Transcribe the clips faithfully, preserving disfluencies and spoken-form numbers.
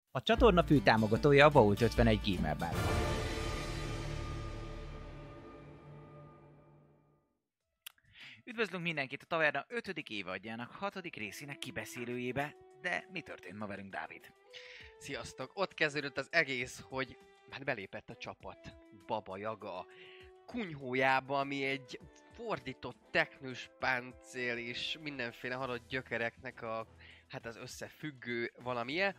A csatorna fő támogatója a Vault ötvenegy Gamer Bar. Üdvözlünk mindenkit a Taverna ötödik évadjának hatodik részének kibeszélőjébe, de mi történt ma velünk, Dávid? Sziasztok! Ott kezdődött az egész, hogy már belépett a csapat Baba Yaga kunyhójába, ami egy fordított teknős páncél és mindenféle halott gyökereknek a, hát az összefüggő valamilyen.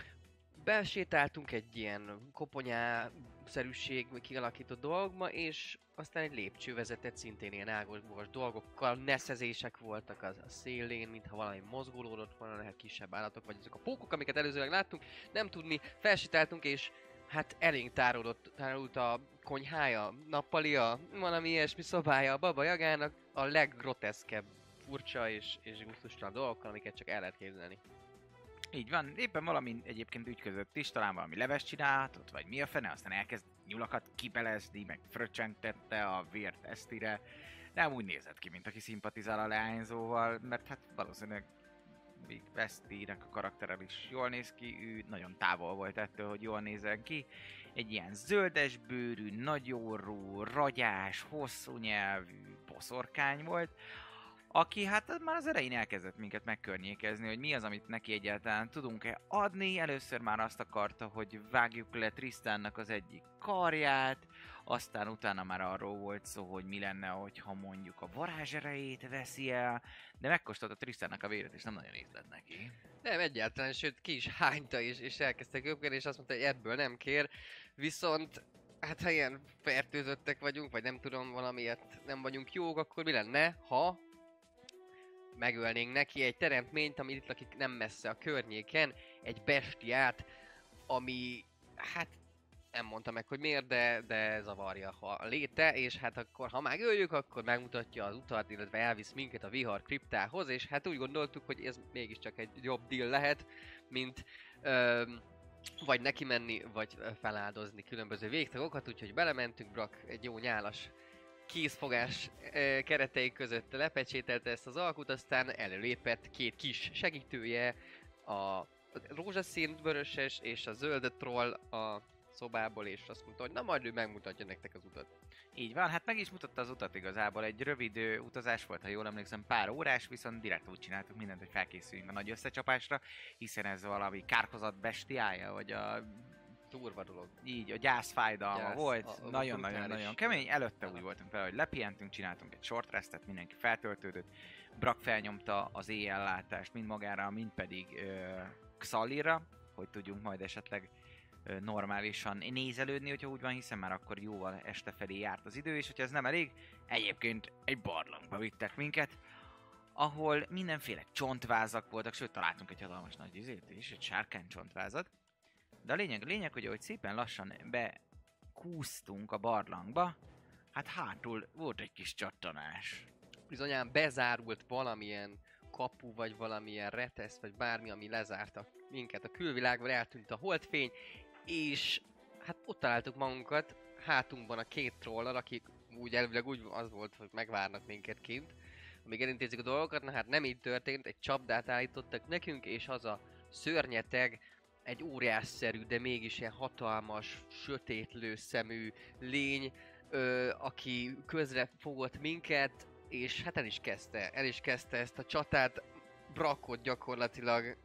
Besétáltunk egy ilyen koponyászerűség kialakított dolgokba, és aztán egy lépcső vezetett szintén ilyen ágos dolgokkal, neszezések voltak az a szélén, mintha valami mozgolódott volna, lehet kisebb állatok, vagy ezek a pókok, amiket előzőleg láttunk, nem tudni, felsétáltunk, és hát elénk tárolott, tárolult a konyhája, nappalia, valami ilyesmi szobája a Baba Yagának, a leggroteszkebb, furcsa és, és gusztustalan dolgokkal, amiket csak el lehet képzelni. Így van, éppen valami egyébként ütközött is, talán valami leves csinálhatott, vagy mi a fene, aztán elkezd nyulakat kibelezni, meg fröccsentette a vért Esztire, de amúgy nézett ki, mint aki szimpatizál a leányzóval, mert hát valószínűleg még Esztinek a karakterrel is jól néz ki, ő nagyon távol volt ettől, hogy jól nézzen ki. Egy ilyen zöldesbőrű, nagyorrú, ragyás, hosszú nyelvű boszorkány volt, aki hát már az elején elkezdett minket megkörnyékezni, hogy mi az, amit neki egyáltalán tudunk-e adni. Először már azt akarta, hogy vágjuk le Tristannak az egyik karját, aztán utána már arról volt szó, hogy mi lenne, hogyha mondjuk a varázserejét veszi el, de megkóstolta Tristannak a véret, és nem nagyon ízlett neki. Nem, egyáltalán, sőt ki is hányta is, és elkezdte köpkedni, és azt mondta, hogy ebből nem kér, viszont hát ha ilyen fertőzöttek vagyunk, vagy nem tudom, valamiért nem vagyunk jók, akkor mi lenne, ha megölnénk neki egy teremtményt, ami itt lakik nem messze a környéken, egy bestiát, ami, hát nem mondta meg, hogy miért, de, de zavarja a léte, és hát akkor, ha megöljük, akkor megmutatja az utat, illetve elvisz minket a vihar kriptához, és hát úgy gondoltuk, hogy ez mégiscsak egy jobb deal lehet, mint öm, vagy neki menni, vagy feláldozni különböző végtagokat, úgyhogy belementünk, Brak egy jó nyálas kézfogás e, keretei között lepecsételte ezt az alkut, aztán előlépett két kis segítője, a rózsaszín vöröses és a zöld troll a szobából, és azt mondta, hogy na majd ő megmutatja nektek az utat. Így van, hát meg is mutatta az utat igazából, egy rövid ö, utazás volt, ha jól emlékszem, pár órás, viszont direkt úgy csináltuk mindent, hogy felkészüljünk a nagy összecsapásra, hiszen ez valami kárhozat bestiája, vagy a Durva dolog. így, a gyászfájdalma Gyász, volt, nagyon-nagyon-nagyon kemény, előtte Aha. úgy voltunk vele, hogy lepihentünk, csináltunk egy short restet, mindenki feltöltődött, Brak felnyomta az éjjellátást mind magára, mind pedig ö, Xalira, hogy tudjunk majd esetleg ö, normálisan nézelődni, hogyha úgy van, hiszen már akkor jóval este felé járt az idő, és hogyha ez nem elég, egyébként egy barlangba vittek minket, ahol mindenféle csontvázak voltak, sőt találtunk egy hatalmas nagy izét is, egy sárkány csontvázat. De a lényeg, a lényeg, hogy ahogy szépen lassan bekúsztunk a barlangba, hát hátul volt egy kis csattanás. Bizonyán bezárult valamilyen kapu, vagy valamilyen retesz, vagy bármi, ami lezárta minket a külvilágban, eltűnt a holdfény, és hát ott találtuk magunkat, hátunkban a két trollal, akik úgy elvileg úgy az volt, hogy megvárnak minket kint, amíg elintézik a dolgokat. Na hát nem így történt, egy csapdát állítottak nekünk, és az a szörnyeteg, egy óriásszerű, de mégis ilyen hatalmas, sötétlő szemű lény, ö, aki közre fogott minket, és hát el is kezdte, el is kezdte ezt a csatát, Brakot gyakorlatilag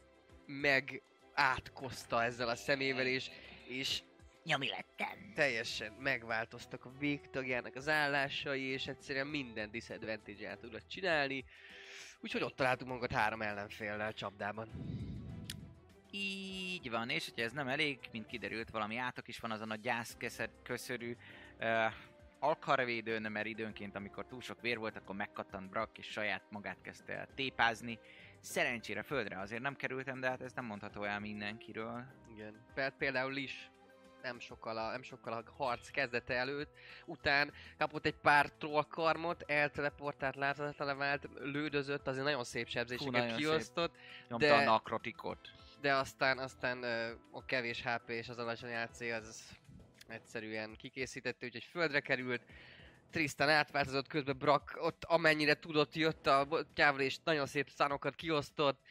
meg átkozta ezzel a szemével, és, és Nyomi lettem. teljesen megváltoztak a végtagjának az állásai, és egyszerűen minden disadvantage-el tudott csinálni, úgyhogy ott találtuk magunkat három ellenféllel csapdában. Így van, és hogyha ez nem elég, mint kiderült, valami átok is van azon a gyászköszörű uh, alkarvédőn, mert időnként, amikor túl sok vér volt, akkor megkattant Brak, és saját magát kezdte el tépázni. Szerencsére földre azért nem kerültem, de hát ez nem mondható el mindenkiről. Igen, Például, például is nem sokkal, a, nem sokkal a harc kezdete előtt, után kapott egy pár trollkarmot, elteleportált, láthatatlan vált, lődözött, azért nagyon szép sebzéseket kiosztott, Nyomta de, a nakrotikot. de aztán, aztán ö, a kevés há pé és az alacsony á cé az egyszerűen kikészítette, úgyhogy földre került. Tristan átváltozott, közben Brak ott amennyire tudott, jött a tyával és nagyon szép szánokat kiosztott.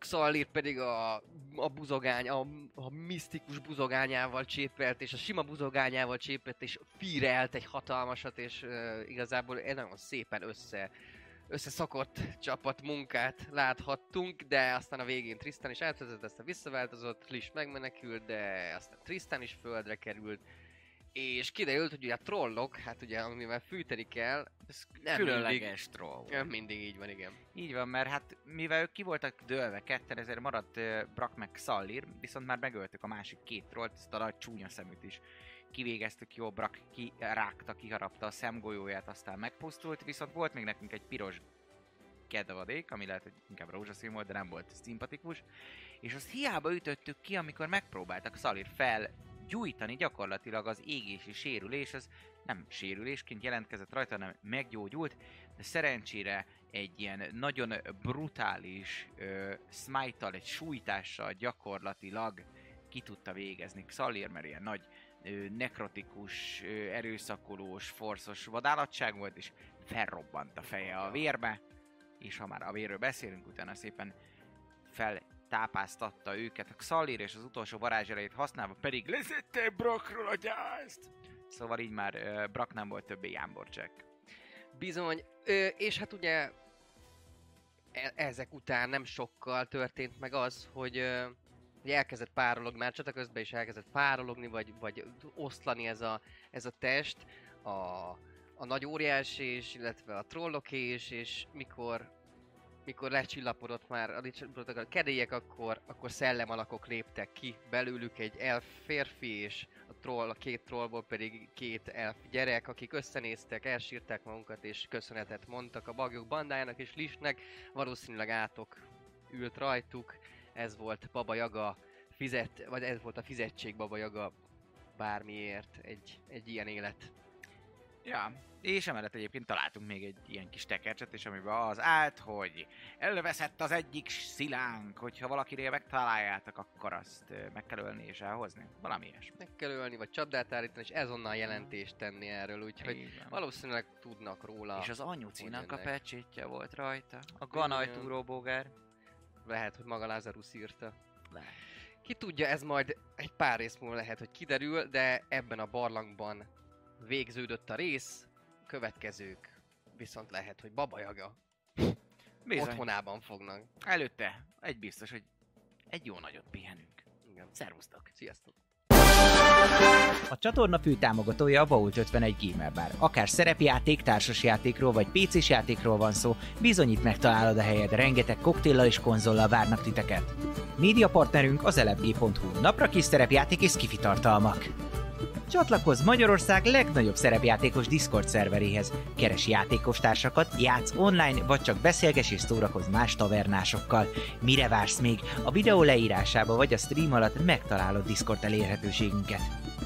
Xallir pedig a, a buzogány, a, a misztikus buzogányával csépelt, és a sima buzogányával csépelt, és firelt egy hatalmasat, és uh, igazából egy nagyon szépen össze, összeszakott csapatmunkát láthattunk, de aztán a végén Tristan is átvezett, aztán visszaváltozott, Lish megmenekült, de aztán Tristan is földre került, és kiderült, hogy ugye a trollok, hát ugye amivel fűteni kell, ez nem Különleges mindig, troll. nem mindig így van, igen. Így van, mert hát mivel ők ki voltak dőlve ketten, ezért maradt uh, Brak meg Xallir, viszont már megöltük a másik két trollt, ezt a nagy csúnya szeműt is kivégeztük, jó, Brak kirágta, kiharapta a szemgolyóját, aztán megpusztult, viszont volt még nekünk egy piros kedvadék, ami lehet, hogy inkább rózsaszín volt, de nem volt szimpatikus, és azt hiába ütöttük ki, amikor megpróbáltak Xallir felgyújtani, gyakorlatilag az égési sérülés, az nem sérülésként jelentkezett rajta, hanem meggyógyult, de szerencsére egy ilyen nagyon brutális uh, smite-tal, egy sújtással gyakorlatilag ki tudta végezni Xallir, mert ilyen nagy uh, nekrotikus, uh, erőszakolós, forszos vadállatság volt, és felrobbant a feje a vérbe, és ha már a vérről beszélünk, utána szépen feltápáztatta őket a Xallir, és az utolsó varázserejét használva pedig leszette Brakról a gyászt! Szóval így már uh, Brak nem volt többé jámborcsek. Bizony, ö, és hát ugye e- ezek után nem sokkal történt meg az, hogy, ö, hogy elkezdett párologni, már csata közben is elkezdett párologni, vagy, vagy oszlani ez a, ez a test, a, a nagy óriási is, illetve a trollok is, és mikor, mikor lecsillapodott már a, a kedélyek, akkor, akkor szellemalakok léptek ki belőlük, egy elf férfi és a troll, a két trollból pedig két elf gyerek, akik összenéztek, elsírták magunkat és köszönetet mondtak a bagyok bandájának és Lishnek, valószínűleg átok ült rajtuk, ez volt Baba Yaga fizet, vagy ez volt a fizetség Baba Yaga bármiért, egy, egy ilyen élet. Ja, és emellett egyébként találtunk még egy ilyen kis tekercset, és amiben az állt, hogy elveszett az egyik szilánk, hogyha valakinél megtaláljátok, akkor azt ö, meg kell ölni és elhozni. Valami ilyesmi. Meg kell ölni, vagy csapdát állítani, és ezonnal jelentést tenni erről, úgyhogy Így van. valószínűleg tudnak róla. És az anyucinak a jönnek. pecsétje volt rajta. A ganaj túróbogár. Lehet, hogy maga Lazarus írta. Lehet. Ki tudja, ez majd egy pár rész múlva lehet, hogy kiderül, de ebben a barlangban végződött a rész, következők viszont lehet, hogy Baba Yaga Bizony. otthonában fognak. Előtte egy biztos, hogy egy jó nagyot pihenünk. Igen. Szervusztok! Sziasztok! A csatorna fő támogatója a Vault ötvenegy Gamer Bar. Akár szerepjáték, társasjátékról vagy pé cés játékról van szó, bizonyít megtalálod a helyed, rengeteg koktéllal és konzollal várnak titeket. Média partnerünk az elefg pont hu, napra kis szerepjáték és skifi tartalmak. Csatlakozz Magyarország legnagyobb szerepjátékos Discord szerveréhez. Keres játékostársakat, játsz online, vagy csak beszélges és szórakozz más tavernásokkal. Mire vársz még? A videó leírásába vagy a stream alatt megtalálod Discord elérhetőségünket.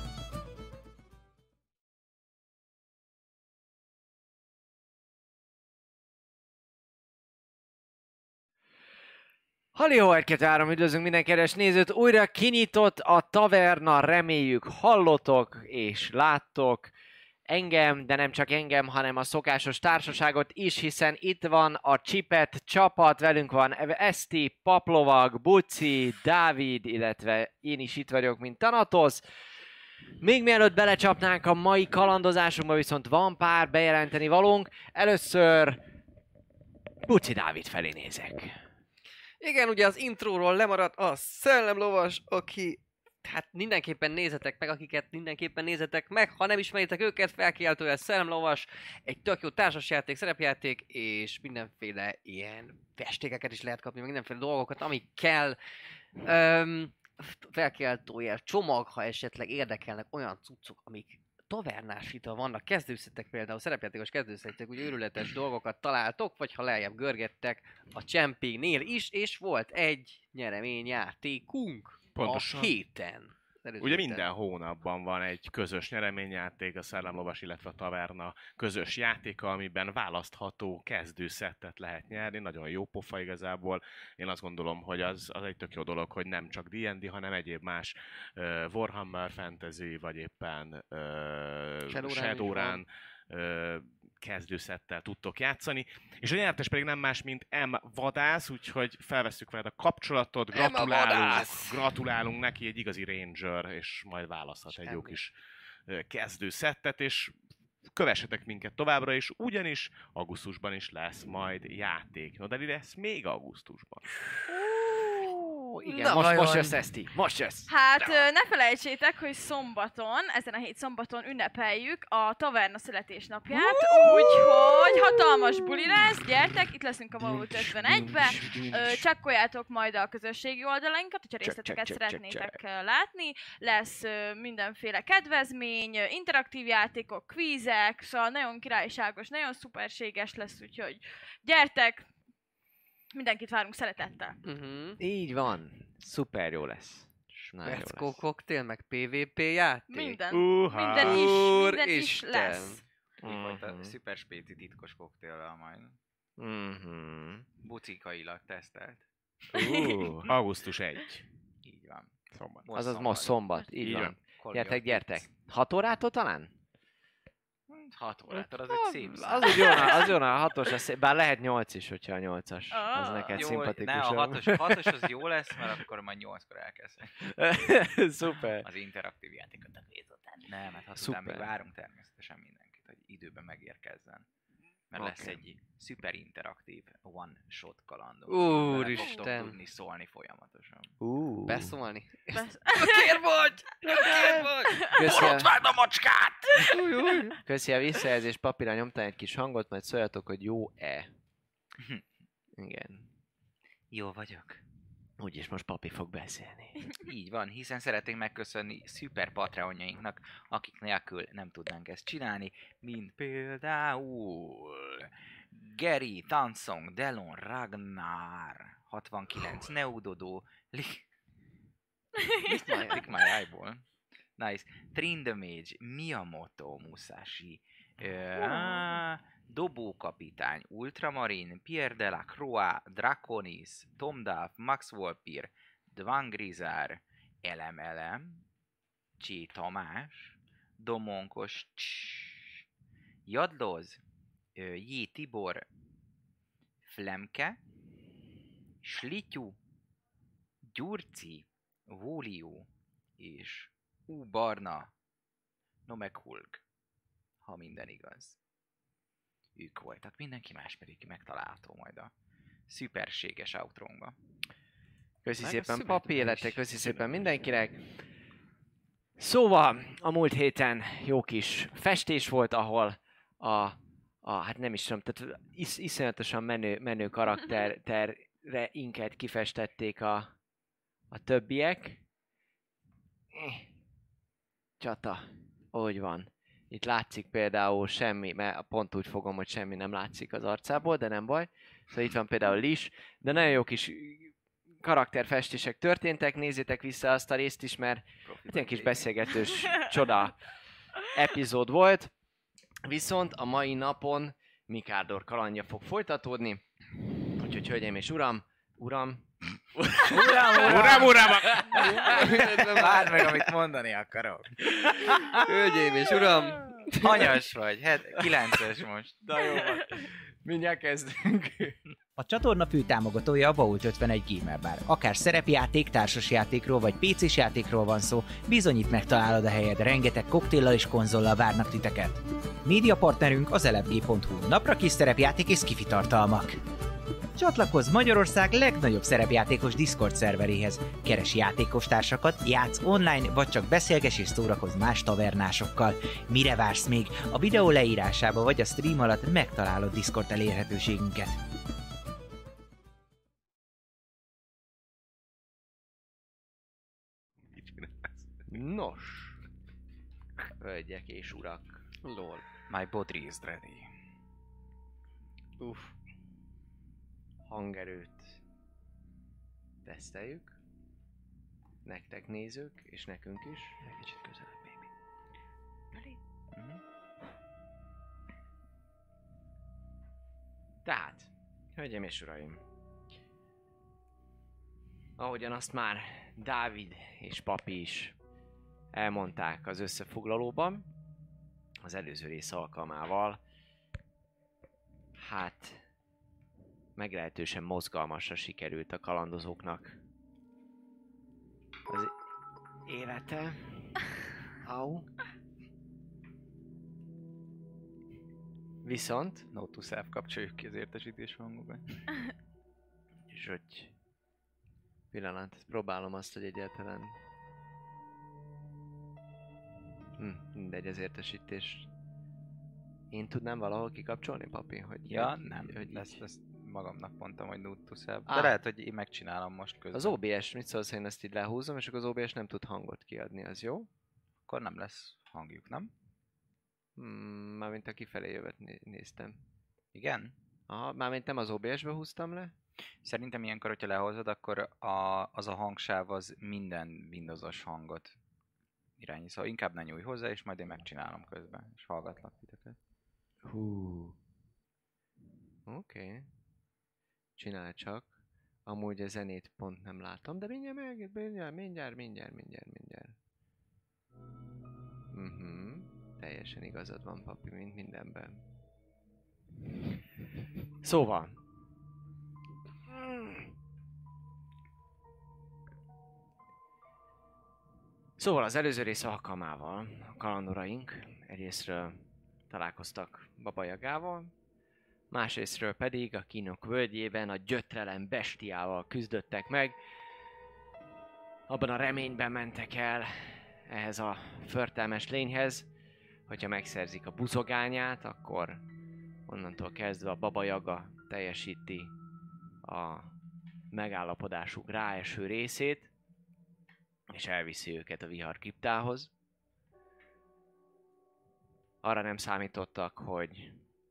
Halihó, egy-kettő-három, üdvözlünk minden kedves nézőt! Újra kinyitott a taverna, reméljük hallotok és láttok engem, de nem csak engem, hanem a szokásos társaságot is, hiszen itt van a Csipet csapat, velünk van Eszti, Paplovag, Buci, Dávid, illetve én is itt vagyok, mint Thanatos. Még mielőtt belecsapnánk a mai kalandozásunkba, viszont van pár bejelenteni valónk. Először Buci Dávid felé nézek. Igen, ugye az intróról lemaradt a szellemlovas, aki... Hát mindenképpen nézzetek meg, akiket mindenképpen nézzetek meg, ha nem ismeritek őket, felkiáltója szellemlovas, egy tök jó társasjáték, szerepjáték, és mindenféle ilyen festékeket is lehet kapni, meg mindenféle dolgokat, amik kell. Öm, felkiáltója csomag, ha esetleg érdekelnek olyan cuccok, amik tavernás vita vannak, kezdőszettek például, szerepjátékos kezdőszettek, úgy őrületes dolgokat találtok, vagy ha lejjebb görgettek a Csempinél is, és volt egy nyereményjátékunk Pontosan. a héten. Ugye minden hónapban van egy közös nyereményjáték, a Szellemlovas, illetve a Taverna közös játéka, amiben választható kezdőszettet lehet nyerni, nagyon jó pofa igazából. Én azt gondolom, hogy az, az egy tök jó dolog, hogy nem csak dé és dé, hanem egyéb más uh, Warhammer Fantasy, vagy éppen uh, Shadowrun, uh, kezdőszettel tudtok játszani, és a nyertes pedig nem más, mint M. Vadász, úgyhogy felvesszük veled a kapcsolatot, gratulálunk, gratulálunk neki, egy igazi ranger, és majd választhat egy jó kis kezdőszettet, és kövessetek minket továbbra is, ugyanis augusztusban is lesz majd játék. No, de lesz még augusztusban. Igen, Na, most, vajon? most jössz, Eszti, most jössz! Hát ö, ne felejtsétek, hogy szombaton, ezen a hét szombaton ünnepeljük a taverna születésnapját, úgyhogy hatalmas buli lesz, gyertek, itt leszünk a Vault ötvenegybe, ö, csekkoljátok majd a közösségi oldalainkat, hogyha részleteket check, check, szeretnétek check. ö, látni, lesz ö, mindenféle kedvezmény, ö, interaktív játékok, kvízek, szóval nagyon királyságos, nagyon szuperséges lesz, úgyhogy gyertek, mindenkit várunk szeretettel. Uh-huh. Így van, szuper jó lesz. És nagyon jó Peckó lesz. koktél, meg pé vé pé játék. Minden, Uha. minden is, minden is Úristen. lesz. Fajta Mhm. szuper spéci titkos koktéllal majd. Mhm. Bucikailag tesztelt. Uh, augusztus elseje. Így van. Szombat. Most Azaz szombat. most szombat, így Így van. van. Kolbja Gyertek, Blitz. gyertek. Hat órától talán? Hat órától, az egy szép szám. Az úgy jó, az jó, a hatos lesz, bár lehet nyolc is, hogyha a nyolcas. Az Ah. neked Jó, szimpatikusabb. ne, a hatos, a hatos az jó lesz, mert akkor majd nyolckor elkezdek. Szuper. Az interaktív játékot a hét után. Nem, hát hat Szuper. után még várunk természetesen mindenkit, hogy időben megérkezzen. Mert Oké. lesz egy szuper interaktív one-shot kalandunk. Úristen. Bele fogtok tudni szólni folyamatosan. Uh. Beszólni? Besz- Kér vagy! Kér vagy! Köszi a, Várd a macskát! köszi a visszajelzés, papírra nyomtál egy kis hangot, majd szóljatok, hogy jó-e. Igen. Jó vagyok. Úgyis most papi fog beszélni. Így van, hiszen szeretnénk megköszönni szuper patreonjainknak, akik nélkül nem tudnánk ezt csinálni, mint például Geri, Tansong, Delon, Ragnar, hatvankilenc, Neudodo, Lik... Lik my eyeból. Nice. Trindamage, Miyamoto Musashi, uh, Dobókapitány, Ultramarin, Pierre de la Croix, Draconis, Tom Duff, Max Volpir, Dvangrizár, Elem Elem, Csé Tamás, Domonkos, Css, Jadloz, ö, J. Tibor, Flemke, Slityu, Gyurci, Vólió és U. Barna, Nomekhulg, ha minden igaz. Ők voltak, mindenki más pedig megtalálható majd a szuperséges outrónkba. Köszi Meg a szépen szüvetre papi életek, is. köszi szépen mindenkinek. Szóval, a múlt héten jó kis festés volt, ahol a, a hát nem is tudom, tehát is, iszonyatosan menő, menő karakterre inket kifestették a, a többiek. Csata, úgy van. Itt látszik például semmi, mert pont úgy fogom, hogy semmi nem látszik az arcából, de nem baj. Szóval itt van például Lis, de nagyon jó kis karakterfestések történtek, nézzétek vissza azt a részt is, mert ilyen kis beszélgetős csoda epizód volt. Viszont a mai napon Mikárdor kalandja fog folytatódni. Úgyhogy hölgyeim és uram, uram, Uram, Uram, uram! Várd meg, amit mondani akarok. Hölgyeim és uram! Hanyas vagy, het, kilences most. de jó van. Mindjárt kezdünk. A csatorna fő támogatója a Vault ötvenegy Gamer Bar. Akár szerepjáték, társasjátékról vagy pé cés játékról van szó, bizonyít megtalálod a helyed, rengeteg koktéllal és konzollal várnak titeket. Média partnerünk az elefg pont hu, napra kis szerepjáték és skifi tartalmak. Csatlakozz Magyarország legnagyobb szerepjátékos Discord szerveréhez. Keres játékostársakat, játsz online, vagy csak beszélges és szórakozz más tavernásokkal. Mire vársz még? A videó leírásába vagy a stream alatt megtalálod Discord elérhetőségünket. Nos, hölgyek és urak, Lol. My body is ready. uff, hangerőt teszteljük. Nektek nézők, és nekünk is. Egy kicsit közelebb, baby. Mhm. Tehát, hölgyeim és uraim, ahogyan azt már Dávid és Papi is elmondták az összefoglalóban, az előző rész alkalmával hát meglehetősen mozgalmasra sikerült a kalandozóknak az élete. Au. Viszont, Note to self, kapcsoljuk ki az értesítés hangokat. és hogy pillanat, próbálom azt, hogy egyáltalán hm, mindegy az értesítés. Én tudnám valahol kikapcsolni, papi? Hogy Ja, hogy, nem, hogy ezt, így. ezt magamnak mondtam, hogy note to self. De Á. lehet, hogy én megcsinálom most közben. Az o bé es, mit szólsz, ha én ezt így lehúzom, és akkor az o bé es nem tud hangot kiadni, az jó? Akkor nem lesz hangjuk, nem? Hmm, mármint a kifelé jövet né- néztem. Igen? Aha, mármint nem az o bé es-be húztam le? Szerintem ilyenkor, hogyha lehozod, akkor a, az a hangsáv az minden Windowsos hangot irányít. Szóval inkább ne nyújj hozzá, és majd én megcsinálom közben, és hallgatlak titeket. Hú. Oké. Okay. Csinálj csak. Amúgy a zenét pont nem látom, de mindjárt meg, mindjárt, mindjárt, mindjárt, mindjárt, mindjárt. Mhm. Teljesen igazad van, papi, mint mindenben. Szóval. Szóval az előző rész alkalmával a kalandoraink egyrésztről találkoztak Baba Jagával, másrésztről pedig a Kínok völgyében a gyötrelem bestiával küzdöttek meg. Abban a reményben mentek el ehhez a förtelmes lényhez, hogyha megszerzik a buzogányát, akkor onnantól kezdve a Baba Jaga teljesíti a megállapodásuk ráeső részét, és elviszi őket a vihar kriptához. Arra nem számítottak, hogy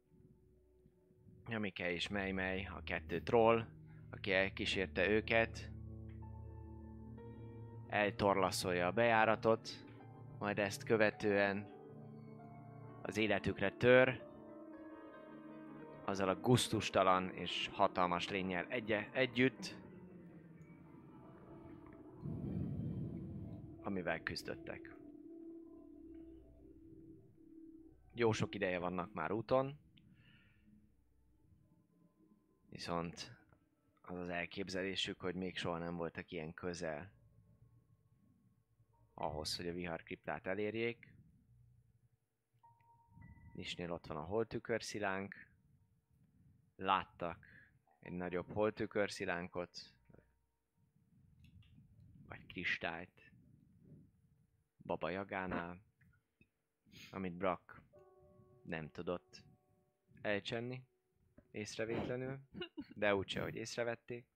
Jamike és Mei-Mei, a kettő troll, aki elkísérte őket, eltorlaszolja a bejáratot, majd ezt követően az életükre tör, azzal a gusztustalan és hatalmas lénnyel egy- együtt, amivel küzdöttek. Jó sok ideje vannak már úton, viszont az az elképzelésük, hogy még soha nem voltak ilyen közel ahhoz, hogy a vihar kriptát elérjék. Nisnél ott van a holtükörszilánk. Láttak egy nagyobb holtükörszilánkot, vagy kristályt Baba Jagánál, amit Brak nem tudott elcsenni észrevétlenül, de úgyse, hogy észrevették.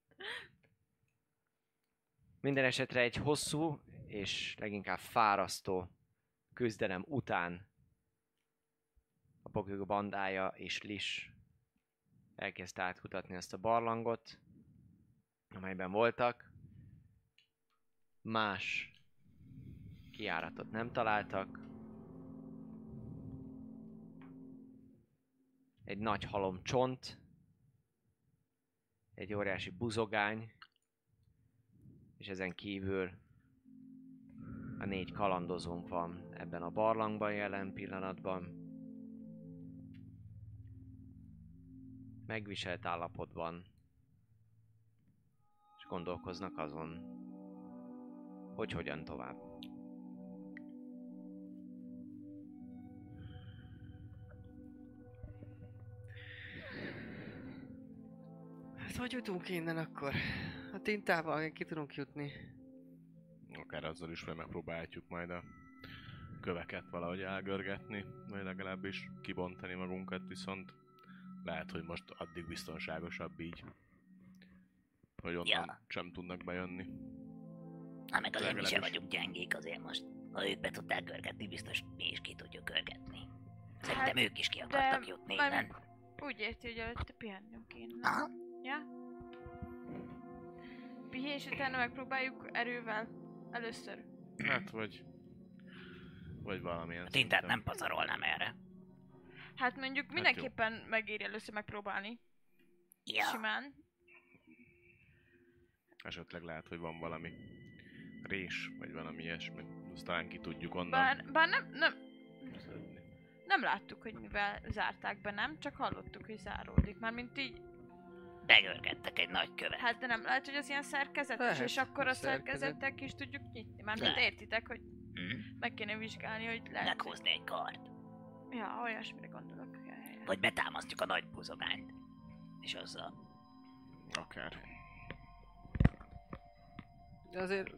Minden esetre egy hosszú és leginkább fárasztó küzdelem után a Pokők bandája és Lis elkezdte átkutatni azt a barlangot, amelyben voltak. Más kijáratot nem találtak. Egy nagy halom csont, egy óriási buzogány, és ezen kívül a négy kalandozónk van ebben a barlangban jelen pillanatban. Megviselt állapotban, és gondolkoznak azon, hogy hogyan tovább. Hát hogy jutunk innen akkor? A tintával ki tudunk jutni. Akár azzal is, hogy megpróbáljuk majd a köveket valahogy elgörgetni, vagy legalábbis kibontani magunkat, viszont lehet, hogy most addig biztonságosabb így, hogy onnan Ja. sem tudnak bejönni. Hát meg azért mi sem Legalábbis. vagyunk gyengék, azért most. Ha ők be tudták görgetni, biztos mi is ki tudjuk görgetni. Szerintem Hát, ők is ki akartak jutni majd innen. Úgy érti, hogy előtte pihennünk kéne. Aha. Ja? Pihenés utána megpróbáljuk erővel. Először. Hát, vagy... Vagy valamilyen A tintát szinten. nem pazarolnám erre. Hát mondjuk Hát mindenképpen megéri először megpróbálni. Ja. Simán. Esetleg lehet, hogy van valami rés, vagy valami ilyesmi. Azt talán ki tudjuk onnan Bár, bár nem, nem, szedni. nem láttuk, hogy mivel zárták be, nem? Csak hallottuk, hogy záródik. Mármint így, Begörgettek egy nagy követ. hát de nem lehet, hogy az ilyen szerkezetes, Lehet, és akkor a szerkezet. szerkezettek is tudjuk nyitni. Mármint Lehet. értitek, hogy Hm? meg kéne vizsgálni, hogy lehet. Meghúzni egy kart. Ja, olyasmire gondolok. Ja, ja, ja. Vagy betámasztjuk a nagy buzogányt. És azzal. Akár. De azért...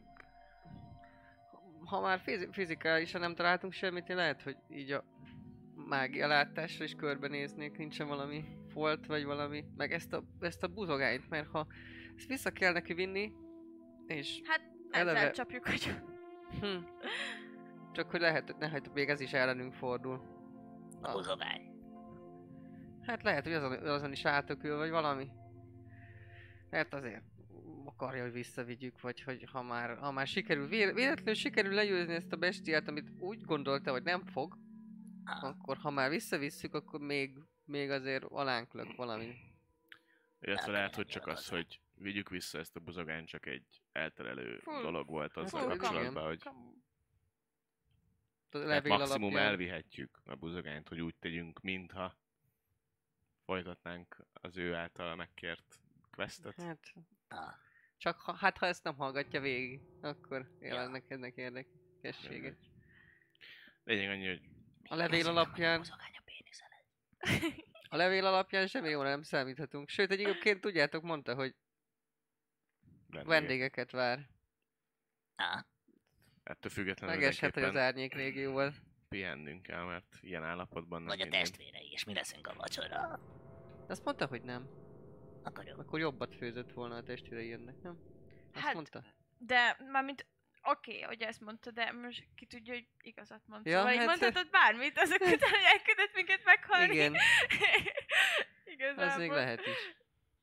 Ha már fizi- fizikálisan nem találtunk semmit, én lehet, hogy így a mágia látásra is körbenéznék, nincsen valami folt, vagy valami, meg ezt a, ezt a buzogányt, mert ha ezt vissza kell neki vinni, és Hát ezzel Eleve- csapjuk, hogy... hm, csak hogy lehet, lehet, még ez is ellenünk fordul. A buzogány. Hát lehet, hogy azon, azon is átökül, vagy valami. Lehet azért akarja, hogy visszavigyük, vagy hogy ha már, ha már sikerül, vé- véletlenül sikerül legyőzni ezt a bestiát, amit úgy gondolta, hogy nem fog, Ah, akkor ha már visszavisszük, akkor még, még azért alánk lök valami. Illetve lehet, hogy csak az, hogy vigyük vissza ezt a buzogányt, csak egy elterelő Fú. dolog volt azzal Fú, kapcsolatban, igen. hogy Kamu. A tehát levél maximum alapján. elvihetjük a buzogányt, hogy úgy tegyünk, mintha folytatnánk az ő által megkért questet. Hát, ah. csak ha, hát ha ezt nem hallgatja végig, akkor élen neked ennek érdekessége. Lényeg annyi, hogy A levél alapján, Buzogány a péniszen. a levél alapján semmi jóra nem számíthatunk. Sőt, egyébként tudjátok, mondta, hogy vendégek. vendégeket vár. Ah, Ettől függetlenül Megeshet, hogy az mindenképpen árnyék régióval. pihennünk kell, mert ilyen állapotban nem vagy a minden. testvérei, és mi leszünk a vacsora. Azt mondta, hogy nem. Akkor jó. Akkor jobbat főzött volna, a testvérei jönnek, nem? Azt Hát, mondta? De, mármint, oké, okay, hogy ezt mondta, de most ki tudja, hogy igazat mondta. Ja, Ja, szóval így hát- mondhatod bármit, azok után, hogy elküldött minket meghalni. Igen, Igazából. az még lehet is.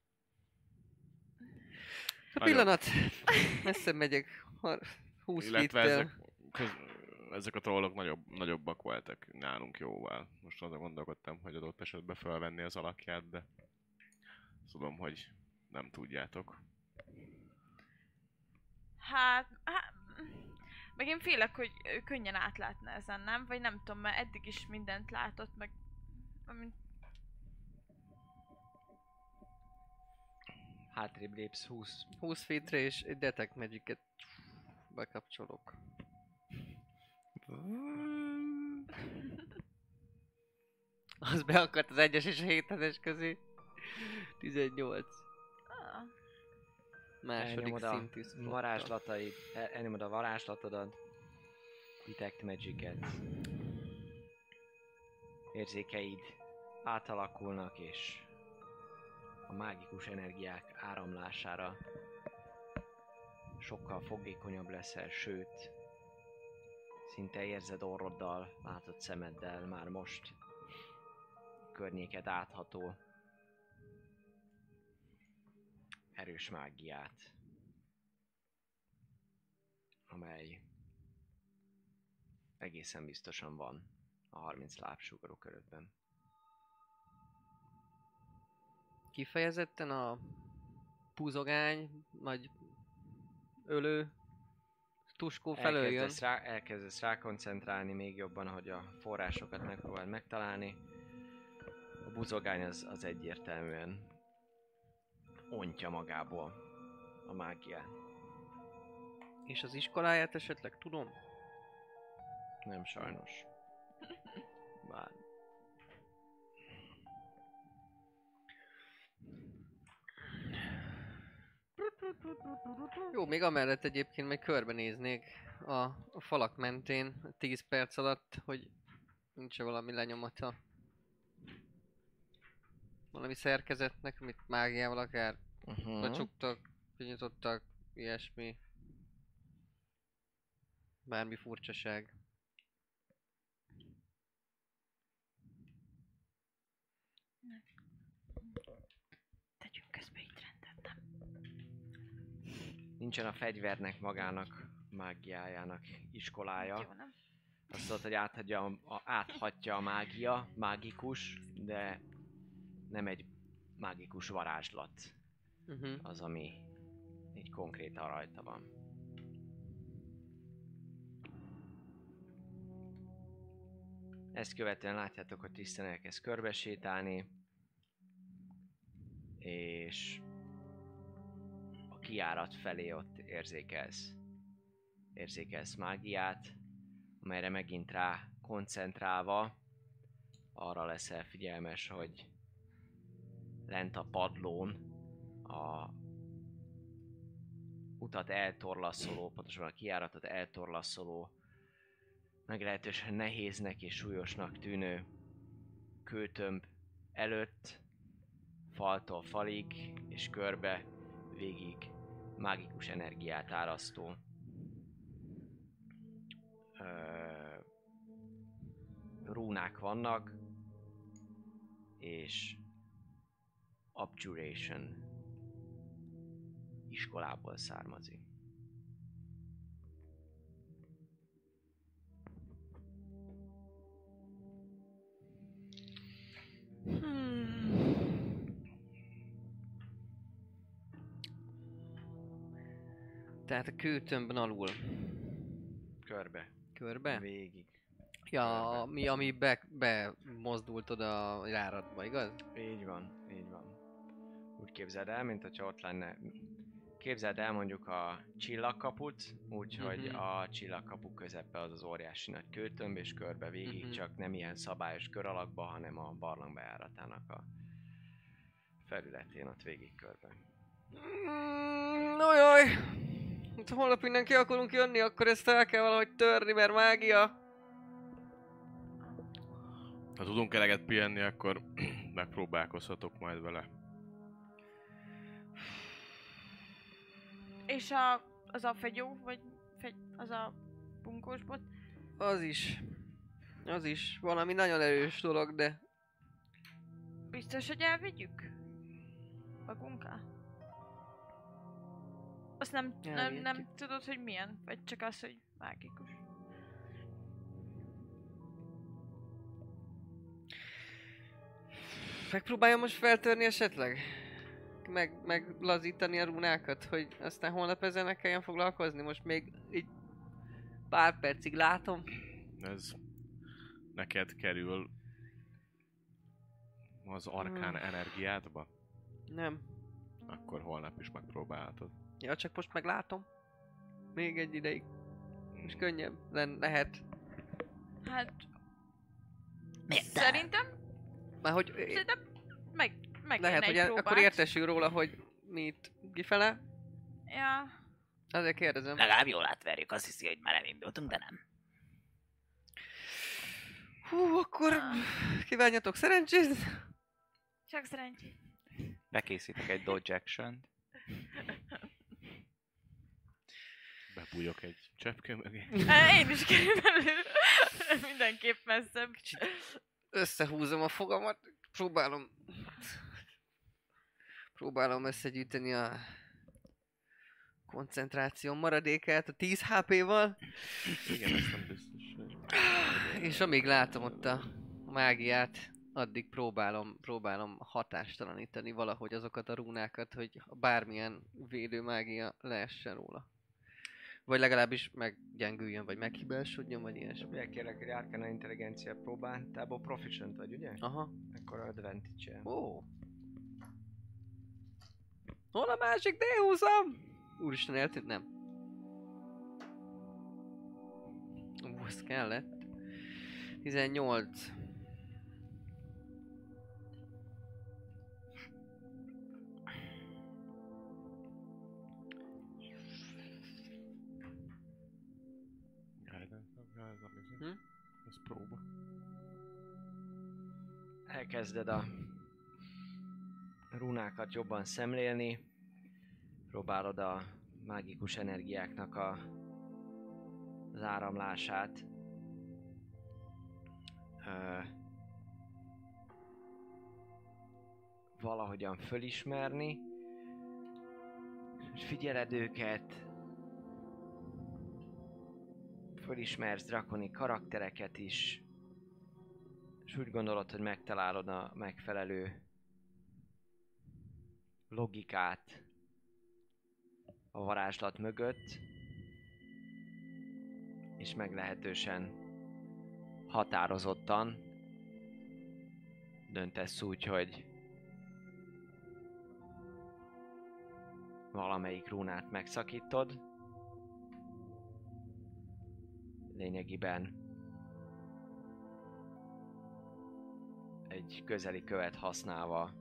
A Nagyon. pillanat! Messze megyek. har- húsz Illetve fittel. ezek, köz, ezek a trollok nagyobb, nagyobbak voltak nálunk jóval. Most azon gondolkodtam, hogy adott esetben felvenni az alakját, de tudom, hogy nem tudjátok. Hát, hát, meg én félek, hogy ő könnyen átlátna ezen, nem? Vagy nem tudom, mert eddig is mindent látott, meg... Amint... Hátrébb lépsz húsz. húsz feetre és egy detect magic-et bekapcsolok. Az beakadt az egyes és a hétedes közé. tizennyolc. Ah, Második Elnyomod a szintű szlotta. varázslataid, el- elnyomod a varázslatodat, detect magic-et. Érzékeid átalakulnak, és a mágikus energiák áramlására sokkal fogékonyabb leszel, sőt, szinte érzed orroddal, látod szemeddel már most környéket átható erős mágiát, amely egészen biztosan van a harminc lábsugarú körödben. Kifejezetten a puzogány, vagy ölő tuskó felől jön. Elkezdesz rá, elkezdesz rá koncentrálni még jobban, hogy a forrásokat megpróbáld megtalálni. A buzogány az, az egyértelműen ontja magából a mágiát. És az iskoláját esetleg tudom? Nem sajnos. Bár... Jó, még amellett egyébként meg körbenéznék a, a falak mentén tíz perc alatt, hogy nincs valami lenyomata. Valami szerkezetnek, amit mágiával akár Uh-huh. becsuktak, kinyitottak, ilyesmi. Bármi furcsaság. tegyünk közbe itt rendet, nem? Nincsen a fegyvernek magának mágiájának iskolája. Jó, nem? Azt tudod, hogy áthatja a, a, áthatja a mágia, mágikus, de nem egy mágikus varázslat Uh-huh. az, ami így konkrétan rajta van. Ezt követően látjátok, hogy Tristan elkezd körbesétálni, és a kijárat felé ott érzékelsz, érzékelsz mágiát, amelyre megint rá koncentrálva arra leszel figyelmes, hogy lent a padlón a utat eltorlaszoló, pontosan a kijáratot eltorlaszoló, meglehetősen nehéznek és súlyosnak tűnő kőtömb előtt, faltól falig és körbe végig mágikus energiát árasztó ö, rúnák vannak, és Abjuration iskolából származik. Tehát a kőtömbön alul. Körbe. Körbe? Végig. Ja, mi, ami be, bemozdult oda a járatba, igaz? Így van, így van. Úgy képzeld el, mint hogyha ott lenne... Képzeld el mondjuk a csillagkaput, úgyhogy Mhm. a csillagkapu közepe az az óriási nagy kőtömb, és körbe végig, Mhm. csak nem ilyen szabályos kör alakba, hanem a barlang bejáratának a felületén ott végig körbe. Mm, ojoj! Hát holnap innen ki akarunk jönni, akkor ezt el kell valahogy törni, mert mágia. Ha tudunk eleget pihenni, akkor megpróbálkozhatok majd vele. És a, az a fegyó, vagy fegy, az a bunkós bot? Az is. Az is. Valami nagyon erős dolog, de... Biztos, hogy elvigyük? Magunkkal? Azt nem, nem, Elvihetjük. nem tudod, hogy milyen? Vagy csak az, hogy mágikus? Megpróbáljam most feltörni esetleg? Meg, meglazítani a runákat, hogy aztán holnap ezzel ne kelljen foglalkozni? Most még így pár percig látom. Ez neked kerül az arkán Hmm. energiádba? Nem. Akkor holnap is megpróbálhatod. Ja, csak most meglátom. Még egy ideig. És könnyebb len- lehet. Hát... Miért? Szerintem, Már hogy szerintem meg, meg lehet, egy hogy el, próbát. akkor értesül róla, hogy mi itt kifele. Ja, Azért kérdezem. Legalább jól átverjük, azt hiszi, hogy már elindultunk, de nem. Hú, akkor kívánjatok szerencsét. csak szerencsét. Bekészítek egy dodge action-t. Bebújok egy cseppkő mögé. Én is körülbelül mindenképp messzebb. Összehúzom a fogamat, próbálom... Próbálom összegyűjteni a koncentráció maradékát a tíz há pé-val. Igen, ezt nem biztos, hogy... És amíg látom ott a mágiát, addig próbálom, próbálom hatástalanítani valahogy azokat a rúnákat, hogy bármilyen védő mágia leessen róla. Vagy legalábbis meggyengüljön, vagy meghibásodjon, vagy ilyesmi. Ugye kérlek, egy Arcana intelligencia próbál. Te abból proficient vagy, ugye? Aha. Akkor advantage-el. Ó. Hol a másik dé húszam? Úristen, eltűnt, nem. Ú, ez kellett. tizennyolc. Guidance, guidance, Hm? ez próba. Elkezded a rúnákat jobban szemlélni, próbálod a mágikus energiáknak a, az áramlását ö, valahogyan fölismerni, és figyeled őket, fölismersz drakoni karaktereket is, és úgy gondolod, hogy megtalálod a megfelelő logikát a varázslat mögött, és meglehetősen határozottan döntesz úgy, hogy valamelyik rúnát megszakítod. Lényegében egy közeli követ használva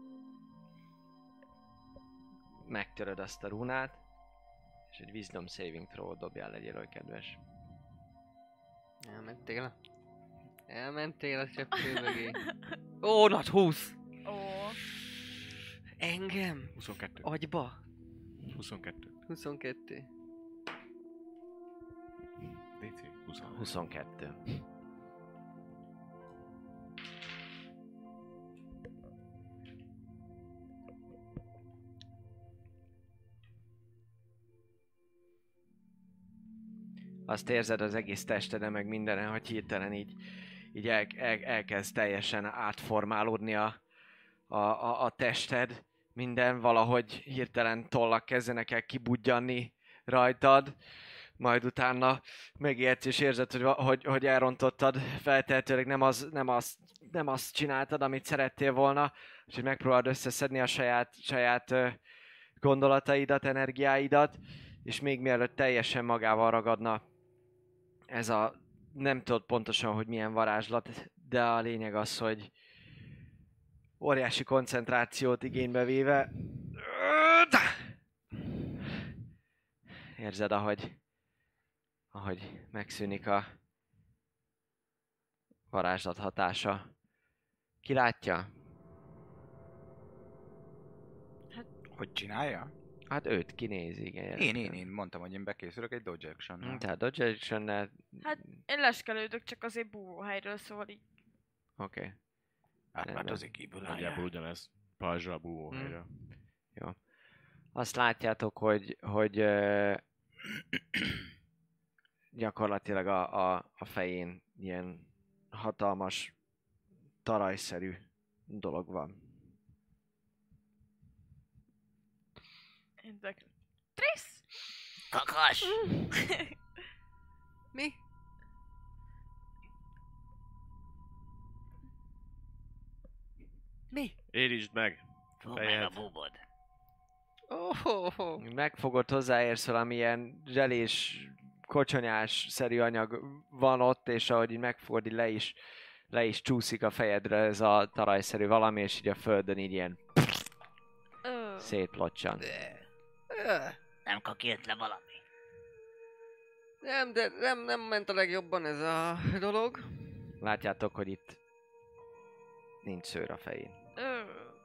megtöröd azt a rúnát, és egy Wisdom Saving Throw-ot dobjál, legyél olyan kedves. Elmentél a... Elmentél a cseppő mögé. Ó, nagy húsz! Ó. Engem? huszonkettő. Agyba? huszonkettő. huszonkettő. dé cé huszonkettő. huszonkettő. Azt érzed az egész testeden, meg mindenen, hogy hirtelen így, így el, el, elkezd teljesen átformálódni a, a, a, a tested. Minden valahogy hirtelen tollak kezdenek el kibudjanni rajtad. Majd utána megértsz és érzed, hogy, hogy, hogy elrontottad. Feltehetőleg nem, az, nem, az, nem azt csináltad, amit szerettél volna. Úgyhogy megpróbálod összeszedni a saját, saját gondolataidat, energiáidat. És még mielőtt teljesen magával ragadna ez a, nem tudod pontosan, hogy milyen varázslat, de a lényeg az, hogy óriási koncentrációt igénybe véve érzed, ahogy, ahogy megszűnik a varázslat hatása. Ki látja? Hogy csinálja? Hát őt kinézi, igen. Én, én, én mondtam, hogy én bekészülök egy dodge action-nal. Tehát dodge action-nel... Hát én leskelődök csak azért búvóhelyről, szóval így. Oké. Okay. Átváltozik kívül. Nagyjából ugyanez. Pajzsra, búvóhelyre. Jó. Azt látjátok, hogy, hogy uh, gyakorlatilag a, a, a fején ilyen hatalmas, tarajszerű dolog van. Érdek. Trisz! Kakas! Mi? Mi? Érítsd meg! Fogd meg Fejed. a búbod. Oh, oh, oh. Megfogod, hozzáérsz valamilyen zselés, kocsonyás-szerű anyag van ott, és ahogy így megfogod, így le is, le is csúszik a fejedre ez a tarajszerű valami, és így a földön így ilyen Ö. szétlocsan. Nem kakilt le valami. Nem, de nem, nem ment a legjobban ez a dolog. Látjátok, hogy itt nincs szőr a fején. Ö.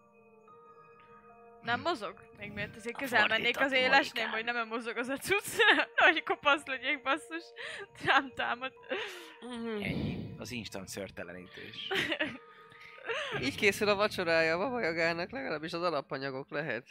Nem mozog? Még miért azért A közel mennék az fordított élesnél, morikán. hogy nem mozog az a cucc. Nagy kopasz legyek, basszus. Rám támad. Ennyi. Az instant szörtelenítés. Így készül a vacsorája a babajagának, legalábbis az alapanyagok lehet.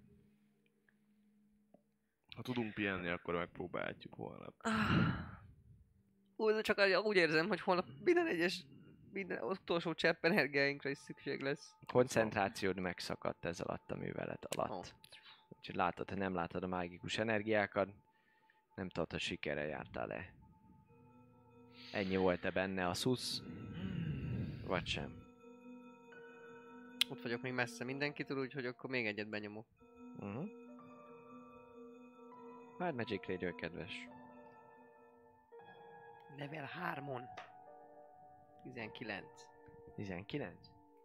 Ha tudunk pihenni, akkor megpróbáljuk holnap. Úgy, csak úgy érzem, hogy holnap minden egyes, minden utolsó csepp energiáinkra is szükség lesz. Koncentrációd megszakadt ez alatt a művelet alatt. Oh. Úgyhogy látod, hogy nem látod a mágikus energiákat, nem tudod, hogy sikerrel jártál-e. Ennyi volt-e benne a szusz, vagy sem. Ott vagyok még messze mindenkitől, úgyhogy akkor még egyet benyomok. Uh-huh. Már Magic Radio, kedves. Level hármon. tizenkilenc. tizenkilenc?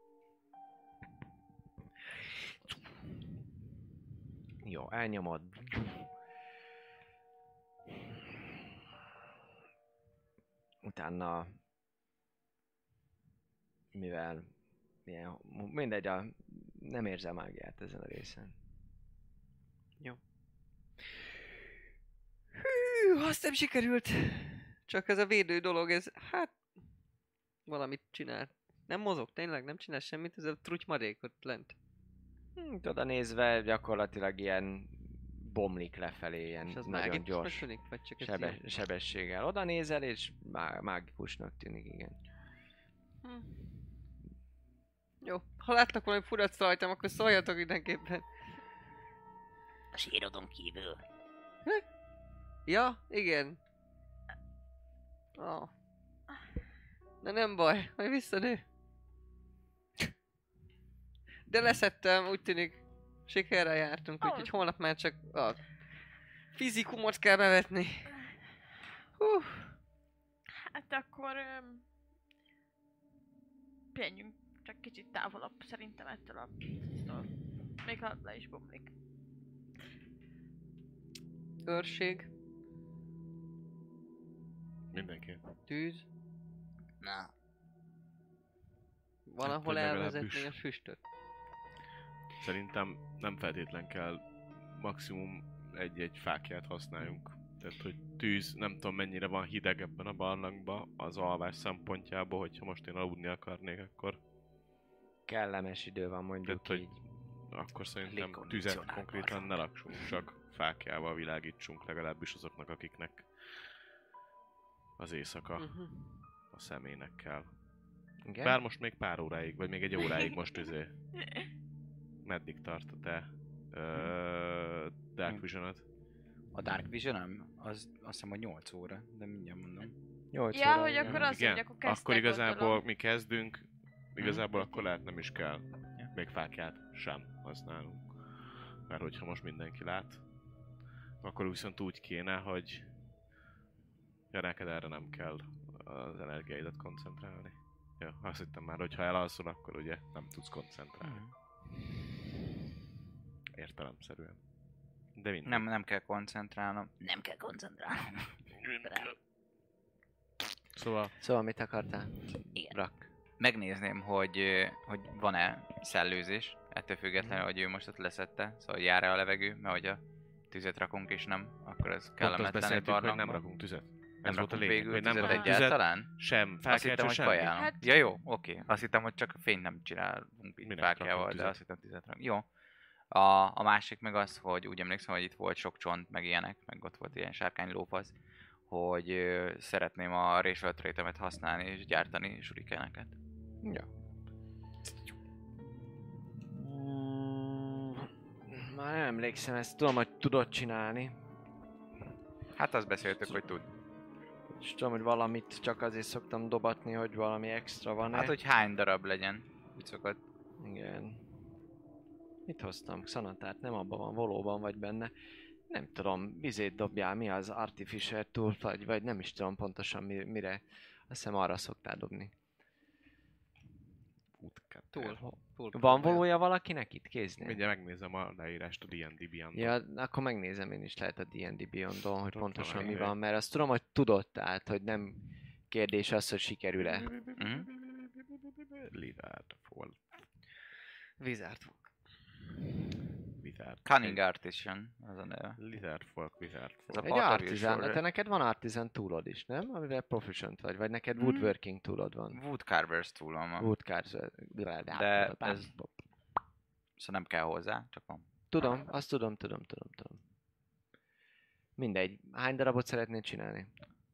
Jó, elnyomod. Utána, mivel milyen, mindegy, a, nem érzel mágiát ezen a részen. Jó. Hű, azt nem sikerült. Csak ez a védő dolog, ez hát valamit csinál. Nem mozog, tényleg nem csinál semmit, ez a trutymarék ott lent. Hm, oda nézve gyakorlatilag ilyen bomlik lefelé, ilyen És az nagyon mágikusnak gyors tűnik, vagy csak ez sebe- ilyen? sebességgel. Oda nézel és má- mágikusnak tűnik, igen. Hm. Jó, ha láttak valami furat rajtam, akkor szóljatok mindenképpen. A sírodon kívül. Ja, igen. Oh. De nem baj, majd visszanő. De leszettem, úgy tűnik sikerrel jártunk, Ó. úgyhogy holnap már csak a fizikumot kell bevetni. Hú. Hát akkor... Öm, pihenjünk csak kicsit távolabb szerintem ettől a... Tól. Még ha le is bomlik. Őrség, Mindenki. tűz, Na, van Hát, ahol vagy legalábbis- elvezetni a füstöt. Szerintem nem feltétlen kell maximum egy-egy fákját használjunk. Tehát, hogy tűz, nem tudom mennyire van hideg ebben a barlangban az alvás szempontjából, hogyha most én aludni akarnék, akkor, Kellemes idő van mondjuk Tehát, így. akkor szerintem tüzet Légkondicionálva konkrétan ne laksunk, csak fákjával világítsunk legalábbis azoknak, akiknek az éjszaka Uh-huh. a személynek kell. Igen? Bár most még pár óráig, vagy még egy óráig most üzé. Meddig tart a te ö, Dark Vision-od? A Dark Vision az azt hiszem, hogy nyolc óra, de mindjárt mondom. nyolc Ja, óra, hogy igen. akkor az, Igen, hogy akkor kezdtek, akkor igazából gondolom. mi kezdünk, igazából akkor lehet nem is kell. Ja. Még fákját sem használunk. Mert hogyha most mindenki lát, akkor viszont úgy kéne, hogy ja, neked erre nem kell az energiáidat koncentrálni. Ja, azt hittem már, hogyha elalszol, akkor ugye nem tudsz koncentrálni. Értelemszerűen. De mindegy. Nem, nem kell koncentrálnom. nem kell koncentrálnom. Szóval Szóval mit akartál? Igen. Rak. Megnézném, hogy, ö, hogy van-e szellőzés, ettől függetlenül, hogy ő most ott leszette, szóval jár-e a levegő, mert hogy a tüzet rakunk és nem, akkor ez pont azt kellemetlen egy beszéltük, hogy nem barlangban. rakunk tüzet. Nem Ez volt a rakunk lényeg, végül hogy nem tüzet rakunk rakunk tüzet, egyáltalán? sem Azt fákját, hittem, sem hogy semmi. kajálunk. Hát- Ja jó, oké. Azt hittem, hogy csak fényt nem csinálunk így Minek fákjával, rakunk de tüzet? azt hittem tüzet rak. Jó. A, a másik meg az, hogy úgy emlékszem, hogy itt volt sok csont, meg ilyenek, meg ott volt ilyen sárkánylófasz, hogy ö, szeretném a racial trait-emet használni és gyártani shurikeneket. Ja. Mm, Már nem emlékszem, ezt tudom, hogy tudod csinálni. Hát azt beszéltük, hogy tud. És tudom, hogy valamit csak azért szoktam dobatni, hogy valami extra van-e. Hát, hogy hány darab legyen. Úgy szokott. Igen. Mit hoztam? Xanatárt, nem abban van, valóban vagy benne. Nem tudom, vizét dobjál, mi az Artificial Tool, vagy, vagy nem is tudom pontosan mi, mire. Azt hiszem arra szoktál dobni. Túl. Túl. Van valója valakinek itt kéznél? Mindjárt megnézem a leírást a dé end dé Beyond-on. Ja, akkor megnézem én is lehet a dé end dé Beyond-on, hogy Ott pontosan van mi egy- van, mert azt tudom, hogy tudod, tehát, hogy nem kérdés az, hogy sikerül-e. Mhm. Lizard Fall. Vizárt fog. Lizard. Cunning Artisan, az a neve. Lizard Fall, Lizard Ez a Fall. Egy Pottery artisan, sorra. te neked van artisan toolod is, nem? Amivel proficient vagy, vagy neked Mhm. woodworking toolod van. Woodcarver's toolom van. Woodcards... De ez- Szóval nem kell hozzá, csak van. Tudom, azt tudom, tudom, tudom, tudom. Mindegy. Hány darabot szeretnél csinálni?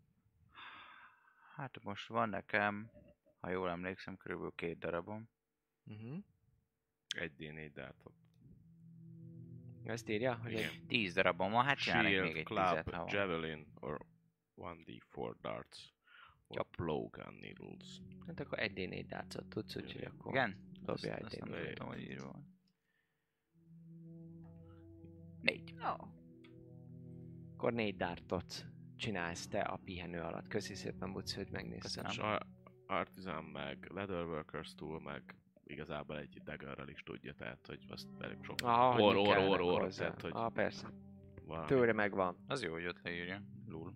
Hát most van nekem, ha jól emlékszem, körülbelül két darabom. Uh-huh. Egy dé négy dátot. Ezt írja? Hogy Igen. egy... Tíz darabom van, hát csinálnék még Shield, egy club, tizet, ha van. javelin, or one dé four darts. Or Jobb. blowgun needles. Hát akkor egy dé négy dátszat tudsz, úgyhogy akkor... Igen? Dobja Azt- egy azt nem dé négy. tudtam, hogy írva van. Négy. Ó, Akkor négy dártot csinálsz te a pihenő alatt. Köszi szépen, Buci, hogy megnézted. És a artisan meg leatherworkers tool meg igazából egy daggerrel is tudja, tehát hogy azt elég sok Ah, or, hogy or, kellene or, or, hozzá. tehát hogy Ah, persze. valami. Tőle megvan. Az jó, hogy ott leírja. Lul.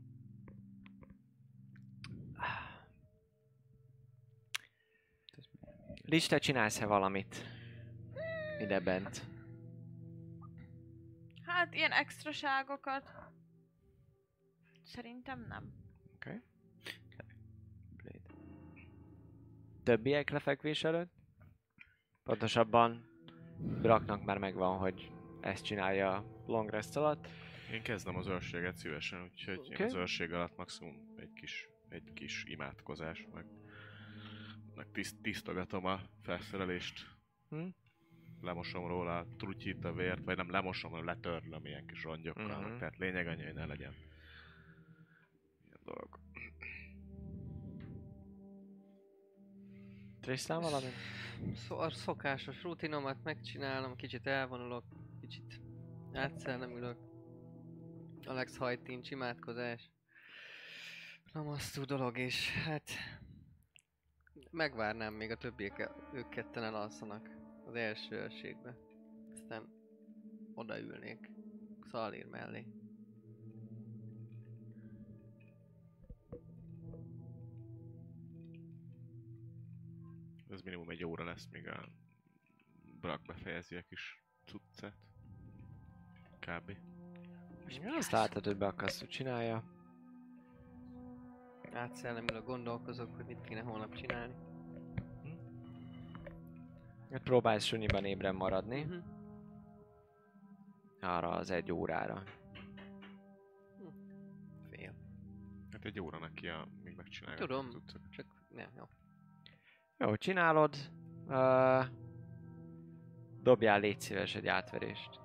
Lista, csinálsz-e valamit? Ide bent. hát ilyen extraságokat. Szerintem nem. Oké. Okay. Többiek lefekvés előtt? Pontosabban Braknak már megvan, hogy ezt csinálja a long rest alatt. Én kezdem az őrséget szívesen, úgyhogy Oké. én az őrség alatt maximum egy kis, egy kis imádkozás, meg, meg tiszt, tisztogatom a felszerelést. Hm? Lemosom róla a trutyit, a vért, vagy nem lemosom, hanem letörlöm ilyen kis rongyokkal, Mhm. tehát lényeg annyi, hogy ne legyen ilyen dolog. Tristan valami? Szó- a szokásos rutinomat megcsinálom, kicsit elvonulok, kicsit átszellemülök. Alex hajtincs, imádkozás. Lamasztó dolog, és hát... Megvárnám még a többiek, ők ketten elalszanak az első őrségbe. Aztán odaülnék Szalír mellé. Ez minimum egy óra lesz, míg a Brak befejezi a kis cuccát. Kb. Ja, azt látod, hogy Bakasztó csinálja. Átszellemülök, gondolkozok, hogy mit kéne holnap csinálni. Hát próbálsz sunyiban ébren maradni. Mhm. Arra az egy órára. Fél. Hát egy óra neki, a, még megcsinálja Tudom. a cuccokat. Csak nem, jó. Jó, csinálod. Uh, dobjál, légy szíves, egy átverést.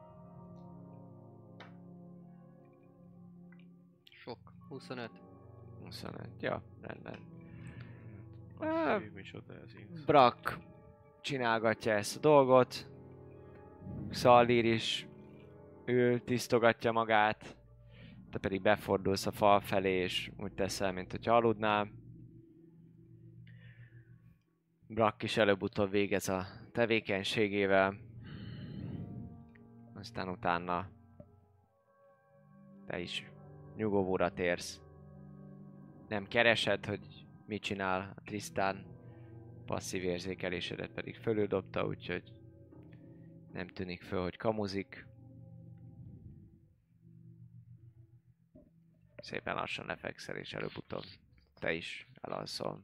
Sok. huszonöt. huszonöt. Ja, rendben. A Ah. szív, micsoda ez így. Brak csinálgatja ezt a dolgot. Szalír is ül, tisztogatja magát. Te pedig befordulsz a fal felé, és úgy teszel, mint hogy aludnál. Brak is előbb-utóbb végez a tevékenységével. Aztán utána te is nyugovóra térsz. Nem keresed, hogy mit csinál a Tristan. Passzív érzékelésedet pedig fölüldobta, úgyhogy nem tűnik föl, hogy kamuzik. Szépen lassan lefekszel, és előbb-utóbb te is elalszol.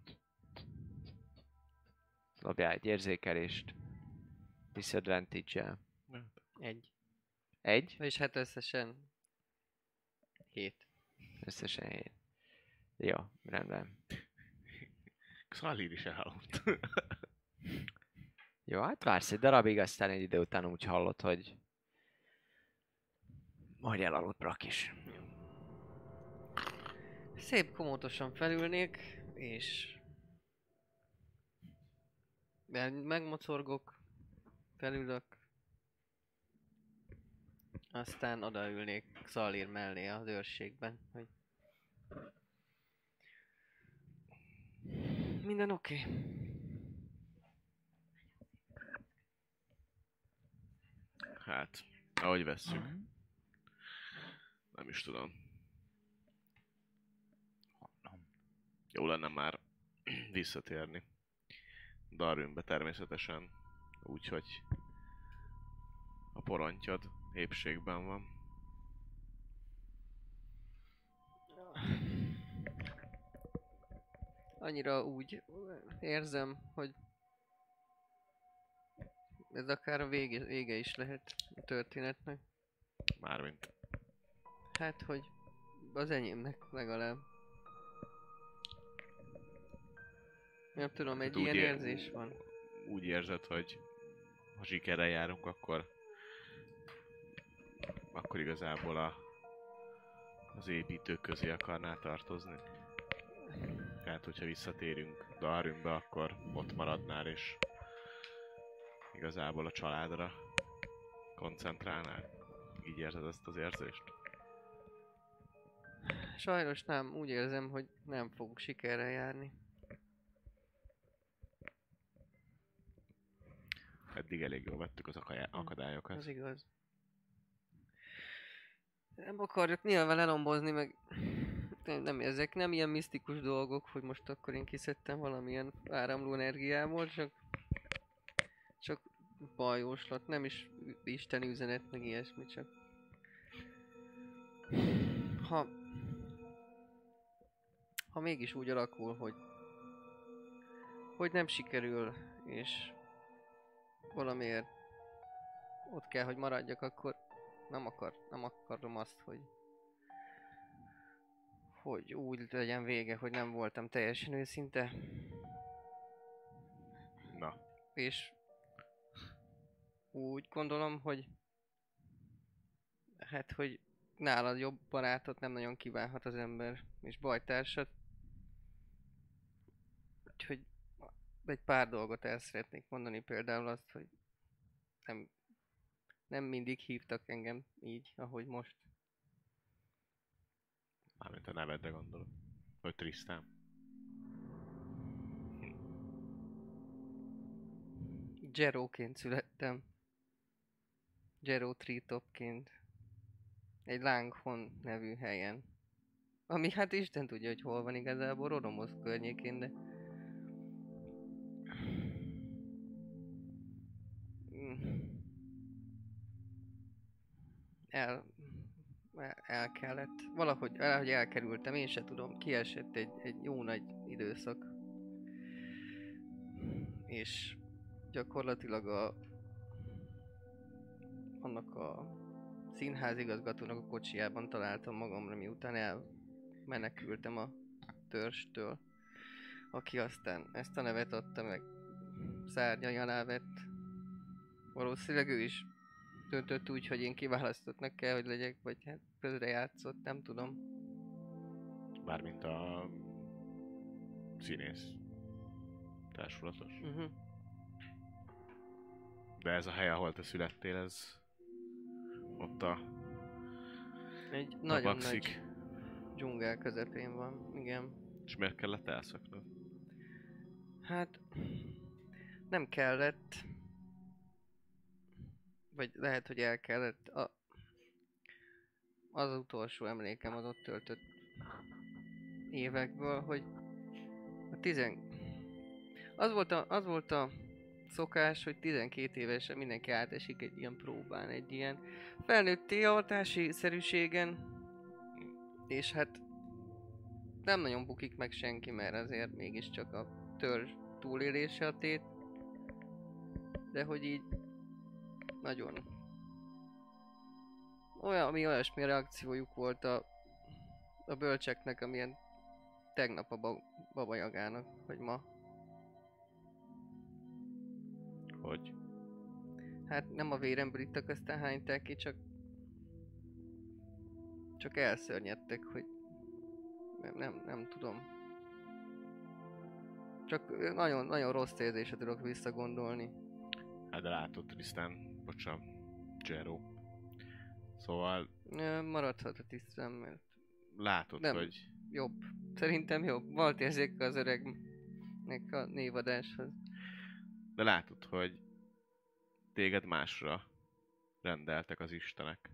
Dobjál egy érzékelést. Disadvantage-el. Egy. Egy? És hát összesen... Hét. Összesen hét. Jó, rendben. Szalír is elaludt. Jó, hát vársz egy darabig, aztán egy idő után úgy hallod, hogy majd elaludt Brak is. Szép komótosan felülnék, és... Meg- Megmocorgok, felülök. Aztán odaülnék Szalír mellé az őrségben, hogy... Minden oké. Okay. Hát, ahogy vesszük. Nem is tudom. Jó lenne már visszatérni Darwinbe természetesen. Úgyhogy a porontyod épségben van. Annyira úgy érzem, hogy ez akár a vége, vége is lehet a történetnek. Mármint. Hát, hogy az enyémnek legalább. Nem tudom, egy Hát úgy ilyen ér- érzés van. Úgy érzed, hogy ha sikerrel járunk, akkor akkor igazából a, az építők közé akarnál tartozni. Tehát, hogyha visszatérünk Darwinbe, akkor ott maradnál, és igazából a családra koncentrálnál. Így érzed ezt az érzést? Sajnos nem, úgy érzem, hogy nem fogunk sikerrel járni. Eddig elég jól vettük az akaja- akadályokat. Ez igaz. Nem akarjuk nyilván elombozni, meg nem, nem, ezek nem ilyen misztikus dolgok, hogy most akkor én kiszedtem valamilyen áramló energiából, csak csak bajjóslat, nem is isteni üzenet, meg ilyesmi, csak ha ha mégis úgy alakul, hogy hogy nem sikerül, és valamiért ott kell, hogy maradjak, akkor nem akar, nem akarom azt, hogy hogy úgy legyen vége, hogy nem voltam teljesen őszinte. Na, És úgy gondolom, hogy hát, hogy nálad jobb barátot nem nagyon kívánhat az ember, és bajtársat. Úgyhogy egy pár dolgot el szeretnék mondani, például azt, hogy nem, nem mindig hívtak engem így, ahogy most. Mármint a nevedre gondolom. Hogy Tristan. Jeróként születtem. Jeró Treetopként. Egy Langhon nevű helyen. Ami hát Isten tudja, hogy hol van igazából, Roromosz környékén, de... El... El kellett. Valahogy valahogy elkerültem, én se tudom. Kiesett egy, egy jó nagy időszak. És gyakorlatilag a... annak a színházigazgatónak a kocsijában találtam magamra, miután elmenekültem a törstől, aki aztán ezt a nevet adta meg, szárnyai alá vett. Valószínűleg ő is döntött úgy, hogy én kiválasztottnak kell, hogy legyek, vagy hát közrejátszott, nem tudom. Mármint a színész társulatos. Uh-huh. De ez a hely, ahol te születtél, ez ott a Egy nagyon tabakszik. nagy dzsungel közepén van, igen. És miért kellett elszaknod? Hát nem kellett, vagy lehet, hogy el kellett. A, az utolsó emlékem az ott töltött évekből, hogy a tizen... Az volt a, az volt a szokás, hogy tizenkét évesen mindenki átesik egy ilyen próbán, egy ilyen felnőtti hatási szerűségen, és hát nem nagyon bukik meg senki, mert azért mégiscsak a törzs túlélése a tét, de hogy így nagyon olyan, ami olyasmi reakciójuk volt a, a bölcseknek, amilyen tegnap a ba- babajagának, vagy ma. Hogy? Hát nem a véremből ittak, aztán hányták ki, csak csak elszörnyedtek, hogy nem, nem, nem tudom. Csak nagyon, nagyon rossz érzésre tudok visszagondolni. Hát de látod, Tristan, bocsánat, Jero. Szóval Ö, Maradhat a tisztem, mert látod, Nem. hogy jobb. Szerintem jobb. Volt érzéke az öregnek a névadáshoz. de látod, hogy téged másra rendeltek az istenek.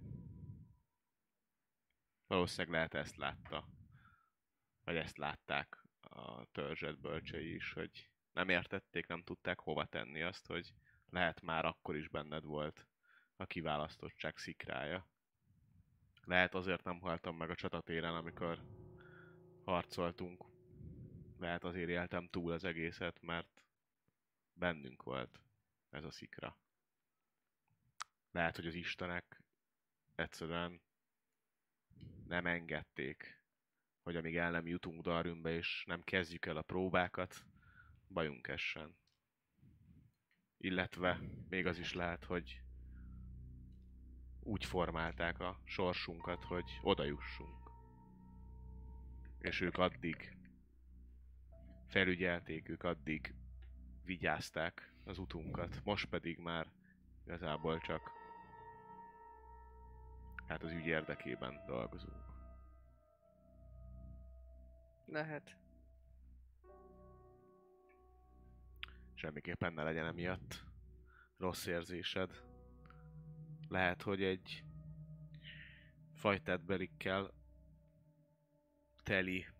Valószínűleg lehet ezt látta. Vagy ezt látták a törzsed bölcsei is, hogy nem értették, nem tudták hova tenni azt, hogy lehet már akkor is benned volt a kiválasztottság szikrája. Lehet azért nem haltam meg a csatatéren, amikor harcoltunk. Lehet azért éltem túl az egészet, mert bennünk volt ez a szikra. Lehet, hogy az istenek egyszerűen nem engedték, hogy amíg el nem jutunk Darwinbe és nem kezdjük el a próbákat, bajunk essen. Illetve még az is lehet, hogy úgy formálták a sorsunkat, hogy oda jussunk. És ők addig felügyelték, ők addig vigyázták az utunkat. Most pedig már igazából csak hát az ügy érdekében dolgozunk. Lehet. Semmiképpen ne legyen emiatt rossz érzésed. Lehet, hogy egy fajtátbelikkel teli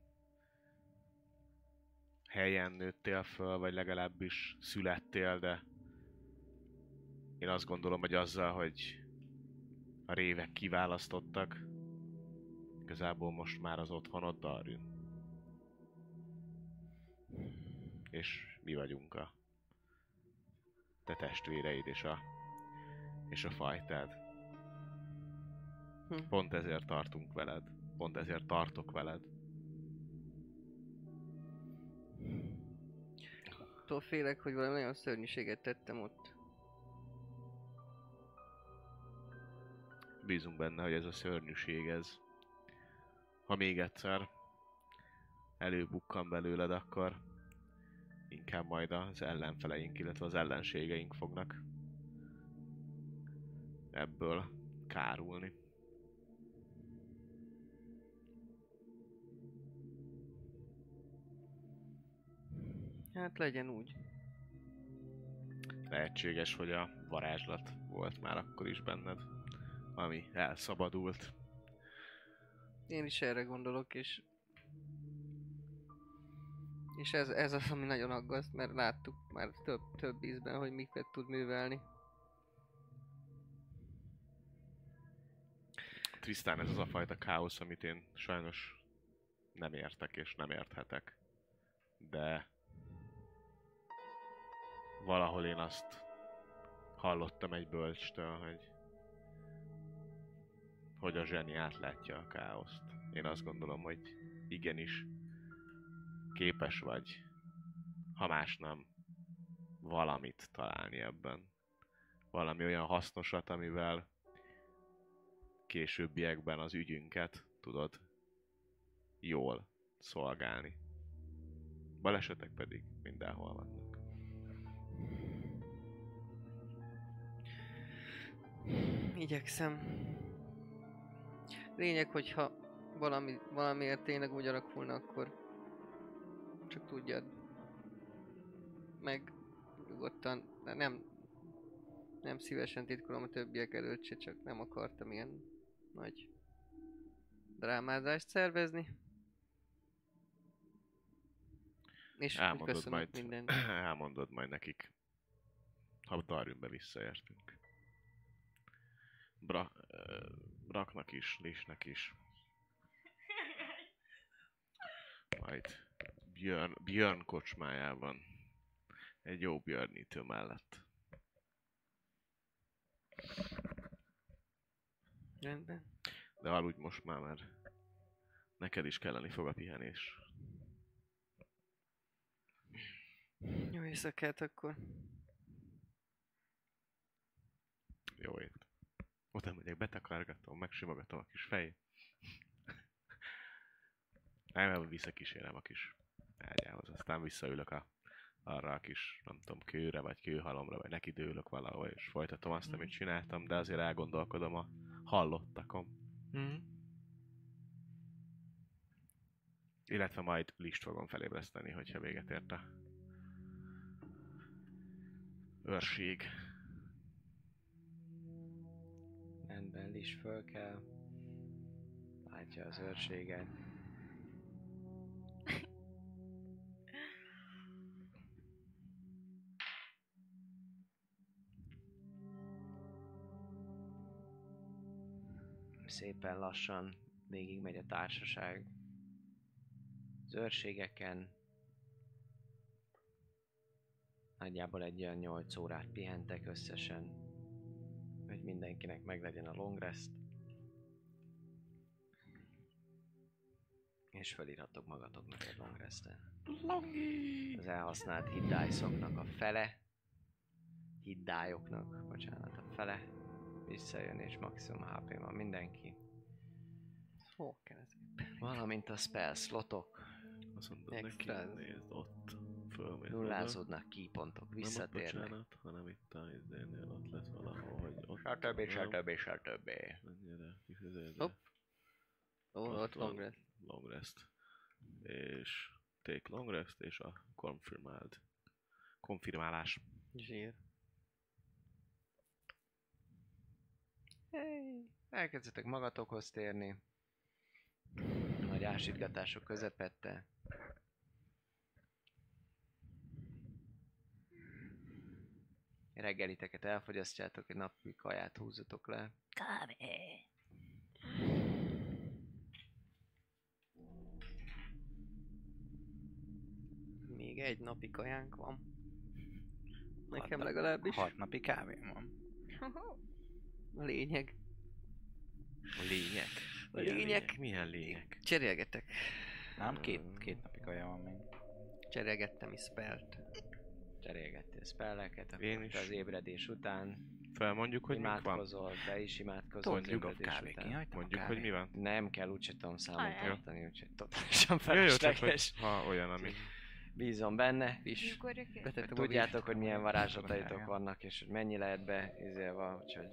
helyen nőttél föl, vagy legalábbis születtél, de én azt gondolom, hogy azzal, hogy a révek kiválasztottak, igazából most már az otthonod Darwin. És mi vagyunk a te testvéreid és a, és a fajtád. Hm. Pont ezért tartunk veled. Pont ezért tartok veled. Attól félek, hogy valami nagyon szörnyűséget tettem ott. Bízunk benne, hogy ez a szörnyűség, ez, ha még egyszer előbukkan belőled, akkor inkább majd az ellenfeleink, illetve az ellenségeink fognak ebből kárulni. Hát legyen úgy. Lehetséges, hogy a varázslat volt már akkor is benned, ami elszabadult. Én is erre gondolok, és... És ez, ez az, ami nagyon aggaszt, mert láttuk már több, több ízben, hogy miket tud művelni. Trisztán, ez az a fajta káosz, amit én sajnos nem értek és nem érthetek. De valahol én azt hallottam egy bölcstől, hogy hogy a zseni átlátja a káoszt. Én azt gondolom, hogy igenis képes vagy, ha más nem, valamit találni ebben. Valami olyan hasznosat, amivel későbbiekben az ügyünket tudod jól szolgálni. Balesetek pedig mindenhol vannak. Igyekszem. Lényeg, hogyha valami, valamiért tényleg úgy alakulna, akkor csak tudjad. Meg nyugodtan, nem, nem szívesen titkolom a többiek előtt se, csak nem akartam ilyen nagy drámázást szervezni. És elmondod köszönöm majd, mindent. elmondod majd nekik, ha Darwinbe visszaértünk. Bra, uh, Braknak is, Lisnek is. Majd Björn, Björn kocsmájában. Egy jó björnítő mellett. Rendben. De aludj most már, mert neked is kelleni fog a pihenés. Jó éjszakát akkor. Jó ét. Oda megyek, betakargatom, megsimogatom a kis fejét. Nem, visszakísérem a kis ágyához, aztán visszaülök a, arra a kis, nem tudom, kőre, vagy kőhalomra, vagy neki dőlök valahol, és folytatom azt, amit csináltam, de azért elgondolkodom a hallottakon. Mm. Illetve majd List fogom felébreszteni, hogyha véget ért a őrség. Rendben, is föl kell. Látja az őrséget. Szépen lassan végigmegy a társaság az őrségeken. Nagyjából egy olyan nyolc órát pihentek összesen, hogy mindenkinek meglegyen a long rest. És felírhatok magatoknak egy long restet. Az elhasznált hit dice-oknak a fele, hit die-oknak, bocsánat, a fele visszajön, és maximum há pé van mindenki. Hol kell ez? Valamint a spell slotok Azt mondod neki, Extra. nézd ott, fölmész oda. nullázódnak ki pontok, Nem ott, visszatérnek. bocsánat, hanem itt a izdénél ott lesz valahol, hogy ott... Stb. nem, Stb. Stb. mennyire, kifiződre. Hopp. Ó, Ott ott van. long rest. Long rest. És take long rest, és a confirmed. Konfirmálás. Zsír. Hey. Elkezdhetek magatokhoz térni. Nagy ásítgatások közepette. Reggeliteket elfogyasztjátok, egy napi kaját húzzatok le. Kávé. Még egy napi kajánk van. Nekem Hat- legalábbis. Hat napi kávém van. A lényeg. A lények. A Milyen lényeg. Milyen lények? Cserélgetek. Nem, két, két napi kaja van még. Cserélgettem is spellt. Cserélgettél spelleket, akkor Én te is. az ébredés után Felmondjuk, hogy mik van? imádkozol, te is imádkozol az Mondjuk a ébredés kávé, után. kihagytam a Mondjuk, hogy kávét. mi van? Nem kell, úgyse tudom számon Ajaj. tartani, úgyhogy totálisan Jó, jó, csak hogy felesleges. ha olyan, ami... Bízom benne. Is. Ugorjak én? Betette Tudjátok, hogy milyen varázslataitok Sokat vannak, és hogy mennyi lehet be izélve, úgyhogy...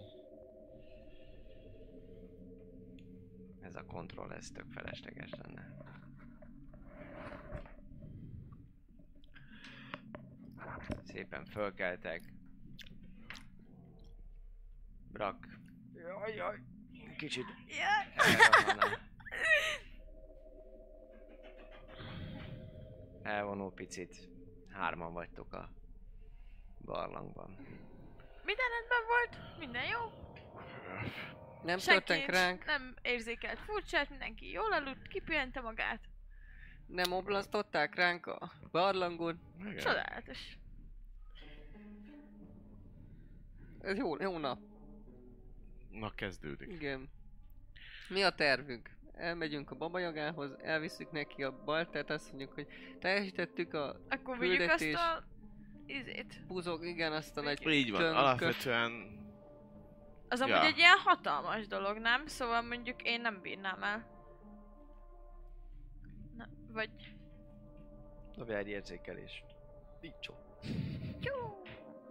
Ez a kontroll, ez tök felesleges lenne. Szépen fölkeltek. Brak. Jaj, jaj. Kicsit elrohanna. Elvonul picit. Hárman vagytok a barlangban. Minden rendben volt? Minden jó? Nem Senki törtek ránk, nem érzékelt furcsát, mindenki jól aludt, kipihente magát. nem oblasztották ránk a barlangon. Igen. Csodálatos. Ez jó, jó nap. Na, kezdődik. Igen. Mi a tervünk? Elmegyünk a babajagához, elviszük neki a baltát, azt mondjuk, hogy teljesítettük a Akkor vigyük azt küldetés. a... izét. Buzog, igen, azt a nagy Így van, csönköt. alapvetően Az amúgy Ja. egy ilyen hatalmas dolog, nem? Szóval mondjuk én nem bírnám el. Na, vagy... Dobjál egy érzékelést. Így Jó!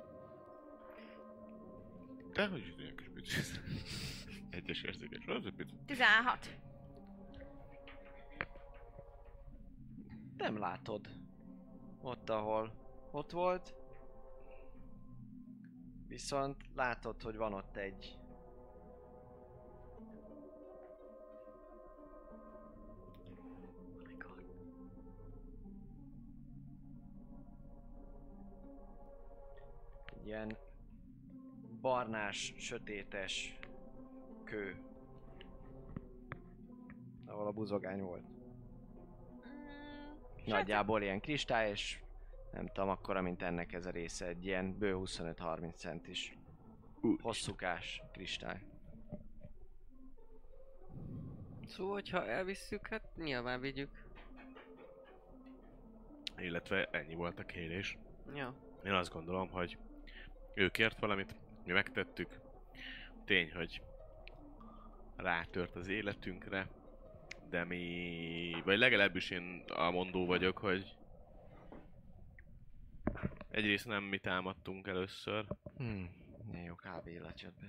de hogy is ilyen kis picit. Egyes érzékes, az egy picit. tizenhat. Nem látod. Ott, ahol ott volt. Viszont látod, hogy van ott egy... Egy ilyen barnás, sötétes kő. Ahol a buzogány volt. Mm, Nagyjából ilyen kristály, és nem tudom, akkora, mint ennek ez a része, egy ilyen bő huszonöt-harminc centis hosszúkás kristály. Szóval, hogyha elvisszük, hát nyilván vigyük. Illetve ennyi volt a kérés. Ja. Én azt gondolom, hogy ő kért valamit, mi megtettük. Tény, hogy rátört az életünkre, de mi... vagy legalábbis én a mondó vagyok, hogy egyrészt nem mi támadtunk először. Hmm, milyen jó kávé illat jött be.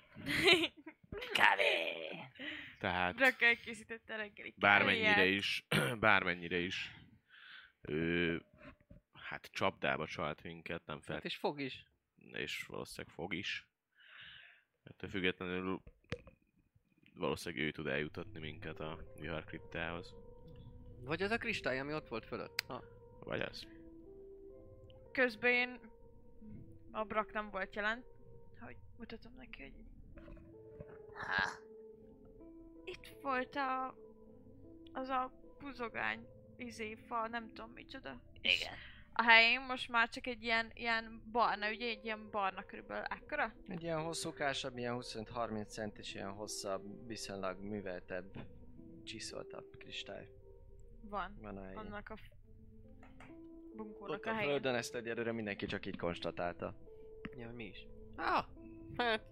Kávé! Tehát Brakka elkészítette reggeli bármennyire kávéját. is, bármennyire is ő, hát csapdába csalt minket, nem fel, Hát és fog is. és valószínűleg fog is. Ettől függetlenül valószínűleg ő tud eljutatni minket a viharkriptához. Vagy az a kristály, ami ott volt fölött. Ha. Vagy az. Közben én... A Brak nem volt jelen. Hogy mutatom neki, hogy... Ha, Itt volt a... Az a buzogány izéfa, nem tudom micsoda. És igen. a helyén most már csak egy ilyen, ilyen barna, ugye egy ilyen barna körülbelül ekkora? Egy ilyen hosszúkásabb, ilyen huszonöt-harminc centis, ilyen hosszabb, viszonylag műveltebb, csiszoltabb kristály Van. van a helyén. Annak a... bunkónak Ott a a helyén. földön ezt egyelőre mindenki csak így konstatálta. Ja, mi is. Ah, hát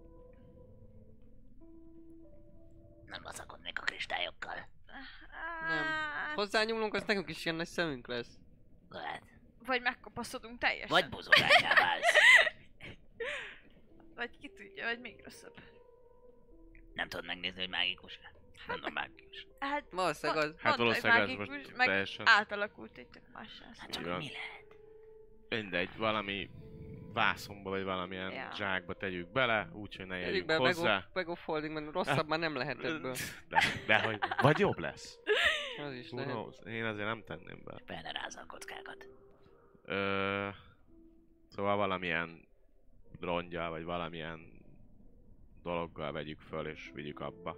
Nem vazakodnék a kristályokkal. Nem. Hát, hozzányúlunk, az nekünk is ilyen nagy szemünk lesz. Hát, vagy megkapaszodunk teljesen. vagy buzogányá válsz. Vagy ki tudja, vagy még rosszabb. Nem tudod megnézni, hogy mágikus. Mondom mágikus. Hát, Valószínűleg az. Hát mondd, hogy valószínűleg ez mágikus, most meg teljesen... átalakult egy tök mássá. Hát Így csak van. mi lehet? Mindegy, valami vászonba vagy valamilyen Ja. zsákba tegyük bele, úgyhogy ne Tegyük érjünk be hozzá. bag of holding, mert rosszabb már nem lehet ebből. De, de hogy... Vagy jobb lesz. Az is Who lehet. knows? Én azért nem tenném be. Benne rázza a kockákat. Ö, szóval valamilyen rongyal, vagy valamilyen dologgal vegyük föl, és vigyük abba.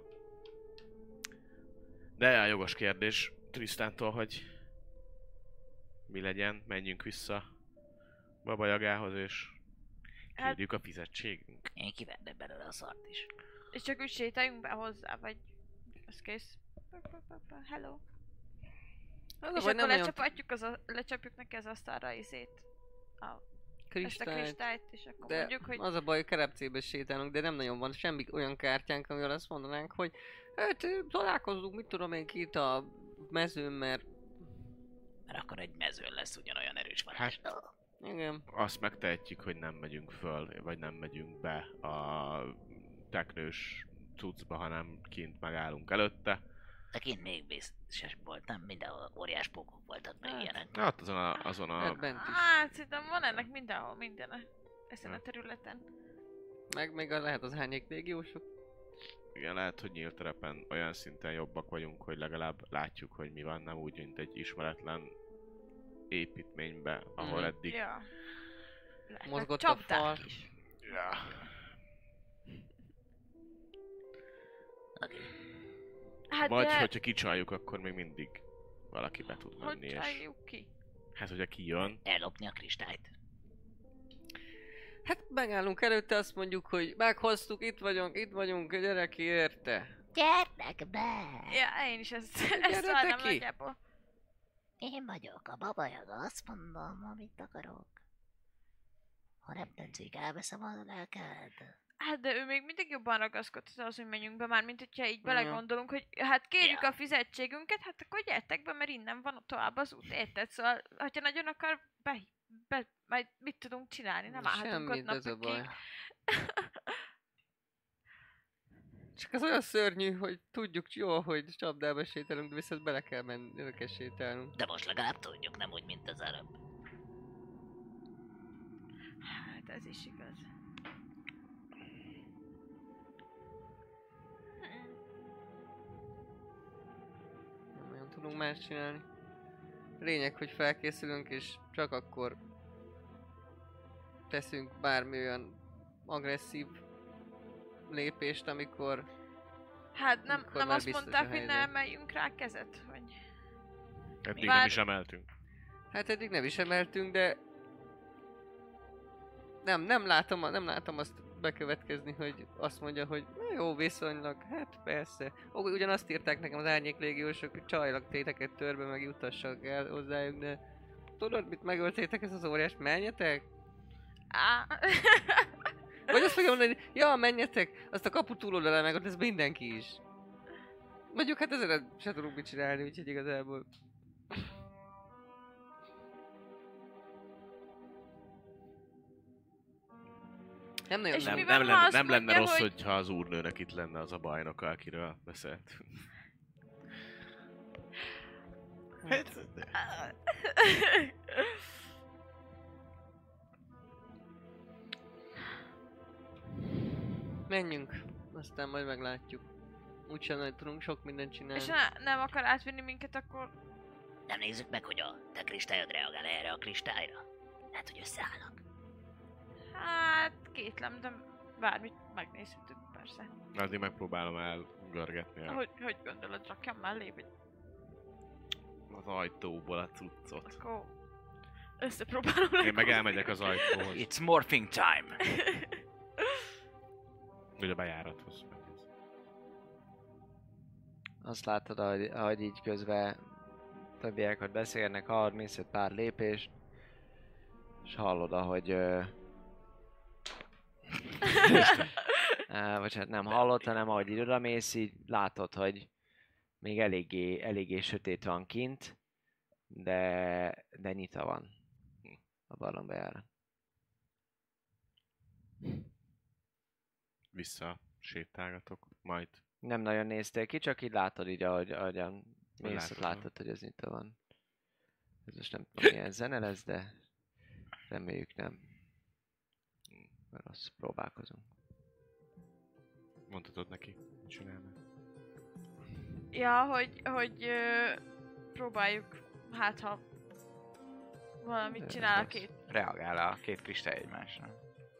De a jogos kérdés Trisztántól, hogy mi legyen, menjünk vissza Baba Jagához, és Hát- kérjük a fizetségünk. Én kiverném belőle a szart is. És csak úgy sétáljunk be hozzá, vagy... Az kész. Hello. Az a És baj, akkor nem nagyon lecsapatjuk, az a, lecsapjuk neki az asztalra izét. A, ezt a kristályt. kristályt, és akkor De mondjuk, hogy... az a baj, hogy kerepcébe sétálunk, de nem nagyon van semmi olyan kártyánk, amivel azt mondanánk, hogy hát ö, találkozzunk, mit tudom én ki itt a mezőn, mert Mert akkor egy mezőn lesz ugyanolyan erős varázs. Hát, Igen. azt megtehetjük, hogy nem megyünk föl, vagy nem megyünk be a teknős cuccba, hanem kint megállunk előtte. De kint még biztos volt, nem? Mindenhol óriás pókok voltak, meg Hát. ilyenek. Na, ott azon a, azon a Hát bent is. Hát, szerintem van ennek mindenhol, minden ezen a területen. Meg még a, lehet az árnyék légiósok. igen, lehet, hogy nyílt terepen olyan szinten jobbak vagyunk, hogy legalább látjuk, hogy mi van, nem úgy, mint egy ismeretlen építménybe, ahol Mhm. eddig... Ja. Lehetnek Mozgott a csapdák fal. is. Ja. Hát Vagy, de hogyha kicsaljuk, akkor még mindig valaki be tud menni, hogy és... csináljuk ki? Hát, hogyha kijön, Ellopni a kristályt. Hát megállunk előtte, azt mondjuk, hogy meghoztuk, itt vagyunk, itt vagyunk, gyere ki érte. Gyertek be! Ja, én is ezt, Gyere ezt te várnám ki. nagyjából. Én vagyok a babajaga, azt mondom, amit akarok. Ha nem tetszik, elveszem a lelked. Hát de ő még mindig jobban ragaszkodott az, hogy menjünk be már, mint hogyha így Ja. belegondolunk, hogy hát kérjük Ja. a fizetségünket, hát akkor gyertek be, mert innen van tovább az út, érted? Szóval, hogyha nagyon akar, be, be, majd mit tudunk csinálni, nem állhatunk ott Semmit, ez a napokig. baj. Csak az olyan szörnyű, hogy tudjuk jól, hogy csapdába sétálunk, de viszont bele kell menni, bele kell sétálnunk. De most legalább tudjuk, nem úgy, mint az előbb. Hát ez is igaz. Nem nagyon tudunk más csinálni. Lényeg, hogy felkészülünk, és csak akkor teszünk bármi olyan agresszív lépést, amikor... Hát nem, Amikor nem már azt biztos mondták, a hogy ne helyzet. emeljünk rá kezet, vagy... eddig Bár- nem is emeltünk. Hát eddig nem is emeltünk, de... Nem, nem látom, nem látom azt bekövetkezni, hogy azt mondja, hogy na jó, viszonylag, hát persze. Ó, ugyanazt írták nekem az árnyék légiósok, hogy csajlak téteket törbe, meg jutassak el hozzájuk, de... Tudod, mit megöltétek ezt az óriás? Menjetek? Á, Vagy azt fogja mondani, ja, menjetek, azt a kapu túloldalán meg ott ez mindenki is. Mondjuk hát ezzel se tudunk mit csinálni, úgyhogy igazából... Nem nagyon És Nem, mi nem. van, nem, ha lenne, azt nem lenne mondja, rossz, hogy- hogyha az úrnőnek itt lenne az a bajnoka, akiről beszéltünk. Hát, Menjünk, aztán majd meglátjuk. Úgysem nem tudunk sok mindent csinálni. és ne, nem akar átvinni minket, akkor... Nem nézzük meg, hogy a te kristályod reagál erre a kristályra. Lehet, hogy összeállnak. Hát, kétlem, de bármit megnézhetünk, persze. addig megpróbálom elgörgetni a, Hogy, hogy gondolod, rakjam mellé, vagy az ajtóból a cuccot. akkor összepróbálom Én meg elmegyek az ajtóhoz, It's morphing time! vagy a bejárathoz. Azt látod, ahogy, ahogy így közben többiek ott beszélnek, hallod, mész egy pár lépést, és hallod, ahogy... Ö... uh, vagy hát nem hallod, hanem ahogy így odamész, így látod, hogy még eléggé, eléggé sötét van kint, de, de nyitva van a barlangbejárat. Vissza sétálgatok, majd Nem nagyon néztél ki, csak így látod így, ahogy, ahogyan mész, Látod, látod, hogy ez nyitva van. Ez most nem tudom, milyen zene lesz, de reméljük nem. Mert azt próbálkozunk. mondhatod neki, mit csinálni. Ja, hogy, hogy ö, próbáljuk, hát ha valamit Ö, csinál a rossz. két. Reagál a két kristály egymásra.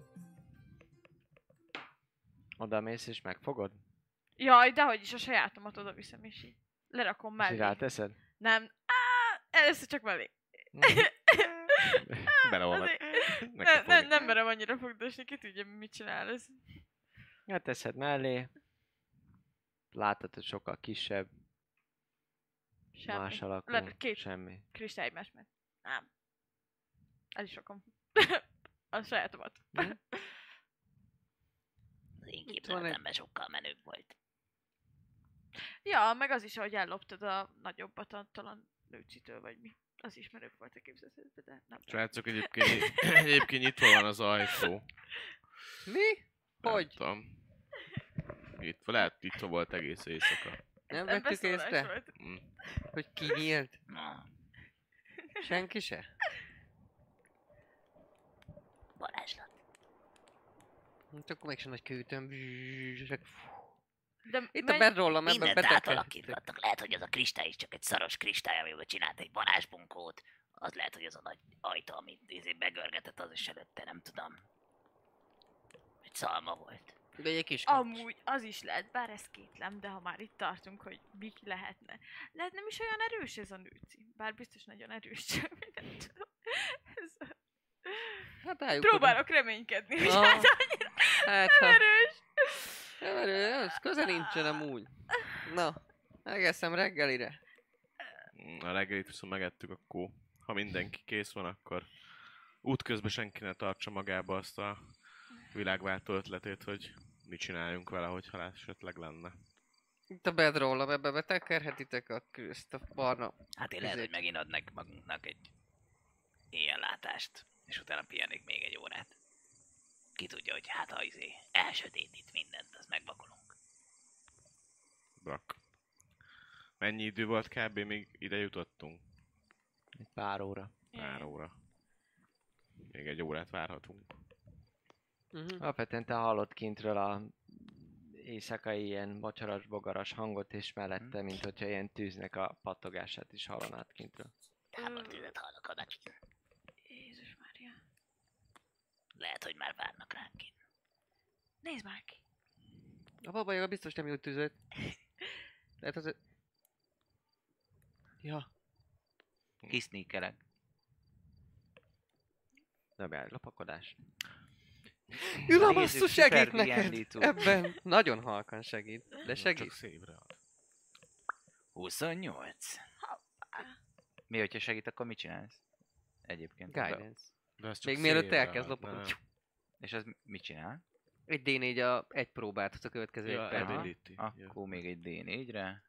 Oda mész és megfogod? Jaj, dehogy is a sajátomat oda viszem, és így lerakom És így mellé. ráteszed? Nem. Á, először csak mellé. Beleolvad. Azért- Meg Ne, kell ne, fogni. nem merem annyira fogdosni, ki tudja, mit csinál ez. Ráteszed mellé. Látod, hogy sokkal kisebb. Semmi. Más alakú. Le- két Semmi. kristály egymás meg. Nem. El is rakom. A sajátomat. Mhm. Az én van egy- képzeletemben sokkal menőbb volt. Ja, meg az is, ahogy elloptad a nagyobbat attól a lőcitől, vagy mi. Az ismerőbb volt a képzetedben, de nem. Srácok, egyébként, egyébként nyitva van az ajtó. Mi? Nem Hogy? tudom. Itt, lehet, itt volt egész éjszaka. Nem Ez vettük beszólás észre, volt. Mm. hogy ki nyílt? Senki se? Varázslat. Hát akkor mégsem nagy kőtöm. De Itt a menj- bedrollam, ebben Mindent betekedtek. átalakítottak. Lehet, hogy az a kristály is csak egy szaros kristály, amivel csinált egy varázsbunkót. Az lehet, hogy az a nagy ajtó, amit izé begörgetett, az is előtte, nem tudom. Egy szalma volt. De egy kis kaps. Amúgy az is lehet, bár ez kétlem, de ha már itt tartunk, hogy mi lehetne. Lehet nem is olyan erős ez a nőci. Bár biztos nagyon erős, csak nem tudom. Ez... Hát álljuk Próbálok reménykedni, hogy Ah, hát annyira Hát, nem ha... erős. Nem erő, az köze nincsen amúgy. Na, megeszem reggelire. A reggelit viszont megettük, akkor ha mindenki kész van, akkor útközben senki ne tartsa magába azt a világváltó ötletét, hogy mit csináljunk vele, hogyha esetleg lenne. Itt a bedrollam, ebbe betekerhetitek a, ezt a barna. Hát én lehet, Ezért. hogy megint adnak magunknak egy ilyen látást, és utána pihenik még egy órát. Ki tudja, hogy hát ha izé elsötétít mindent, az megvakulunk. Brak. Mennyi idő volt kb. Még ide jutottunk? Egy pár óra. Pár óra. Még egy órát várhatunk. Uh-huh. Alapvetően te hallott kintről a éjszakai ilyen bacsaras, bogaras hangot, és mellette, mint hogyha ilyen tűznek a pattogását is hallanád kintről. Tábortüzet hallok odakint. Jézus Mária. Lehet, hogy már várnak ránk kint. Nézd már ki. A babajaga biztos nem jut tüzet. Lehet az... Ja. Kiszníkelek. Dobjál egy lopakodás. Ül a Nézzük, basszus, Super segít D neked! and D two. Ebben nagyon halkan segít, de Csak segít. szívre ad. huszonnyolc. Mi, hogyha segít, akkor mit csinálsz? Egyébként. Guidance. De ez csak Még mielőtt szívre elkezd ad, lopakodni. nem. És az mit csinál? Egy dé négy a egy próbát, az a következő Ja, egy perc. Aha. ability. Akkor még egy D négyre.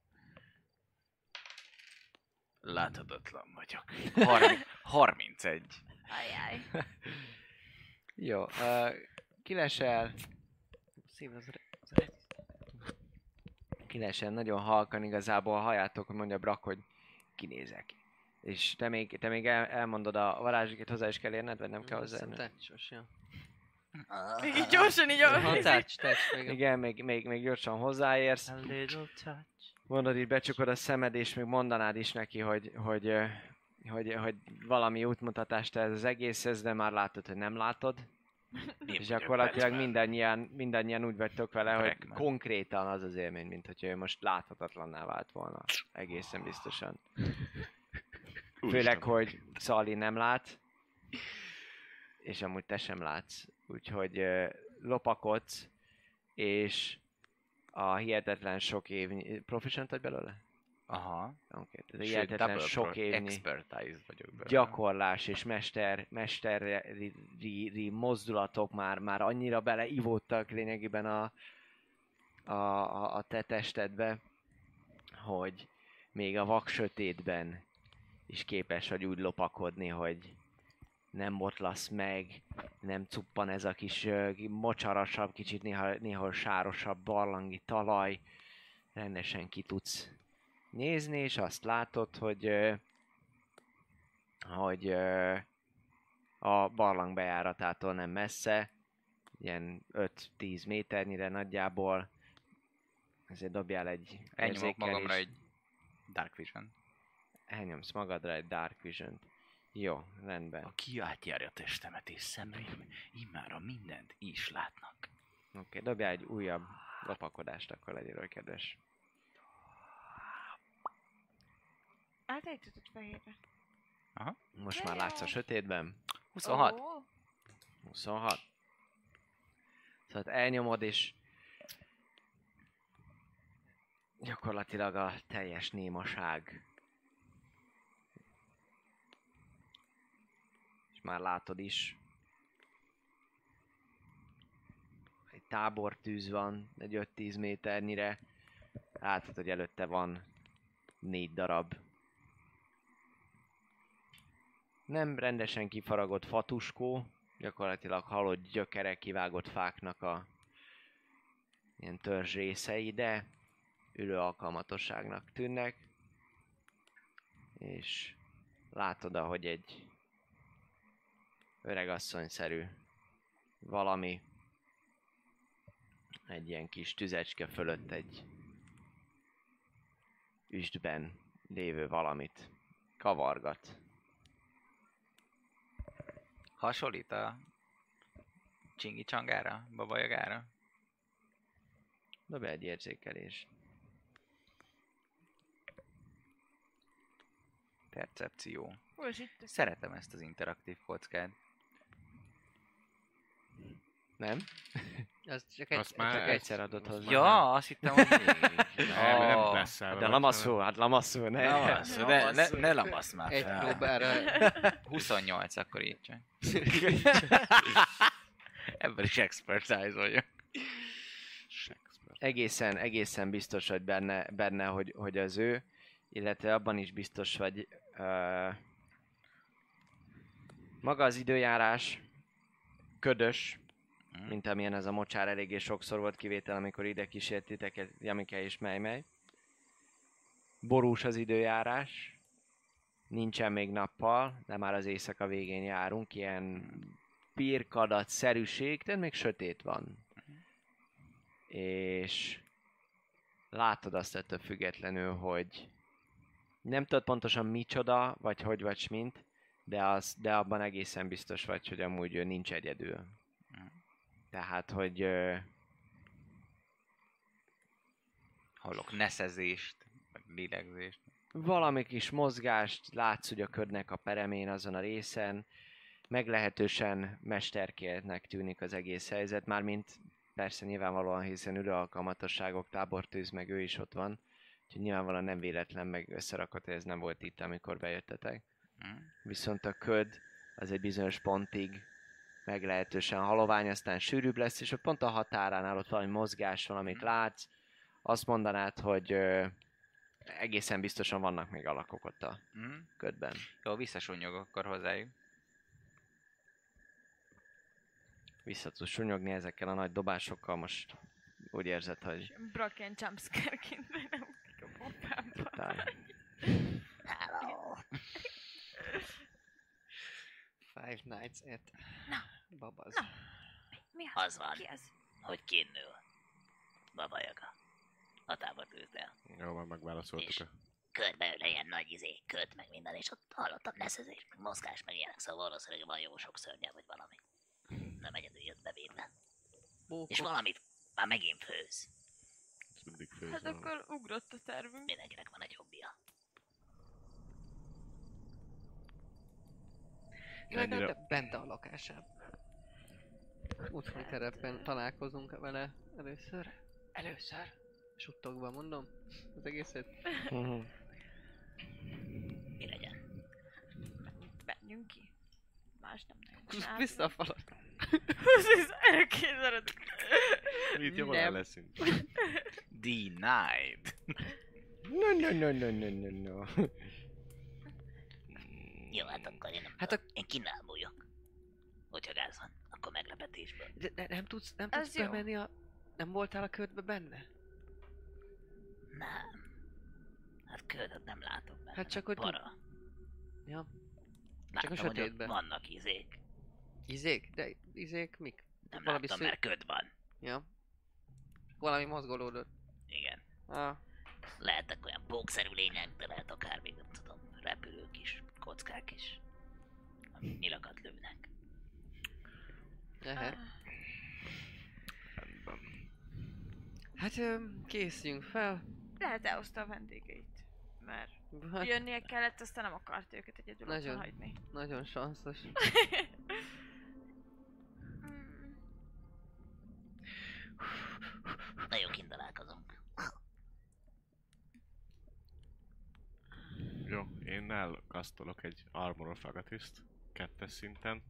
Láthatatlan vagyok. Harmi- harmincegy. Ajjaj. Jó, uh, kilesel, Szív az, re- az re- kilesel nagyon halkan igazából, halljátok, hogy mondja Brak, hogy kinézek. És te még, te még el, elmondod a varázsiket, hozzá is kell érned, vagy nem kell hozzá Hiszem, érned? tácsos, ja. Még így gyorsan így Ha a... touch, touch, még a... Igen, még, még, még gyorsan hozzáérsz. A little touch. Mondod, így becsukod a szemed, és még mondanád is neki, hogy, hogy, ö, hogy, hogy valami útmutatást ez az egészhez, de már látod, hogy nem látod. Én És vagyok gyakorlatilag Batman. mindannyian, mindannyian úgy vagytok vele, hogy Trackman. konkrétan az az élmény, mint hogyha ő most láthatatlanná vált volna. Egészen biztosan. Főleg, hogy Szali nem lát, és amúgy te sem látsz. Úgyhogy ö, lopakodsz, és a hihetetlen sok évnyi... Proficient vagy belőle? Aha. Oké, okay. Sőt, hihetetlen double sok pro- évnyi expertise vagyok belőle. gyakorlás és mester, mesteri mozdulatok már, már annyira beleivódtak lényegében a, a, a, a te testedbe, hogy még a vak sötétben is képes vagy úgy lopakodni, hogy nem botlasz meg, nem cuppan ez a kis ö, mocsarasabb, kicsit néha, néha sárosabb barlangi talaj, rendesen ki tudsz nézni, és azt látod, hogy ö, hogy ö, a barlang bejáratától nem messze, ilyen öt-tíz méternyire nagyjából, ezért dobjál egy Elnyomok magamra érzékelést. egy Dark Vision. Elnyomsz magadra egy Dark Vision-t. Jó, rendben. Aki átjárja a testemet és szemeim, immára mindent is látnak. Oké, okay, dobjál egy újabb lopakodást, akkor legyél olyan kedves. Átejtődött fehérre. Most már látsz a sötétben. huszonhat. Ó, huszonhat. Szóval elnyomod, és gyakorlatilag a teljes némaság. És már látod is. Egy tábortűz van, egy öt-tíz méternyire. Látod, hogy előtte van négy darab nem rendesen kifaragott fatuskó, gyakorlatilag halott gyökerek, kivágott fáknak a ilyen törzs részei, de ülő alkalmatosságnak tűnnek. És látod, ahogy egy öregasszonyszerű valami egy ilyen kis tüzecske fölött egy üstben lévő valamit kavargat. Hasonlít a Csingi Csangára, Baba Jagára? Dobj egy érzékelés. Percepció. Hol is itt? Szeretem ezt az interaktív kockát. Nem? Az csak, egy, Azt már Csak ezt- egyszer adott azt hozzá. Ja, azt hittem, hogy még. Nem, nem Ó, lesz el. De lamaszó, hát lamaszó, ne. Lamaszó, ne, ne, ne lamasz már egy fel. próbára. huszonnyolc, akkor így csak. Ebben is expertise vagyok. Egészen, egészen biztos vagy benne, benne hogy, hogy az ő, illetve abban is biztos vagy, uh, maga az időjárás ködös, mint amilyen ez a mocsár eléggé sokszor volt, kivétel, amikor ide kísért titeket Jamike és Mejmej. Borús az időjárás, nincsen még nappal, de már az éjszaka végén járunk, ilyen pirkadat, szerűség, tehát még sötét van. És látod azt ettől függetlenül, hogy nem tudod pontosan micsoda, vagy hogy vagy mint, de, az, de abban egészen biztos vagy, hogy amúgy ő nincs egyedül. Tehát, hogy ö, Hallok neszezést, meg lélegzést. valami kis mozgást látsz ugye a ködnek a peremén azon a részen, meglehetősen mesterkéltnek tűnik az egész helyzet, mármint persze nyilvánvalóan, hiszen ülő alkalmatosságok, tábortűz, meg ő is ott van, úgyhogy nyilvánvalóan nem véletlen, meg összerakott, hogy ez nem volt itt, amikor bejöttetek. Hm? Viszont a köd az egy bizonyos pontig meglehetősen halovány, aztán sűrűbb lesz, és ott pont a határánál ott valami mozgás van, amit látsz, azt mondanád, hogy ö, egészen biztosan vannak még alakok ott a Hm? ködben. Jó, visszasúnyog akkor hozzájuk. Vissza tudsz sunyogni ezekkel a nagy dobásokkal, most úgy érzed, hogy Bracken jumpscare-ként nem ugrik a pompámba. totál. Hello. Five Nights at Babaz. Na. Mi az? Az van, Ki az? hogy kinnül. Baba Jaga. A tábortűznél. Jó, már megválaszoltuk. És a- körbe öle ilyen nagy izé, köt, meg minden, és ott hallottam neszezés, meg mozgás, meg ilyenek, szóval valószínűleg van jó sok szörnyel, vagy valami. Nem egyedül jött bevédve. És valamit már megint főz. Ez mindig főz Hát valami. akkor ugrott a tervünk. Mindenkinek van egy hobbija. Legalább Ennyire- te bent a lakásában. Útfőn terepen találkozunk vele először. Először? Suttogva mondom az egészet. Mhm. Mi legyen? Menjünk ki. Más nem nagyon Húzd csinálunk. vissza a falat. Ez elképzeled. Mit jobban Nem. el leszünk? Denied. No, no, no, no, no, no, no. Jó, hát akkor én nem Hát tudom. a- Én kinnál bújok. Hogyha gáz van, akkor meglepetésből. De, ne, nem tudsz, nem Ez tudsz jó. bemenni a... Nem voltál a ködbe benne? Nem. Hát köldöt nem látok benne. Hát csak, hogy tud- para. Ja. Láttam, a hogy ott sötétben. vannak izék. Izék? De izék mik? Nem Valami láttam, sző- mert köd van. Ja. Valami mozgolódott. Igen. Ah. Lehetnek olyan pókszerű lények, de lehet akár még nem tudom, repülők is, kockák is. Amik nyilakat lőnek. Ehe. Hát ö, készüljünk fel. Lehet elhozta a vendégeit. Mert Hát, jönnie kellett, aztán nem akart őket egyedül Nagyon. otthon hagyni. nagyon sanszos. Mm, Nagyon kint találkozunk. Jó, én elkasztolok egy Armor of Agatiszt, kettes szinten.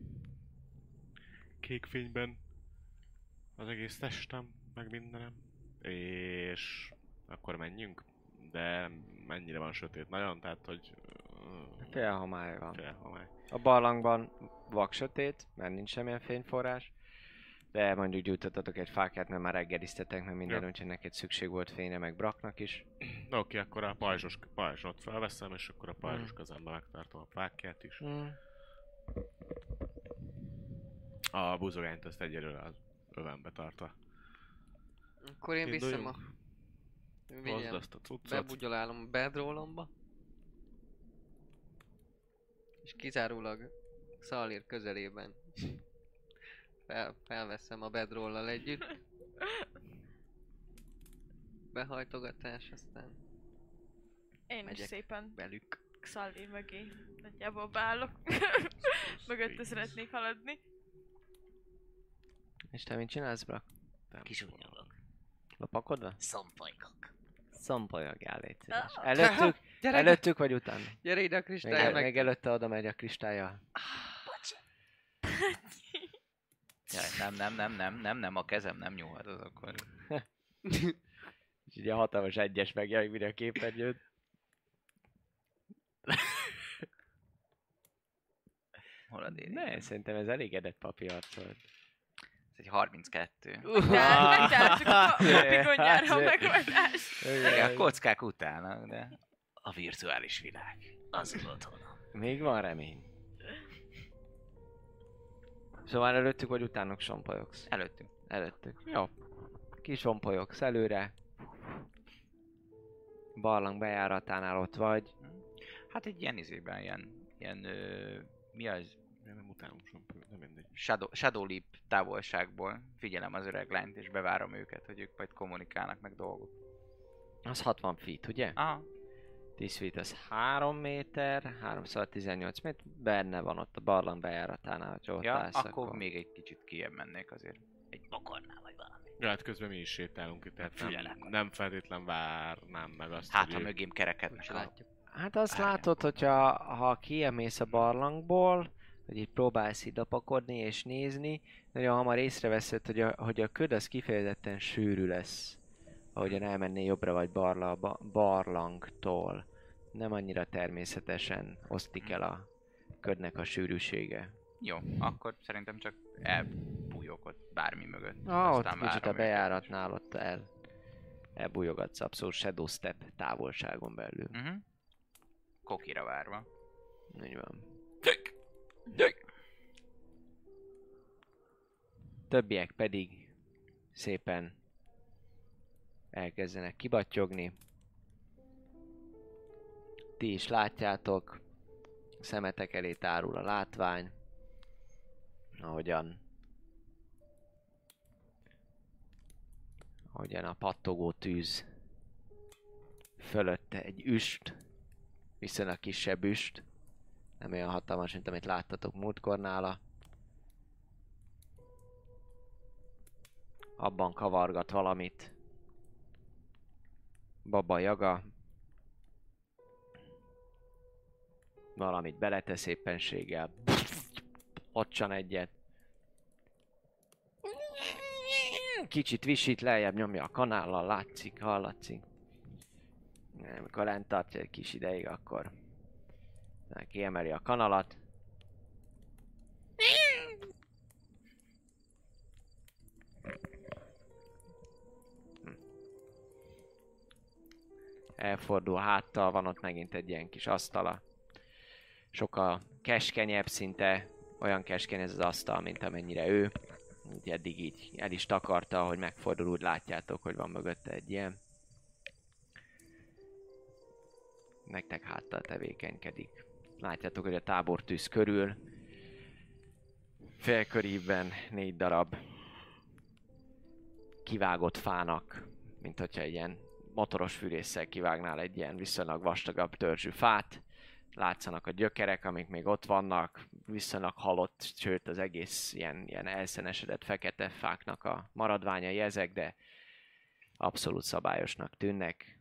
Kék fényben az egész testem, meg mindenem. És akkor menjünk. De mennyire van sötét? Nagyon, tehát hogy Fél homály van. Fél homály. A barlangban vak sötét, mert nincs semmilyen fényforrás. De mondjuk gyújtottatok egy fákját, mert már reggeliztetek, mert minden, Jó. úgyhogy neked szükség volt fényre, meg Braknak is. Oké, okay, akkor a pajzsos, pajzsot felveszem, és akkor a pajzsos kezembe megtartom a fákját is. Mm. A buzogányt azt egyelőre az övembe tartva. Akkor én viszem a... Hozd Vigyem. azt a cuccot. Bebugyolálom a bedrollomba. És kizárólag Szalír közelében fel, felveszem a bedrollal együtt. Behajtogatás, aztán Én is Megyek. szépen velük. Xalli mögé nagyjából beállok. Mögötte szeretnék haladni. És te mit csinálsz, Brak? Kis újnyagok. Lopakodva? Szompolykok. Szompolyogál, légy szíves. Ah. Előttük? Gyere, Előttük vagy utána? gyere ide a Még, kristály el, meg. még előtte oda megy a kristállyal. Jaj, nem, nem, nem, nem, nem, nem, a kezem nem nyúlhat az akkor. És így a hatalmas egyes megjelenik mire a képernyőt. Hol a déli? Ne, szerintem ez elégedett papiarc volt. Ez egy harminckettő. Tehát megtaláltuk a papigonyára a Hát, megoldást. Igen, a kockák utálnak, de a virtuális világ. Az az otthon. Még van remény. Szóval előttük vagy utánuk sompolyogsz? Előttünk. Előttük. Jó. Kisompolyogsz előre. Barlang bejáratánál ott vagy. Hát egy ilyen izében, ilyen, ilyen, ö, mi az? Én nem utálom sem, nem mindegy. Shadow, Shadow Leap távolságból figyelem az öreg lányt és bevárom őket, hogy ők majd kommunikálnak meg dolgok. Az hatvan feet, ugye? Aha, tíz feet az három méter, háromszor tizennyolc méter, benne van ott a barlang bejáratánál, hogy ott ja, állsz, akkor még egy kicsit kijebb mennék azért. Egy bokornál vagy valami. Ja, hát közben mi is sétálunk itt, tehát Fülelek nem, van. nem feltétlen várnám meg azt, Hát, hogy ha ők- mögém kerekednek Most a... látjuk. Hát azt Várjál. látod, hogyha ha kiemész a barlangból, hogy itt próbálsz így lapakodni és nézni, nagyon hamar észreveszed, hogy a, hogy a köd az kifejezetten sűrű lesz, ahogyan elmennél jobbra vagy barla, ba, barlangtól. Nem annyira természetesen osztik el a ködnek a sűrűsége. Jó, akkor szerintem csak elbújok ott bármi mögött. Ah, ott aztán kicsit várom a őket. bejáratnál ott el, elbújogatsz abszolút shadow step távolságon belül. Uh-huh. Kokira várva. Így van. Dök! Dök! Többiek pedig szépen elkezdenek kibattyogni. Ti is látjátok, szemetek elé tárul a látvány, ahogyan ahogyan a pattogó tűz fölötte egy üst, viszonylag kisebb üst, nem olyan hatalmas, mint amit láttatok múltkor nála. Abban kavargat valamit Baba Jaga. Valamit beletesz éppenséggel. Ocsan egyet. Kicsit visít, lejjebb nyomja a kanállal, látszik, hallatszik. Amikor lent tartja egy kis ideig, akkor kiemeli a kanalat. Elfordul háttal, van ott megint egy ilyen kis asztala. Sokkal keskenyebb, szinte olyan keskeny ez az asztal, mint amennyire ő. Úgy eddig így el is takarta, hogy megfordul, úgy látjátok, hogy van mögötte egy ilyen. Nektek háttal tevékenykedik. Látjátok, hogy a tábortűz körül félkörívben négy darab kivágott fának, mint hogyha egy ilyen motoros fűrésszel kivágnál egy ilyen viszonylag vastagabb törzsű fát. Látszanak a gyökerek, amik még ott vannak, viszonylag halott, sőt az egész ilyen, ilyen elszenesedett fekete fáknak a maradványai ezek, de abszolút szabályosnak tűnnek.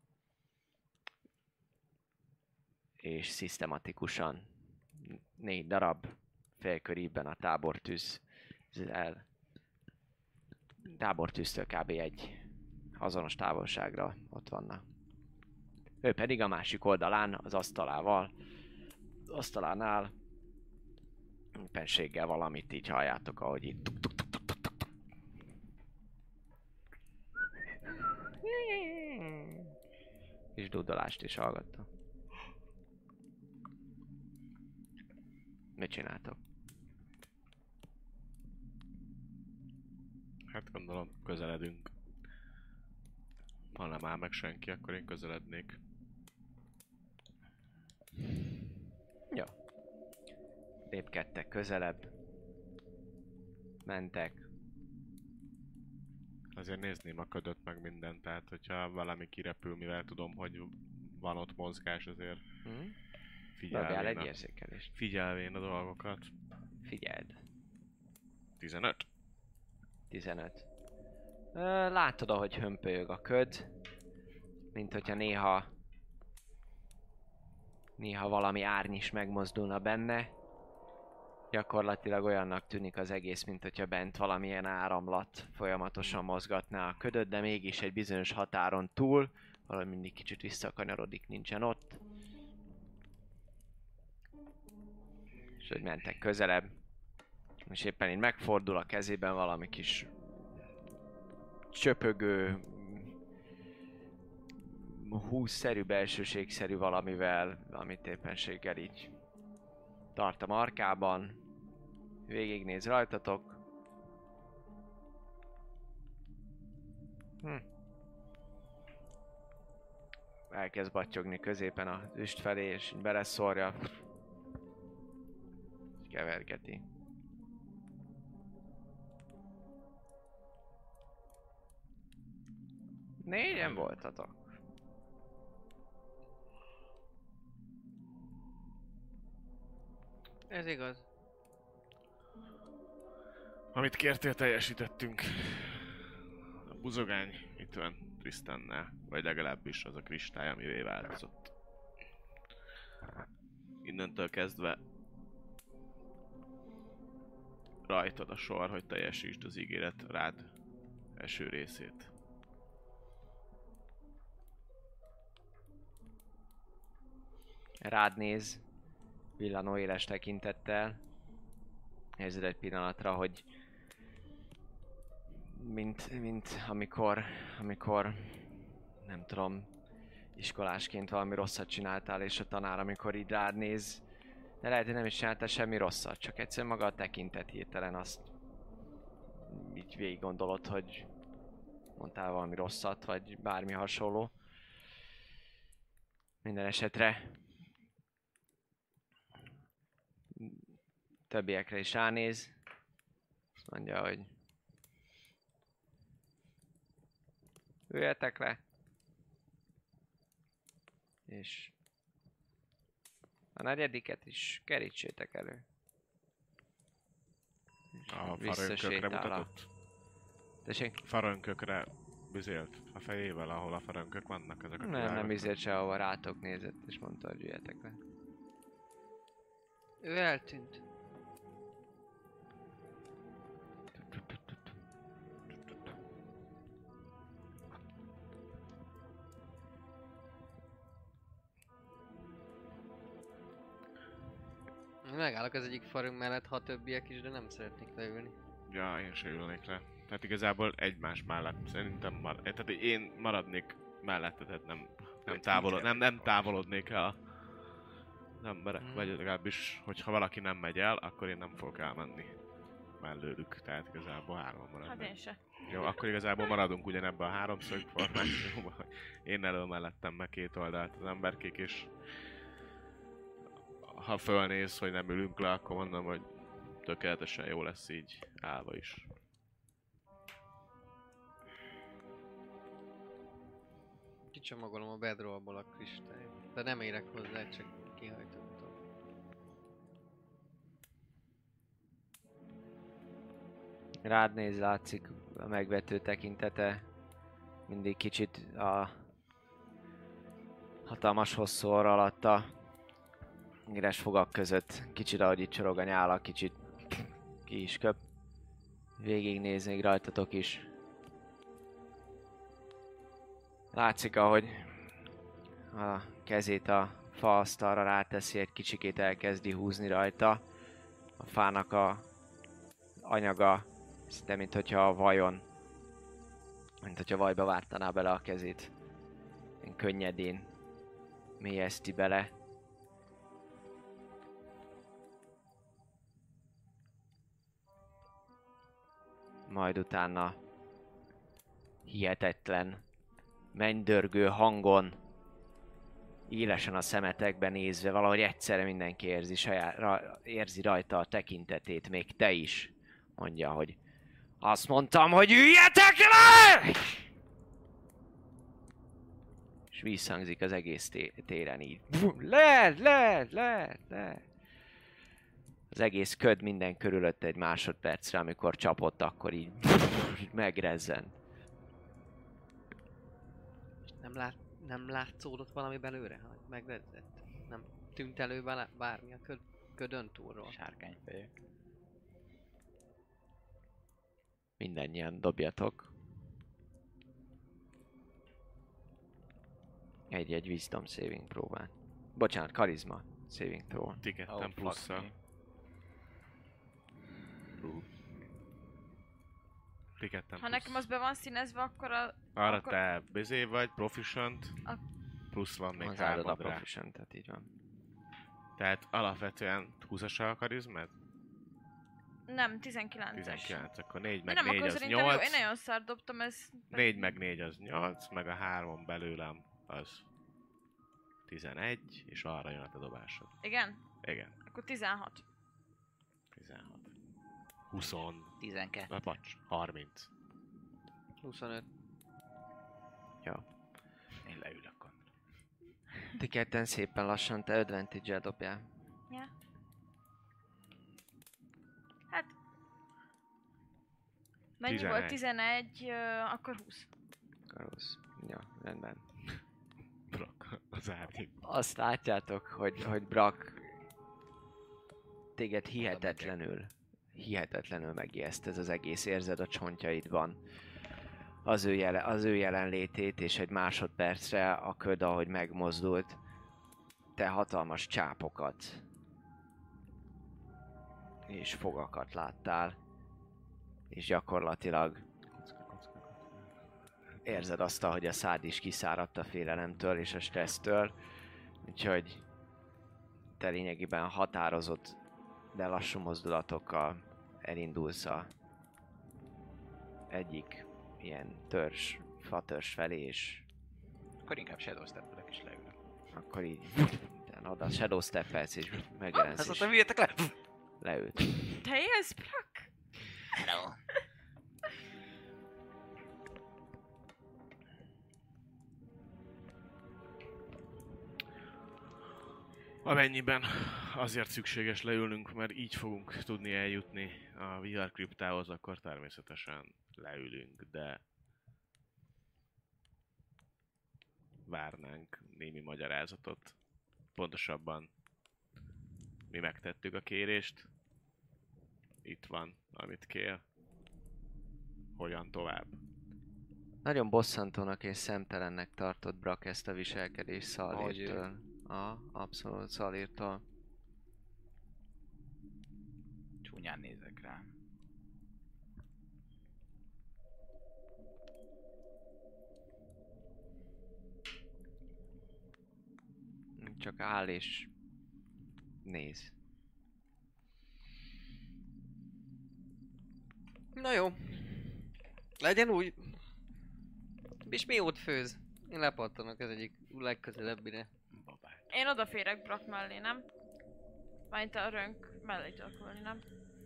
És szisztematikusan négy darab félkörívben a tábortűz el tábortűztől kb. Egy azonos távolságra ott vannak. Ő pedig a másik oldalán az asztalával asztalánál éppenséggel valamit így halljátok, ahogy így tuk, tuk, tuk, tuk, tuk, tuk, tuk. Kis dudolást is hallgattam. Mit csináltok? Hát gondolom, közeledünk. Ha nem áll meg senki, akkor én közelednék. Jó. Lépkedtek közelebb. Mentek. Azért nézném a ködöt meg mindent, tehát hogyha valami kirepül, mivel tudom, hogy van ott mozgás, azért Hm? Dobjál figyelvén egy a, érzékelést. figyelvén a dolgokat. Figyeld. tizenöt? tizenöt. Ö, látod, ahogy hömpölyög a köd. Mint hogyha néha... Néha valami árny is megmozdulna benne. Gyakorlatilag olyannak tűnik az egész, mint hogyha bent valamilyen áramlat folyamatosan mozgatná a ködöt, de mégis egy bizonyos határon túl, valahogy mindig kicsit visszakanyarodik, nincsen ott. És hogy mentek közelebb, és éppen így megfordul a kezében valami kis csöpögő, hússzerű, belsőségszerű valamivel, amit éppenséggel így tart a markában, végignéz rajtatok. Hm. Elkezd battyogni középen a üst felé, és így beleszórja. És kevergeti. Négyen voltatok. Ez igaz. Amit kértél, teljesítettünk. A buzogány itt van Tristannál, vagy legalábbis az a kristály, amivé változott. Innentől kezdve rajtad a sor, hogy teljesítsd az ígéret rád első részét. Rád néz, villanó éles tekintettel. Érzed egy pillanatra, hogy mint, mint amikor, amikor nem tudom, iskolásként valami rosszat csináltál, és a tanár, amikor így rád néz, de lehet, hogy nem is csináltál semmi rosszat, csak egyszerűen maga a tekintet hirtelen azt így végig gondolod, hogy mondtál valami rosszat, vagy bármi hasonló. Minden esetre többiekre is ránéz, azt mondja, hogy üljetek le, és a negyediket is kerítsétek elő. És A visszasétál farönkökre a- mutatott? Tessék? Farönkökre bizélt a fejével, ahol a farönkök vannak, ezek a Nem, nem kivágott. izért sehova rátok nézett, és mondta, hogy üljetek le. Ő eltűnt. Megállok az egyik farunk mellett, ha többiek is, de nem szeretnék leülni. Ja, én se ülnék le. Tehát igazából egymás mellett szerintem mar- tehát én maradnék mellette, tehát nem, nem, távolod, nem, nem távolodnék el az emberek, Mm. vagy legalábbis, hogyha valaki nem megy el, akkor én nem fogok elmenni mellőlük, tehát igazából hárman Hát maradnak. én se. Jó, akkor igazából maradunk ugyanebben a háromszög formációban, hogy én elől mellettem meg két oldalt az emberkék, és ha fölnéz, hogy nem ülünk le, akkor mondom, hogy tökéletesen jó lesz így állva is. Kicsomagolom a bedrollból a kristályt. De nem érek hozzá, csak kihajtottam. Rád néz, látszik a megvető tekintete. Mindig kicsit a hatalmas hosszú orr alatt a üres fogak között. Kicsit ahogy itt csorog a nyála, kicsit ki is köp. Végignéz még rajtatok is. Látszik, ahogy a kezét a faasztalra ráteszi, egy kicsikét elkezdi húzni rajta. A fának a anyaga, szinte mint hogyha a vajon, mint hogyha vajba vártaná bele a kezét. Én könnyedén mélyezti bele. Majd utána hihetetlen, mennydörgő hangon, élesen a szemetekbe nézve, valahogy egyszerre mindenki érzi, saját, ra, érzi rajta a tekintetét, még te is, mondja, hogy azt mondtam, hogy üljetek le! És visszhangzik az egész té- téren így. Le, le, le, le. Az egész köd minden körülött egy másodpercre, amikor csapott, akkor így megrezzen. Nem, lát, nem látszódott valami belőle, hogy megredzett? Nem tűnt elő bele bármi a köd, ködön túlról? Sárkányfejek. Mindennyian dobjatok. Egy-egy wisdom saving próbán. Bocsánat, karizma saving throw. Ti ketten Oh, plusszal. fuck Ti ketten Ha plusz. nekem az be van színezve, akkor a... Arra akkor- te bizé vagy, proficient, A- plusz van még Az áldod a hármad rá. proficient, tehát így van. Tehát alapvetően húszas a karizmád? Nem, tizenkilences. tizenkilenc, akkor négy De meg nem, négy akkor az szerintem jó, én nyolc. nagyon szar dobtam, ez... négy meg négy az nyolc, meg a három belőlem az tizenegy, és arra jön a te dobásod. Igen? Igen, Akkor tizenhat. tizenhat. húsz. tizenkettő. Na, pacs, harminc. huszonöt. Én leülök akkor. Ti ketten szépen lassan, te advantage-el dobjál. Ja. Hát... Mennyi tizenegy. volt? tizenegy, ö, akkor húsz. Karusz. Ja, rendben. Brak, az árnyék. Azt látjátok, hogy, hogy Brak téged hihetetlenül, hihetetlenül megijeszt ez az egész, érzed a csontjaidban az ő, jele, az ő jelenlétét, és egy másodpercre a köd, ahogy megmozdult, te hatalmas csápokat és fogakat láttál, és gyakorlatilag érzed azt, hogy a szád is kiszáradt a félelemtől és a stressztől, úgyhogy te lényegében határozott, de lassú mozdulatokkal elindulsz a egyik ilyen törzs, fatörzs felé, és Akkor inkább Shadow Step-elek és leülök. akkor így utána oda shadow step-elsz és megjelensz, Ez és ott, üljetek le! leült. Te élsz, Brak? Hello. Amennyiben azért szükséges leülnünk, mert így fogunk tudni eljutni a vé er kriptához, akkor természetesen leülünk, de várnánk némi magyarázatot. Pontosabban mi megtettük a kérést. Itt van, amit kér. Hogyan tovább? Nagyon bosszantónak és szemtelennek tartott Brak ezt a viselkedést Ahogy ő. Szalírtől. A, abszolút Szalírtól. Csúnyán nézek rá. Csak áll és néz. Na jó. Legyen úgy. És miót főz? Én lepattanok az egyik legközelebbire. Babák. Én odaférek Brak mellé, nem? Majd a rönk mellé tudok ülni, nem?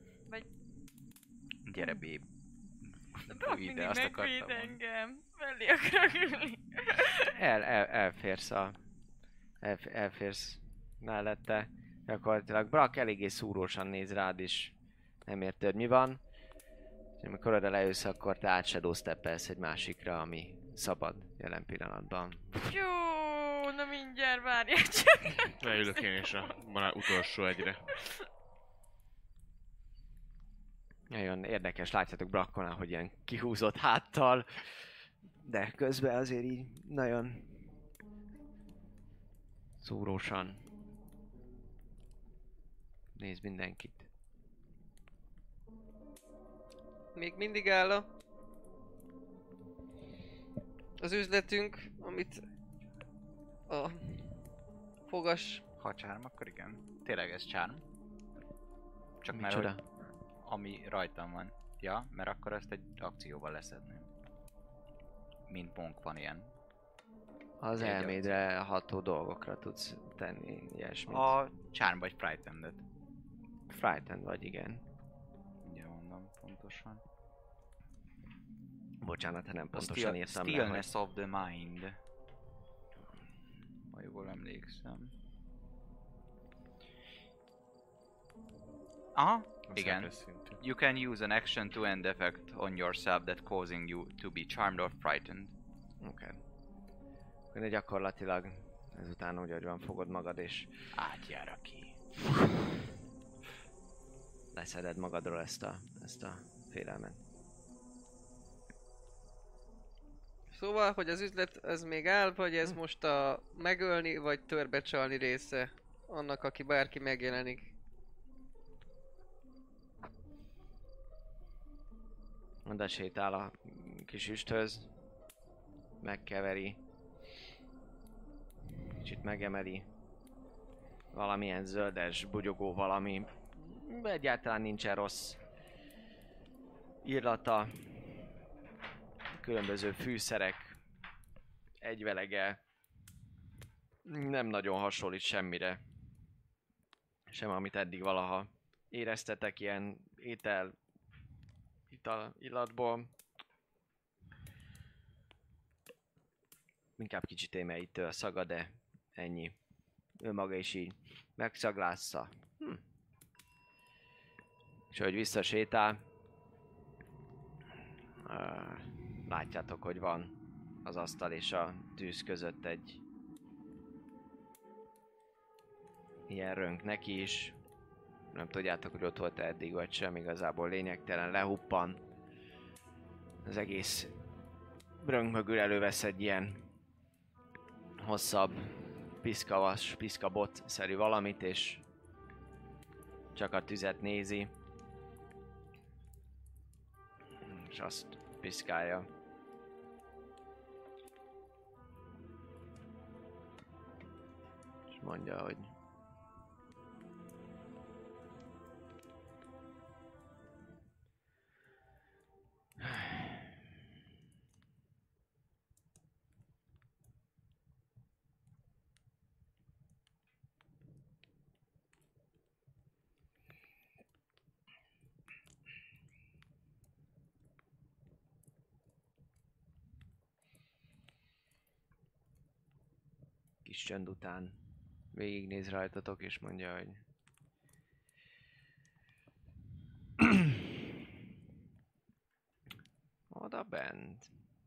Gyere, babe. Brak Ide, mindig azt megvéd akartam mondani. engem. Mellé akarok ülni. El, el, elférsz a... El, elférsz mellette. Gyakorlatilag Brak eléggé szúrósan néz rád is. Nem érted mi van. És amikor oda leülsz, akkor te át shadow steppelsz egy másikra, ami szabad jelen pillanatban. Jó, na mindjárt várjál csak. Leülök én is a már utolsó egyre. Nagyon érdekes, látjátok Brakkonál, hogy ilyen kihúzott háttal, de közben azért így nagyon Szúrósan. Nézd mindenkit. Még mindig áll a... az üzletünk, amit a fogas... Ha charm, akkor igen. Tényleg ez charm. Csak mert Micsoda? hogy ami rajtam van. Ja, mert akkor ezt egy akcióval leszedném. Mint monk van ilyen. Az Egy elmédre ható dolgokra tudsz tenni ilyesmit. A charm vagy frightened-et. Frightened vagy, igen. Ugye mondom pontosan. Bocsánat, ha nem A pontosan still, írtam le, hogy... stillness of the mind. Ha jól emlékszem. Aha, Az igen. hetes szintű. You can use an action to end effect on yourself that causing you to be charmed or frightened. Oké. Okay. De gyakorlatilag ezután úgy, hogy van, fogod magad és Átjár ki. leszeded magadról ezt a, ezt a félelmet. Szóval, hogy az üzlet ez még áll, vagy ez most a megölni, vagy törbecsalni része annak, aki bárki megjelenik. Oda sétál a kis üsthöz, megkeveri, kicsit megemeli, valamilyen zöldes, bugyogó valami, egyáltalán nincsen rossz illata, különböző fűszerek, egyvelege, nem nagyon hasonlít semmire, sem amit eddig valaha éreztetek ilyen étel, ital, illatból. Inkább kicsit émeítő a szaga, de ennyi. Ő maga is így megszaglásza. Hm. És ahogy visszasétál, uh, látjátok, hogy van az asztal és a tűz között egy ilyen rönk neki is. Nem tudjátok, hogy ott volt eddig vagy sem, igazából lényegtelen, lehuppan. Az egész rönk mögül elővesz egy ilyen hosszabb piszkavas, piszkabot-szerű valamit, és csak a tüzet nézi. És azt piszkálja. És mondja, hogy kis csönd után végignéz rajtatok és mondja, hogy oda bent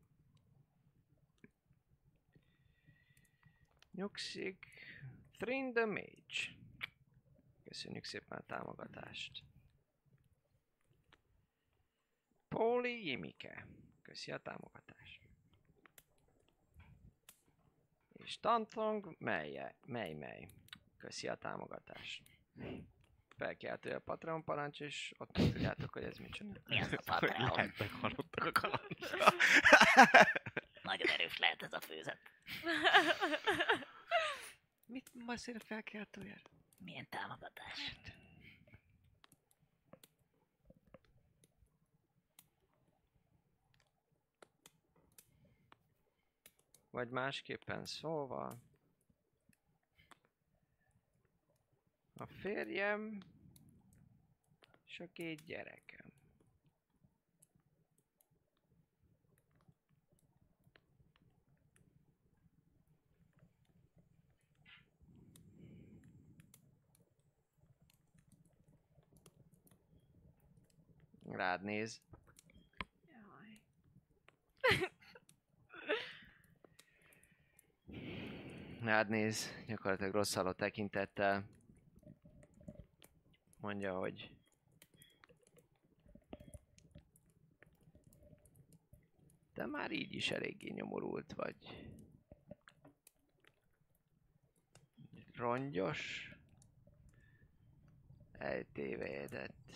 nyugszik Thrin the Mage. Köszönjük szépen a támogatást. Póli Jimike. Köszi a támogatást. És Tantong melye, mely mely. Köszi a támogatást. Felkeltő a Patreon parancs, és ott tudjátok, hogy ez micsoda. Mi az a Patreon? Lehetnek halottak a kalandra. Nagyon erős lehet ez a főzet. Mit beszél a felkeltőjel? Milyen támogatás? Vagy másképpen szólva, a férjem és a két gyerekem. Rád néz. Jaj. Rád néz, gyakorlatilag rosszalló tekintettel. Mondja, hogy te már így is eléggé nyomorult vagy. rongyos, eltévejedett,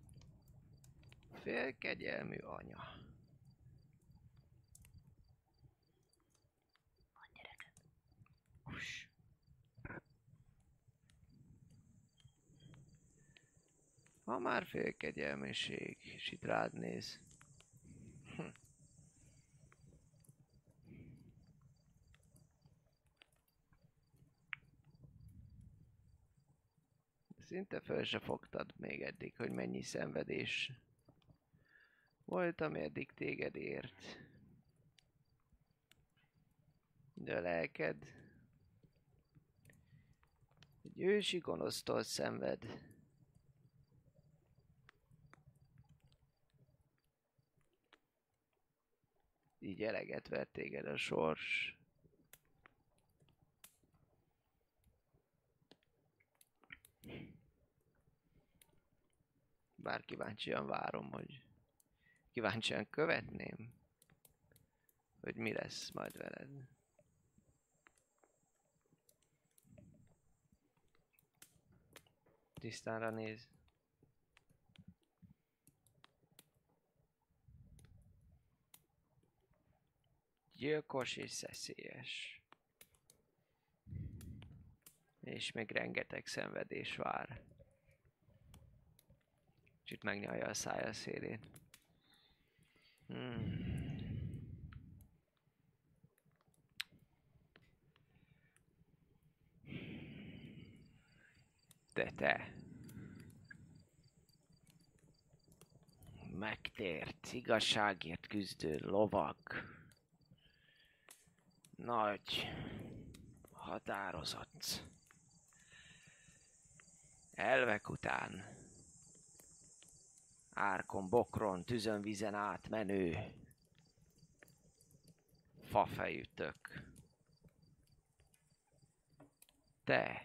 félkegyelmű anya. Hús. Ha már félkegyelműség, és itt rád néz. Hm. Szinte föl se fogtad még eddig, hogy mennyi szenvedés volt, ami eddig téged ért. De a lelked egy ősi gonosztól szenved. Így eleget vert téged a sors. Bár kíváncsian várom, hogy kíváncsian követném, hogy mi lesz majd veled. Tisztánra néz. Gyilkos és szeszélyes. És még rengeteg szenvedés vár. Kicsit megnyalja a szája szélén. Hmm. De te megtért, igazságért küzdő lovag. Nagy, határozott elvek után árkon, bokron, tüzön, vízen átmenő fafejű tök. Te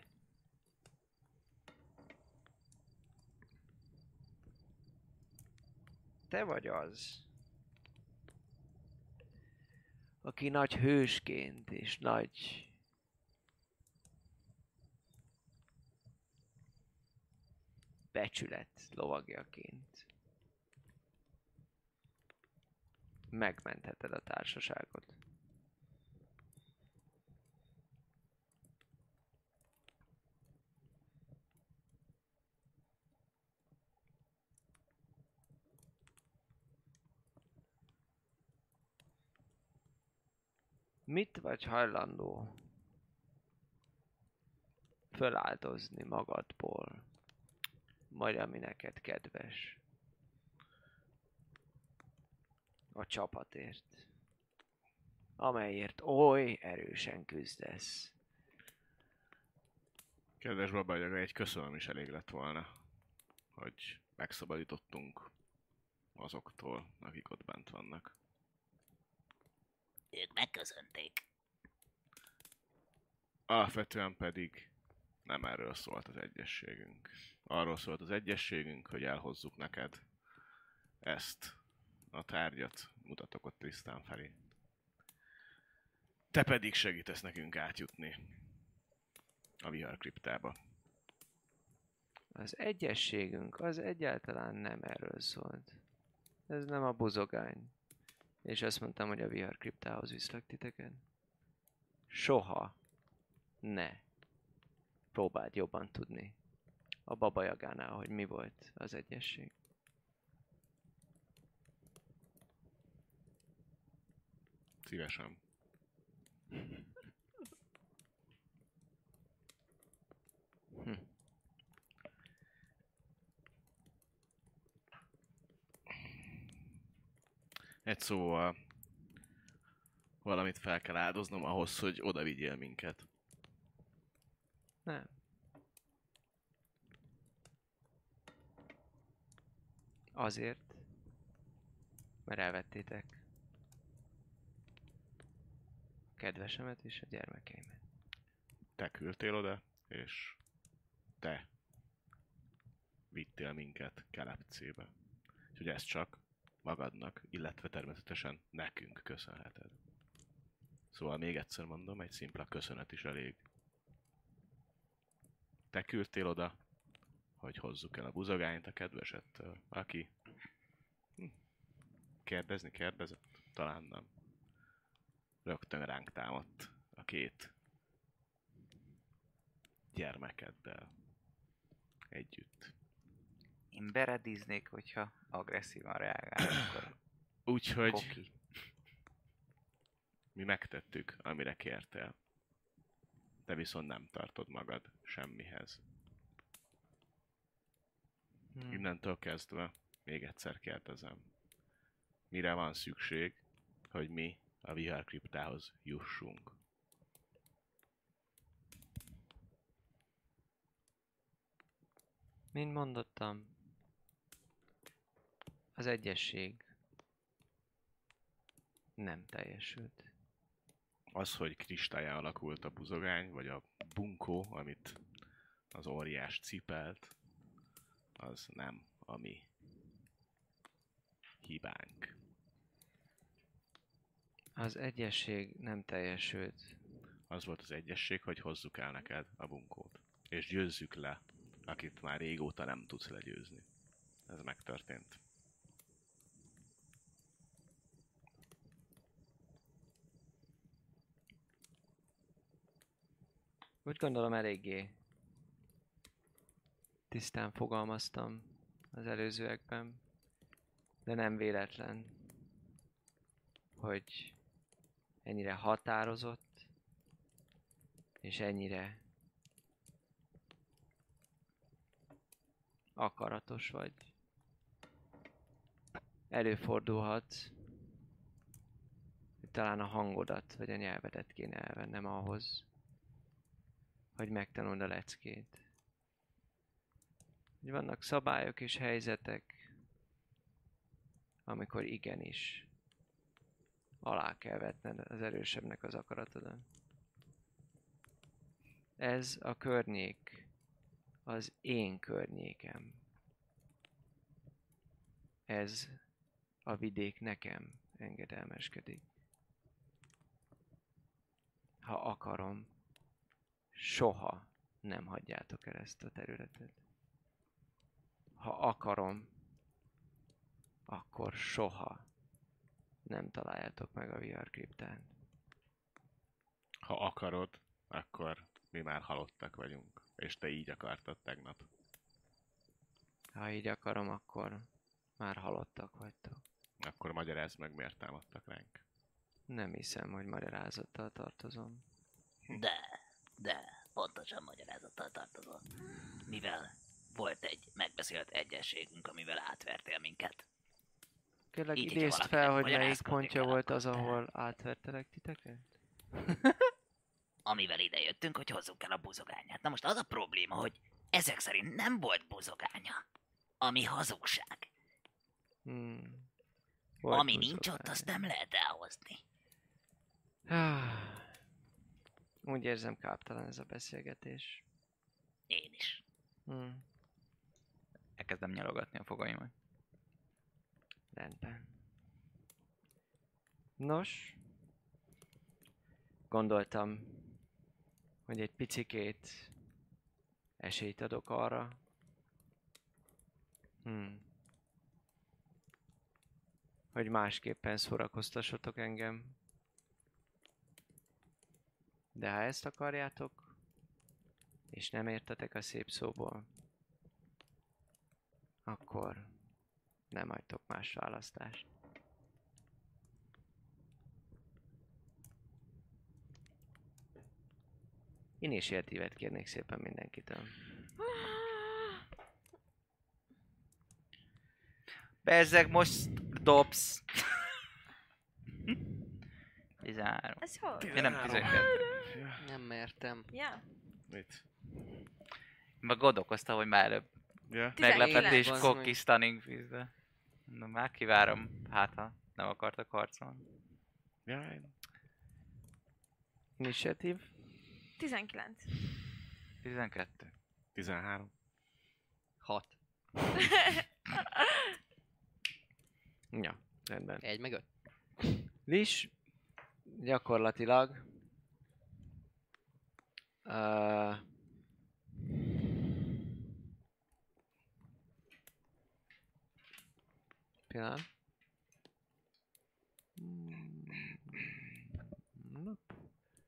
Te vagy az, aki nagy hősként és nagy becsület lovagjaként megmentheted a társaságot. Mit vagy hajlandó föláldozni magadból, majd ami neked kedves, a csapatért, amelyért oly erősen küzdesz? Kedves babágyaga, egy köszönöm is elég lett volna, hogy megszabadítottunk azoktól, akik ott bent vannak. Ők megköszönték. Alapvetően pedig nem erről szólt az egyességünk. Arról szólt az egyességünk, hogy elhozzuk neked ezt a tárgyat, mutatok ott tisztán felé. Te pedig segítesz nekünk átjutni a viharkriptába. Az egyességünk az egyáltalán nem erről szólt. Ez nem a buzogány. És azt mondtam, hogy a viharkriptához viszlek titeket. Soha ne próbáld jobban tudni a Baba Jagánál, hogy mi volt az egyesség. Szívesen. Hm. Egy szóval valamit fel kell áldoznom ahhoz, hogy oda vigyél minket. Nem. Azért, mert elvettétek a kedvesemet és a gyermekeimet. Te küldtél oda, és te vittél minket Kelepcébe. Úgyhogy ezt csak magadnak, illetve természetesen nekünk köszönheted. Szóval még egyszer mondom, egy szimpla köszönet is elég. te küldtél oda, hogy hozzuk el a buzogányt a kedvesettől, aki hm, kérdezni kérdezett, talán nem. Rögtön ránk támadt a két gyermekeddel együtt. Én berediznék, hogyha agresszívan reagálnak, akkor Úgyhogy koki. mi megtettük, amire kértél. Te viszont nem tartod magad semmihez. Hmm. Innentől kezdve még egyszer kérdezem. Mire van szükség, hogy mi a viharkriptához jussunk? Mint mondottam, az egyesség nem teljesült. Az, hogy kristályá alakult a buzogány, vagy a bunkó, amit az óriás cipelt, az nem a mi hibánk. Az egyesség nem teljesült. Az volt az egyesség, hogy hozzuk el neked a bunkót. És győzzük le, akit már régóta nem tudsz legyőzni. Ez megtörtént. Úgy gondolom eléggé tisztán fogalmaztam az előzőekben, de nem véletlen, hogy ennyire határozott, és ennyire akaratos vagy. Előfordulhat, hogy talán a hangodat vagy a nyelvedet kéne elvennem ahhoz, hogy megtanuld a leckét. Hogy vannak szabályok és helyzetek, amikor igenis alá kell vetned az erősebbnek az akaratodon. Ez a környék az én környékem. Ez a vidék nekem engedelmeskedik. Ha akarom, soha nem hagyjátok el ezt a területet. Ha akarom, akkor soha nem találjátok meg a viharkriptát. Ha akarod, akkor mi már halottak vagyunk. És te így akartad tegnap. Ha így akarom, akkor már halottak vagytok. Akkor magyarázd meg, miért támadtak ránk. Nem hiszem, hogy magyarázattal tartozom. De, de, pontosan magyarázattal tartozol. Mivel volt egy megbeszélt egyességünk, amivel átvertél minket. Kérlek, Így, hogyha idézd valaki fel, nem hogy melyik magyarázkodik pontja el, volt akkor az, te- ahol átvertelek titeket? Amivel idejöttünk, hogy hozzuk el a buzogányát. Na most az a probléma, hogy ezek szerint nem volt buzogánya. Ami hazugság. Hmm. Ami nincs ott, azt nem lehet elhozni. Ah. Úgy érzem, káptalan ez a beszélgetés. Én is. Hmm. Elkezdem nyalogatni a fogaimat. Rendben. Nos, gondoltam, hogy egy picikét esélyt adok arra, hmm. hogy másképpen szórakoztassatok engem. De ha ezt akarjátok, és nem értetek a szép szóból, akkor nem hagytok más választást. Initiatívet kérnék szépen mindenkitől. Bezzeg, most dobsz. tizenhárom. Ez hol? Ja, nem tizenkettő. Nem mertem. Ja. Mit? Meg gondolkoztam, hogy már előbb Ja? meglepetés Bazd Cocky meg. Stunning Fist-de. Na már kivárom, hát ha nem akartak harcolni. Ja, én... Initiatív? tizenkilenc. tizenkettő. tizenhárom. Hat. Ja, rendben. Egy meg öt. Lis gyakorlatilag uh, Pillanat. Hmm. Nope.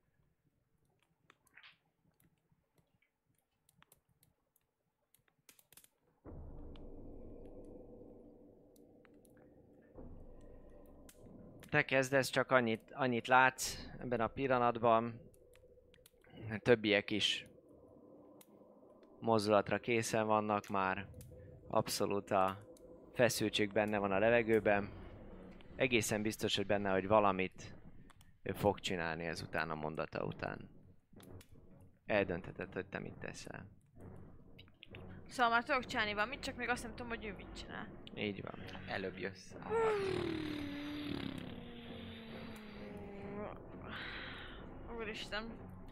Te kezdesz, csak annyit, annyit látsz ebben a pillanatban. A többiek is mozdulatra készen vannak már. Abszolút a feszültség benne van a levegőben. Egészen biztos, hogy benne, hogy valamit ő fog csinálni ezután a mondata után. Eldöntheted, hogy te mit teszel. Szóval már tudok csinálni valamit, csak még azt nem tudom, hogy ő mit csinál. Így van. Előbb jössz. Úristen.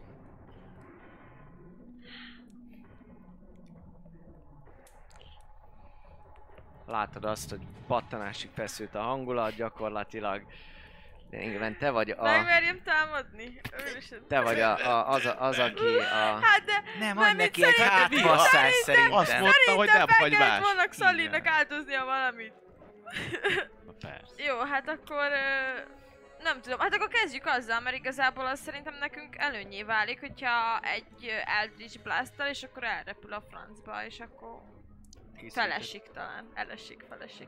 Látod azt, hogy pattanásig feszült a hangulat, gyakorlatilag. Lényegében te vagy a... Megmerjem támadni? Úristen. Te vagy a, a, az, a, az, aki a... Hát de... Nem, Mármint adj neki egy szerintem- hátmasszás szerintem. Azt mondta, hogy nem Szerintem hagy fel kellett más. volna Xalinak áldoznia valamit. Na persze. Jó, hát akkor... Ö, nem tudom, hát akkor kezdjük azzal, mert igazából az szerintem nekünk előnyé válik, hogyha egy ö, Eldritch Blast-tal, és akkor elrepül a francba, és akkor felesik talán. Elesik, felesik.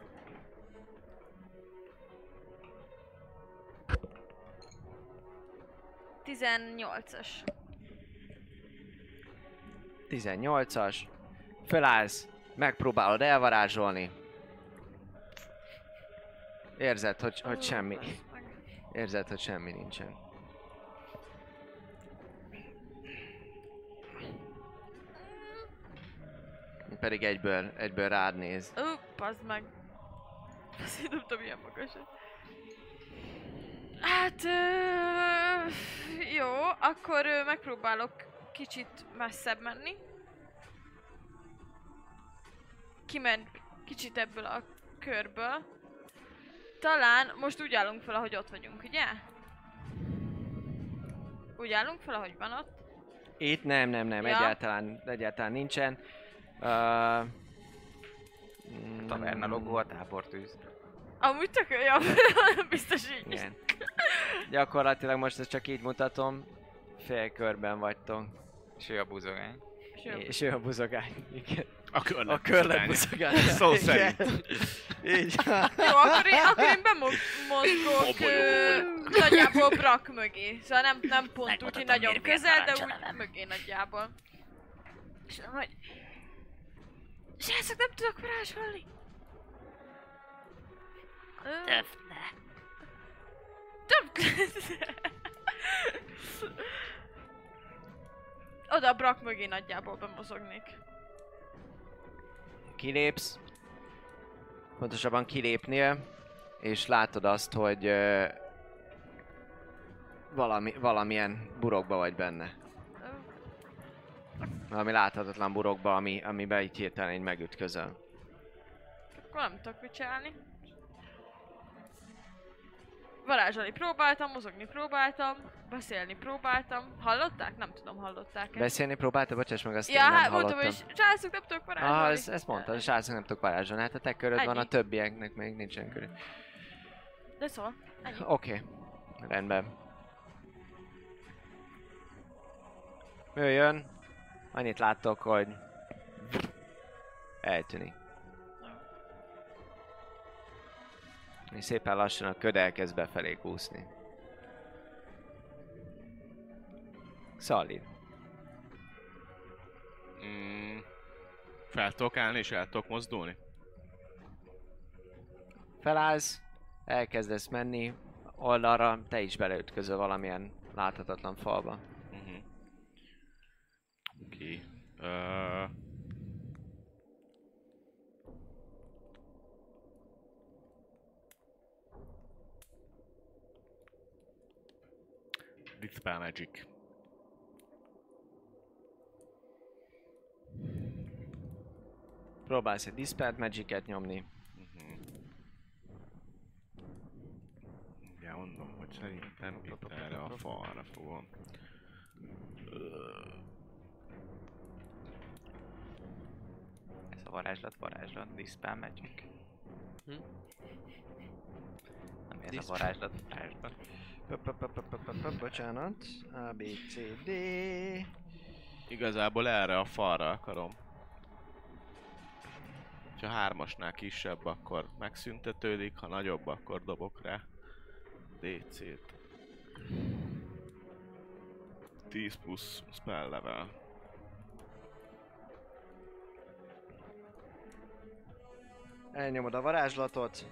tizennyolcas. tizennyolcas. Fölállsz, megpróbálod elvarázsolni. Érzed, hogy, hogy semmi. Érzed, hogy semmi nincsen. Pedig egyből, egyből rád néz. Ó, pazd meg. Azt így dobtam ilyen magasat. Hát... Ö, jó, akkor ö, megpróbálok kicsit messzebb menni. Kimen kicsit ebből a körből. Talán most úgy állunk fel, ahogy ott vagyunk, ugye? Úgy állunk fel, ahogy van ott. Itt nem, nem, nem, Ja. egyáltalán, egyáltalán nincsen. Uh, mm, Taverna logó, a tábortűz. Amúgy tök jó, biztos így is. Igen. Gyakorlatilag most ezt csak így mutatom. Fél körben vagytok. És ő a buzogány. Jó. És ő a buzogány. Igen. A körlet. A körlet buzogány. Szó Igen. szerint. Így. Jó, akkor én, akkor én bemozgok ö, nagyjából Brak mögé. Szóval nem, nem pont úgy, hogy Megmutatom, nagyon miért miért közel, de parancsa úgy nevem. mögé nagyjából. És mondom, hogy... Srácok, nem tudok varázsolni! Ö, Több, ne. Több... Oda a Brak mögé nagyjából bemozognék. Kilépsz. Pontosabban kilépnél. És látod azt, hogy ö, valami, valamilyen burokba vagy benne. Ö, Valami láthatatlan burokba, ami, amiben így hirtelen így megütközöl. Akkor nem tudok mit csinálni. Varázsolni próbáltam, mozogni próbáltam, beszélni próbáltam. Hallották? Nem tudom, hallották-e. Beszélni próbáltál? Bocsáss meg, azt Ja, én nem hát mondtam, hallottam. hogy srácok, nem tudok varázsolni. Ah, ezt, ezt mondtad, a srácok nem tudok varázsolni. Hát a te köröd van, a Ennyi. többieknek még nincsen körül. De szóval, ennyi. Oké, okay. Rendben. Ő jön. Annyit láttok, hogy eltűnik. És szépen lassan a köd elkezd befelé kúszni. Szalid. Mm, fel tudok állni és el tudok mozdulni? Felállsz, elkezdesz menni, oldalra te is beleütközöl valamilyen láthatatlan falba. Uh-huh. Oké. Okay. Uh... Dispel Magic. Próbálsz egy Dispel Magic-et nyomni. Uh-huh. Ja, mondom, hogy szerintem itt erre a falra fogom. Ez a varázslat, varázslat, Dispel Magic. Hm? Nem ez Disz- a varázslat. varázslat. Bocsánat. A, B, C, D. Igazából erre a falra akarom. Ha hármasnál kisebb, akkor megszüntetődik, ha nagyobb, akkor dobok rá dé cét. tíz plusz spell level. Elnyomod a varázslatot.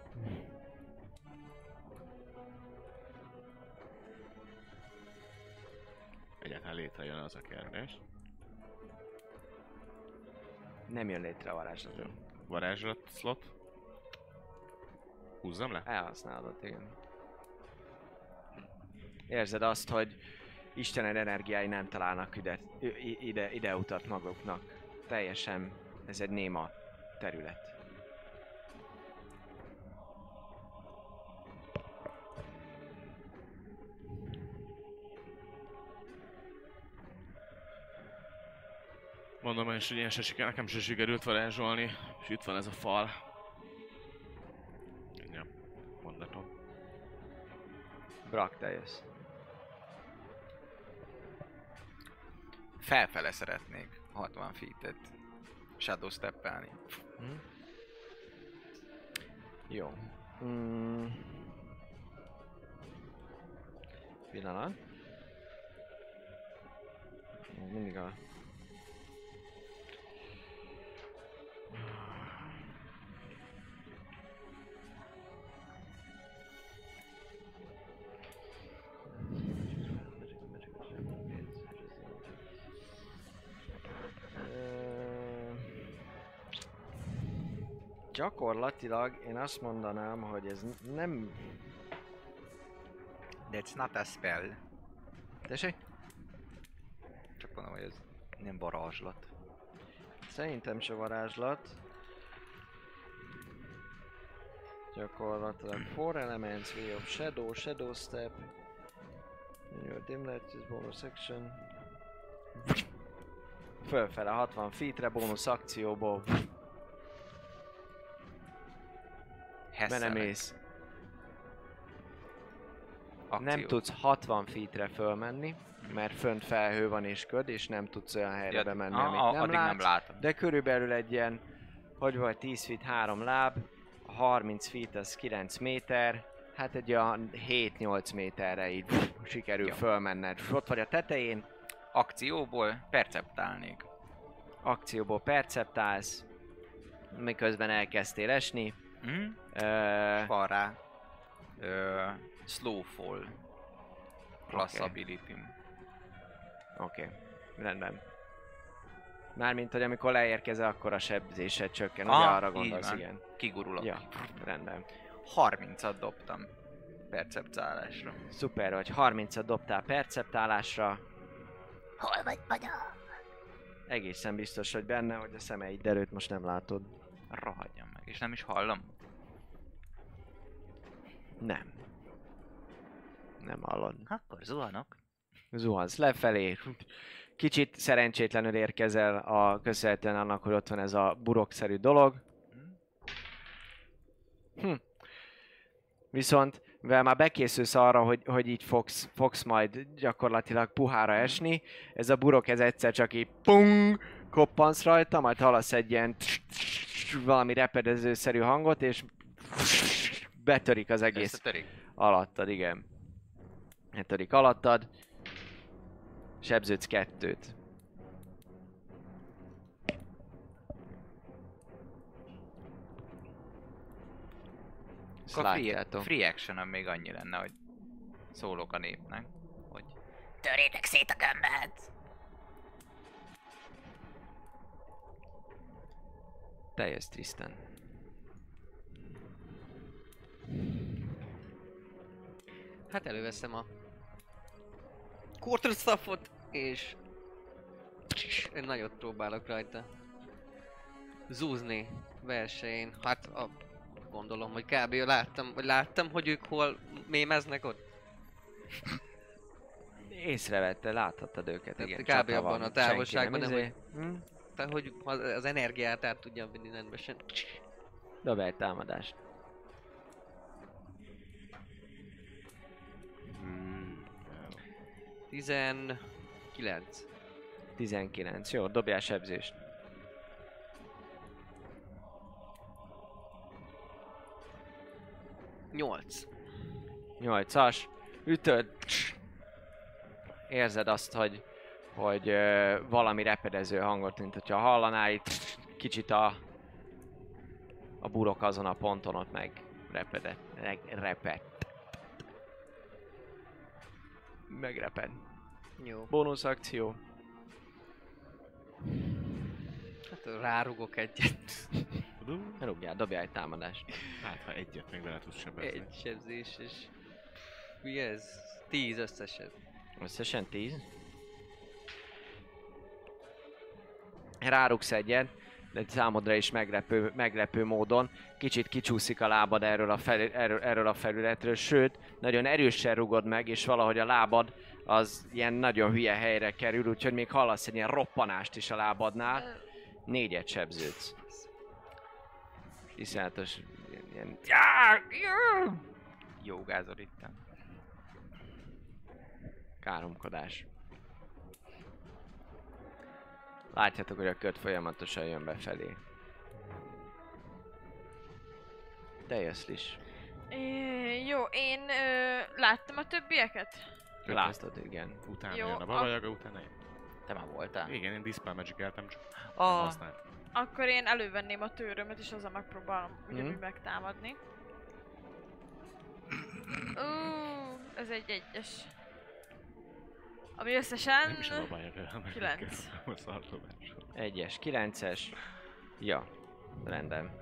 Egyáltalán létrejön az a kérdés. Nem jön létre a varázslat. Varázslat slot. Húzzam le? Elhasználod, igen. Érzed azt, hogy Istened energiái nem találnak ide, i- ide, ide utat maguknak. Teljesen ez egy néma terület. Mondom én is, hogy ilyen se siker, nekem se sikerült varázsolni, és itt van ez a fal. Ja, mondatom. Brak, te jössz. Felfele szeretnék hatvan feet-et shadow steppelni. Hm? Jó. Mm. Pillanat. Mindig a... Ö, Gyakorlatilag én azt mondanám, hogy ez nem... That's not a spell. Tessék? Csak mondom, hogy ez nem varázslat. Szerintem se varázslat. Gyakorlatilag four elements, way of shadow, shadow step. In your dim light is bonus action. Fölfele hatvan feetre, bónusz akcióból. Benemész. Nem tudsz hatvan feetre fölmenni, mert fönt felhő van és köd, és nem tudsz olyan helyre Ja, bemenni, a- amit a- nem addig látsz. nem látom. De körülbelül egy ilyen, hogy vagy tíz feet három láb, a harminc feet az kilenc méter, hát egy olyan hét-nyolc méterre így pff, sikerül Jó. fölmenned. És ott vagy a tetején, Akcióból perceptálnék. akcióból perceptálsz, miközben elkezdtél esni. Hm? Ö, Van rá. Ö, slow fall. Class Oké. ability. Oké, okay. Rendben. Mármint, hogy amikor leérkezel, akkor a sebzésed csökken, ugye Ah, arra így gondolsz, van. igen. Kigurulok. Ja, rendben. harmincat dobtam perceptálásra. Szuper, hogy harmincat dobtál perceptálásra, Hol vagy, banya? egészen biztos, hogy benne, hogy a szemeid derőt most nem látod. Rohadjam meg, és nem is hallom. Nem. Nem hallod. Akkor zuhanok. Zuhansz lefelé, kicsit szerencsétlenül érkezel a köszönhetően annak, hogy ott van ez a burokszerű dolog. Hm. Viszont, mivel már bekészülsz arra, hogy, hogy így fogsz, fogsz majd gyakorlatilag puhára esni, ez a burok ez egyszer csak így pung, koppansz rajta, majd hallasz egy ilyen valami repedezőszerű hangot, és betörik az egész Összetörik. alattad, igen. Betörik alattad, sebződsz kettőt. Ezt Akkor free, látjátok. free action még annyi lenne, hogy szólok a népnek, hogy Törjétek szét a gömböt! Te jössz, Tristan. Hát előveszem a quarterstaffot, és én nagyot próbálok rajta zúzni versenyén. Hát a, gondolom, hogy kb. láttam, vagy láttam, hogy ők hol mémeznek ott. Észrevette, láthattad őket, Tehát igen. kb. csata abban van, a távolságban, senki nem, izé- Hm? Tehát, hogy az, az energiát át tudjam vinni rendesen. Dobj egy támadást. Hmm. tizenkilenc. tizenkilenc. Jó, dobjál sebzést. nyolc. nyolcas. Ütöd. Érzed azt, hogy, hogy ö, valami repedező hangot, mint hogyha hallanál itt kicsit a, a burok azon a ponton ott meg repedett. Meg reped. Megreped. Jó. Bónusz akció. Hát rárugok egyet. Rúgjál, dobjál egy támadást. Hát, ha egyet még bele tudsz sebezni. Egy sebzés és... Mi ez? tíz összesen. Összesen tíz. Rárugsz egyet, de számodra is meglepő, meglepő módon. Kicsit kicsúszik a lábad erről a, fel, erről, erről a felületről, sőt, nagyon erősen rugod meg, és valahogy a lábad az ilyen nagyon hülye helyre kerül, úgyhogy még hallasz egy ilyen roppanást is a lábadnál. Négyet sebződsz. Iszonyatos ilyen... Jogázol itten. Káromkodás. Látjátok, hogy a köd folyamatosan jön befelé. Te jössz, Lis. É, jó, én ö, láttam a többieket? Látod, igen. Utána Jó, jön a a- babajaga, utána én. Te már voltál? Igen, én Dispel Magic-eltem, csak A... nem használtam. Akkor én elővenném a tőrömet, és azzal megpróbálom ugyanúgy Mhm. megtámadni. Ú, ez egy egyes. Ami összesen... Nem is a babajaga, hanem kilenc. a szarlóvás. Egyes, kilences. Ja, rendben.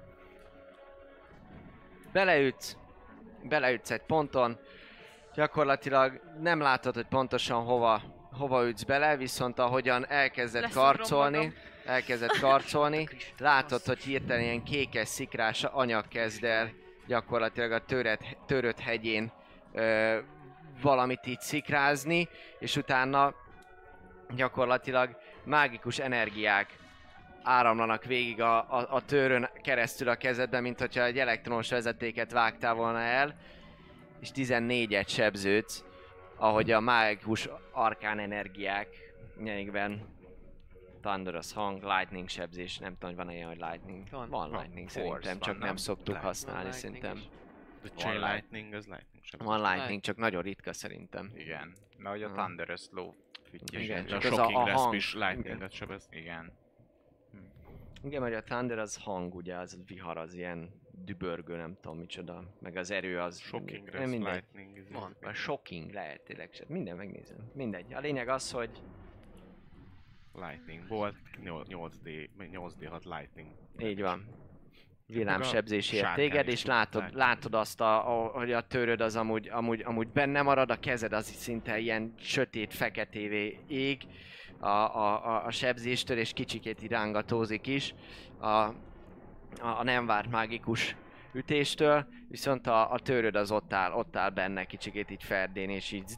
Beleütsz. Beleütsz egy ponton. Gyakorlatilag nem látod, hogy pontosan hova, hova ütsz bele, viszont ahogyan elkezded Leszúrom karcolni, magam. elkezded karcolni, látod, hogy hirtelen ilyen kékes szikrás anyag kezd el gyakorlatilag a töröd, töröd hegyén ö, valamit így szikrázni, és utána gyakorlatilag mágikus energiák áramlanak végig a, a, a tőrön keresztül a kezedben, mint hogyha egy elektronos vezetéket vágtál volna el, és tizennégyet sebződsz, ahogy a mágikus arkán energiák nyelvben Thunderous hang, lightning sebzés, nem tudom, hogy van ilyen, hogy lightning. Van. Van Van. lightning Force szerintem, van, csak nem nem? szoktuk Lightning. használni Van lightning szerintem. is. The Chain Van Lightning, az Lightning sem. Van lightning, csak nagyon ritka szerintem. Igen. Mert hogy a Aha. Thunderous Slow füttyös. Igen, De a csak az a- Shocking a Grasp hang. is Lightninget sebez. Igen. Igen, mert a Thunder az hang, ugye, az vihar, az ilyen dübörgő, nem tudom micsoda. Meg az erő az... Shocking nem Grasp, mindegy. Lightning. is- Van. A shocking lehet tényleg se. Minden megnézem. Mindegy. A lényeg az, hogy Lightning volt, nyolc D, nyolc D hat Lightning. így van. Villámsebzés ért sárkány téged, is és tud látod, látni. látod azt, a, a, hogy a töröd az amúgy, amúgy, amúgy benne marad, a kezed az szinte ilyen sötét, feketévé ég a, a, a, a sebzéstől, és kicsikét így rángatózik is a, a, a nem várt mágikus ütéstől, viszont a, a töröd az ott áll, ott áll benne kicsikét így ferdén, és így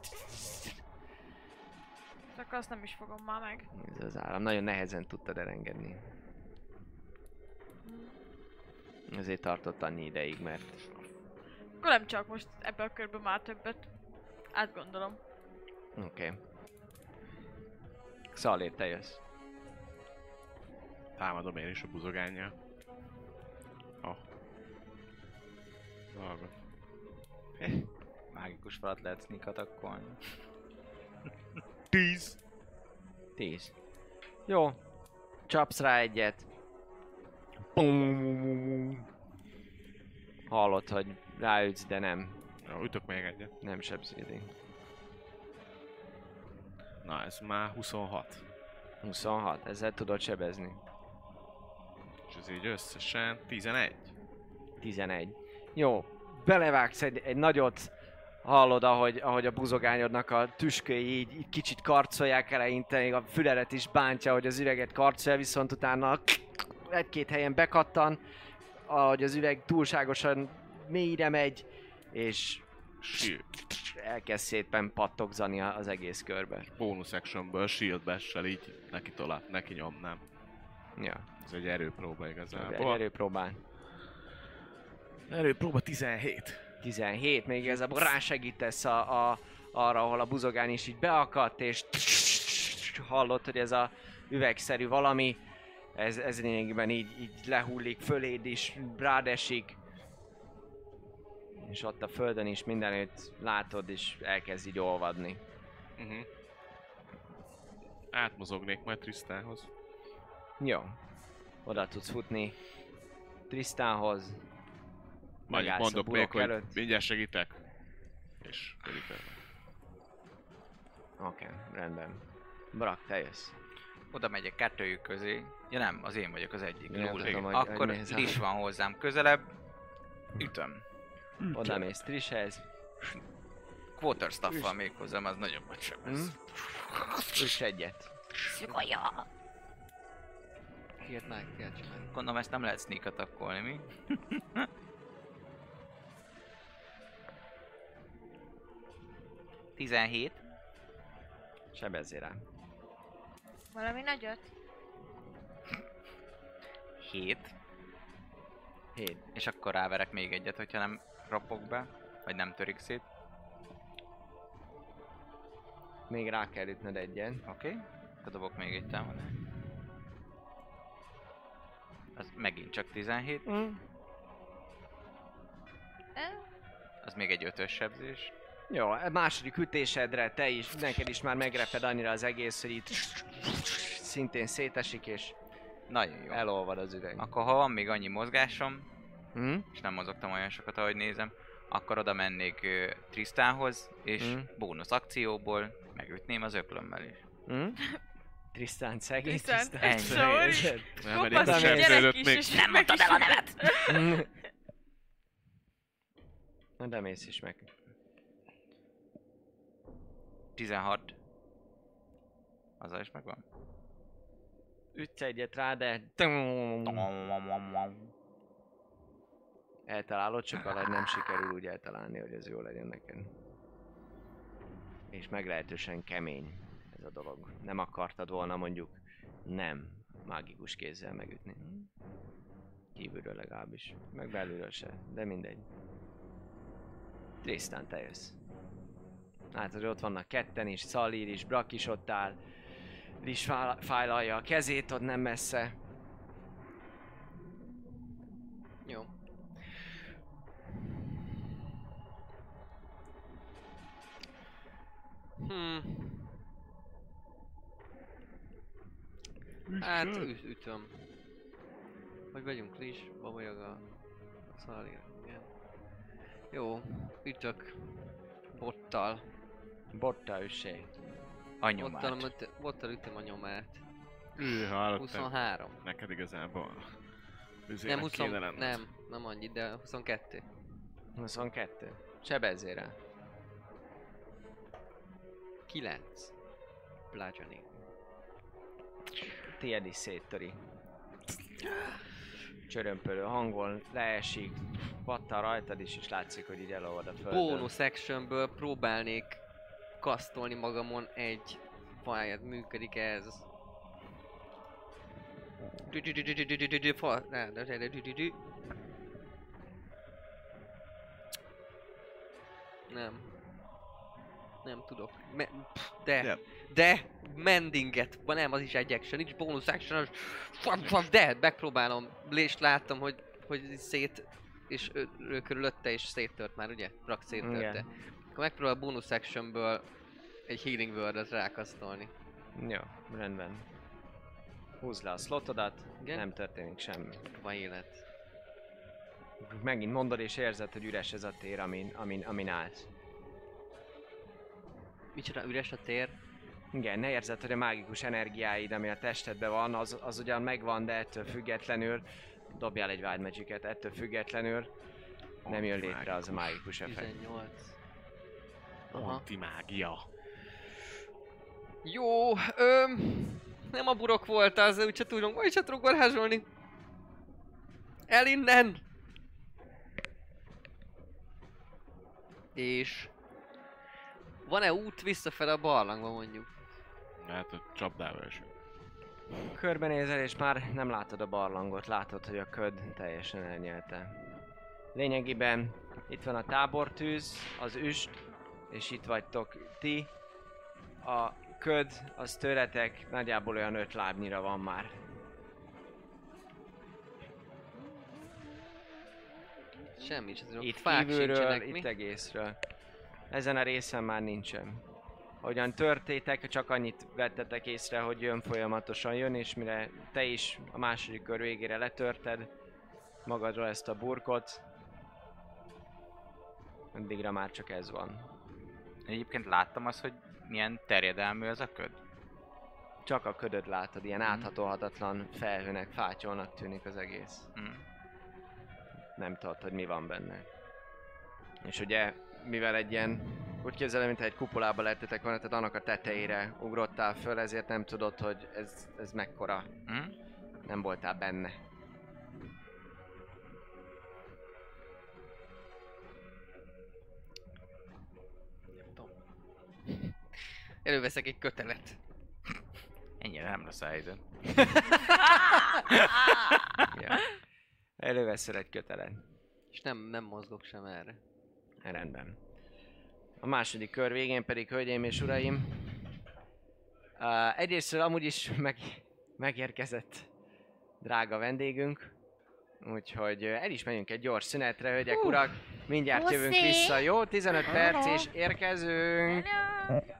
Csak azt nem is fogom már meg. ez az állam. Nagyon nehezen tudtad elengedni. Ezért tartott annyi ideig, mert Akkor nem csak most ebbe a körbe már többet. Átgondolom. oké. Okay. Szalét, te jössz. Támadom én is a buzogánnyal. Oh. Hallgat. Mágikus falat lehet sneak attackolni. Tíz! Tíz. Jó. Csapsz rá egyet. Pum. Hallod, hogy ráütsz, de nem. Jó, ütök még egyet. Nem sebződik. Na, ez már huszonhat. huszonhat. Ezzel tudod sebezni. És ez így összesen tizenegy. tizenegy. Jó. Belevágsz egy, egy nagyot. Hallod, ahogy, ahogy a buzogányodnak a tüsköi így, így kicsit karcolják eleinte, még a füledet is bántja, hogy az üveget karcolja, viszont utána egy-két helyen bekattan, ahogy az üveg túlságosan mélyre megy, és Shield. elkezd szépen pattogzani az egész körbe. Bonus actionből shield bash-sel így neki tovább, neki nyomnám. Ja, Ez egy erőpróba egy igazából. erőpróbál. Erőpróba tizenhét. tizenhét, még igazából rásegítesz a, a, arra, ahol a buzogán is így beakadt, és hallott, hogy ez a üvegszerű valami, ez, ez lényegében így, így lehullik föléd is, rád esik, és ott a földön is mindenütt látod, és elkezd így olvadni. Uh-huh. Átmozognék majd Tristanhoz. Jó. Oda tudsz futni Tristanhoz. Majd Megállsz a mondok még, burok hogy előtt. mindjárt segítek. És pedig Oké, okay, rendben. Brak, te jössz. Oda megyek kettőjük közé. Ja nem, az én vagyok az egyik. Ja, Lul. tudom, hogy- Akkor hogy nézel. Lis van hozzám közelebb. Ütöm. Oda mész Trishez. Quarterstaff-val még hozzám, az nagyon nagy sebez. Üss egyet. Szigolya! Ilyet meg kell csinálni. Gondolom ezt nem lehet sneak attackolni, mi? tizenhét. Sebezzél rá. Valami nagyot? hét. hét. És akkor ráverek még egyet, hogyha nem rapok be. Vagy nem törik szét. Még rá kell ütnöd egyen. Oké. Okay. Akkor dobok még egy támadást. Az megint csak tizenhét. Mm. Az még egy ötös sebzés. Jó, a második ütésedre te is, neked is már megreped annyira az egész, hogy itt szintén szétesik és Nagyon jó. elolvad az üveg. Akkor ha van még annyi mozgásom, Hm? és nem mozogtam olyan sokat, ahogy nézem, akkor oda mennék uh, Tristanhoz, és Mm. bónusz akcióból megütném az öklömmel is. Hm? Tristan szegény, Tristan, Tristan. sorry. szegény. Nem, mert Kopasz itt a gyerek sebződött is, még. és Nem meg mondtad is- el a nevet! Hm. Na de mész is meg. tizenhat. Azzal is megvan. Ütsz egyet rá, de eltalálod, csak valahogy nem sikerül úgy eltalálni, hogy ez jó legyen neked. És meglehetősen kemény ez a dolog. Nem akartad volna mondjuk nem mágikus kézzel megütni. Kívülről legalábbis. Meg belülről se, de mindegy. Tristan, te jössz. Látod, hogy ott vannak ketten is, Szalír is, Brak is ott áll. Lis fáj- fájlalja a kezét ott nem messze. Jó. Hmm. Hát üt, ütöm. Hogy vagyunk Lis, babajög a, a Szalír. Igen. Jó, ütök. Bottal. Botta üssé. A Bottal, nyomát. amit- bottal ütöm a nyomát. Ő, hallottam. huszonhárom. Neked igazából. Nem, Üzének húsz, kéne lenned. nem, nem annyi, de huszonkettő. huszonkettő. Sebezzél rá. kilenc. Bludgeoning. Tied is széttöri. Csörömpölő hangon leesik, pattan rajtad is, és látszik, hogy így elolvad a földön. Bonus actionből próbálnék kasztolni magamon egy fire, működik ez. Fa- ne, de- de- de- de- de- Nem. Nem tudok. Me- pff, de. Ja. De. Mendinget. Van nem, az is egy action. Nincs bonus action. Az... Fam, fam, de. Megpróbálom. És láttam, hogy, hogy szét... És ő, ő körülötte és széttört már, ugye? Rak széttörte. Igen. Akkor megpróbál bonus actionből egy healing word-et rákasztolni. Jó, rendben. Húzd le a slotodat, Igen? nem történik semmi. Van élet. Megint mondod és érzed, hogy üres ez a tér, amin, amin, amin állsz. Micsoda üres a tér? Igen, ne érzed, hogy a mágikus energiáid, ami a testedben van, az, az ugyan megvan, de ettől függetlenül dobjál egy Wild Magic-et, ettől függetlenül nem jön létre az a mágikus effekt. tizennyolc. Aha. Antimágia. Jó, öm, nem a burok volt az, úgyse tudunk, majd se tudunk varázsolni. El innen! És... Van-e út visszafele a barlangba mondjuk? Hát a csapdával is. Körbenézel és már nem látod a barlangot, látod, hogy a köd teljesen elnyelte. lényegében itt van a tábortűz, az üst, és itt vagytok ti. A köd, az tőletek nagyjából olyan öt lábnyira van már. Semmi, csak azok Itt fák kívülről, sincsenek, itt mi? egészről. Ezen a részen már nincsen. Ahogyan törtétek, csak annyit vettetek észre, hogy jön folyamatosan jön, és mire te is a második kör végére letörted magadról ezt a burkot, addigra már csak ez van. Egyébként láttam azt, hogy milyen terjedelmű ez a köd. Csak a ködöd látod, ilyen Mhm. áthatolhatatlan felhőnek, fátyolnak tűnik az egész. Mm. Nem tudod, hogy mi van benne. És ugye, mivel egy ilyen, úgy képzelem, mintha egy kupolába lettetek volna, tehát annak a tetejére ugrottál föl, ezért nem tudod, hogy ez, ez mekkora. Mm? Nem voltál benne. Előveszek egy kötelet. Ennyire nem rossz a helyzet. Ja. Előveszel egy kötelet. És nem, nem mozgok sem erre. Rendben. A második kör végén pedig, hölgyeim és uraim, uh, egyrésztről amúgy is meg, megérkezett drága vendégünk, úgyhogy uh, el is megyünk egy gyors szünetre, hölgyek, uh, urak, mindjárt puszi. jövünk vissza, jó? tizenöt perc és érkezünk! Hello.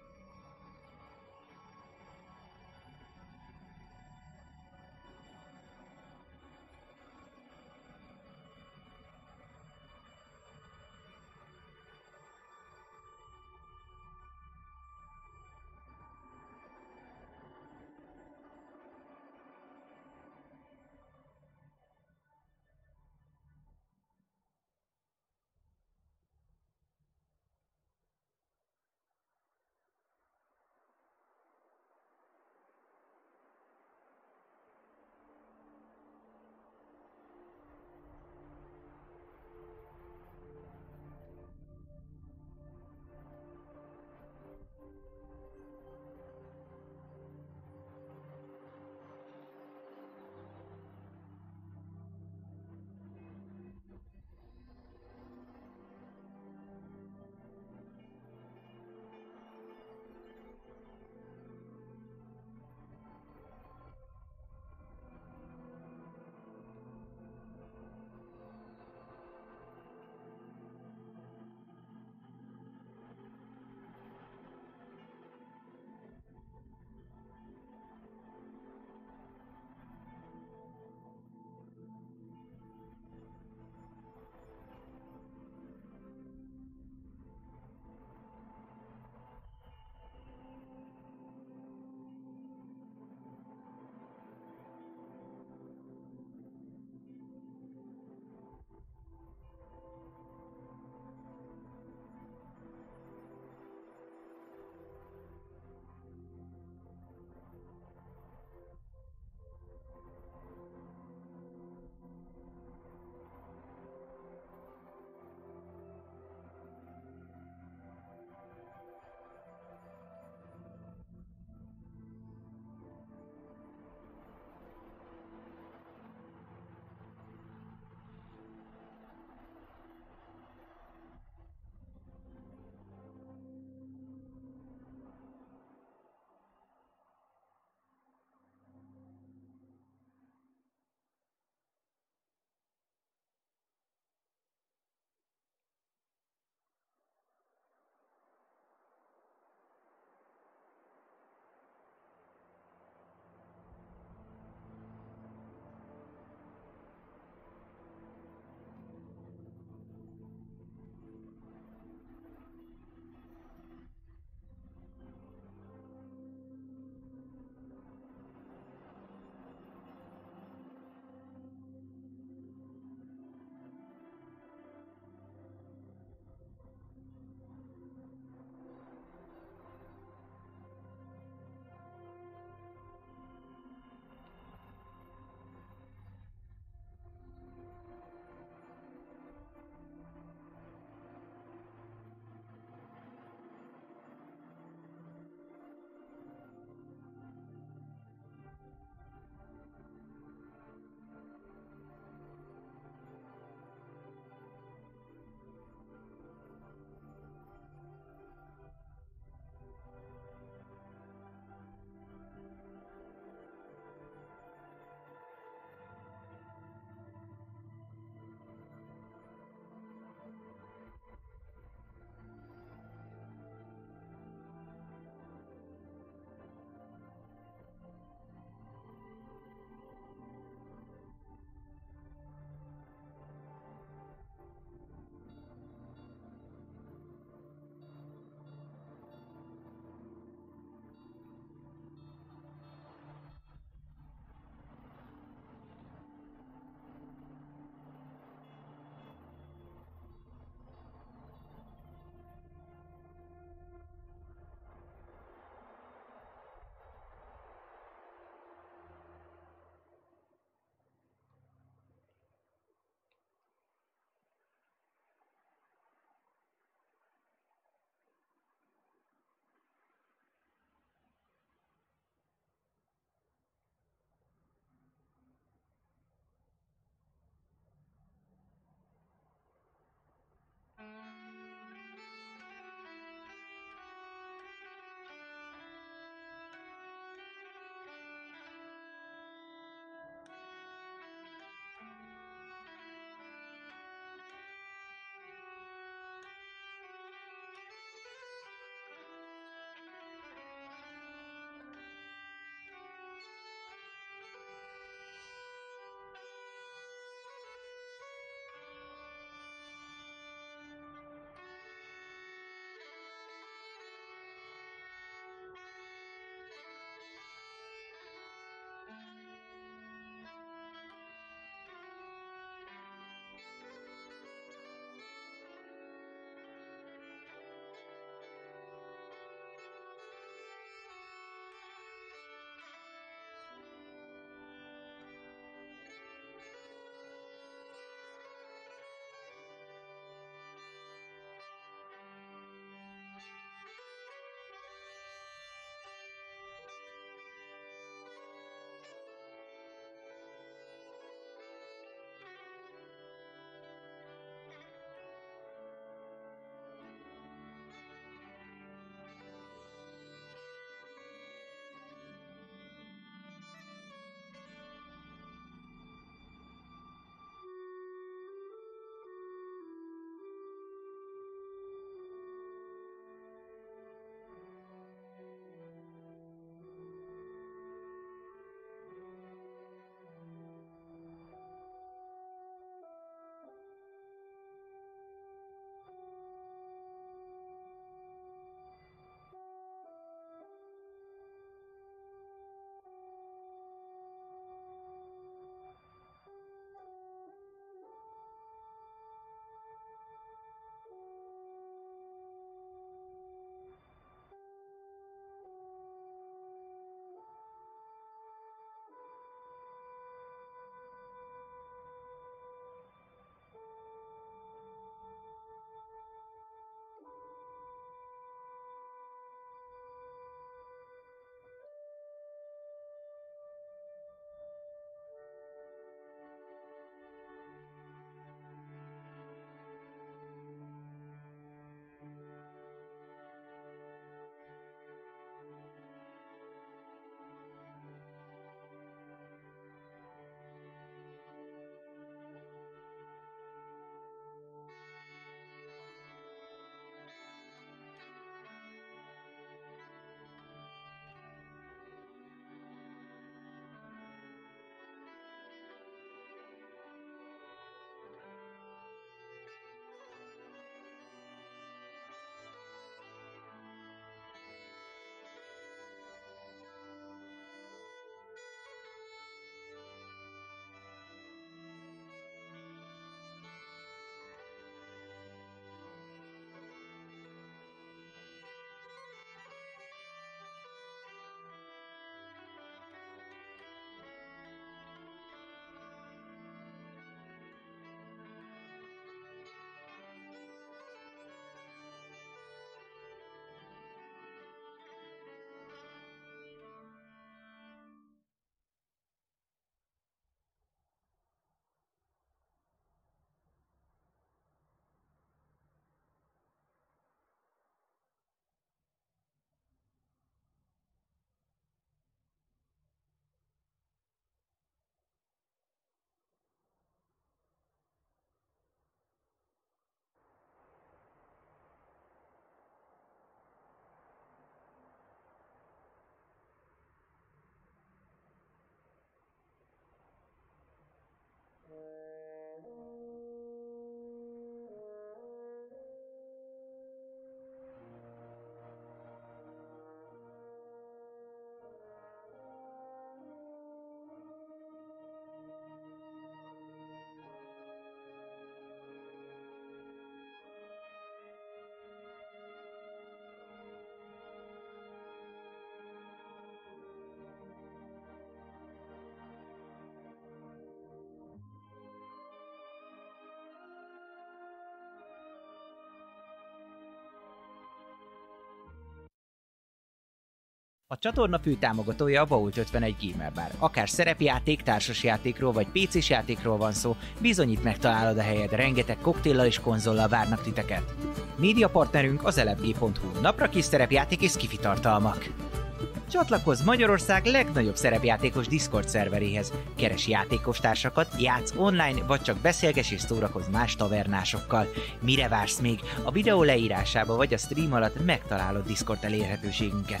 A csatorna fő támogatója a Vault ötvenegy Gamer Bar. Akár szerepjáték, társasjátékról vagy pé cés játékról van szó, bizonyít megtalálod a helyed, rengeteg koktéllal és konzollal várnak titeket. Média partnerünk az elefg pont hu, napra kis szerepjáték és skifi tartalmak. Csatlakozz Magyarország legnagyobb szerepjátékos Discord szerveréhez. Keres játékostársakat, játsz online, vagy csak beszélges és szórakozz más tavernásokkal. Mire vársz még? A videó leírásába vagy a stream alatt megtalálod Discord elérhetőségünket.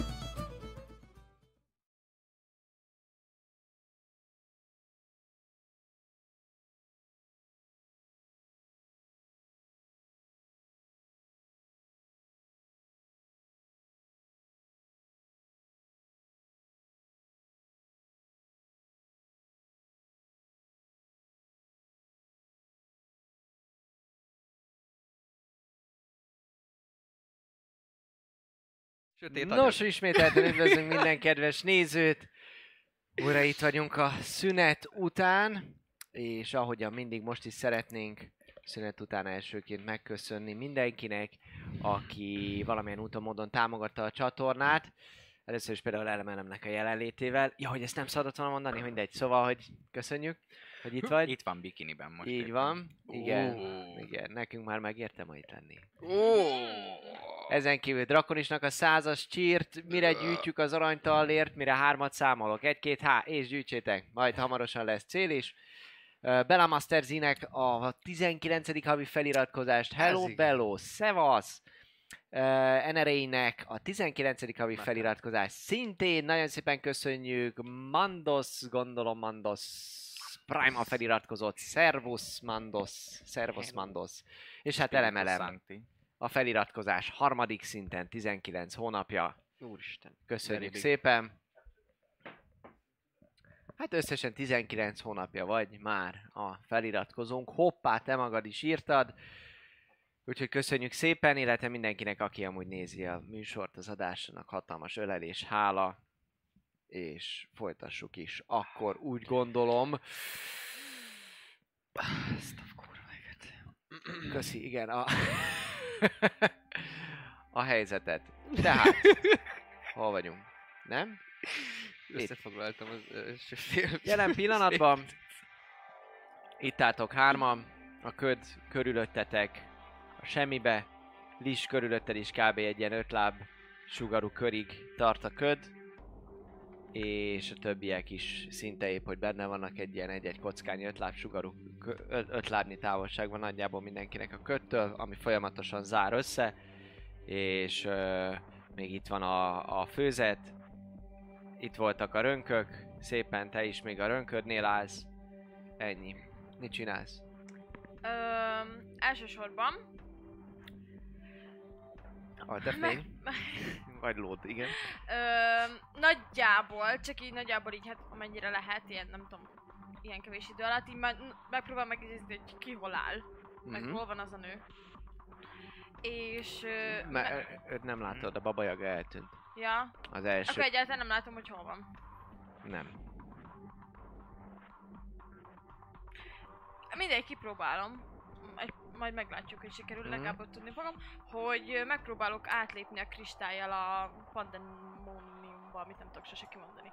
Sötét Nos, ismételten üdvözlünk minden kedves nézőt! Újra itt vagyunk a szünet után, és ahogyan mindig most is szeretnénk szünet után elsőként megköszönni mindenkinek, aki valamilyen úton módon támogatta a csatornát. Először is például Elemelemnek a jelenlétével. Ja, hogy ezt nem szabadott volna mondani, mindegy. Szóval, hogy köszönjük, hogy itt vagy. Itt van bikiniben most. Így éppen. van. Igen, Ó. igen. Nekünk már megérte ma itt lenni. Ó! Ezen kívül Drakonisnak a százas csírt, mire gyűjtjük az aranytallért, mire hármat számolok. Egy, két, há, és gyűjtsétek. Majd hamarosan lesz cél is. Uh, Bella Master Z-nek a tizenkilencedik havi feliratkozást. Hello igen. Bello, szevasz! Uh, en er á-nek a tizenkilencedik havi feliratkozást szintén nagyon szépen köszönjük. Mandos, gondolom Mandos Prime a feliratkozott. Servus Mandos, Servus Mandos. És hát Elemelem. Santi. A feliratkozás harmadik szinten, tizenkilenc hónapja. Úristen. Köszönjük Very big. szépen. Hát összesen tizenkilenc hónapja vagy már a feliratkozónk. Hoppá, te magad is írtad. Úgyhogy köszönjük szépen, illetve mindenkinek, aki amúgy nézi a műsort, az adásának hatalmas ölelés, hála. És folytassuk is. Akkor úgy gondolom... Ezt a kurva eget. Köszi, igen, a... a helyzetet. Tehát, hol vagyunk? Nem? Összefoglaltam az első fél. Jelen pillanatban itt álltok hárman, a köd körülöttetek a semmibe, Lis körülötted is kb. Egy ilyen ötláb sugarú körig tart a köd, és a többiek is szinte épp, hogy benne vannak egy ilyen egy-egy kockányi ötláb sugarú, ö- ötlábnyi távolságban nagyjából mindenkinek a ködtől, ami folyamatosan zár össze, és ö, még itt van a, a főzet, itt voltak a rönkök, szépen te is még a rönködnél állsz, ennyi. Mit csinálsz? Öm, elsősorban... A te fény? Vagy lód, igen. Öm, nagyjából, csak így nagyjából így, hát amennyire lehet, ilyen nem tudom, ilyen kevés idő alatt, így meg, megpróbál megnézni, hogy ki hol áll, meg Mhm. hol van az a nő. És... Ö, me- Mert őt nem látod, a Baba Yaga eltűnt. ja, Az első. akkor egyáltalán nem látom, hogy hol van. Nem. Mindegy, kipróbálom. Egy, majd meglátjuk, hogy sikerül, Mhm. legalább ott tudni fogom, hogy ö, megpróbálok átlépni a kristályjal a pandemóniumba, amit nem tudok sose kimondani.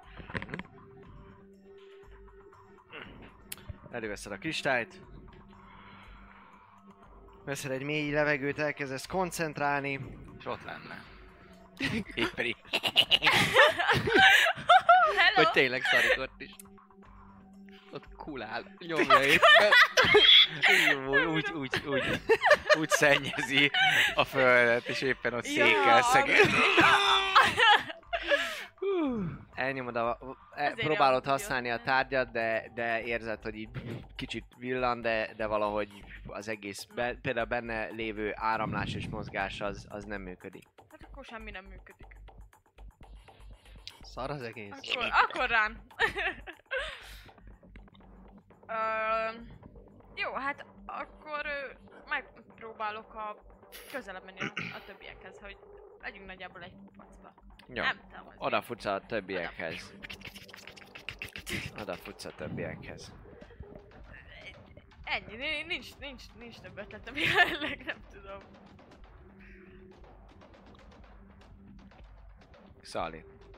Előveszed a kristályt. Veszed egy mély levegőt, elkezdesz koncentrálni. És ott lenne. Így pedig. Hello! Hogy tényleg szarik ott is. Ott kulál. Nyomja itt. úgy, úgy, úgy, úgy, úgy szennyezi a földet, és éppen ott Ja, székel szegény. Elnyomod a... E, Azért próbálod jó, használni jó. a tárgyat, de, de érzed, hogy így kicsit villan, de, de valahogy az egész, be, például benne lévő áramlás és mozgás az, az nem működik. Hát akkor semmi nem működik. Szar az egész. Akkor, akkor rám. Ö, jó, hát akkor ö, megpróbálok a közelebb menni a, a többiekhez, hogy legyünk nagyjából egy pacba. Jó. Nem tudom. az Odafutsz a többiekhez. Odafutsz a többiekhez. Ennyi, ni- nincs, nincs, nincs több ötletem jelenleg, nem tudom. Szali.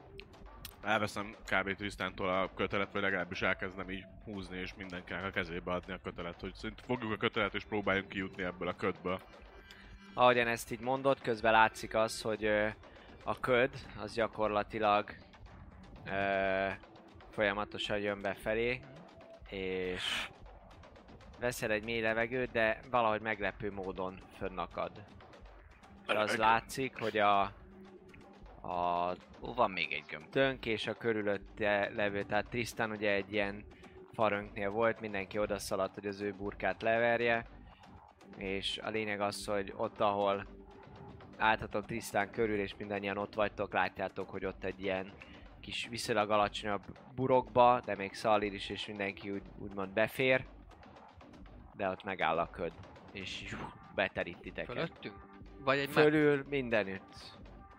Elveszem kb. Trisztántól a kötelet, vagy legalábbis elkezdem így húzni, és mindenkinek a kezébe adni a kötelet, hogy szerint fogjuk a kötelet, és próbáljunk kijutni ebből a ködből. Ahogyan ezt így mondott, közben látszik az, hogy ö, a köd az gyakorlatilag ö, folyamatosan jön befelé, és veszel egy mély levegőt, de valahogy meglepő módon fönnakad. És az látszik, hogy a, a Ó, van még egy gömb. Tönk és a körülötte levő, tehát Tristan ugye egy ilyen farönknél volt, mindenki odaszaladt, hogy az ő burkát leverje, és a lényeg az, hogy ott, ahol álltatok Tristan körül, és mindannyian ott vagytok, látjátok, hogy ott egy ilyen kis viszonylag alacsonyabb burokba, de még Szalír is és mindenki úgy, úgymond befér, de ott megáll a köd, és beterít titeket. Fölöttünk? Vagy egy Fölül mindenütt.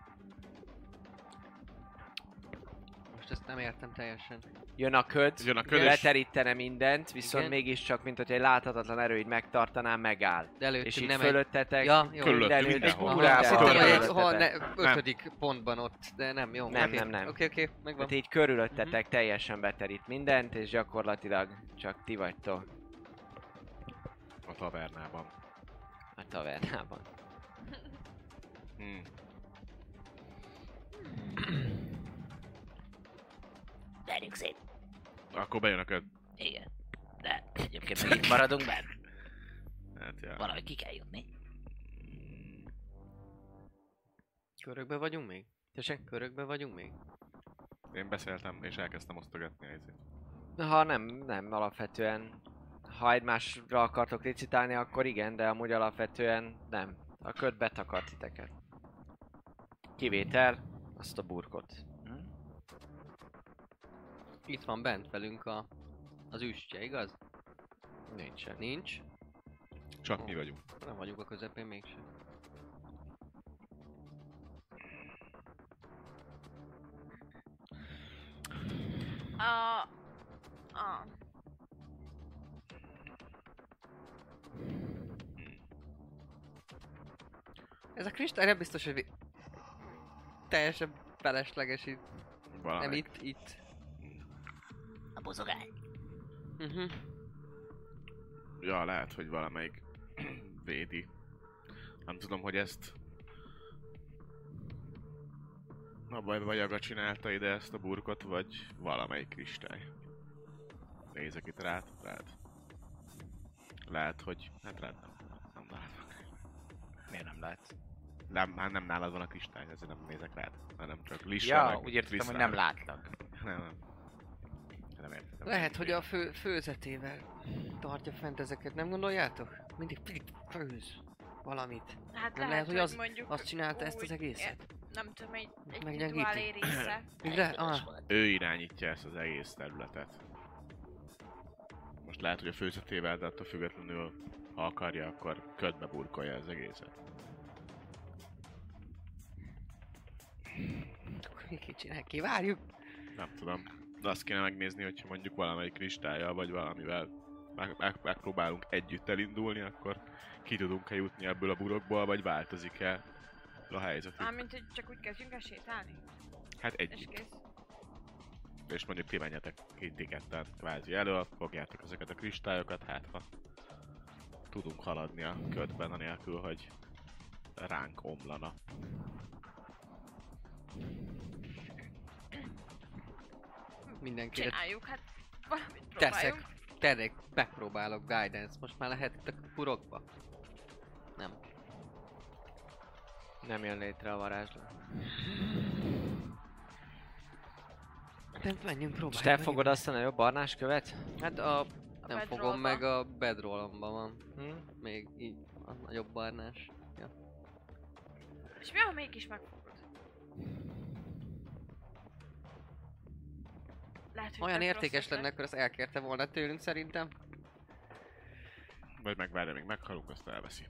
Most ezt nem értem teljesen. Jön a köd, Jön a köd, és- leterítene mindent, viszont Igen. mégiscsak, mint hogy egy láthatatlan erő így megtartaná, megáll. De előttünk És így nem fölöttetek, Ja, jó. Körülöttünk mindenütt, mindenhol. Aha, urában azt hittem, hogy egy, körülöttetek. ha, ne, ötödik pontban ott, de nem, jó. Nem, oké. nem, nem. Oké, oké, megvan. Tehát így körülöttetek teljesen beterít mindent, és gyakorlatilag csak ti vagytok A tavernában. a tavernában. Hmm. Verjük szét. Akkor bejön a köd. Igen. De egyébként meg itt maradunk benne. Hát, ja. Valahogy ki kell jutni. Körökbe vagyunk még? Tessék, körökbe vagyunk még? Én beszéltem, és elkezdtem osztogatni a izét. Ha nem, nem, alapvetően, ha egymásra akartok licitálni, akkor igen, de amúgy alapvetően nem. A köd betakart titeket. Kivétel, azt a burkot. Itt van bent velünk a, az üstje, igaz? Nincsen. Nincs? Csak mi vagyunk. Nem vagyunk a közepén mégsem. A... A... Ez a kristály nem biztos, hogy vi- teljesen felesleges itt. Nem Valamelyik. itt, itt. A bozogány. Uh-huh. Ja, lehet, hogy valamelyik védi. Nem tudom, hogy ezt... Na baj, vagy Aga csinálta ide ezt a burkot, vagy valamelyik kristály. Nézek itt rád, rád. Lehet, hogy... Hát rád nem. Nem látok. Miért nem látsz? Nem, hát nem nálad van a kristály, ezért nem nézek rád. Hanem csak Lissa Ja, meg úgy értettem, hogy Tristan. nem látlak. Nem, nem. Nem értem. Lehet, hogy a fő, főzetével tartja fent ezeket, nem gondoljátok? Mindig, mindig főz valamit. Hát Nem lehet, lehet, hogy hogy az- mondjuk Azt csinálta ezt az úgy- egészet? Nem tudom, egy, egy Meggyengíti. rituálé része. Mire? Ah, Ő irányítja ezt az egész területet. Most lehet, hogy a főzetével, de attól függetlenül, ha akarja, akkor ködbe burkolja az egészet. akkor mi ki csinál? Kivárjuk? Nem tudom. De azt kéne megnézni, hogyha mondjuk valamelyik kristállyal, vagy valamivel meg, meg, megpróbálunk együtt elindulni, akkor ki tudunk-e jutni ebből a burokból, vagy változik-e a helyzetük. Mármint, hogy csak úgy kezdjünk el sétálni. Hát És együtt. kész. És mondjuk ti menjetek ki ti ketten kvázi elő, fogjátok ezeket a kristályokat, hát ha tudunk haladni a ködben, anélkül, hogy ránk omlana. Mindenkire Csináljuk, hát valamit próbáljunk. teszek. Terek, megpróbálok guidance. Most már lehet itt a burokba? Nem. Nem jön létre a varázslat. Nem, menjünk, próbáljuk. És te fogod azt a nagyobb barnás követ? Hát a... A Nem fogom bedrollba. meg, a bedrollomban van. Hm? Még így a nagyobb barnás. Ja. És mi, ha mégis megfogod? Lehet, hogy Olyan tök értékes rossz lenne, ötlet. akkor azt elkérte volna tőlünk szerintem. Vagy megvárja, még meghalunk, azt elveszi.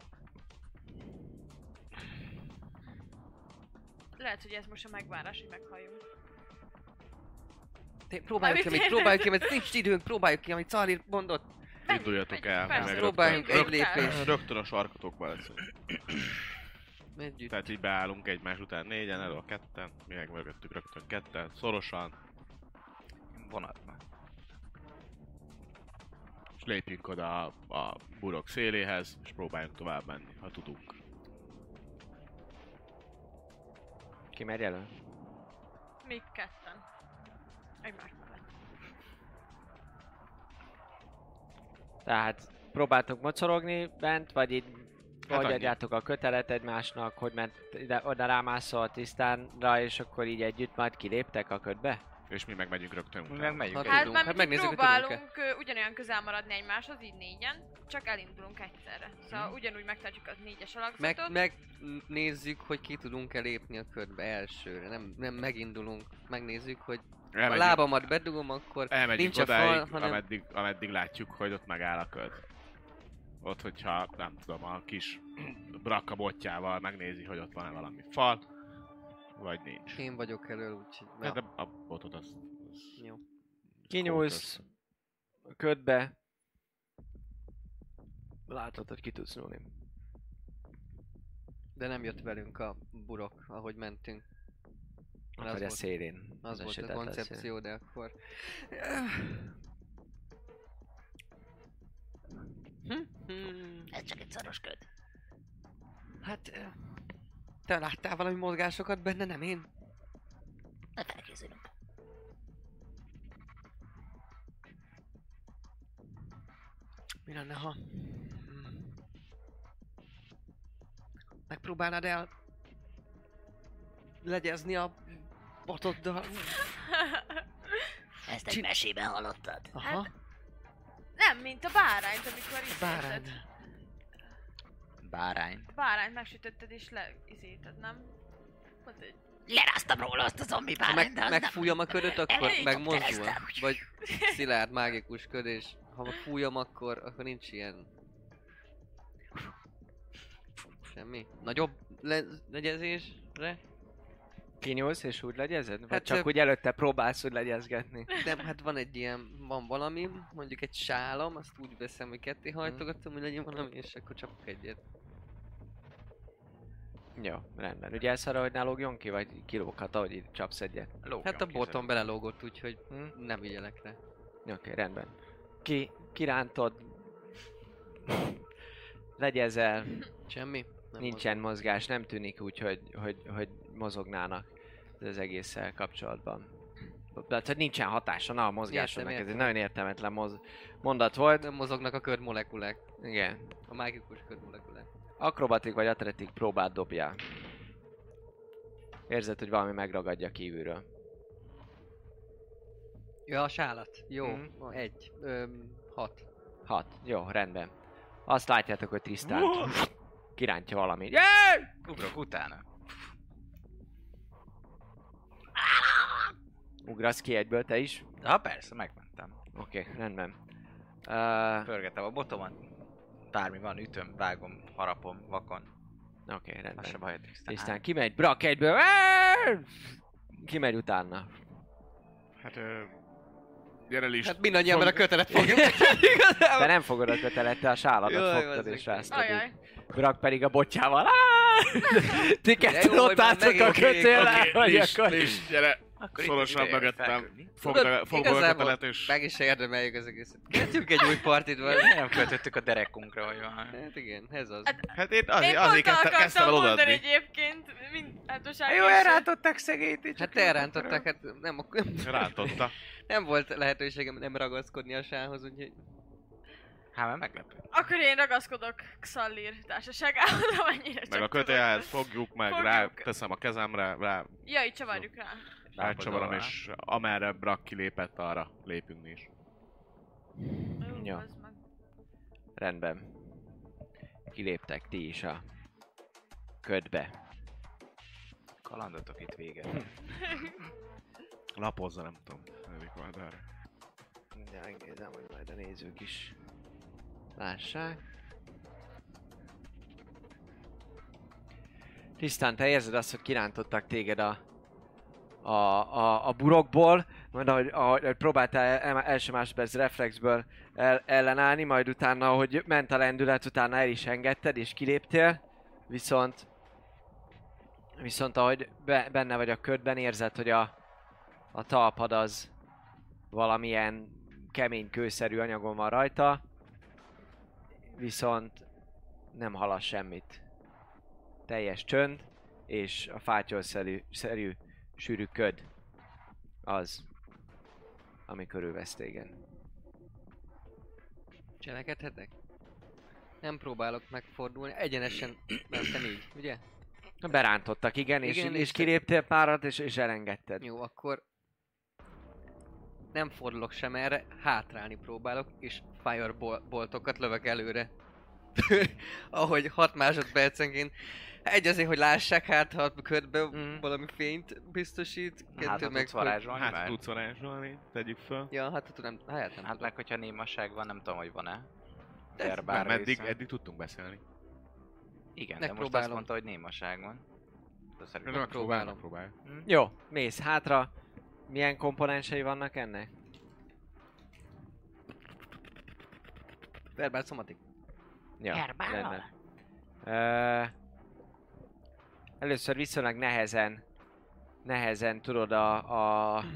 Lehet, hogy ez most a megvárás, hogy meghalljunk. Té- próbáljuk ki, Amit amit próbáljuk ki, mert nincs időnk, próbáljuk ki, amit Szalir mondott. Induljatok menjünk, el, persze. meg Próbáljunk rögtön, egy lépést. rögtön a sarkatokba lesz. Együtt. Tehát így beállunk egymás után négyen, elő a ketten, mi meg mögöttük rögtön ketten, szorosan, Vonatban. és lépjünk oda a, a burok széléhez, és próbáljunk tovább menni, ha tudunk. Ki megy elő? Még ketten. Egymás mellett. Tehát próbáltok mocorogni bent, vagy így Hát hogy annyi. adjátok a kötelet egymásnak, hogy ment ide, oda rámászol tisztánra, és akkor így együtt majd kiléptek a ködbe? És mi meg megyünk rögtön Mi utána. meg megyünk. Hát egy- Hát tudunk. már Hát mi megnézzük, hogy tudunk-e. próbálunk ö, ugyanolyan közel maradni egymáshoz, így négyen, csak elindulunk egyszerre. Szóval ugyanúgy megtartjuk az négyes alakzatot. Meg, megnézzük, hogy ki tudunk-e lépni a körbe elsőre. Nem, nem megindulunk. Megnézzük, hogy ha a Elmegyünk, lábamat bedugom, akkor elmegyünk nincs a odáig, fal, hanem... ameddig, ameddig látjuk, hogy ott megáll a köd. Ott, hogyha nem tudom, a kis brakka botjával megnézi, hogy ott van-e valami fal, vagy nincs. Én vagyok elől, úgyhogy... Hát Ja. de a botot az... az Jó. Kinyúlsz a ködbe. Látod, hogy ki tudsz nyúlni. De nem jött velünk a burok, ahogy mentünk. Ott Az vagy a volt- szélén. Az volt a sötétlen koncepció, de akkor... Hm? Hm. Ez csak egy szaros köd. Hát... ö, Te láttál valami mozgásokat benne, nem én? Ne felkészülünk. Mi lenne, ha... Hmm. Megpróbálnád el... legyezni a botoddal? Ezt egy Csin- mesében hallottad? Aha, Nem, mint a bárányt, amikor is bárány. Bárányt. Bárányt megsütötted és leizéted, nem? Volt egy... Leráztam róla azt a zombi Ha bárányt, de meg, az megfújom a ködöt, akkor Elég megmozdul. keresztem. Vagy szilárd, mágikus köd, és ha fújom, akkor, akkor nincs ilyen... Semmi? Nagyobb le- legyezésre? Kinyúlsz és úgy legyezed? Vagy Hát, csak ö- úgy előtte próbálsz úgy legyezgetni? Nem, hát van egy ilyen, van valami, mondjuk egy sálam, azt úgy veszem, hogy ketté hajtogatom, hogy legyen valami, és akkor csapok egyet. Jó, rendben. Ügyelsz arra, hogy ne lógjon ki, vagy kilóghat, ahogy így csapsz egyet? Lógjon Hát a ki, boton szerintem. belelógott, úgyhogy Hm? nem vigyelek rá. Oké, okay, rendben. Ki, kirántod. Legyezel, Semmi? Nem nincsen mozgás, nem tűnik úgy, hogy, hogy, hogy mozognának az egésszel kapcsolatban. Tehát, hogy nincsen hatása, na a mozgásodnak, Értem, ez egy értem. nagyon értelmetlen moz- mondat volt. Nem mozognak a ködmolekulák. Igen. A mágikus ködmolekulák. Akrobatik vagy atletik próbát dobjál. Érzed, hogy valami megragadja kívülről. Ja, a sálat. Jó, Mhm. mm. egy. Öm, hat. Hat. Jó, rendben. Azt látjátok, hogy Tristan kirántja valami. Ugrok utána. Ugrasz ki egyből te is. Ha persze, megmentem. Oké, okay, rendben. Uh, Pörgetem a botomat. Bármi van, ütöm, vágom, harapom, vakon. Oké, okay, Az rendben. se baj, hogy Tristan. Tristan kimegy, Brak egyből. Kimegy utána. Hát... Ö, gyere List. Hát mindannyian a kötelet fogjuk. Te nem fogod a kötelet, te a sáladat Jaj, fogtad az és meg- ráztad. Ajaj. Brak pedig a botjával. Ti De kettő jó, hogy ott már álltok a megint kötéllel, Oké, vagy List, akkor... List, gyere! Akkor Szorosabb itt mögöttem. felkülni. Fogd Tudod, a- fogd a igazából kötelet és... Meg is érdemeljük az egészet. Kezdjünk egy új partit, vagy? Nem költöttük a derekunkra, vagy van. Hát igen, ez az. Hát, Hát én Én azért, pont azért kezdtem, kezdtem el akartam mondani odaadni. egyébként, mind, hát most Jó, elrántották szegélyt, így Hát csak elrántották, hát nem, Rántotta. nem volt lehetőségem nem ragaszkodni a sához, úgyhogy... Hát már meglepő. Akkor én ragaszkodok Xallir társaságához, amennyire csak Meg a tudok. kötélyhez fogjuk meg, Fogjuk. rá teszem a kezemre, rá Ja, így csavarjuk rá. rácsavarom, és amerre Brak kilépett, arra lépünk mi is. Jó, Ja. az meg. Rendben. Kiléptek ti is a ködbe. Kalandotok itt vége. Lapozza, nem tudom. Nevik majd erre. De megnézem, hogy majd a nézők is lássák. Tisztán, te érzed azt, hogy kirántottak téged a, a, a, a burokból, majd ahogy, ahogy próbáltál el, első másodperc reflexből el, ellenállni, majd utána, ahogy ment a lendület, utána el is engedted és kiléptél, viszont Viszont ahogy be, benne vagy a ködben, érzed, hogy a, a talpad az valamilyen kemény kőszerű anyagon van rajta, viszont nem hallasz semmit. Teljes csönd, és a fátyolszerű szerű, sűrű köd az, ami körülvesz téged. Cselekedhetek? Nem próbálok megfordulni, egyenesen mentem így, ugye? Berántottak, igen, igen és, Igen, és, és- kiléptél párat, és, és elengedted. Jó, akkor nem fordulok sem erre, hátrálni próbálok, és fireboltokat lövök előre. Ahogy hat másodpercenként. Egy azért, hogy lássák, hát ha a ködbe Mm. valami fényt biztosít. Hát, Kettő ha meg, tudsz varázsolni Hát már? tudsz varázsolni, tegyük föl. Ja, hát tudom, hát nem Hát tudom. meg, hogyha némaság van, nem tudom, hogy van-e. De Verbál Nem, eddig, részen. eddig tudtunk beszélni. Igen, de most azt megpróbálom. mondta, hogy némaság van. De szerintem Megpróbálom. Megpróbálj. Jó, mész hátra. Milyen komponensei vannak ennek? Verbál szomatik. Ja, Herbállal? rendben. Ö, először viszonylag nehezen, nehezen tudod a... a...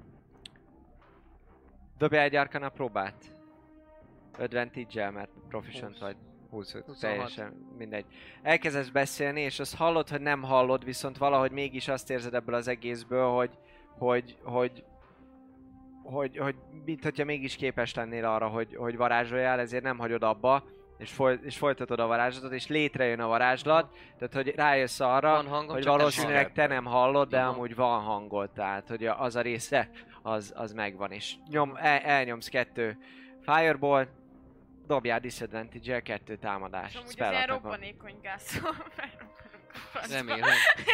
Dobjál egy Arcana próbát. Advantage-el, mert proficient húsz. vagy. húsz, huszonhat. teljesen mindegy. Elkezdesz beszélni, és azt hallod, hogy nem hallod, viszont valahogy mégis azt érzed ebből az egészből, hogy, hogy, hogy, hogy, hogy mint hogyha mégis képes lennél arra, hogy, hogy varázsoljál, ezért nem hagyod abba, és, foly, és folytatod a varázslatot, és létrejön a varázslat, tehát hogy rájössz arra, Van hangom, hogy csak nem valószínűleg hallom. te nem hallod, de Aha. amúgy van hangod, tehát hogy a- az a része, az, az megvan, és nyom, el, elnyomsz kettő Fireball, dobjál disadvantage-el kettő És támadás. amúgy ez spell ilyen attack-on. robbanékony gáz, szóval felrobbanunk a faszba. Remélem.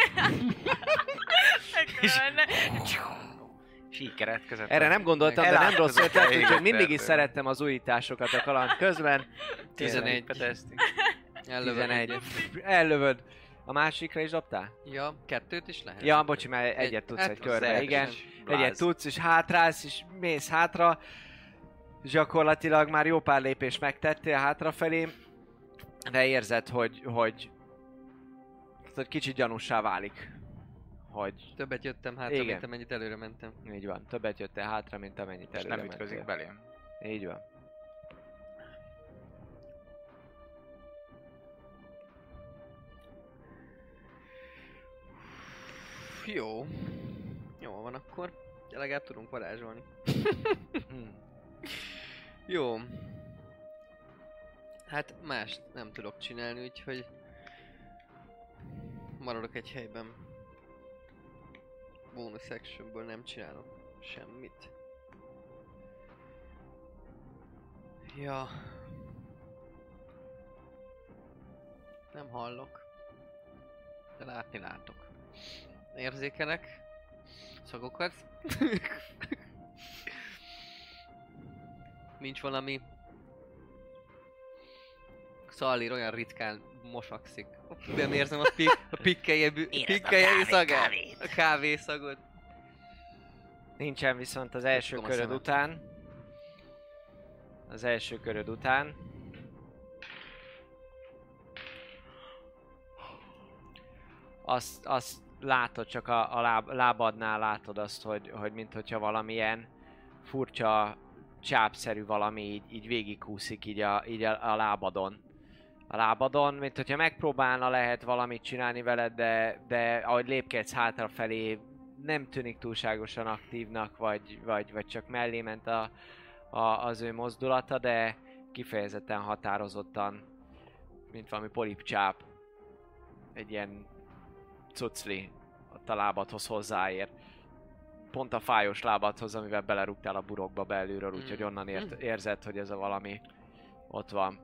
Ekkora lenne. sík keretkezett. Erre nem gondoltam, de nem Elátkozott rossz ötlet, a úgyhogy mindig is égettető. szerettem az újításokat a kaland közben. tizenegy. Peteszti. Ellövöm tizenegy. egyet. Ellövöd. A másikra is dobtál? Ja, kettőt is lehet? Ja, bocsi, mert egyet tudsz hát egy az körbe, első. igen. Bláz. Egyet tudsz, és hátrálsz, és mész hátra. És gyakorlatilag már jó pár lépést megtettél hátrafelé, de érzed, hogy, hogy, hogy kicsit gyanússá válik. Hogy Többet jöttem hátra, Igen. mint amennyit előre mentem. így van, többet jöttél hátra, mint amennyit És előre nem ütközik mentél. belém. Így van. Jó. Jó van akkor. Legalább tudunk varázsolni. Hm. Jó. Hát más nem tudok csinálni, úgyhogy maradok egy helyben. Bonus actionből nem csinálok semmit. Ja. Nem hallok. De látni látok. Érzékelek szagokat. Nincs valami... Szalír olyan ritkán mosakszik. Nem érzem a, pik, a pikkelje, bü- Érezd a pikkelje kávé- szagát. kávét. A kávé szagot. Nincsen viszont az első Tudom a köröd szemet. után. Az első köröd után. Azt, azt látod, csak a, a láb, lábadnál látod azt, hogy, hogy minthogyha valamilyen furcsa, csápszerű valami így, így végigkúszik így, a, így a, a lábadon. A lábadon, mint hogyha megpróbálna lehet valamit csinálni veled, de, de ahogy lépkedsz hátrafelé, nem tűnik túlságosan aktívnak, vagy, vagy, vagy csak mellé ment a, a, az ő mozdulata, de kifejezetten határozottan, mint valami polipcsáp, egy ilyen cucli ott a lábadhoz hozzáér. Pont a fájos lábadhoz, amivel belerúgtál a burokba belülről, úgyhogy onnan ért, érzed, hogy ez a valami ott van.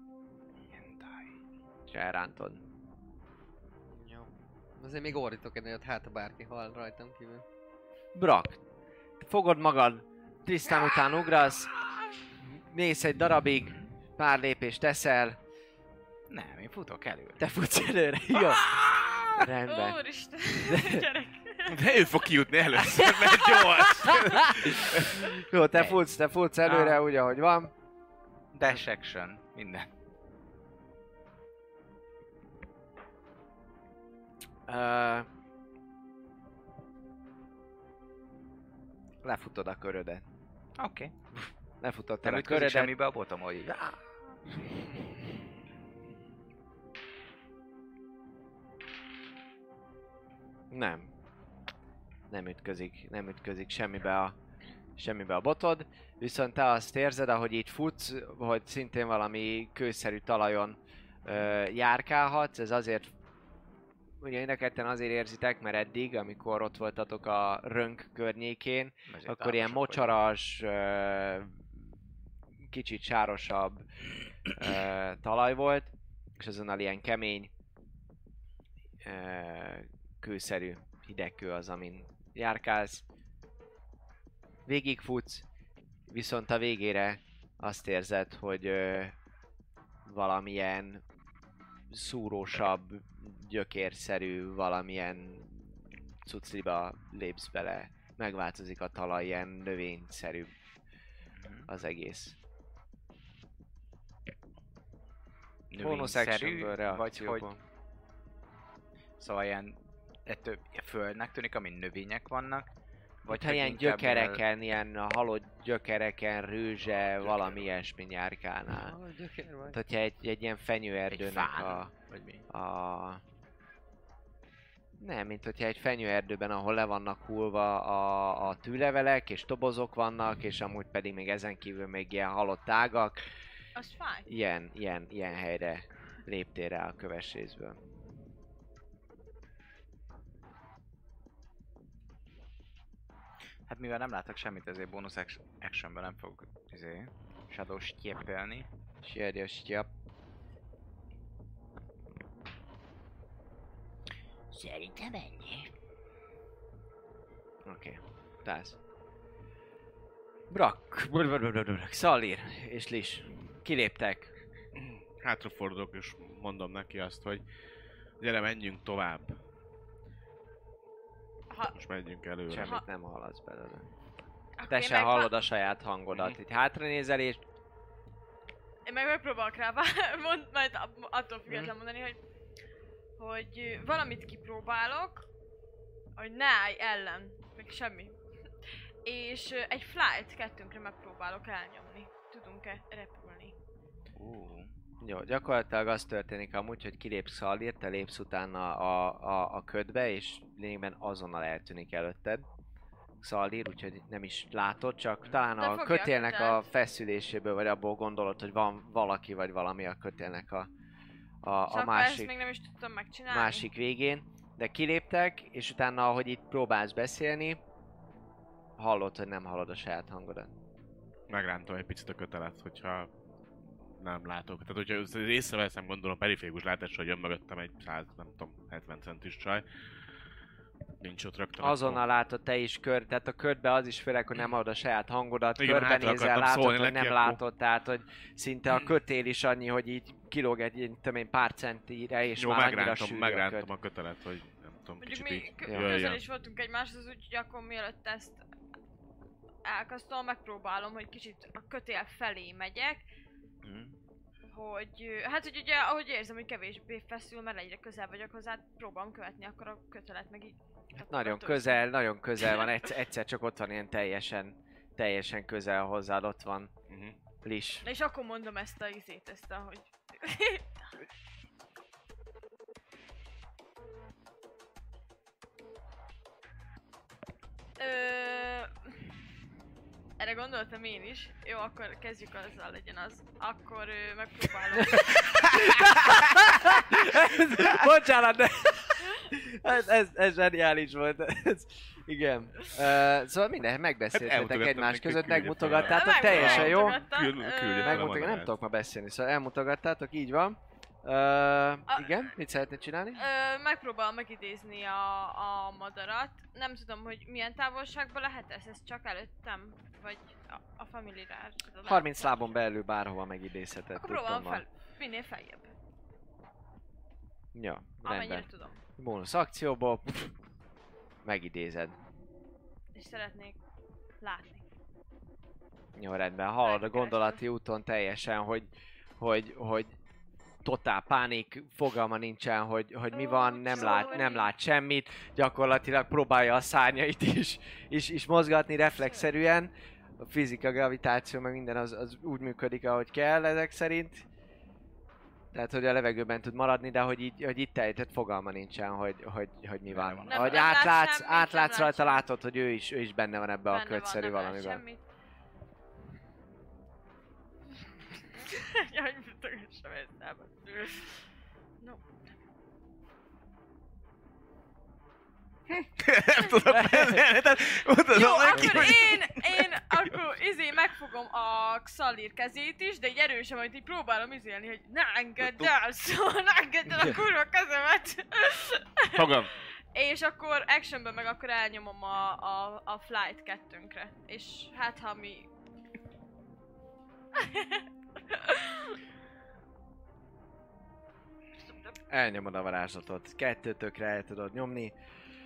És elrántod. Jó. Azért még ordítok ennél, hát ha bárki hall rajtam kívül. Brak, te fogod magad, Tristan után ugrasz, mész egy darabig, pár lépést teszel, Nem, én futok előre. te futsz előre, jó? Rendben. Úristen, gyerek. De ő fog kijutni először, mert gyors! Jó, te Egy. futsz, te futsz előre, úgy ahogy van. Dash action, minden. Ö... Lefutod a körödet. Oké. Okay. Lefutottad Nem a ütközik körödet. semmibe a botom, hogy így. Nem. Nem ütközik, nem ütközik semmibe a, semmibe a botod, viszont te azt érzed, ahogy így futsz, hogy szintén valami kőszerű talajon ö, járkálhatsz, ez azért, ugye mind a ketten azért érzitek, mert eddig, amikor ott voltatok a rönk környékén, Ezért akkor ilyen támosak mocsaras, ö, kicsit sárosabb ö, talaj volt, és azonnal ilyen kemény, ö, kőszerű hidegkő az, amin járkálsz. Végigfutsz, viszont a végére azt érzed, hogy ö, valamilyen szúrósabb, gyökérszerű, valamilyen cucliba lépsz bele. Megváltozik a talaj, ilyen növényszerű az egész. Bonus actionből Növényszerű, vagy hogy... reakcióból. Szóval ilyen, ettől ilyen földnek tűnik, amin növények vannak. Vagy ha hogy ilyen inkább gyökereken, ilyen halott gyökereken, rőzse, valami ilyesmi járkálnál. Ah, gyökér vagy. Tehát, hogyha egy, egy ilyen Egy fenyőerdőnek fán, a, vagy mi? a... Nem, mint hogyha egy fenyőerdőben, ahol le vannak hullva a, a tűlevelek, és tobozok vannak, és amúgy pedig még ezen kívül még ilyen halott ágak. Az fáj. Ilyen, ilyen, ilyen helyre léptél rá a köves részből. Hát mivel nem látok semmit, ezért bonus action- actionben nem fogok izé, shadow styeppelni. Shadow step. Szerintem ennyi. Oké, okay. Tász. Brak, Szalír és Lis kiléptek. Hátrafordulok és mondom neki azt, hogy gyere, menjünk tovább. Ha, Most menjünk előre. Semmit nem hallasz belőle. akkor Te én se meg- hallod a saját hangodat. Itt hátranézel és Én meg megpróbálok rá vá- mond, majd a- attól függetlenül mondani, hogy, hogy ö, valamit kipróbálok, hogy ne állj ellen, meg semmi. És ö, egy flight kettőnkre megpróbálok elnyomni. Tudunk-e repülni? Uh. jó, gyakorlatilag az történik amúgy, hogy kilépsz Szalír, te lépsz utána a, a, a ködbe, és lényegben azonnal eltűnik előtted Szalír, úgyhogy nem is látod, csak talán De a fogja a kötélnek a kötelt. feszüléséből, vagy abból gondolod, hogy van valaki, vagy valami a kötélnek a, a, És a akkor ezt másik, még nem is tudtam megcsinálni. másik végén. De kiléptek, és utána, ahogy itt próbálsz beszélni, hallod, hogy nem hallod a saját hangodat. Megrántom egy picit a kötelet, hogyha nem látok. Tehát, hogyha ezt észreveszem, gondolom periférikus látás, hogy jön mögöttem egy száz, nem tudom, hetven centis csaj. Nincs ott rögtön. Azonnal látod te is kör, tehát a körbe az is főleg, hogy nem hallod a saját hangodat, Igen, hátra körbenézel, akartam látod, szólni hogy neki, nem akkor- látod, tehát hogy szinte a kötél is annyi, hogy így kilóg egy ilyen, tudom én, pár centire, és Jó, már annyira megrántom, sűrű megrántom a köt. a kötelet, hogy nem tudom, Mondjuk kicsit mi így kö- jöjjön. közel is voltunk egymáshoz, úgyhogy akkor mielőtt ezt elkezdtem, megpróbálom, hogy kicsit a kötél felé megyek, Mm. hogy ö, hát hogy ugye ahogy érzem, hogy kevésbé feszül, mert egyre közel vagyok hozzá, próbálom követni akkor a kötelet meg így. Hát nagyon akkor közel, nagyon közel van, egyszer, egyszer csak ott van ilyen teljesen, teljesen közel hozzád, ott van Mhm. Lis. Na és akkor mondom ezt a izét, ezt a, hogy... Ö... Erre gondoltam én is. Jó, akkor kezdjük azzal, legyen az. Akkor ö, megpróbálom. Bocsánat, de ez, ez, ez zseniális volt. Ez, igen. Uh, szóval minden, megbeszéltetek elmutogattam egymás neki, között, küldje megmutogattátok, Meg- teljesen jó. megmutogattam, Küld- ö, küldje fel. Megmutatjuk, nem Magyarázat. tudok ma beszélni, szóval elmutogattátok, így van. Uh, igen, mit szeretnéd csinálni? Ö, megpróbálom megidézni a, a madarat. Nem tudom, hogy milyen távolságban lehet ez, ez csak előttem, vagy a, a familiár. harminc lábon belül bárhova megidézheted. Akkor próbálom tudtommal. fel, minél feljebb. Ja, Amennyire rendben. tudom. Bónusz akcióból pff, megidézed. És szeretnék látni. Jó, rendben. Hallod a Megkerestem. gondolati úton teljesen, hogy, hogy, hogy totál pánik, fogalma nincsen, hogy, hogy mi Ó, van, nem lát, nem Csori. lát semmit, gyakorlatilag próbálja a szárnyait is, is, is mozgatni reflexzerűen. A fizika, gravitáció, meg minden az, az úgy működik, ahogy kell ezek szerint. Tehát, hogy a levegőben tud maradni, de hogy így, hogy itt ejtett fogalma nincsen, hogy, hogy, hogy mi van. Nem- Ahogy nem lát átlátsz, semmit, átlátsz nem rajta, lát látod, hogy ő is, ő is benne van ebbe a Benne van, kötszerű nem lát valamiben. semmit. Jaj, mutogassam ezt el. No. Nem tudok beszélni, tehát mutatom Jó, neki, akkor hogy- én, én akkor izé megfogom a Xalir kezét is, de így erősen, hogy így próbálom izélni, hogy ne engedd el, szóval ne engedd el a kurva kezemet. Fogom. És akkor actionben meg akkor elnyomom a, a, a flight kettőnkre. És hát ha mi... Elnyomod a varázslatot, kettőtökre el tudod nyomni.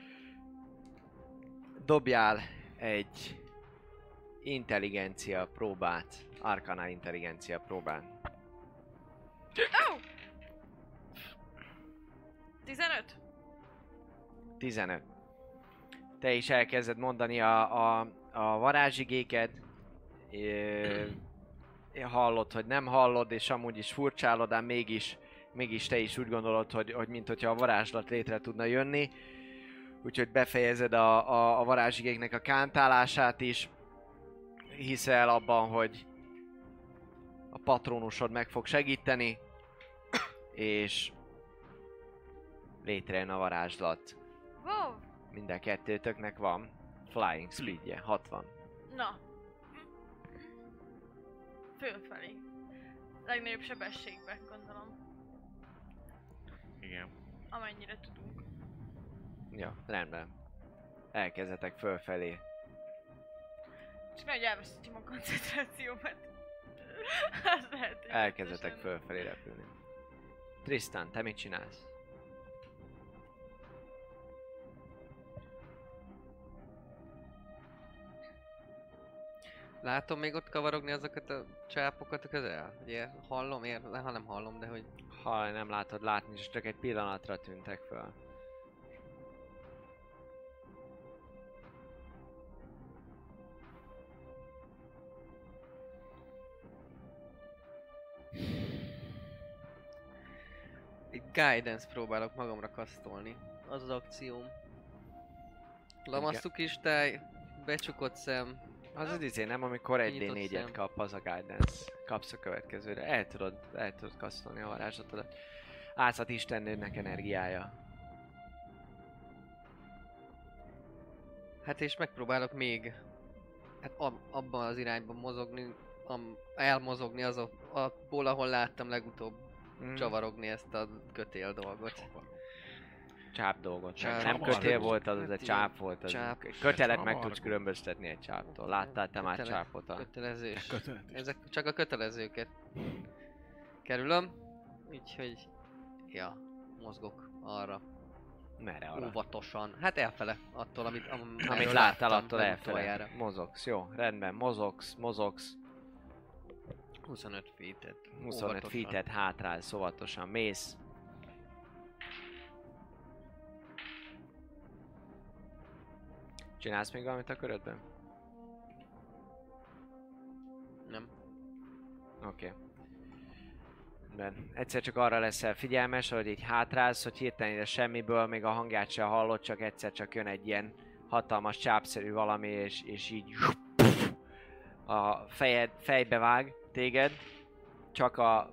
Dobjál egy intelligencia próbát, arkana intelligencia próbát. Oh! tizenöt? tizenöt. Te is elkezded mondani a, a, a varázsigéket. Ö, hallod, hogy nem hallod, és amúgy is furcsálod, de mégis, mégis te is úgy gondolod, hogy, hogy mint hogyha a varázslat létre tudna jönni. Úgyhogy befejezed a, a, a varázsigéknek a kántálását is. Hiszel abban, hogy a patronusod meg fog segíteni, és létrejön a varázslat. Wow! Mind a kettőtöknek van flying speedje, hatvan. Na. Fölfelé. Legnagyobb sebességbe, gondolom. Igen. Amennyire tudunk. Ja, rendben. Elkezdetek fölfelé. Csak nehogy elveszítjem a koncentrációmat. Az lehet, hogy Elkezdetek vicces fölfelé repülni. Tristan, te mit csinálsz? Látom még ott kavarogni azokat a csápokat a közel? Ugye hallom, ér, ha nem hallom, de hogy... Ha nem látod látni, és csak egy pillanatra tűntek föl. Egy guidance próbálok magamra kasztolni. Az az akcióm. Lamasztú kristály, becsukott szem. Az az izé nem, amikor egy dé Kinyitott négyet szem. kap, az a guidance. Kapsz a következőre. El tudod, el tudod kasztolni a varázslatodat. Átszat istennőnek energiája. Hát és megpróbálok még hát ab, abban az irányban mozogni, am, elmozogni az a, abból, ahol láttam legutóbb Mm. csavarogni ezt a kötél dolgot. Csáp dolgot. Csáp. Nem Csavar. kötél volt, az, az Hát egy ilyen csáp volt. Az csáp. egy kötelet meg Csavar. tudsz különböztetni egy csáptól. Láttál te már Kötele- csápot? A... Kötelezős. Kötelet is. Ezek csak a kötelezőket kerülöm. Úgyhogy, ja, mozgok arra. Merre arra? Óvatosan. Hát elfele, attól, amit, am, Amit erről láttál, láttam attól legutoljára. elfele. Mozogsz, jó, rendben, mozogsz, mozogsz. huszonöt feet-et. huszonöt óvatosan. feet-et hátrálsz, óvatosan mész. Csinálsz még valamit a körödben? Nem. Oké. Okay. Ben. Egyszer csak arra leszel figyelmes, hogy így hátrálsz, hogy hirtelen ide semmiből, még a hangját sem hallod, csak egyszer csak jön egy ilyen hatalmas csápszerű valami, és, és így a fejed, fejbe vág téged, csak a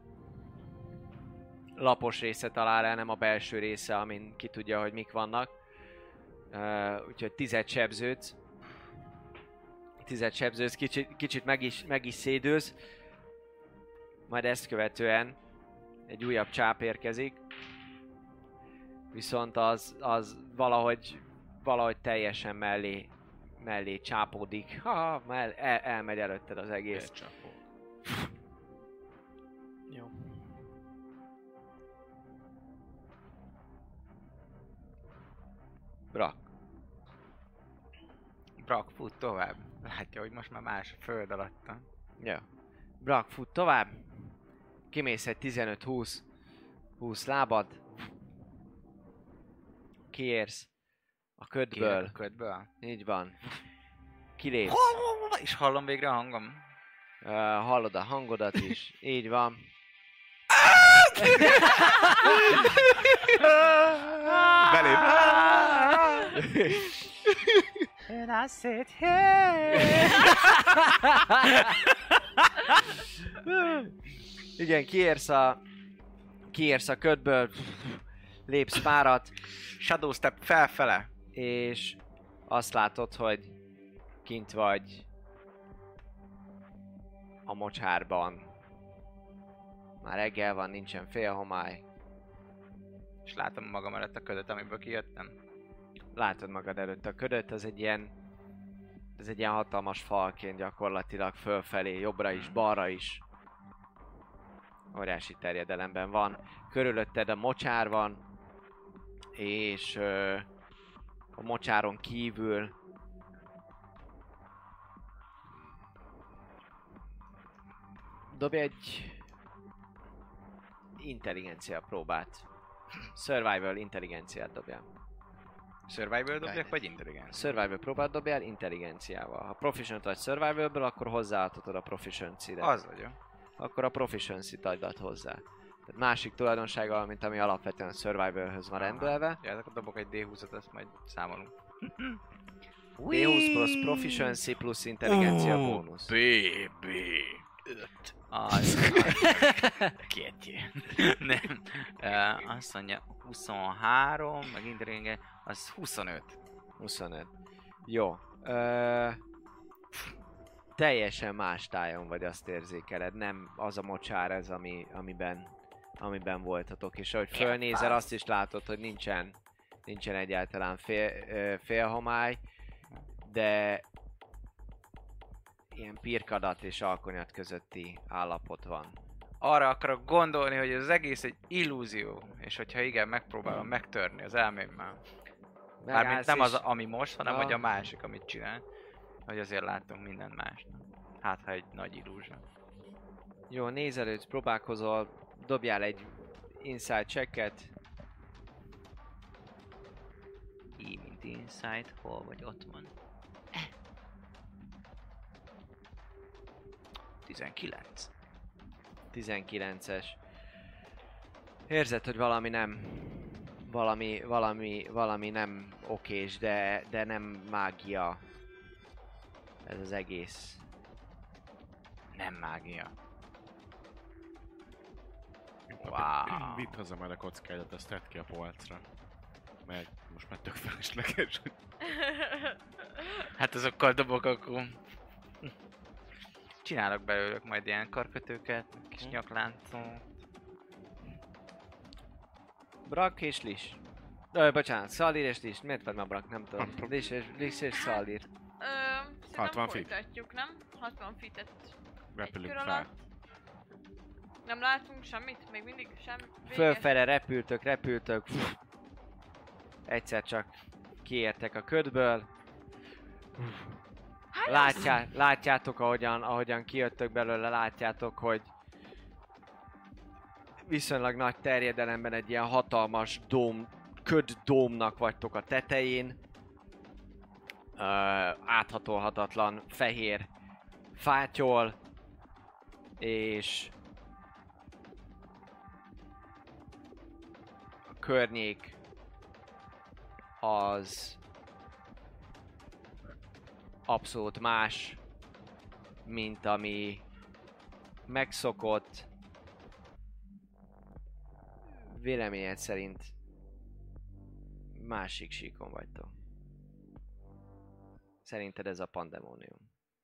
lapos része talál el, nem a belső része, amin ki tudja, hogy mik vannak. Uh, úgyhogy tized sebződsz. Tized sebződsz, kicsit, kicsit meg, is, meg is szédülsz. Majd ezt követően egy újabb csáp érkezik. Viszont az, az valahogy, valahogy teljesen mellé, mellé csápódik. Ha, mell, el, elmegy előtted az egész. Csapó. Jó. Brak. Brak fut tovább. Látja, hogy most már más a föld alatta. Ja. Brak fut tovább. Kimész egy tizenöt húsz húsz lábad. Kiérsz a ködből. Kiérek a ködből? Így van. Kilépsz. És hallom végre a hangom. Uh, hallod a hangodat is. Így van. Belép. And I said, hey! Igen, kiérsz a... Kiérsz a ködből. Lépsz párat. Shadow step felfele. És azt látod, hogy kint vagy a mocsárban. Már reggel van, nincsen félhomály. És látom magam előtt a ködöt, amiből kijöttem. Látod magad előtt a ködöt, az egy ilyen... Ez egy ilyen hatalmas falként gyakorlatilag fölfelé, jobbra is, balra is. Óriási terjedelemben van. Körülötted a mocsár van. És... Ö, a mocsáron kívül dobj egy intelligencia próbát. Survival intelligenciát dobjál. Survival dobjak, vagy intelligens? Survival próbát dobjál intelligenciával. Ha proficient vagy survivalből, akkor hozzáadhatod a proficiency-re. Az vagyok. Akkor a proficiency-t add hozzá. Tehát másik tulajdonsága, mint ami alapvetően a survivalhöz van rendelve. Ja, akkor dobok egy dé húszat, azt majd számolunk. dé húsz plusz proficiency plusz intelligencia bónusz. Baby. öt. Az... Két. Nem. Uh, azt mondja huszonhárom, meg intelligencia, az huszonöt. huszonöt. Jó. Ö... Teljesen más tájon vagy, azt érzékeled. Nem az a mocsár ez, ami, amiben, amiben voltatok. És ahogy fölnézel, azt is látod, hogy nincsen, nincsen egyáltalán fél, ö, félhomály, de ilyen pirkadat és alkonyat közötti állapot van. Arra akarok gondolni, hogy az egész egy illúzió, és hogyha igen, megpróbálom megtörni az elmémmel. Mármint nem az, ami most, hanem Ja. hogy a másik, amit csinál. Hogy azért látunk mindent mást. Hát, ha egy nagy illúzió. Jó, nézelődsz, próbálkozol, dobjál egy inside checket. Így, mint inside, hol vagy, ott van. tizenkilenc. tizenkilences. Érzed, hogy valami nem... Valami, valami, valami nem okés, de, de nem mágia. Ez az egész. Nem mágia. Wow. Vidd haza már a kockádat, azt tedd ki a polcra. Mert most már tök felesleges. Hát azokkal dobok akkor. Csinálok belőlük majd ilyen karkötőket, kis nyakláncot. Brak és Lis. Ö, bocsánat, Szalír és Lis. Miért vagy ma Brak? Nem tudom. Lis és, Lis és Szalír. Ö, szerintem hatvan feet. folytatjuk, nem? hatvan feet-et Repülünk egy kör fel. alatt. Nem látunk semmit? Még mindig semmi? Véges? Fölfele repültök, repültök. Egyszer csak kiértek a ködből. Látjá, látjátok, ahogyan, ahogyan kijöttök belőle, látjátok, hogy viszonylag nagy terjedelemben egy ilyen hatalmas dóm, köddómnak vagytok a tetején. Ö, áthatolhatatlan fehér fátyol, és a környék az abszolút más, mint ami megszokott. Véleményed szerint másik síkon vagytok. Szerinted ez a pandemónium?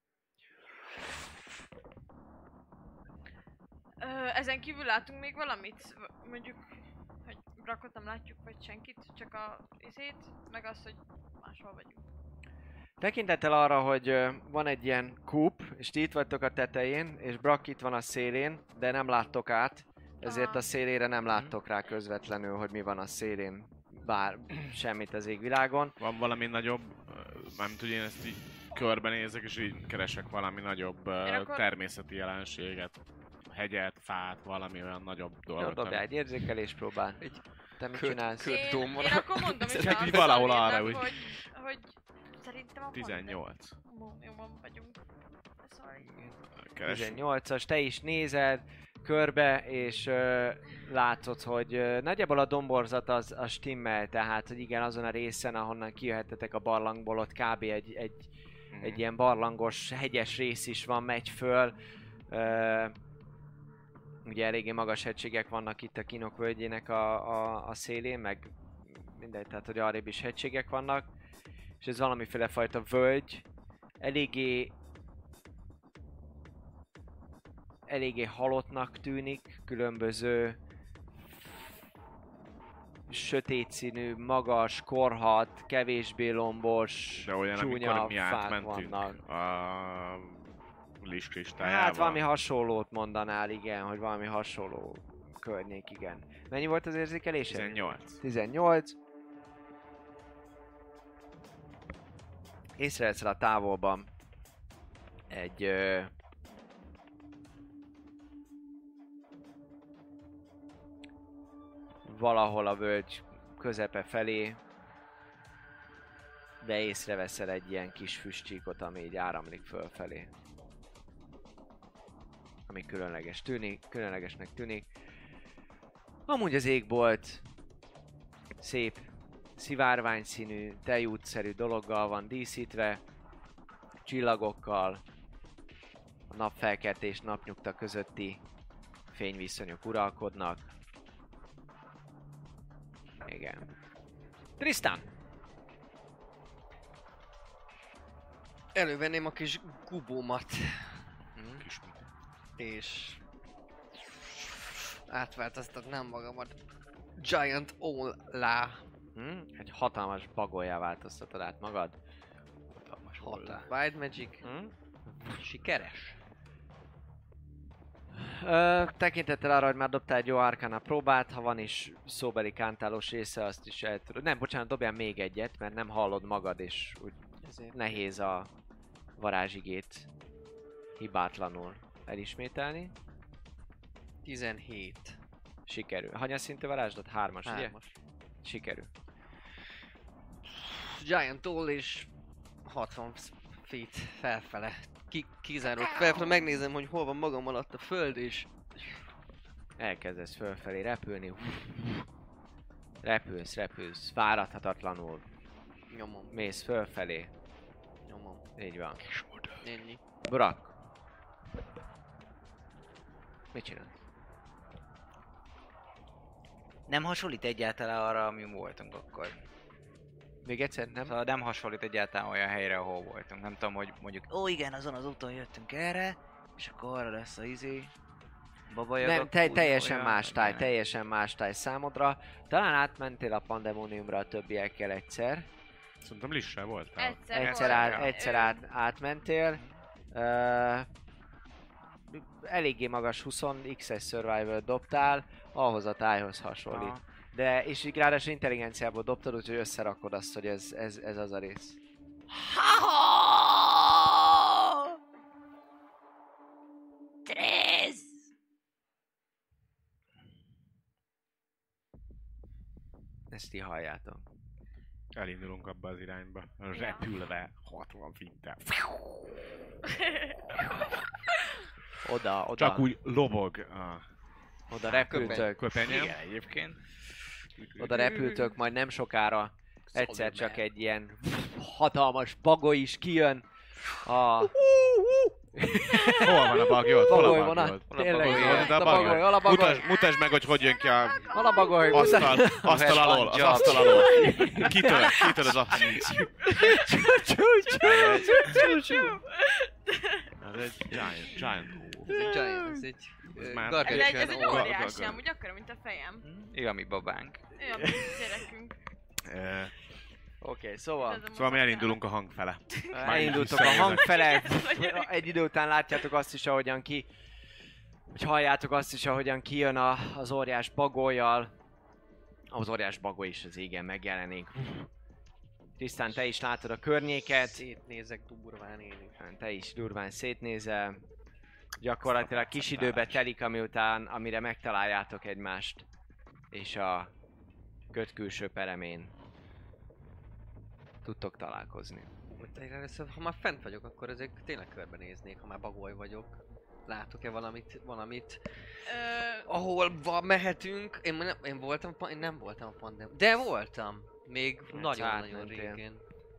Ö, ezen kívül látunk még valamit? V- Mondjuk, hogy Brakot nem látjuk, vagy senkit, csak a izét, meg azt, hogy máshol vagyunk. Tekintettel arra, hogy ö, van egy ilyen kúp, és ti itt vagytok a tetején, és Brak itt van a szélén, de nem láttok át, ezért Aha. a szélére nem láttok rá közvetlenül, hogy mi van a szélén, bár semmit az égvilágon. Van valami nagyobb, nem tudom, én ezt így körbenézek, és így keresek valami nagyobb Én uh, akkor- természeti jelenséget. hegyet, fát, valami olyan nagyobb Jó, dolgot. dobjál ami- egy érzékelés próbál. Te mit csinálsz? Én, én akkor mondom is Hát a így valahol arra, Szalvénak, úgy. hogy, hogy szerintem a tizennyolc. Jobban vagyunk. Sorry. Keresünk. tizennyolcas, te is nézed körbe, és ö, látod, hogy ö, nagyjából a domborzat az, az stimmel, tehát hogy igen, azon a részen, ahonnan kijöhettetek a barlangból, ott kb. egy, egy, Mhm. egy ilyen barlangos, hegyes rész is van, megy föl. Ö, ugye eléggé magas hegységek vannak itt a Kínok völgyének a, a, a szélén, meg mindegy, tehát hogy arrébb is hegységek vannak. És ez valamiféle fajta völgy, eléggé eléggé halottnak tűnik, különböző sötét színű, magas, korhadt, kevésbé lombos, De olyan, csúnya amikor mi fák átmentünk vannak. a Lis kristályával. Hát valami hasonlót mondanál, igen, hogy valami hasonló környék, igen. Mennyi volt az érzékelése? tizennyolc. tizennyolc. Észreveszel a távolban egy ö, valahol a völgy közepe felé, de észreveszel egy ilyen kis füstcsíkot, ami így áramlik fölfelé. Ami különleges tűnik, különlegesnek tűnik. Amúgy az égbolt szép, szivárványszínű, tejútszerű dologgal van díszítve, csillagokkal, a napfelkeltés, napnyugta közötti fényviszonyok uralkodnak. Igen. Tristan! Elővenném a kis gubómat. Kis És... átváltoztatnám magamat Giant All-lá. Hm? Egy hatalmas bagolyá változtatod át magad. Hatá. Wild Magic. Hm? Sikeres. Ö, tekintettel arra, hogy már dobtál egy jó Arcana próbát, ha van is szóbeli kántálós része, azt is el tudod. Nem, bocsánat, dobjál még egyet, mert nem hallod magad, és úgy Ezért. nehéz a varázsigét hibátlanul elismételni. tizenhét. Sikerül. Hanyas szintű varázslat? Hármas, ugye? Hármas. Sikerül. Giant All és hatvan feet felfele. Ki, kizárok felfele, megnézem, hogy hol van magam alatt a föld, és Elkezdesz fölfelé repülni. Repülsz, repülsz, fáradhatatlanul. nyomom, Mész fölfelé. nyomom. Így van. Ennyi. Burak. Mit csinál? Nem hasonlít egyáltalán arra, amin voltunk akkor. Még egyszer, nem? Szóval nem hasonlít egyáltalán olyan helyre, ahol voltunk. Nem tudom, hogy mondjuk, ó igen, azon az úton jöttünk erre, és akkor arra lesz a izé, babajagak. Nem, te, úgy teljesen olyan, más táj, igen. teljesen más táj számodra. Talán átmentél a pandemóniumra a többiekkel egyszer. Szerintem Lissel voltál. Egyszer, Egyszer, volt. át, egyszer át, átmentél. Uh, eléggé magas húsz x-es survival dobtál, ahhoz a tájhoz hasonlít. Aha. De, és így ráadásul intelligenciából dobtad, úgyhogy összerakod azt, hogy ez, ez, ez az a rész. Trész! Ezt ti halljátok. Elindulunk abba az irányba. Repülve hatvan fittel. Oda, oda, Csak úgy lobog a oda repültök. köpenyem. Igen, egyébként. Oda repültök, majd nem sokára egyszer csak egy ilyen hatalmas bagoly is kijön a Hol van a bagyod? Hol a bagoly bagyod? vonat. Tényleg, bagoly? hol De a bagoly, hol a bagoly, Mutasd, mutasd meg, hogy hogy jön ki a hol a bagoly, asztal, asztal alól, az asztal alól. Kitör, kitör az asztal. Ez egy giant, giant hó. Ez egy giant, ez egy Ez ö, már- Ez egy, ez gargantuan egy all. óriási, amúgy akkora, mint a fejem. Igen, mi babánk. Olyan, mint a gyerekünk. Eh, Oké, okay, szóval Ez a Szóval mi elindulunk a hang fele. elindultok a hang fele, egy idő után látjátok azt is, ahogyan ki, hogy halljátok azt is, ahogyan kijön a, az óriás bagollyal. Az óriás bagoly is az égen megjelenik. Tisztán te is látod a környéket, Szétnézek durván én is. te is durván szétnézel. Gyakorlatilag kis időbe telik, amiután, amire megtaláljátok egymást. És a köt külső peremén tudtok találkozni. Én először, ha már fent vagyok, akkor ezek tényleg körbenéznék, ha már bagoly vagyok. Látok-e valamit, valamit, Ö, ahol va- mehetünk? Én, nem, én voltam, pa- én nem voltam a pandémia. De voltam! Még Hát nagyon-nagyon átmentél. régen.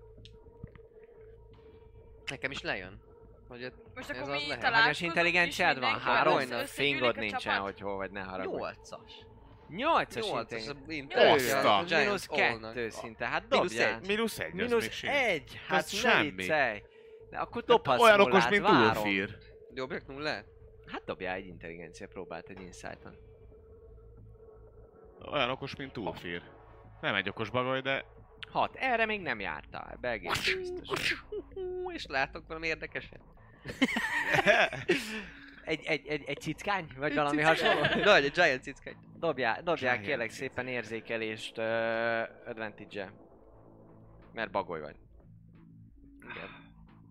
Nekem is lejön. Hogy ez most ez akkor az mi lehet. találkozunk, Hányas intelligenciád és van? mindenki Három? Majdnem. összegyűlik Fingod a nincsen, csapat? hogy hol vagy, ne haragudj. Nyolcas. Nyolcas Nyolcas, intelligencia. intelligencia. Azt a- Mínusz kettő szinte, hát Mínusz dobjál. egy. Mínusz egy, az Mínusz még semmi. egy, hát Az ne semmi. viccelj. De akkor dobhatsz Olyan nullát, okos, mint várom. Ulfir. Dobjak nullát? Hát dobjál egy intelligencia próbált egy insight-on. Olyan okos, mint Ulfir. Nem egy okos bagoly, de... Hat, erre még nem jártál, ebbe egész biztos. És látok valami érdekeset? Egy, egy, egy, egy cickány? Vagy valami hasonló? Nagy, egy giant cickány. Dobjál, dobjál Giant kérlek cickány. szépen érzékelést uh, advantage-e. Mert bagoly vagy. Igen.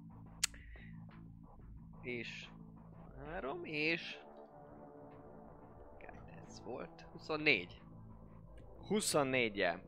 És... Három, és... Ez volt. huszonnégy. huszonnégyel.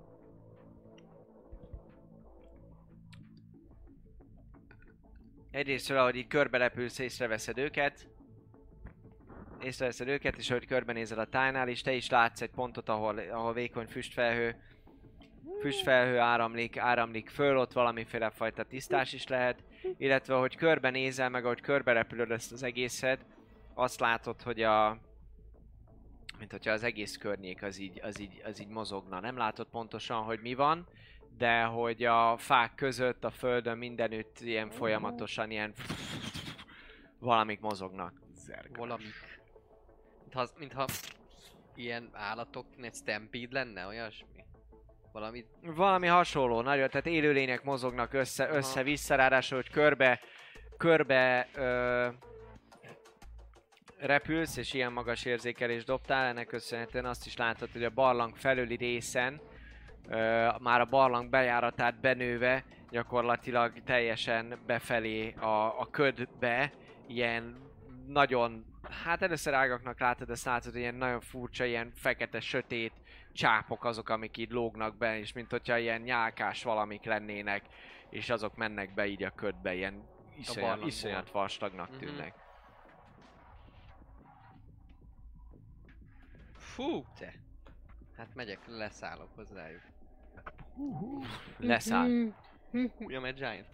Egyrésztről, ahogy így körbelepülsz, észreveszed őket. Észreveszed őket, és ahogy körbenézel a tájnál, és te is látsz egy pontot, ahol, ahol vékony füstfelhő füstfelhő áramlik, áramlik föl, ott valamiféle fajta tisztás is lehet, illetve ahogy körbenézel, meg ahogy körberepülöd ezt az egészet, azt látod, hogy a mint hogyha az egész környék az így, az így, az így mozogna. Nem látod pontosan, hogy mi van, de hogy a fák között, a földön mindenütt ilyen folyamatosan ilyen valamik mozognak. Valamik. Mintha, mintha ilyen állatok, egy stampede lenne, olyasmi? Valami... Valami hasonló, nagyon, tehát élőlények mozognak össze, Aha. össze-vissza, ráadásul, hogy körbe, körbe ö, repülsz, és ilyen magas érzékelést dobtál, ennek köszönhetően azt is látod, hogy a barlang felüli részen, ö, már a barlang bejáratát benőve, gyakorlatilag teljesen befelé a, a ködbe, ilyen nagyon, hát először ágaknak látod, ezt látod, hogy ilyen nagyon furcsa, ilyen fekete, sötét csápok azok, amik így lógnak be, és mint hogyha ilyen nyálkás valamik lennének, és azok mennek be így a ködbe, ilyen iszonyat, barlangból. iszonyat vastagnak Mhm. tűnnek. Fú, te! Hát megyek, leszállok hozzájuk. Leszáll. Ugyan egy giant.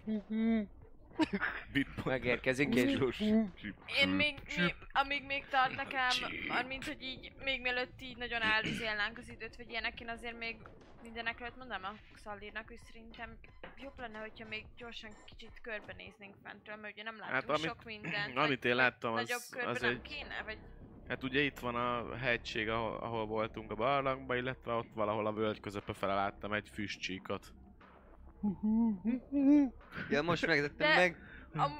Megérkezik, és Én még, mi, amíg még tart nekem, mint hogy így, még mielőtt így nagyon elvizélnánk az időt, vagy ilyenek, én azért még mindenek előtt mondom a Xallírnak, hogy szerintem jobb lenne, hogyha még gyorsan kicsit körbenéznénk fentről, mert ugye nem látunk Hát, hát, amit- sok mindent. amit én láttam, az- nagyobb körben az nem egy- kéne, vagy Hát ugye itt van a hegység, ahol, ahol voltunk a barlangban, illetve ott valahol a völgy közepén fele láttam egy füstcsíkot. Ja, most megtettem De- meg. am,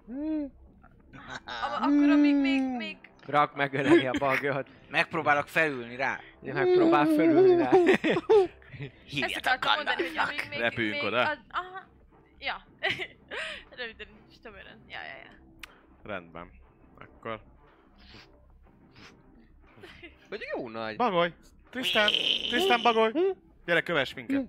am, akkor amíg még, még rak megöleli a bagot. Megpróbálok felülni rá. Megpróbál felülni rá. ezt Hívjatok akartam mondani, hogy Gandalfnak. amíg még, Repüljünk még oda? Az, aha, ja. Röviden és tömören. Ja, ja, ja. Rendben. Akkor... Vagy jó nagy. Bagoly! Tristan! Tristan, bagoly! Gyere, kövess minket!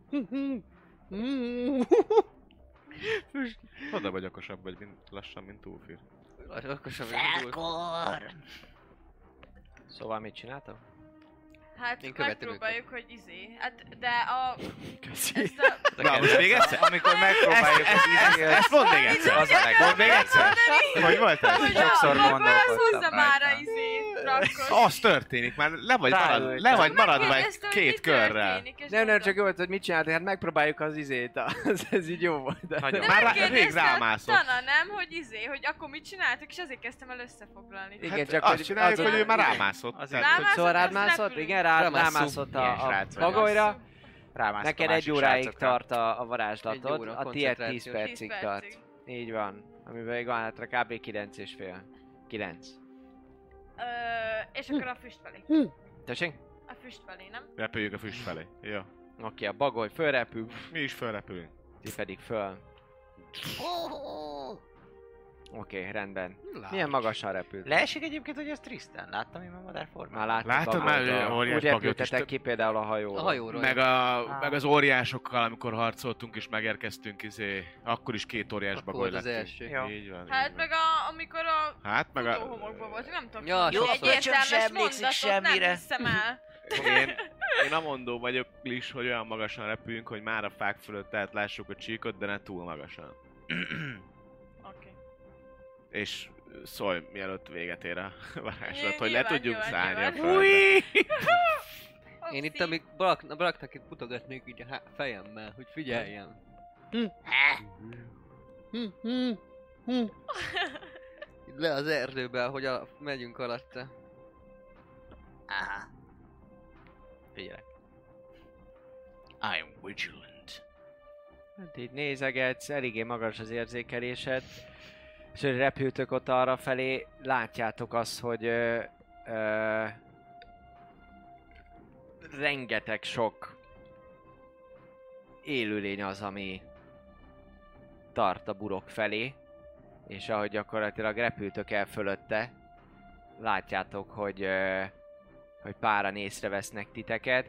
Oda vagy okosabb vagy, mint lassan, mint Ulfir. Okosabb, mint túl. Felkor! Szóval mit csináltam? Hát Én követem megpróbáljuk, hogy izé. Hát, de a... Köszi. Ezt a... Na, most még egyszer? Amikor megpróbáljuk az izé, Ezt mondd még egyszer! az a Mondd még egyszer! Hogy volt ez? Hogy Sokszor a- akkor az gondolkodtam hozza már a rajta. izé, rakkos. Az történik, már le vagy, marad, Rájöttem. le vagy maradva egy Megkérdezte, hogy két mi körrel. történik, és Nem, nem, mondom. csak jó volt, hogy mit csináltak, hát megpróbáljuk az izét, az, ez így jó volt. De Nagyon. De Már rá- megkérdezte rég rámászott. Tana, nem, hogy izé, hogy akkor mit csináltak, és azért kezdtem el összefoglalni. Igen, Hát csak azt hogy csináljuk, az- hogy ő már rámászott. Azért- Tehát, Rámászott, Szóval rád az mászott? repülünk. Igen, rád Rámásszuk. rámászott Ilyen a, a srác vagy. bagolyra. Rámászok Neked a egy másik óráig srácokra. tart a, a Egy varázslatod, óra, a tiéd tíz koncentráció. percig tíz tart. percig. Így van. Amiben még van hátra kb. kilenc és fél. kilenc. Ö, és akkor a füst felé. Tessék? A füst felé, nem? repüljük a füst felé. Jó. Oké, a bagoly fölrepül, Mi is felrepülünk. ti pedig föl. Oké, okay, rendben. Lát. Milyen magasan repült? Leesik egyébként, hogy ez Tristan? Láttam én a madár formát? Már láttad, Látod már, bagolyt, hogy óriás úgy bagolyot is repültetek több- ki például a hajóról. A hajóról. Meg, a, Ah. meg az óriásokkal, amikor harcoltunk és megérkeztünk, izé, akkor is két óriás Akkor bagoly volt az lettünk. első. Jó. Így van, Hát így meg van. a, amikor a Hát meg a... futóhomokban volt, nem tudom, Ja, ki jó, egy akkor értelmes sem emlékszik mondatot nem semmire. hiszem el. Én, én amondó vagyok is, hogy olyan magasan repüljünk, hogy már a fák fölött tehát lássuk a csíkot, de ne túl magasan. Oké. És szólj, mielőtt véget ér a varázslat, Nyilván, hogy le tudjuk nyilván, szállni a nyilván. földre. Én itt, amíg Brak, Braknak itt mutogatnék így a há- fejemmel, hogy figyeljen. Itt le az erdőbe, hogy a, megyünk alatta. Aha. Figyelek. I am vigilant. Hát így nézegetsz, eléggé magas az érzékelésed. És hogy repültök ott arra felé, látjátok azt, hogy ö, ö, rengeteg sok élőlény az, ami tart a burok felé. És ahogy gyakorlatilag repültök el fölötte, látjátok, hogy, ö, hogy páran észrevesznek titeket.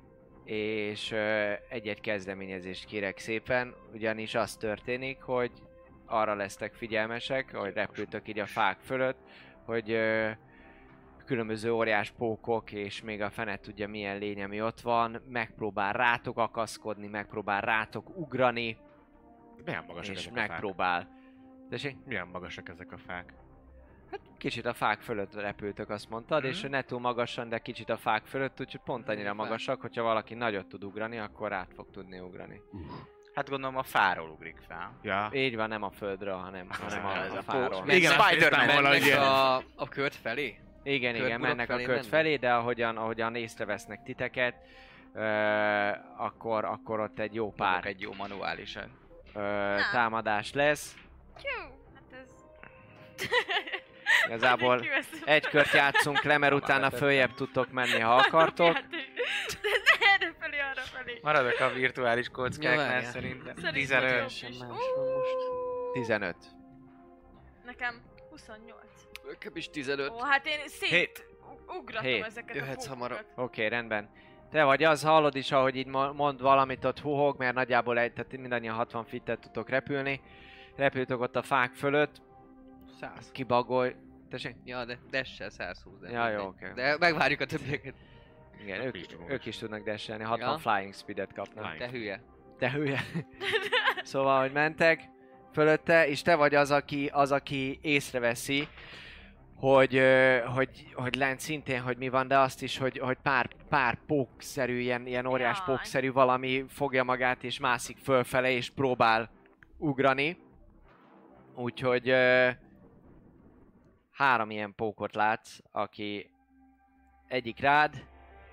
És ö, egy-egy kezdeményezést kérek szépen, ugyanis az történik, hogy arra lesztek figyelmesek, hogy repültök így a fák fölött, hogy ö, különböző óriás pókok, és még a fene tudja milyen lény, ami ott van, megpróbál rátok akaszkodni, megpróbál rátok ugrani, Milyen magasak és ezek a fák? megpróbál. Tessék? Milyen magasak ezek a fák? Hát kicsit a fák fölött repültök, azt mondtad, Mhm. és ne túl magasan, de kicsit a fák fölött, úgyhogy pont annyira Fák. magasak, hogyha valaki nagyot tud ugrani, akkor át fog tudni ugrani. Hát gondolom a fáról ugrik fel. Ja. Így van, nem a földről, hanem, hanem a, ez a a fáról. pó- Igen, azt Spider-Man hittem volna, hogy Mennek ilyen- a, a kört felé? Igen, Körburok igen, mennek a felé kört mennek? felé, de ahogyan, ahogyan észrevesznek titeket, ö, akkor, akkor ott egy jó Pár pár egy jó manuálisan. ö, támadás lesz. Jó, hát ez... Igazából Kiveszem. egy kört játszunk le, mert utána följebb tudtok menni, ha akartok. De erre felé, arra felé. Maradok a virtuális Ja, kockáknál várjál. szerintem. Szerintem tizenöt. jobb is. Más van Ú, most. tizenöt. Nekem huszonnyolc. Nekem is tizenöt. Ó, hát én szét Hét. u- ugratom Hét. ezeket Jöhetsz a pókokat. hamarabb. Oké, okay, rendben. Te vagy az, hallod is, ahogy így mo- mond valamit, ott huhog, mert nagyjából egy, tehát mindannyian hatvan fittet tudtok repülni. Repültök ott a fák fölött, száz. kibagolj. Tessék? Ja, de dash-sel százhúsz. de Ja, jó, mindegy. oké. De megvárjuk a többieket. Igen, Hát ők, mi is tudunk. ők is tudnak dashelni, hatvan Ja. flying speedet kapnak. Flying. Te hülye. Te hülye. Szóval, hogy mentek fölötte, és te vagy az, aki, az, aki észreveszi, hogy, ö, hogy, hogy lent szintén, hogy mi van, de azt is, hogy, hogy pár, pár pókszerű, ilyen, ilyen óriás Jaj. pókszerű valami fogja magát, és mászik fölfele, és próbál ugrani. Úgyhogy ö, három ilyen pókot látsz, aki egyik rád,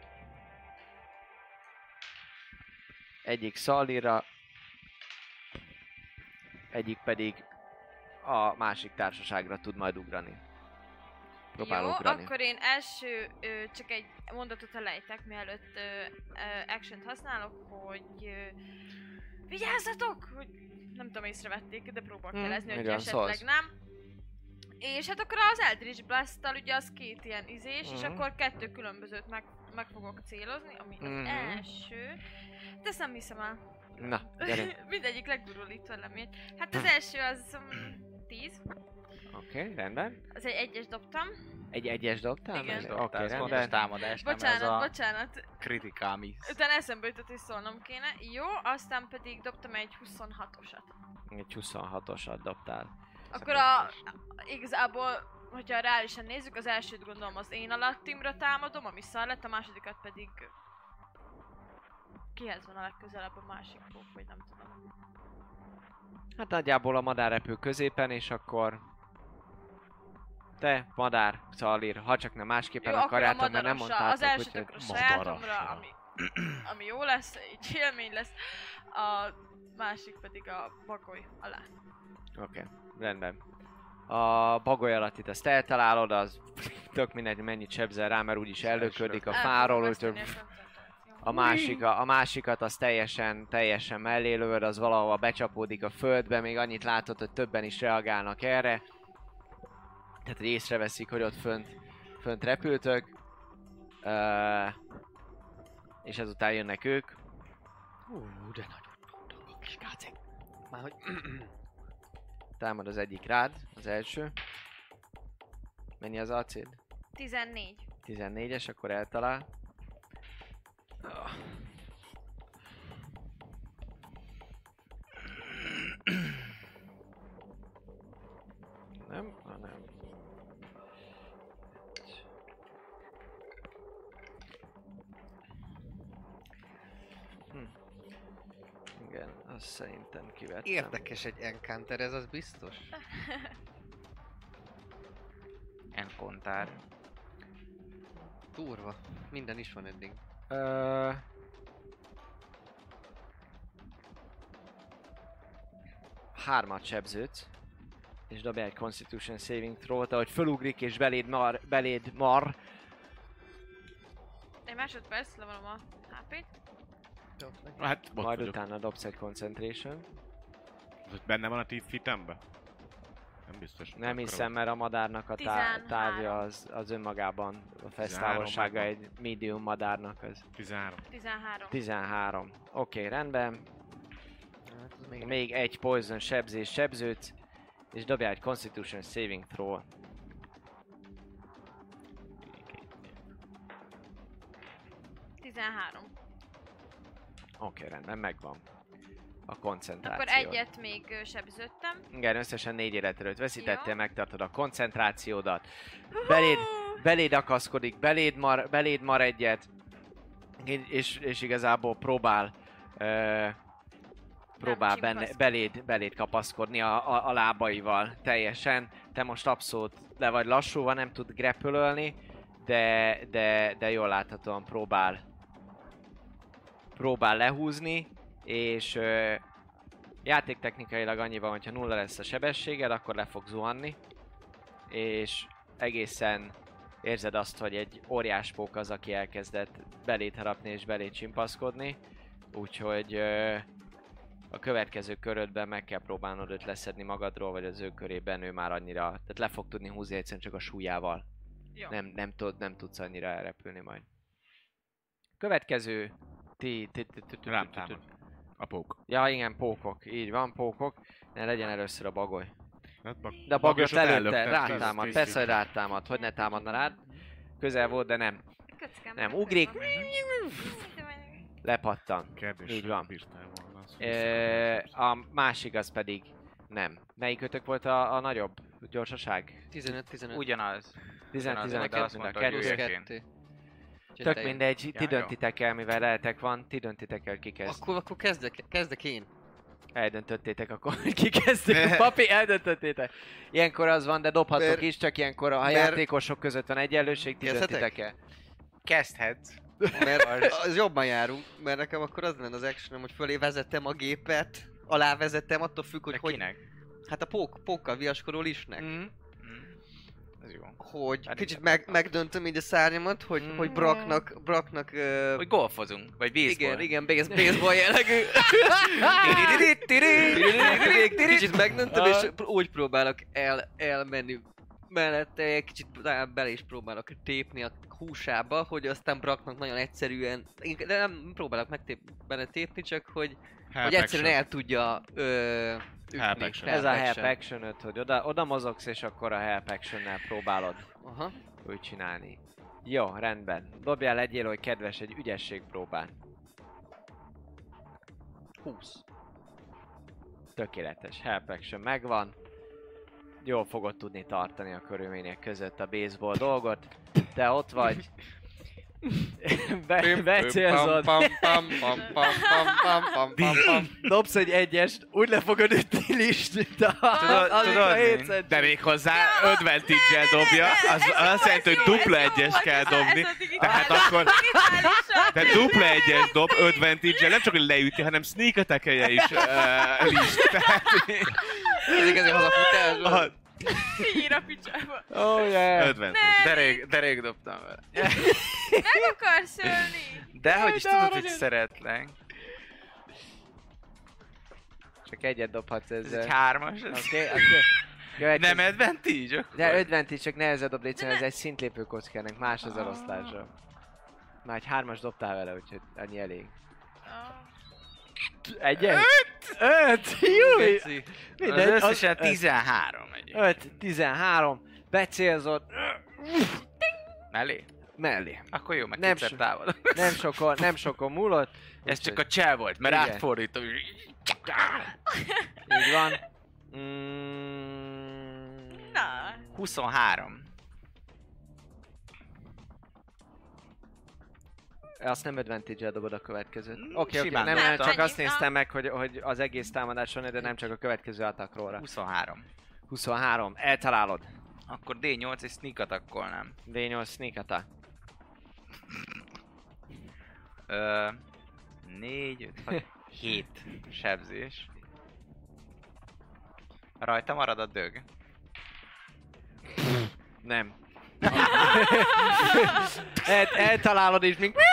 egyik Szalira, egyik pedig a másik társaságra tud majd ugrani. Próbál Jó, ugrani. akkor én első ö, csak egy mondatot elejtek, mielőtt ö, ö, action-t használok, hogy ö, vigyázzatok! Hogy nem tudom, észrevették, de próbálok Hmm, jelezni, hogy igen, esetleg szólsz. nem. És hát akkor az Eldritch Blast-tal ugye az két ilyen izés, és Mhm. akkor kettő különbözőt meg, meg fogok célozni, ami az Mhm. első. De ezt nem hiszem el. Na, gyere. Mindegyik legdurulító leményt. Hát az első az um, tíz. Oké, okay, rendben. Az egy egyes dobtam. Egy egyes dobtál? Igen. Oké, Oké, okay, ez fontos rendben. támadás, nem ez Bocsánat, a bocsánat. critical miss. Utána eszembe jutott, hogy szólnom kéne. Jó, aztán pedig dobtam egy huszonhatosat. Egy huszonhatosat dobtál. Akkor a, igazából, hogyha reálisan nézzük, az elsőt gondolom az én alattimra támadom, ami szar lett, a másodikat pedig... Kihez van a legközelebb a másik pók, vagy nem tudom. Hát nagyjából a madár repül középen, és akkor... Te, madár, Szalír, ha csak nem másképpen Jó, akkor a akarjátok, mert nem madarosra, mondtátok, az elsőt úgyhogy... akkor a sajátomra, madarosra. ami, ami jó lesz, így élmény lesz. A másik pedig a bagoly alá. Oké, okay, rendben. A bagoly alatt itt azt eltalálod, az tök mindegy, mennyit sebzel rá, mert úgyis ellöködik a El fáról, fogom úgyhogy veszteni a koncentrációt. a, másik, a, a másikat az teljesen, teljesen mellé lövöd, az valahova becsapódik a földbe, még annyit látod, hogy többen is reagálnak erre, Tehát, hogy észreveszik, hogy ott fönt, fönt repültök. Uh, és ezután jönnek ők. Hú, de nagyon boldog a kis kácik. Már hogy... Támad az egyik rád, az első. Mennyi az acéd? tizennégy. tizennégyes, akkor eltalál. Nem, hanem... Hm. Igen, azt szerintem kivettem. Érdekes egy encounter, ez az biztos. Encounter. Durva. Minden is van eddig. Ö... Hármat sebződsz, és dobj egy Constitution Saving Throw-t, ahogy fölugrik és beléd mar, beléd mar. Egy másodperc, levonom a há pét. Hát, ott Majd vagyok. utána dobsz egy Concentration. Hogy benne van a tíz feet-embe? Nem biztos. Nem hiszem, mert a madárnak a tá- tizenhárom. távja az, az önmagában, a fesztávolsága tizenhárom egy medium madárnak az tizenhárom. tizenhárom. tizenhárom. Oké, okay, rendben. Hát, ez még... Még egy poison sebzés sebződsz, és dobjál egy Constitution Saving Throw. tizenhárom. Oké, okay, rendben, megvan. A koncentráció. Akkor egyet még ö, sebződtem. Igen, összesen négy életerőt veszítettél, Jó. megtartod a koncentrációdat. Beléd, beléd akaszkodik, beléd mar, beléd mar egyet. És, és igazából próbál ö, próbál benne, csimpaszkodni. beléd, beléd kapaszkodni a, a, a lábaival teljesen. Te most abszolút le vagy lassúva, nem tud grapple-ölni, de, de, de jól láthatóan próbál próbál lehúzni, és ö, játéktechnikailag annyiban, hogyha nulla lesz a sebességed, akkor le fog zuhanni, és egészen érzed azt, hogy egy óriáspók az, aki elkezdett beléd harapni és beléd csimpaszkodni, úgyhogy ö, a következő körödben meg kell próbálnod őt leszedni magadról, vagy az ő körében ő már annyira, tehát le fog tudni húzni egyszerűen csak a súlyával. Jó. Nem, nem, tud, nem tudsz annyira elrepülni majd. Következő... Ti, ti, ti, ti, ti, Rám ti, ti, támad. A pók. Ja, igen, pókok. Így van, pókok. Ne legyen először a bagoly. Hát, bag... De a bagoly és ott előtte ellöktet, rátámad. tíz Persze, feet. hogy rátámad. Hogy ne támadna rád? Közel volt, de nem. Köckám, Nem, meg ugrik. köckám. Lepattan. Kérdés, Így van. bírtál volna, az Ö, a másik az pedig nem. Melyikötök volt a, a nagyobb gyorsaság? tizenöt tizenöt. Ugyanaz. tizenöt Ugyanaz, de tizenkettő azt mind a mondta, hogy kettő. ő- kettő. Úgyhogy Tök te- mindegy, ti Ja, jó. döntitek el, mivel leltek van, ti döntitek el, ki kezd. Akkor, akkor kezdek, kezdek én. Eldöntöttétek akkor, hogy ki kezdtek a papi, eldöntöttétek. Ilyenkor az van, de dobhatok Mert- is, csak ilyenkor a mert- játékosok között van egyenlőség, ti Kezdhetek? döntitek el. Kezdhetsz. Mert az jobban járunk, mert nekem akkor az lenne az actionom, hogy fölé vezettem a gépet, alá vezettem, attól függ, hogy De hogy... kinek? Hát a pók, pókkal viaskodó lisnek. Mm. Mm. Ez jó. Hogy Hát kicsit így meg, nem megdöntöm így a szárnyamat, hogy, Mm. hogy Brocknak, Brocknak... Uh, Hogy golfozunk, vagy baseball. igen, igen, base, baseball jellegű. Kicsit megdöntöm, és úgy próbálok el, elmenni mellette, egy kicsit talán bele is próbálok tépni a húsába, hogy aztán Brocknak nagyon egyszerűen, de nem próbálok megtép, bele tépni, csak hogy, hogy egyszerűen el tudja ö, Help ütni. action. Ez a help action hogy oda, oda mozogsz, és akkor a help action-nel próbálod Aha. úgy csinálni. Jó, rendben. Dobjál egyél, hogy kedves, egy ügyesség próbál. húsz. Tökéletes, help action megvan. Jól fogod tudni tartani a körülmények között a baseball dolgot. Te ott vagy. Be, becélzod. Pam, pam, pam, pam, pam, pam, pam, pam, pam. Dobsz egy egyest, úgy le fogod ütni list, mint a... Tudod- az, tudod a mi? hét centi. De még hozzá advantage-el dobja, az azt jelenti, hogy dupla egyes kell dobni. Tehát akkor, de dupla egyes dob advantage-el, nem csak hogy leüti, hanem sneak attack-elje is uh, list. Tehát, Ezek ezért hazafutás. a, Kinyír a picsába. Oh yeah. advantage. De rég, de rég dobtam vele. Meg akarsz ölni? De hogy is de tudod, arra hogy nem. szeretlek. Csak egyet dobhatsz Ez ezzel. egy hármas. ez- Oké, okay, okay. Következő... Nem advantage? Akkor? De advantage, csak nehezebb dob, légy szíves, ez egy szintlépő kockának, más az eloszlása. Már egy hármas dobtál vele, úgyhogy annyi elég. Egyet? Öt! Öt! Júj! Geci. Az összesen tizenhárom egyébként. öt, tizenhárom, becélzott, Mellé? mellé. Akkor jó, meg Nem kétszer so- távolod. Nem sokon, nem sokon múlott. Ez csak a csel volt, mert Igen. átfordítom. Így van. Mm... Na. huszonhárom. Azt nem advantage-el dobod a következőt. Mm, Oké, oké, simán nem, nem, dobtam. csak azt Ennyi, néztem ah. meg, hogy, hogy az egész támadáson, de nem csak a következő attackról. huszonhárom. huszonhárom, eltalálod. Akkor dé nyolc és sneak attackolnám. dé nyolc sneak attack. Ö, négy, öt, hat, hét sebzés. Rajta marad a dög. Nem. El, eltalálod és még...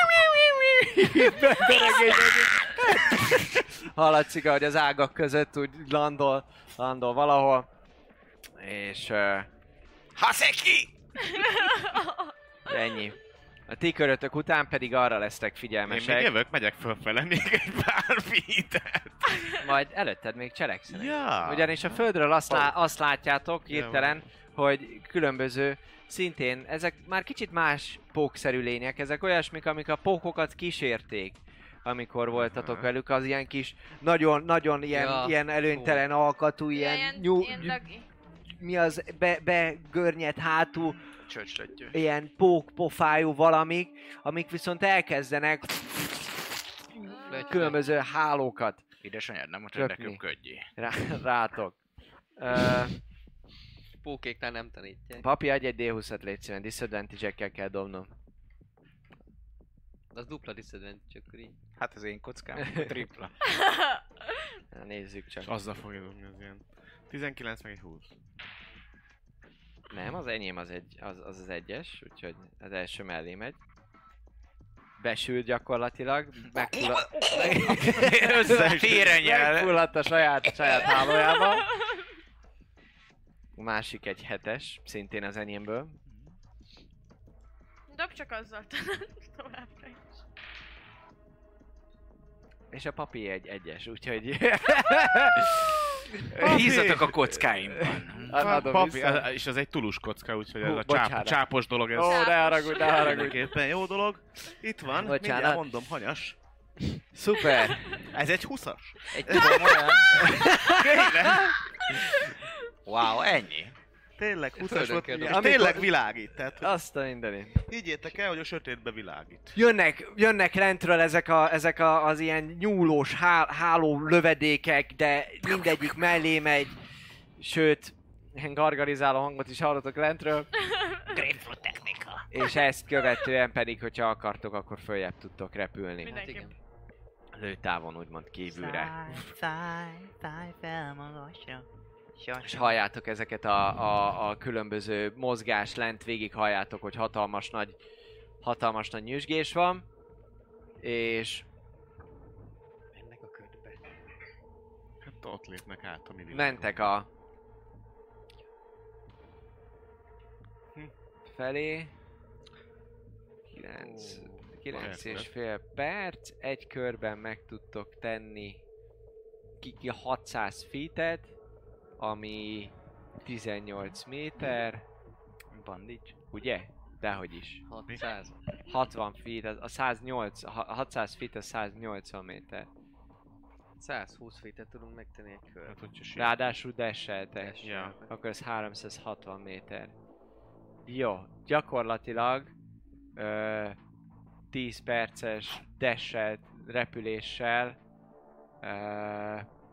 Hallatszik, ahogy az ágak között úgy landol, landol valahol. És... Uh, Haseki! ennyi. A ti körötök után pedig arra lesztek Én figyelmesek. még jövök, megyek fölfele még egy pár feet-et. Majd előtted még cselekszenek. Ja. Ugyanis a földről azt, lá- azt látjátok Ja, hirtelen, hogy különböző, szintén, ezek már kicsit más pókszerű lények, ezek olyasmik, amik a pókokat kísérték, amikor voltatok Aha. velük, az ilyen kis, nagyon, nagyon ilyen, Ja, ilyen előnytelen alkatú, ilyen, Ilyen, nyú, ilyen dagi. mi az, be, begörnyedt hátú, Csöcslöttyös. ilyen pókpofájú valamik, amik viszont elkezdenek különböző hálókat Édesanyád nem mondta, Röpni. hogy nekünk ködjé. rá, rátok. Ö, Pókéknál nem tanítják. papi, adj egy dé húszat, légy szíven, disadvantage-ekkel kell dobnom. Az dupla disadvantage, akkor így. Hát az én kockám, tripla. Na, nézzük csak. És azzal fogja dobni az ilyen. tizenkilenc meg egy húsz. Nem, az enyém az, egy, az, az az egyes, úgyhogy az első mellé megy. Besült gyakorlatilag, megfulladt, Félrenyel. megfulladt a saját, saját hálójába. A másik egy hetes, szintén az enyémből. Dob csak azzal talán továbbra is. És a papi egy egyes, úgyhogy... Hízzatok a kockáimban. Adom Papi, vissza. az- és az egy tulus kocka, úgyhogy Hú, ez a csáp, bocsánat. csápos dolog, ez Ó, ne haragudj, ne haragudj. mindenképpen jó dolog. Itt van, Bocsánat. mindjárt mondom, hanyas. Szuper! Ez egy huszas. Egy tudom olyan. Tényleg, Wow, ennyi. tényleg huszas Földön volt, kell és dobni. Amikor- tényleg világít. Tehát Azt a mindenit. higgyétek el, hogy a sötétbe világít. Jönnek, jönnek lentről ezek, a, ezek a, az ilyen nyúlós hál, háló lövedékek, de mindegyik mellé megy. Sőt, ilyen gargarizáló hangot is hallotok lentről. Grapefruit technika. És ezt követően pedig, hogyha akartok, akkor följebb tudtok repülni. Mindenképp. igen. Lőtávon úgymond kívülre. Szállj, szállj fel magasra. És halljátok ezeket a, a, a különböző mozgás lent, végig halljátok, hogy hatalmas nagy, hatalmas nagy nyüzsgés van. És Mennek a ködbe. Hát ott lépnek át a mi mentek a felé. kilenc, kilenc és fél perc. Egy körben meg tudtok tenni ki, ki hatszáz feet-et, ami tizennyolc méter. Bandage. Ugye? Dehogy is. hatszáz. hatvan feet, az a száznyolc, a hatszáz feet a száznyolcvan méter. százhúsz feet-et tudunk megtenni egy kör. Hát, hogyha sír. Ráadásul dasheltek. Ja. Akkor ez háromszázhatvan méter. Jó, gyakorlatilag ö, tíz perces dash repüléssel ö,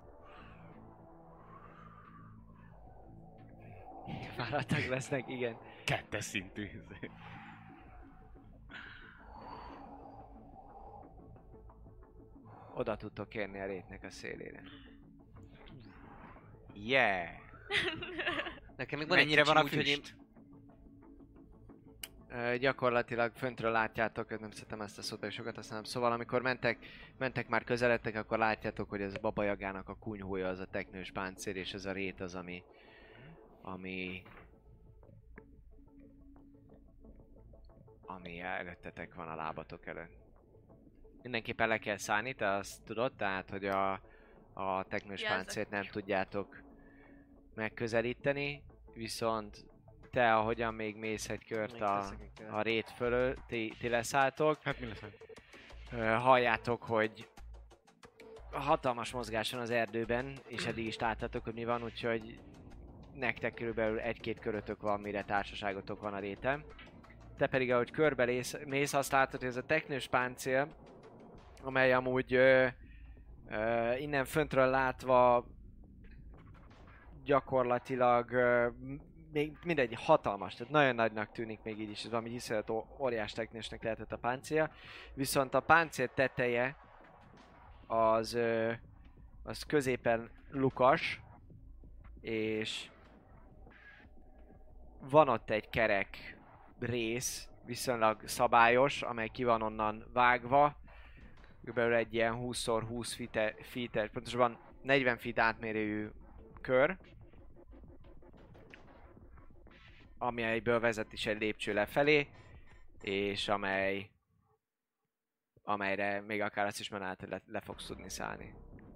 fáradtak lesznek, igen. Kettes szintű. izé. Oda tudtok érni a rétnek a szélére. Yeah. Nekem még van Mennyire egy van a kicsi, úgyhogy én... füst? Ö, gyakorlatilag föntről látjátok, nem szeretem ezt a szót, hogy sokat használom. Szóval amikor mentek, mentek már közeledtek, akkor látjátok, hogy ez a babajagának a kunyhója, az a teknős páncél, és ez a rét az, ami ami... ami előttetek van a lábatok előtt. Mindenképpen le kell szállni, te azt tudod, tehát hogy a, a teknős Jelzek. páncélt nem tudjátok megközelíteni, viszont te, ahogyan még mész egy kört Még a, teszek egy kört. a rét fölött, ti, ti leszálltok, Hát mi lesz? Ö, halljátok, hogy hatalmas mozgás van az erdőben, és eddig is láttátok, hogy mi van, úgyhogy nektek körülbelül egy-két körötök van, mire társaságotok van a réten. Te pedig, ahogy körbe mész, azt látod, hogy ez a teknős páncél, amely amúgy ö, ö, innen föntről látva gyakorlatilag ö, még mindegy hatalmas, tehát nagyon nagynak tűnik még így is, ez valami hiszonyat ó- óriás teknősnek lehetett a páncél, viszont a páncél teteje az, ö, az középen lukas, és van ott egy kerek rész, viszonylag szabályos, amely ki van onnan vágva, körülbelül egy ilyen húsz húsz feet, pontosabban negyven feet átmérőjű kör, amelyből vezet is egy lépcső lefelé, és amely amelyre még akár azt is mondanád, hogy le, le fogsz tudni szállni.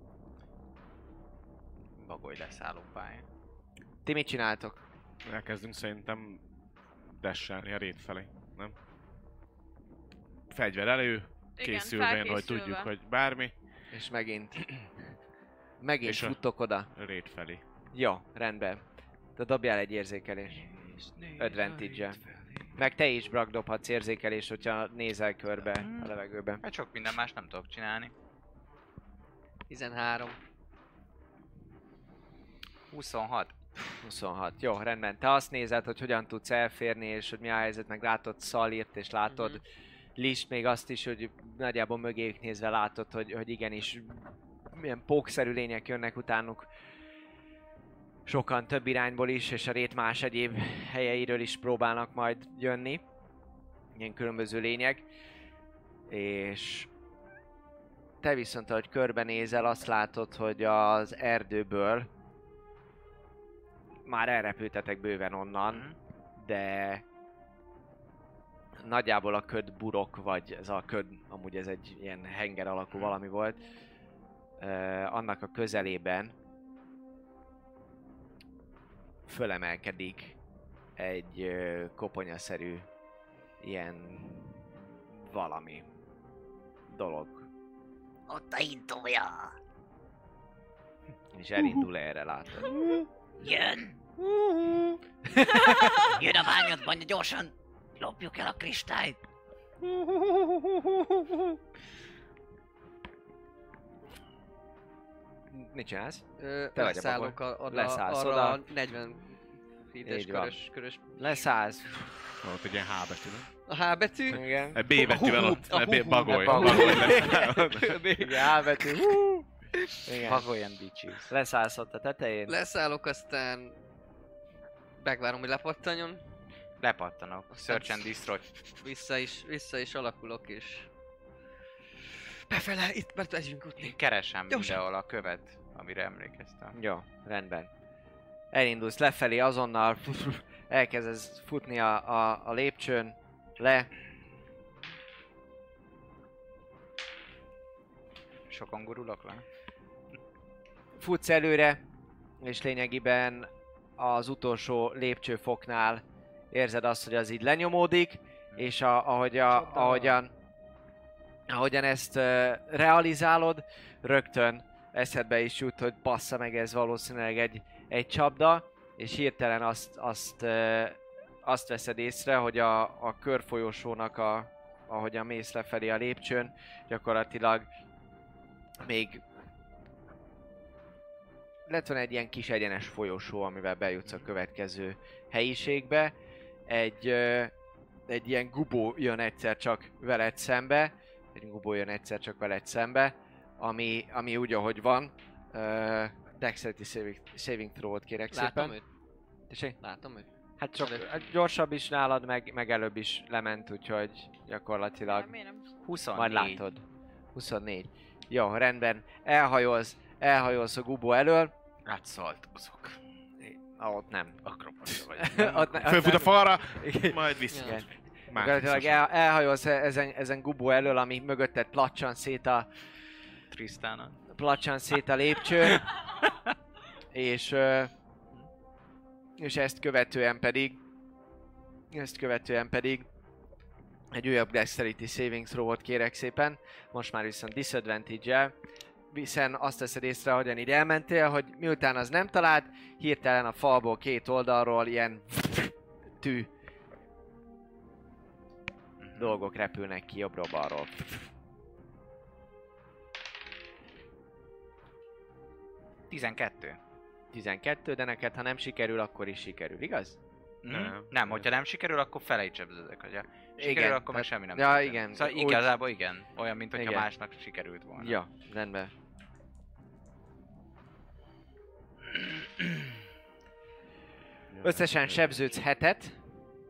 Bagoly leszálló pálya. Ti mit csináltok? Elkezdünk szerintem dashelni a rét felé, nem? Fegyver elő, készülvén, hogy tudjuk, hogy bármi, És megint... megint És a- futtok oda. rét felé. Jó, rendben. Te dobjál egy érzékelés. Advantage-e. Meg te is, Brak, dobhatsz érzékelés, hogyha nézel körbe a levegőben. Mert sok minden más nem tudok csinálni. tizenhárom. huszonhat. huszonhat. Jó, rendben. Te azt nézed, hogy hogyan tudsz elférni, és hogy mi a helyzet, meg látod Szalírt, és látod Mhm. List, még azt is, hogy nagyjából mögéjük nézve látod, hogy, hogy igenis milyen pókszerű lények jönnek utánuk. Sokan több irányból is, és a rét más egyéb helyeiről is próbálnak majd jönni. Ilyen különböző lények. És te viszont, ahogy körbenézel, azt látod, hogy az erdőből már elrepültetek bőven onnan, Mhm. de nagyjából a köd burok, vagy ez a köd, amúgy ez egy ilyen henger alakú valami volt, uh, annak a közelében fölemelkedik egy uh, koponyaszerű ilyen valami dolog, Ott a intója. és elindul erre, látod. Jön. Jön a ványodban, gyorsan lopjuk el a kristályt. Mit csinálsz? Ö, Te vagy a leszállok a, oda, Leszállsz arra oda. a negyven feet-es Így van. körös, körös... Leszállsz. Van ott egy ilyen H betű, nem? A H betű? Igen. Egy B betűvel ott, a egy B- hu- hu- bagoly. a bagoly. bagoly lesz. Igen, elvető. Hú! Igen. Bagolyan bitches. Leszállsz ott a tetején. Leszállok, aztán... megvárom, hogy lepattanjon. Lepattanok. Search and destroy. Vissza is, vissza is alakulok, és... Befele, itt, mert megyünk utni. Én keresem Gyorsan. mindenhol a követ, amire emlékeztem. Jó, rendben. Elindulsz lefelé, azonnal elkezdesz futni a, a, a lépcsőn, le. Sokan gurulok le? Futsz előre, és lényegében az utolsó lépcsőfoknál érzed azt, hogy az így lenyomódik, és a, ahogy a, ahogyan, ahogyan ezt uh, realizálod, rögtön eszedbe is jut, hogy bassza meg, ez valószínűleg egy, egy csapda, és hirtelen azt, azt, uh, azt veszed észre, hogy a, a körfolyósónak, a, ahogyan mész lefelé a lépcsőn, gyakorlatilag még lett van egy ilyen kis egyenes folyosó, amivel bejutsz a következő helyiségbe. Egy, ö, egy ilyen gubó jön egyszer csak veled szembe, egy gubó jön egyszer csak veled szembe, ami, ami úgy, ahogy van. Uh, Dexterity saving, saving throw-ot kérek Látom szépen. őt? Tessék? Látom őt? Hát csak Előtt. hát gyorsabb is nálad, meg, meg előbb is lement, úgyhogy gyakorlatilag Miért nem? huszonnégy. majd látod. huszonnégy. Jó, rendben. Elhajolsz, elhajolsz a gubó elől. Átszaltozok. Ah, ott nem. Akropolis vagy. ott ne, ott Fölfut a nem. falra, Igen. majd vissza. Igen. Már Gyakorlatilag el, elhajolsz e- ezen, ezen gubó elől, ami mögötted placsan szét a, Trisztánon. placsan szét a lépcső. és, ö, és ezt követően pedig ezt követően pedig egy újabb Dexterity Saving Throw-ot kérek szépen, most már viszont disadvantage-el, hiszen azt veszed észre, hogyan így elmentél, hogy miután az nem talált, hirtelen a falból két oldalról ilyen tű dolgok repülnek ki jobbról-balról. tizenkettő. tizenkettő, de neked ha nem sikerül, akkor is sikerül, igaz? Nem. Nem. Nem, hogyha nem sikerül, akkor fele is sebződök, hogyha sikerül, Igen, akkor meg tehát- semmi nem ja, történik. igen, Szóval úgy- igazából igen. Olyan, mint hogyha Igen. másnak sikerült volna. Ja, rendben. Összesen sebződsz hetet.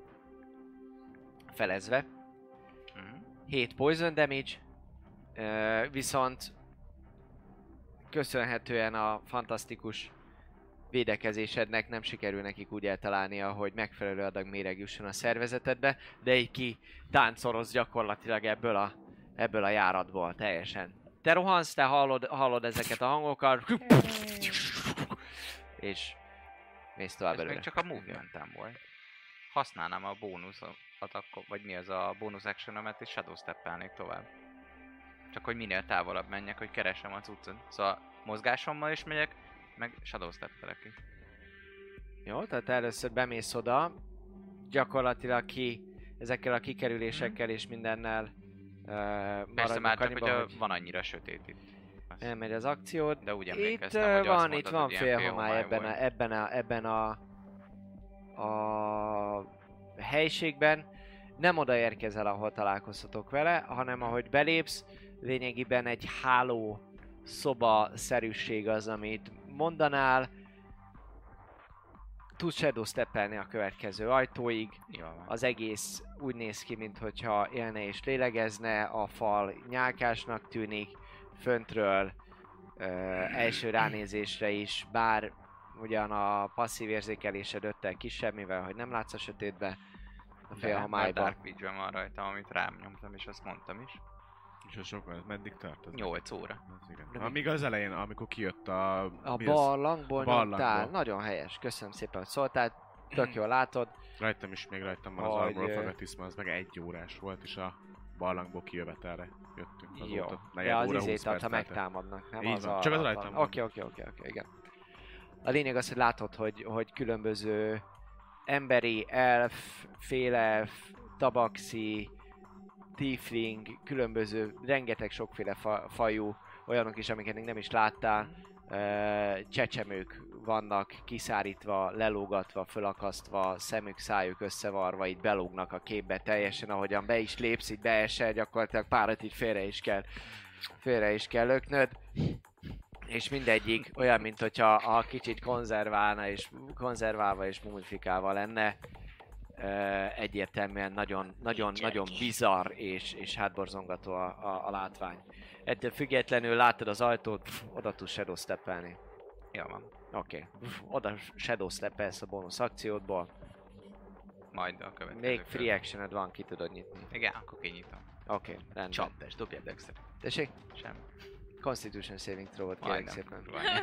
Felezve. Mhm. hét poison damage. Ö, viszont köszönhetően a fantasztikus védekezésednek nem sikerül nekik úgy eltalálnia, hogy megfelelő adag méreg jusson a szervezetedbe, de így ki táncolsz gyakorlatilag ebből a, ebből a járatból teljesen. Te rohansz, te hallod, hallod ezeket a hangokat, és mész tovább Ez előre. még csak a movementem volt. Használnám a bónusz attackot, vagy mi az a bónusz actionomet, és shadow steppelnék tovább. Csak hogy minél távolabb menjek, hogy keresem a cuccot. Szóval mozgásommal is megyek, meg shadow steppelek is. Jó, tehát először bemész oda, gyakorlatilag ki ezekkel a kikerülésekkel és mindennel uh, Persze már csak, annyiba, hogyha hogy van annyira sötét itt. Azt- elmegy az akciód. De úgy Itt emlékeztem, ö, hogy azt van, mondtad, itt van hogy ilyen félhomály félhomály ebben a, volt. ebben a, ebben a, a helyiségben. Nem oda érkezel, ahol találkozhatok vele, hanem ahogy belépsz, lényegében egy háló szoba-szerűség az, amit mondanál. Tudsz shadow steppelni a következő ajtóig. Jó van. Az egész úgy néz ki, mintha élne és lélegezne, a fal nyálkásnak tűnik, föntről ö, első ránézésre is, bár ugyan a passzív érzékelésed öttel kisebb, mivel hogy nem látsz a sötétbe, a De már félhomályban. Dark Vision van rajtam, amit rám nyomtam, és azt mondtam is. És az sokkal, ez meddig tart? Az nyolc óra. Az igen. Amíg az elején, amikor kijött a... A mi az? barlangból A barlangból. nyomtál, nagyon helyes, köszönöm szépen, hogy szóltál, tök jól látod. Rajtam is, még rajtam van az Hogy, Armor of ö, Agatisma, az meg egy órás volt, és a barlangból kijövetelre jöttünk Jó, azóta. de Negyed az óra, húsz izét ad, perc ha teltett. megtámadnak, nem Így az van, a... csak az rajtam van. Oké, oké, oké, oké, igen. A lényeg az, hogy látod, hogy, hogy különböző emberi, elf, félelf, tabaxi, tiefling, különböző, rengeteg sokféle fa, fajú, olyanok is, amiket még nem is láttál, ö, csecsemők vannak kiszárítva, lelógatva, fölakasztva, szemük, szájuk összevarva, így belógnak a képbe teljesen, ahogyan be is lépsz, így beesel, gyakorlatilag párat így félre is kell, félre is kell löknöd. És mindegyik olyan, mint hogyha a kicsit konzerválna és konzerválva és mumifikálva lenne. Ö, egyértelműen nagyon, nagyon, nagyon bizarr és, és hátborzongató a, a, a látvány. Ettől függetlenül látod az ajtót, pff, oda tudsz shadow steppelni. Jó van. Oké, okay. Oda shadow steppelsz a bónusz akciódból. Majd a következő. Még kör. free actioned van, ki tudod nyitni. Igen, akkor kinyitom. Oké, okay, rendben. Csapdes, dobjad dexter. Tessék? Sem. Constitution saving throw-ot kérek Majdnem. szépen. Majdnem.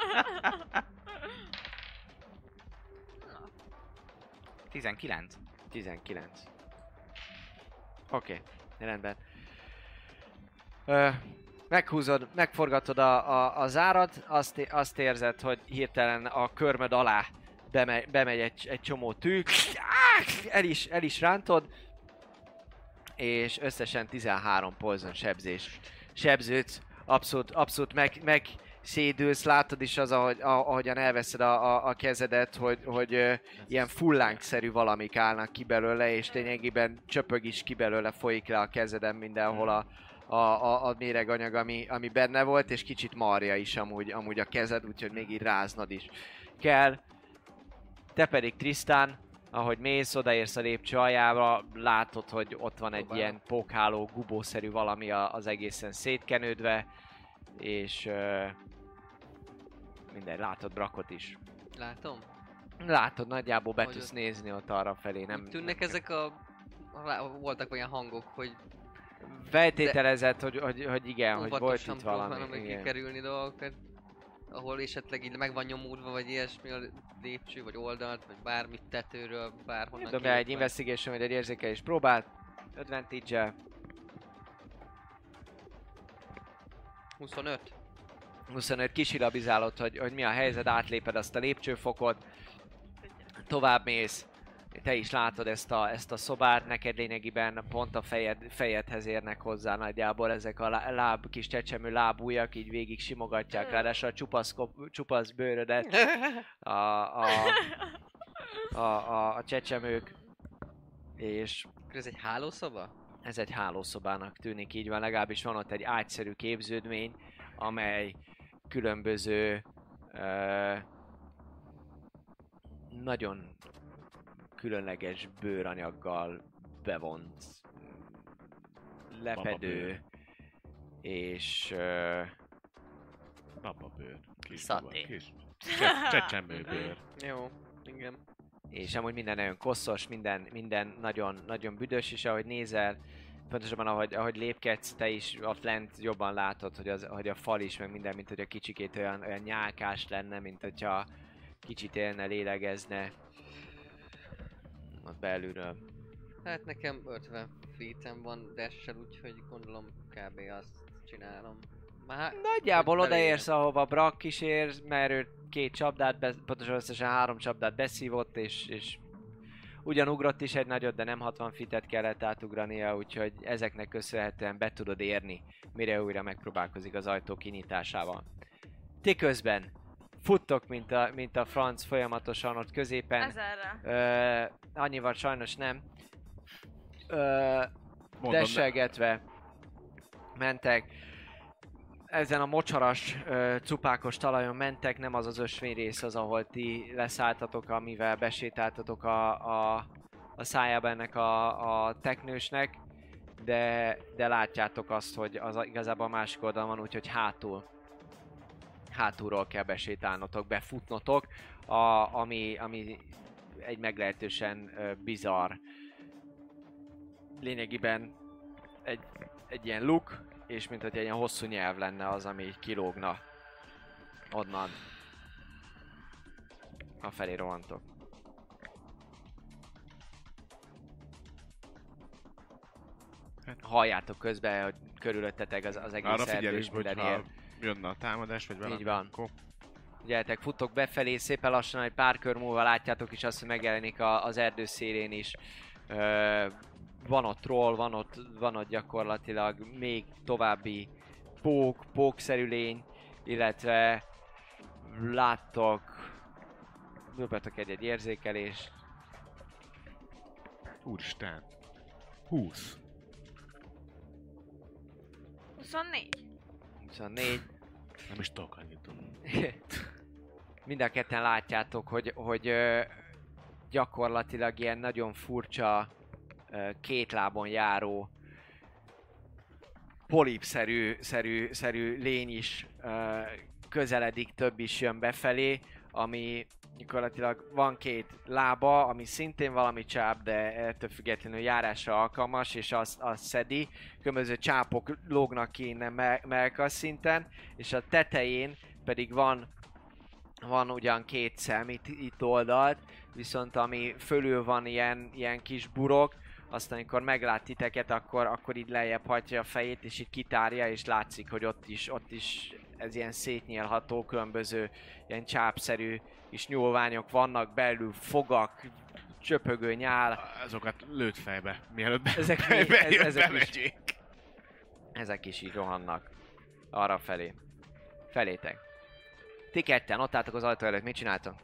tizenkilenc. tizenkilenc. Oké, okay, rendben. Ö, meghúzod, megforgatod a, a, a zárat, azt, é- azt érzed, hogy hirtelen a körmöd alá bemegy, bemegy egy, egy csomó tű, el is, el is rántod, és összesen tizenhárom poison sebzés. Sebződsz, abszolút, abszolút meg, meg szédülsz, látod is az, ahogy, ahogyan elveszed a, a, a kezedet, hogy, hogy ö, ilyen fullánkszerű valamik állnak ki belőle, és lényegében csöpög is ki belőle, folyik le a kezeden mindenhol a, a, a, a méreganyag, ami, ami benne volt, és kicsit marja is amúgy, amúgy a kezed, úgyhogy még így ráznod is kell. Te pedig Trisztán, ahogy mész, odaérsz a lépcső aljára, látod, hogy ott van egy ilyen pókháló, gubószerű valami a- az egészen szétkenődve, és uh, minden, látod Brakot is. Látom? Látod, nagyjából be Hogy tudsz ott- nézni ott arra felé, nem... Nem tűnnek nem- ezek a... lá- Voltak olyan hangok, hogy Feltételezett, hogy, hogy, hogy igen, hogy volt óvatosan itt valami. próbálnak Igen. kikerülni dolgokat. Ahol esetleg így meg van nyomódva, vagy ilyesmi a lépcső, vagy oldalt, vagy bármit tetőről, bárhonnan Dobjál egy kijött, investigation, vagy egy érzékelés próbát. Advantage-el. huszonöt. huszonöt kisilabizálod, hogy, hogy mi a helyzet, átléped azt a lépcsőfokot, tovább mész, te is látod ezt a, ezt a szobát, neked lényegében pont a fejed, fejedhez érnek hozzá nagyjából ezek a lá- láb, kis csecsemő lábújak, így végig simogatják, ráadásul a csupasz, kop- csupasz bőrödet a, a, a, a, a csecsemők, és Akkor ez egy hálószoba? ez egy hálószobának tűnik, így van, legalábbis van ott egy ágyszerű képződmény, amely különböző ö, nagyon különleges bőranyaggal bevont lepedő, és ö, Bababőr. Kis Szaté. baba, kis cse- csecsemőbőr. Jó, igen. és amúgy minden nagyon koszos, minden, minden nagyon, nagyon büdös, és ahogy nézel, pontosabban ahogy, ahogy lépkedsz, te is ott lent jobban látod, hogy, az, hogy a fal is, meg minden, mint hogy a kicsikét olyan, olyan nyálkás lenne, mint hogyha kicsit élne, lélegezne. Ott belülről. Hát nekem ötven feet-en van dash-sel, úgyhogy gondolom kb. Azt csinálom. Már Nagyjából hogy odaérsz, ahova Brack is ér, mert ő két csapdát, be, pontosan összesen három csapdát beszívott, és, és ugyan ugrott is egy nagyot, de nem hatvan fitet kellett átugrania, úgyhogy ezeknek köszönhetően be tudod érni, mire újra megpróbálkozik az ajtó kinyitásával. Ti közben futtok, mint a, mint a franc folyamatosan ott középen. Ezerre. Ö, annyival sajnos nem. Ö, Mondom, Desselgetve mentek. Ezen a mocsaras, ö, cupákos talajon mentek, nem az az ösvényrész az, ahol ti leszálltatok, amivel besétáltatok a, a, a szájába ennek a, a teknősnek, de, de látjátok azt, hogy az a- igazából a másik oldalon van, úgyhogy hátul hátulról kell besétálnotok, befutnotok, a, ami, ami egy meglehetősen ö, bizarr, lényegében egy, egy ilyen luk, és mint hogy egy ilyen hosszú nyelv lenne az, ami így kilógna onnan. Afelé rohantok. Halljátok közben, hogy körülöttetek az, az egész Arra erdő figyelünk, és minden hogyha él. jönne a támadás, vagy valami. Így van. Akkor Gyertek, futtok befelé, szépen lassan, egy pár kör múlva látjátok is azt, hogy megjelenik a, az erdő szélén is. Ö, van ott troll, van ott, van ott gyakorlatilag még további pók, pókszerű lény, illetve láttok, dobjatok egy-egy érzékelés. Úristen. húsz. huszonnégy. huszonnégy. Nem is tudok annyit tudni. Mind a ketten látjátok, hogy, hogy ö, gyakorlatilag ilyen nagyon furcsa, ö, két lábon járó, polipszerű szerű, szerű lény is ö, közeledik, több is jön befelé, ami gyakorlatilag van két lába, ami szintén valami csáp, de ettől függetlenül járásra alkalmas, és azt, azt szedi. Különböző csápok lógnak ki innen me- melkas szinten, és a tetején pedig van van ugyan két szem itt, itt oldalt, viszont ami fölül van ilyen, ilyen kis burok, azt amikor meglát titeket, akkor, akkor így lejjebb hajtja a fejét, és így kitárja, és látszik, hogy ott is, ott is ez ilyen szétnyílható, különböző ilyen csápszerű és nyúlványok vannak, belül fogak, csöpögő nyál, Azokat lőtt fejbe, mielőtt be, Ezek be, még- be, ez- ezek ezek is. bemegyék. ezek is így rohannak arra felé. Felétek. Ti ketten, ott álltok az ajtó előtt, mit csináltok?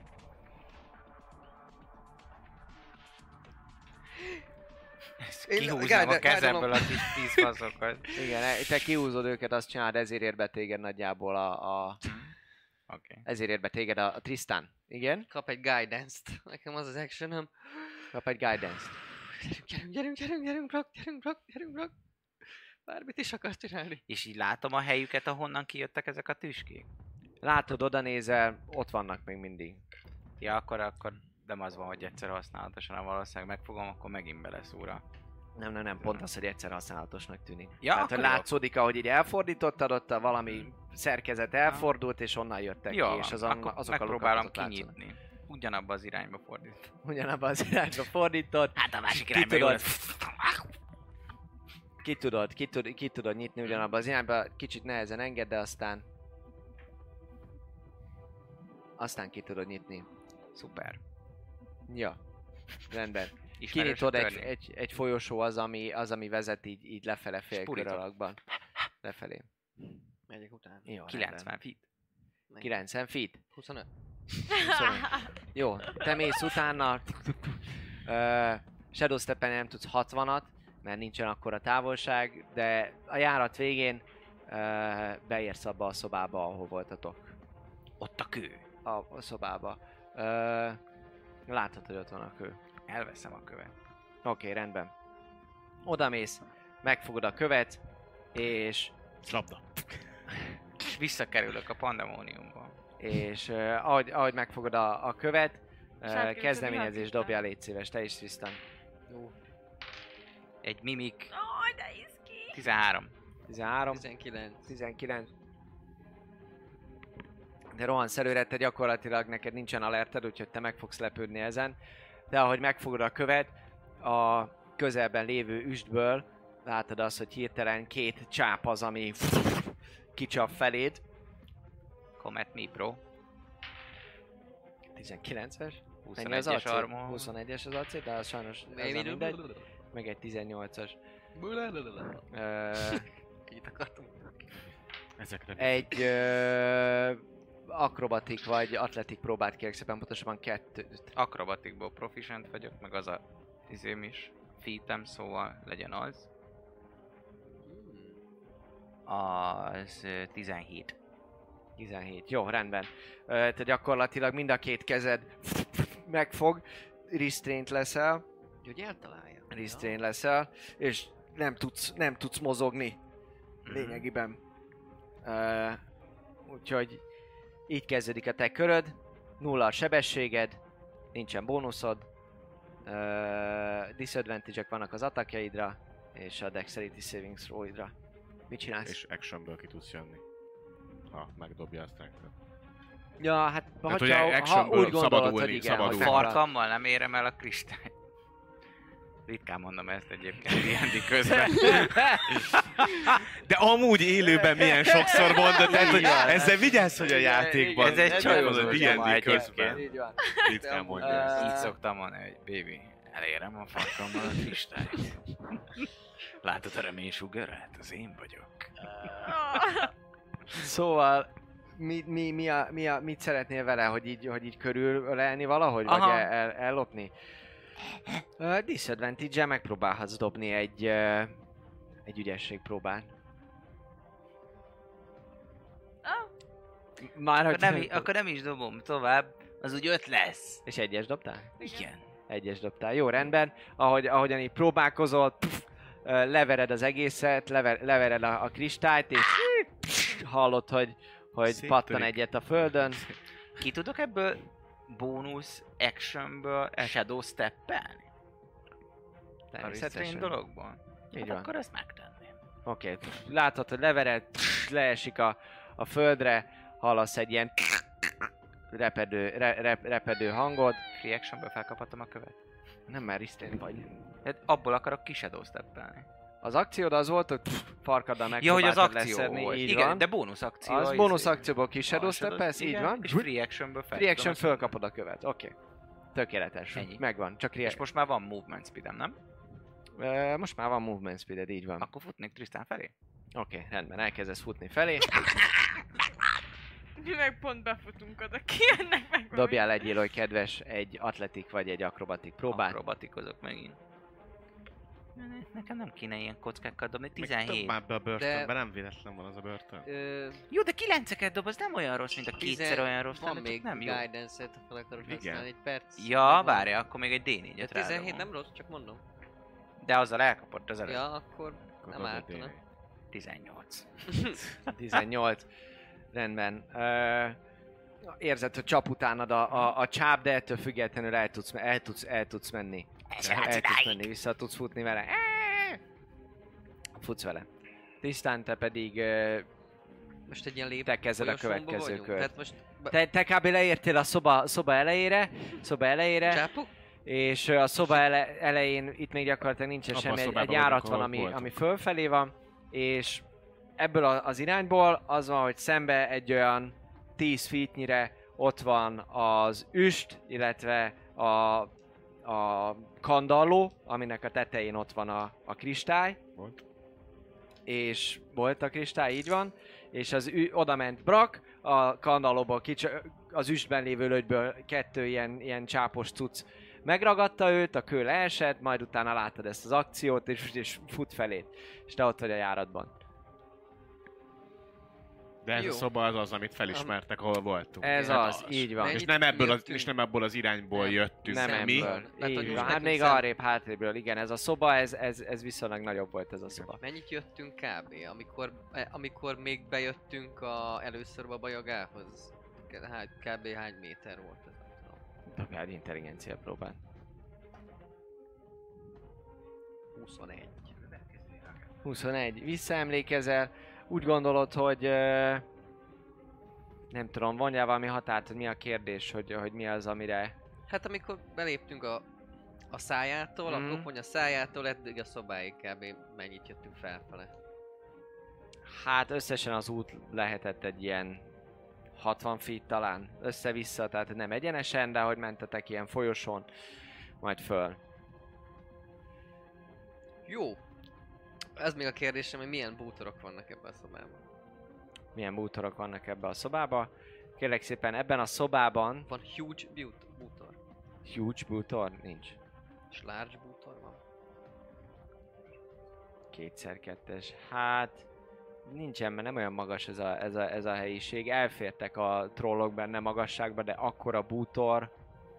Én- Kihúznám Gájda- a kezemből a Gájdanom- kis tízfaszokat. Igen, e- te kiúzod őket, azt csinálod, ezért ér be téged nagyjából a... a Oké. ezért ér be téged a, a Tristan. Igen? Kap egy guidance-t. Nekem az az actionem. Kap egy guidance. Gyerünk, gyerünk, gyerünk, gyerünk, Brock, gyerünk, Brock, gyerünk, Brock. Bármit is akarsz csinálni. És így látom a helyüket, ahonnan kijöttek ezek a tüskék. Látod, oda nézel, ott vannak még mindig. Ja, akkor, akkor nem az van, hogy egyszer használatosan, ha valószínűleg megfogom, akkor megint beleszúra. Nem, nem, nem, pont az, hogy egyszer használatosnak tűnik. Ja, Tehát, hogy akkor jó. látszódik, ahogy így elfordítottad, ott a valami szerkezet elfordult, és onnan jöttek Jó, ki, és az, akkor azok a megpróbálom lukakat ott látszanak. kinyitni. Ugyanabba az irányba fordít. Ugyanabban az irányba fordított. Hát a másik Ki irányba jó tudod, lesz. ki tudod, ki, tud, ki tudod nyitni ugyanabban az irányba, kicsit nehezen enged, de aztán... Aztán ki tudod nyitni. Szuper. Ja, rendben. Ismerős Kinyitod a egy, törvény. egy, egy folyosó az, ami, az, ami vezet így, így lefele félkör Spurítok. alakban. Lefelé. Megyek utána. Jó, kilencven feet. rendben. kilencven feet. huszonöt. Jó, te mész utána. uh, Shadow Step-en nem tudsz hatvanat, mert nincsen akkora távolság, de a járat végén uh, beérsz abba a szobába, ahol voltatok. Ott a kő. A, a szobába. Uh, látod, hogy ott van a kő. Elveszem a követ. Oké, okay, rendben. Oda mész, megfogod a követ, és Labda. Visszakerülök a pandemóniumba. és uh, ahogy, ahogy megfogod a, a követ, uh, Sárkő, kezdeményezés tudod, dobjál, légy szíves, te is, Tristan. Egy mimik. Aj, de izgi. tizenhárom. tizenhárom, tizenkilenc. tizenkilenc. De rohansz előre, te gyakorlatilag neked nincsen alerted, úgyhogy te meg fogsz lepődni ezen. De ahogy megfogod a követ, a közelben lévő üstből látod azt, hogy hirtelen két csáp az, ami kicsap feléd. Comet Me Pro. tizenkilences. Ennyi az huszonegyes acél? armor. huszonegyes az acél, de az sajnos ez nem mindegy. Meg egy tizennyolcas. Ö, Itt akartunk. Ezekre egy ö, akrobatik vagy atletik próbát kérek szépen, pontosabban kettőt. Akrobatikból proficient vagyok, meg az a izém is. Featem, szóval legyen az. Az ö, tizenhét. tizenhét. Jó, rendben. Ö, te gyakorlatilag mind a két kezed megfog, restraint leszel, Hogy eltalálja. restraint leszel, és nem tudsz, nem tudsz mozogni lényegében. Ö, úgyhogy így kezdődik a te köröd, nulla a sebességed, nincsen bónuszod, ö, disadvantage-ek vannak az attackjaidra, és a dexterity saving throw-idra. Mit csinálsz? És actionből ki tudsz jönni. Ha megdobja a strength-et. Ja, hát Tehát, hogyha, hogy ha actionből úgy gondolod, szabadulni, hogy igen, szabadulni. hogy A megvan. farkammal nem érem el a kristályt. Ritkán mondom ezt egyébként D and D közben. De amúgy élőben milyen sokszor mondod, tehát hogy Így van. ezzel vigyázz, hogy a játékban. Ez egy csajozó D and D csoma közben. Így van. Ritkán mondja Ö, ezt. Így szoktam mondani, hogy baby, elérem a farkammal a kristályt. Látod a reménysugarát? Az én vagyok. Szóval, mi, mi, mi, a, mi a, mit szeretnél vele, hogy így, hogy így körülölelni valahogy, Aha. vagy el, el, ellopni? Uh, disadvantage-el megpróbálhatsz dobni egy, uh, egy ügyesség próbán. Már Akkor hogy nem, i- akkor nem is dobom tovább, az úgy öt lesz. És egyes dobtál? Igen. Egyes dobtál. Jó, rendben. Ahogy, ahogyan így próbálkozol, pff, ö, levered az egészet, lever, levered a, a kristályt, és pff, hallod, hogy, hogy Széttörik. pattan egyet a földön. Ki tudok ebből bónusz actionből shadow steppelni? A Természetesen. restrain dologból? Így Hát van. akkor ezt megtenném. Oké, okay. Látod, hogy levered, pff, leesik a, a földre, hallasz egy ilyen repedő, re, rep, repedő hangot. Free actionből felkaphatom a követ. Nem már restrain vagy. Hát abból akarok ki shadow steppelni. Az akciód az volt, hogy pff, farkaddal Ja, hogy az megpróbáltad akció leszedni, volt. így Igen, van. de bónusz akció. Az izé. bónusz akcióból kis shadow A shadow- steppelsz, így igen, van. És free actionből fel. Free action tudom ezt fölkapod a követ, oké. Okay. Tökéletes. Ennyi. Megvan, csak És rea- most már van movement speedem, nem? Ö, most már van movement speeded, így van. Akkor futnék Tristan felé? Oké, okay, rendben, elkezdesz futni felé. Mi meg pont befutunk oda, kijönnek meg. Dobjál legyél, hogy kedves, egy atletik vagy egy akrobatik próbát. Akrobatikozok megint. Nekem nem kéne ilyen kockákat dobni, Meg több tizenhét. már be a börtönbe, De- nem véletlen van az a börtön. Ö, Jó, de kilenceket dob, az nem olyan rossz, mint a kétszer tizen- olyan rossz, Van lenne, még csak nem jó. guidance-et, ha fel akarod Igen. használni egy perc. Ja, Megvan. várja, akkor még egy dé négyet tizenhét rádobom. nem rossz, csak mondom. De azzal elkapott az előtt. Ja, akkor Akkor nem dobd egy ártana. D tizennyolc. tizennyolc. Rendben. Ö, érzed, hogy csap utánad a, a, a csáp, de ettől függetlenül el tudsz, el tudsz, el tudsz menni. Se El látsz tudsz idáig. menni, vissza tudsz futni vele. Futsz vele. Tisztán te pedig ö, Most egy ilyen lép... te kezded a folyosónba következő vagyunk? kört. Tehát most... Be... Te, te kb. Leértél a szoba, szoba elejére, szoba elejére, Csápuk? és ö, a szoba ele, elején itt még gyakorlatilag nincsen Abban a semmi, egy, szobában egy járat vagyunk, van, ahol ami, voltunk. ami fölfelé van, és ebből a, az irányból az van, hogy szembe egy olyan tíz feetnyire ott van az üst, illetve a, a kandalló, aminek a tetején ott van a, a kristály. Volt. És volt a kristály, így van. És az ü- oda ment Brak, a kandallóból kics- az üstben lévő lögyből kettő ilyen, ilyen csápos cucc megragadta őt, a kő leesett, majd utána láttad ezt az akciót, és, és fut felét. És te ott vagy a járatban. De ez Jó. a szoba az az, amit felismertek, ahol voltunk. Ez Hát az, az. így van. Mennyit És nem, ebből az, jöttünk? és nem ebből az irányból Nem. jöttünk Nem mi. ebből. Mert hogy Így most van. Hát nekünk még szem- arrébb, hátrébről, igen, ez a szoba, ez, ez, ez viszonylag nagyobb volt ez a szoba. Mennyit jöttünk kb. Amikor, eh, amikor még bejöttünk a, először a bajagához? K- Hány, kb. Hány méter volt ez? Nem tudom. Dobjál egy intelligencia próbát. huszonegy. huszonegy. Visszaemlékezel, úgy gondolod, hogy ö, nem tudom, vonjál valami határt, hogy mi a kérdés, hogy, hogy mi az, amire... Hát amikor beléptünk a, a szájától, Mhm. a koponya szájától eddig a szobáig kb. Mennyit jöttünk felfele? Hát összesen az út lehetett egy ilyen hatvan feet talán, össze-vissza, tehát nem egyenesen, de hogy mentetek ilyen folyosón, majd föl. Jó. Ez még a kérdésem, hogy milyen bútorok vannak ebben a szobában. Milyen bútorok vannak ebbe a szobába. Kérlek szépen, ebben a szobában Van huge bút- bútor. huge bútor nincs. És large bútor van. Kétszer kettes. Hát nincsen, mert nem olyan magas ez a, ez a, ez a helyiség. Elfértek a trollok benne magasságba, de akkora bútor,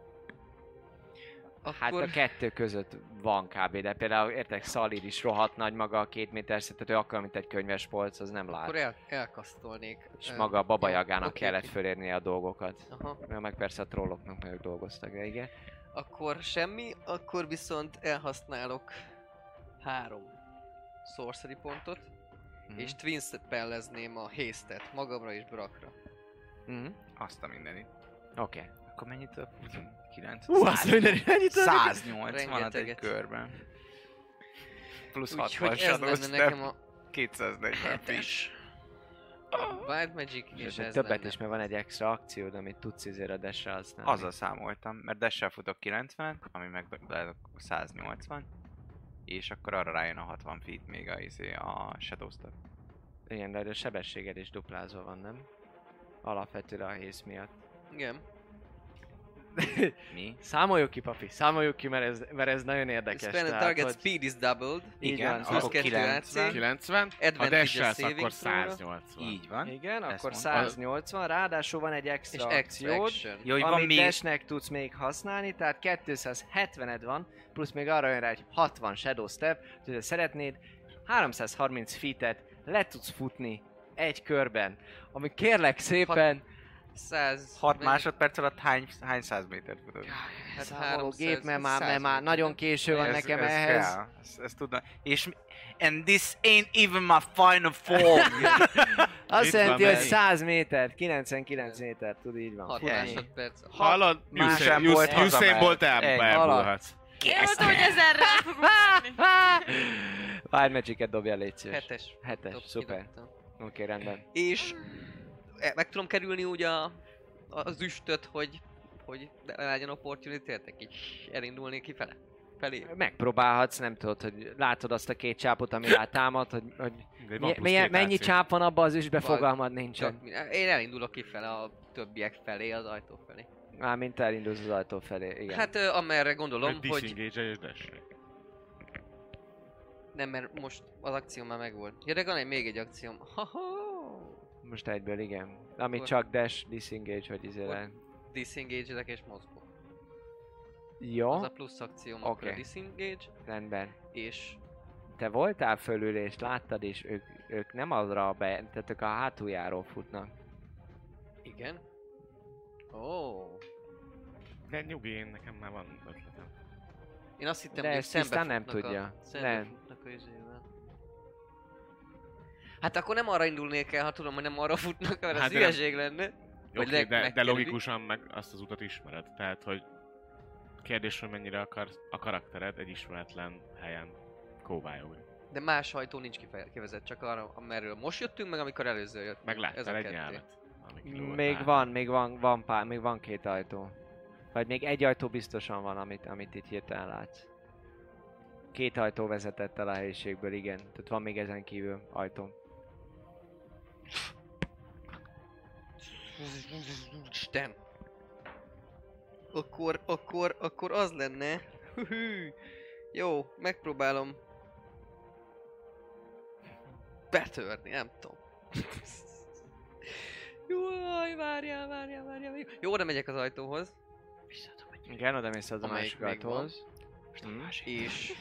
hát Akkor a kettő között van kb. De például értek, Szalír is rohadt nagy maga a két méter szint, tehát ő akkor, mint egy könyves polc, az nem lát. Akkor el, elkasztolnék. És Ö, maga a Baba jó, Jagának oké, kellett oké. fölérnie a dolgokat. Aha. Meg meg persze a trolloknak meg ők dolgoztak, de igen. Akkor semmi, akkor viszont elhasználok három sorcery pontot, Mhm. és twin spellezném a haste-et magamra és Brakra. Mhm. Azt a mindenit. Oké. Okay. Akkor mennyit tudunk? kilenc? Hú, azt minden mennyit száznyolcvan egy Rengeteget. körben. Plusz hatvan Úgyhogy ez Shadow lenne Step, nekem a kétszáznegyven feet. hetes. Wild Magic, és És ez többet lenne. is, mert van egy extra akciód, amit tudsz izére a dash-re használni. Azzal számoltam, mert dash-sel futok kilencvenet, ami meg lehet száznyolcvan. És akkor arra rájön a hatvan feet még a, izé, a Shadow Step. Igen, de a sebességed is duplázva van, nem? Alapvetően a hész miatt. Igen. Mi? Számoljuk ki, papi, számoljuk ki, mert ez, mert ez nagyon érdekes. Spend and tehát, target hogy- speed is doubled. Így Igen, van, plusz akkor kettő kilencven. á cé. kilencven, ha Advantage dash a saving akkor throw-ra. száznyolcvan. Így van. Igen, Ezt akkor mondtam. száznyolcvan, ráadásul van egy És extra extra akciód, action. Jó, hogy van amit még... dashnek tudsz még használni, tehát kétszázhetvened van, plusz még arra jön rá egy hatvan Shadow Step, hogy ha szeretnéd, háromszázharminc feet-et le tudsz futni egy körben, ami kérlek szépen, száz... hat mennyi? másodperc alatt hány, hány száz métert futott? Hát számológép, mert már, száz mert már méter. nagyon késő van Ez- nekem ez ehhez. kell, Ezt, ezt tudom. És mi- and this ain't even my final form. Azt Itt jelenti, van hogy meg. száz méter, kilencvenkilenc méter, tud így van. hat futni. másodperc. Hallod? Más Usain- sem volt, Usain- Usain hazamehet. Bolt el- Egy elbúlhatsz. Én mondtam, hogy ezerrel fogunk futni. Wild Magic-et dobja, légy szíves. Hetes. Hetes, Dob- szuper. kidobtam. Oké, rendben. És e, meg tudom kerülni úgy a, az üstöt, hogy, hogy ne legyen opportunity, értek így elindulni kifele. Felé. Megpróbálhatsz, nem tudod, hogy látod azt a két csápot, ami rá támad, hogy, hogy De van mi, plusz milyen, két mennyi á cé. csáp van abban az üstbe, Vagy- fogalmad nincsen. Csak, mi- én elindulok kifele a többiek felé, az ajtó felé. Mármint elindulsz az ajtó felé, igen. Hát ö, amerre gondolom, Hogy hogy disengage és dash. nem, mert most az akció már megvolt. Ja, de van egy még egy akcióm. Ha-ha! Most egyből igen. Ami Akkor- csak dash, disengage, vagy izére. Disengage-edek és mozgok. Jó, Az a plusz akcióm, akkor Oké. a disengage, rendben. és Te voltál fölül és láttad, és ők, ők nem arra be, tehát ők a hátuljáról futnak. igen. Ó. Oh. De nyugi, én nekem már van ötletem. Én azt hittem, De hogy ezt tisztán nem futnak tudja. A, szembe Nem. futnak a izével. Hát akkor nem arra indulnék el, ha tudom, hogy nem arra futnak, mert Hát az de hülyeség lenne. Oké, Vagy okay, leg- de, de megkerülik. logikusan meg azt az utat ismered. Tehát, hogy kérdés, hogy mennyire akar a karaktered egy ismeretlen helyen kóvályogni. De más ajtó nincs kife- kivezet, csak arra, amerről most jöttünk, meg amikor előző jött. Meg Ez a láttál egy kettő. nyelvet. ami kilógott Még át. van, még van, van pár, még van két ajtó. Vagy még egy ajtó biztosan van, amit, amit itt hirtelen látsz. Két ajtó vezetett el a helyiségből, igen. Tehát van még ezen kívül ajtó. Isten. Akkor, akkor, akkor az lenne. Hühű. Jó, megpróbálom betörni, nem tudom. Jaj, várjál, várjál, várjál. Jó, oda megyek az ajtóhoz. Igen, oda mész az a Amelyik másik még ajtóhoz. Hmm. És...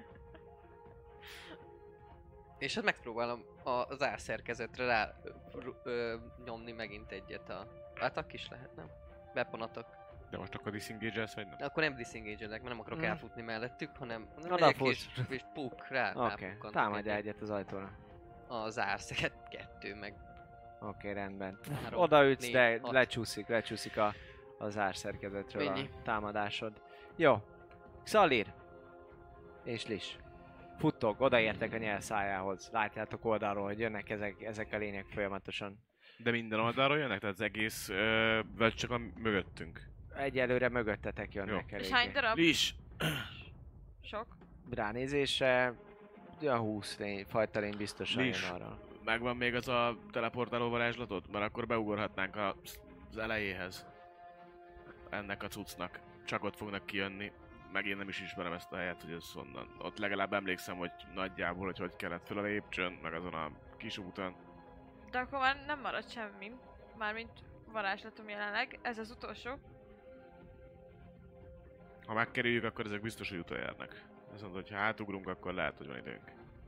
És hát megpróbálom a zárszerkezetre rá ö, ö, nyomni megint egyet a... Attack is lehet, nem? Weapon attack. De most akkor disengage-elsz, vagy nem? Akkor nem disengage-elek, mert nem akarok Hmm. elfutni mellettük, hanem, hanem Oda megyek futsz. és, és puk, rá, Oké, okay. rápukkantok támadjál egyet. egyet az ajtóra. A zárszeket kettő, meg Oké, okay, rendben. három, Odaütsz, négy, de hat. lecsúszik, lecsúszik a, a zárszerkezetről Ennyi. a támadásod. Jó. Xalir. És Lis. Futtok, odaértek a nyel szájához. Látjátok oldalról, hogy jönnek ezek, ezek a lények folyamatosan. De minden oldalról jönnek? Tehát az egész, ö, vagy csak a mögöttünk? Egyelőre mögöttetek jönnek És eléggé. hány darab? Lis! Sok. Ránézésre a húsz lény, fajta lény biztosan Lis. jön arra. Megvan még az a teleportáló varázslatod? Mert akkor beugorhatnánk a, az elejéhez. Ennek a cuccnak. Csak ott fognak kijönni. Meg én nem is ismerem ezt a helyet, hogy ez onnan. Ott legalább emlékszem, hogy nagyjából, hogy hogy kellett fel a lépcsőn, meg azon a kis úton. De akkor már nem marad semmi. Mármint varázslatom jelenleg. Ez az utolsó. Ha megkerüljük, akkor ezek biztos, hogy utolérnek. Viszont, hogyha átugrunk, akkor lehet, hogy van időnk.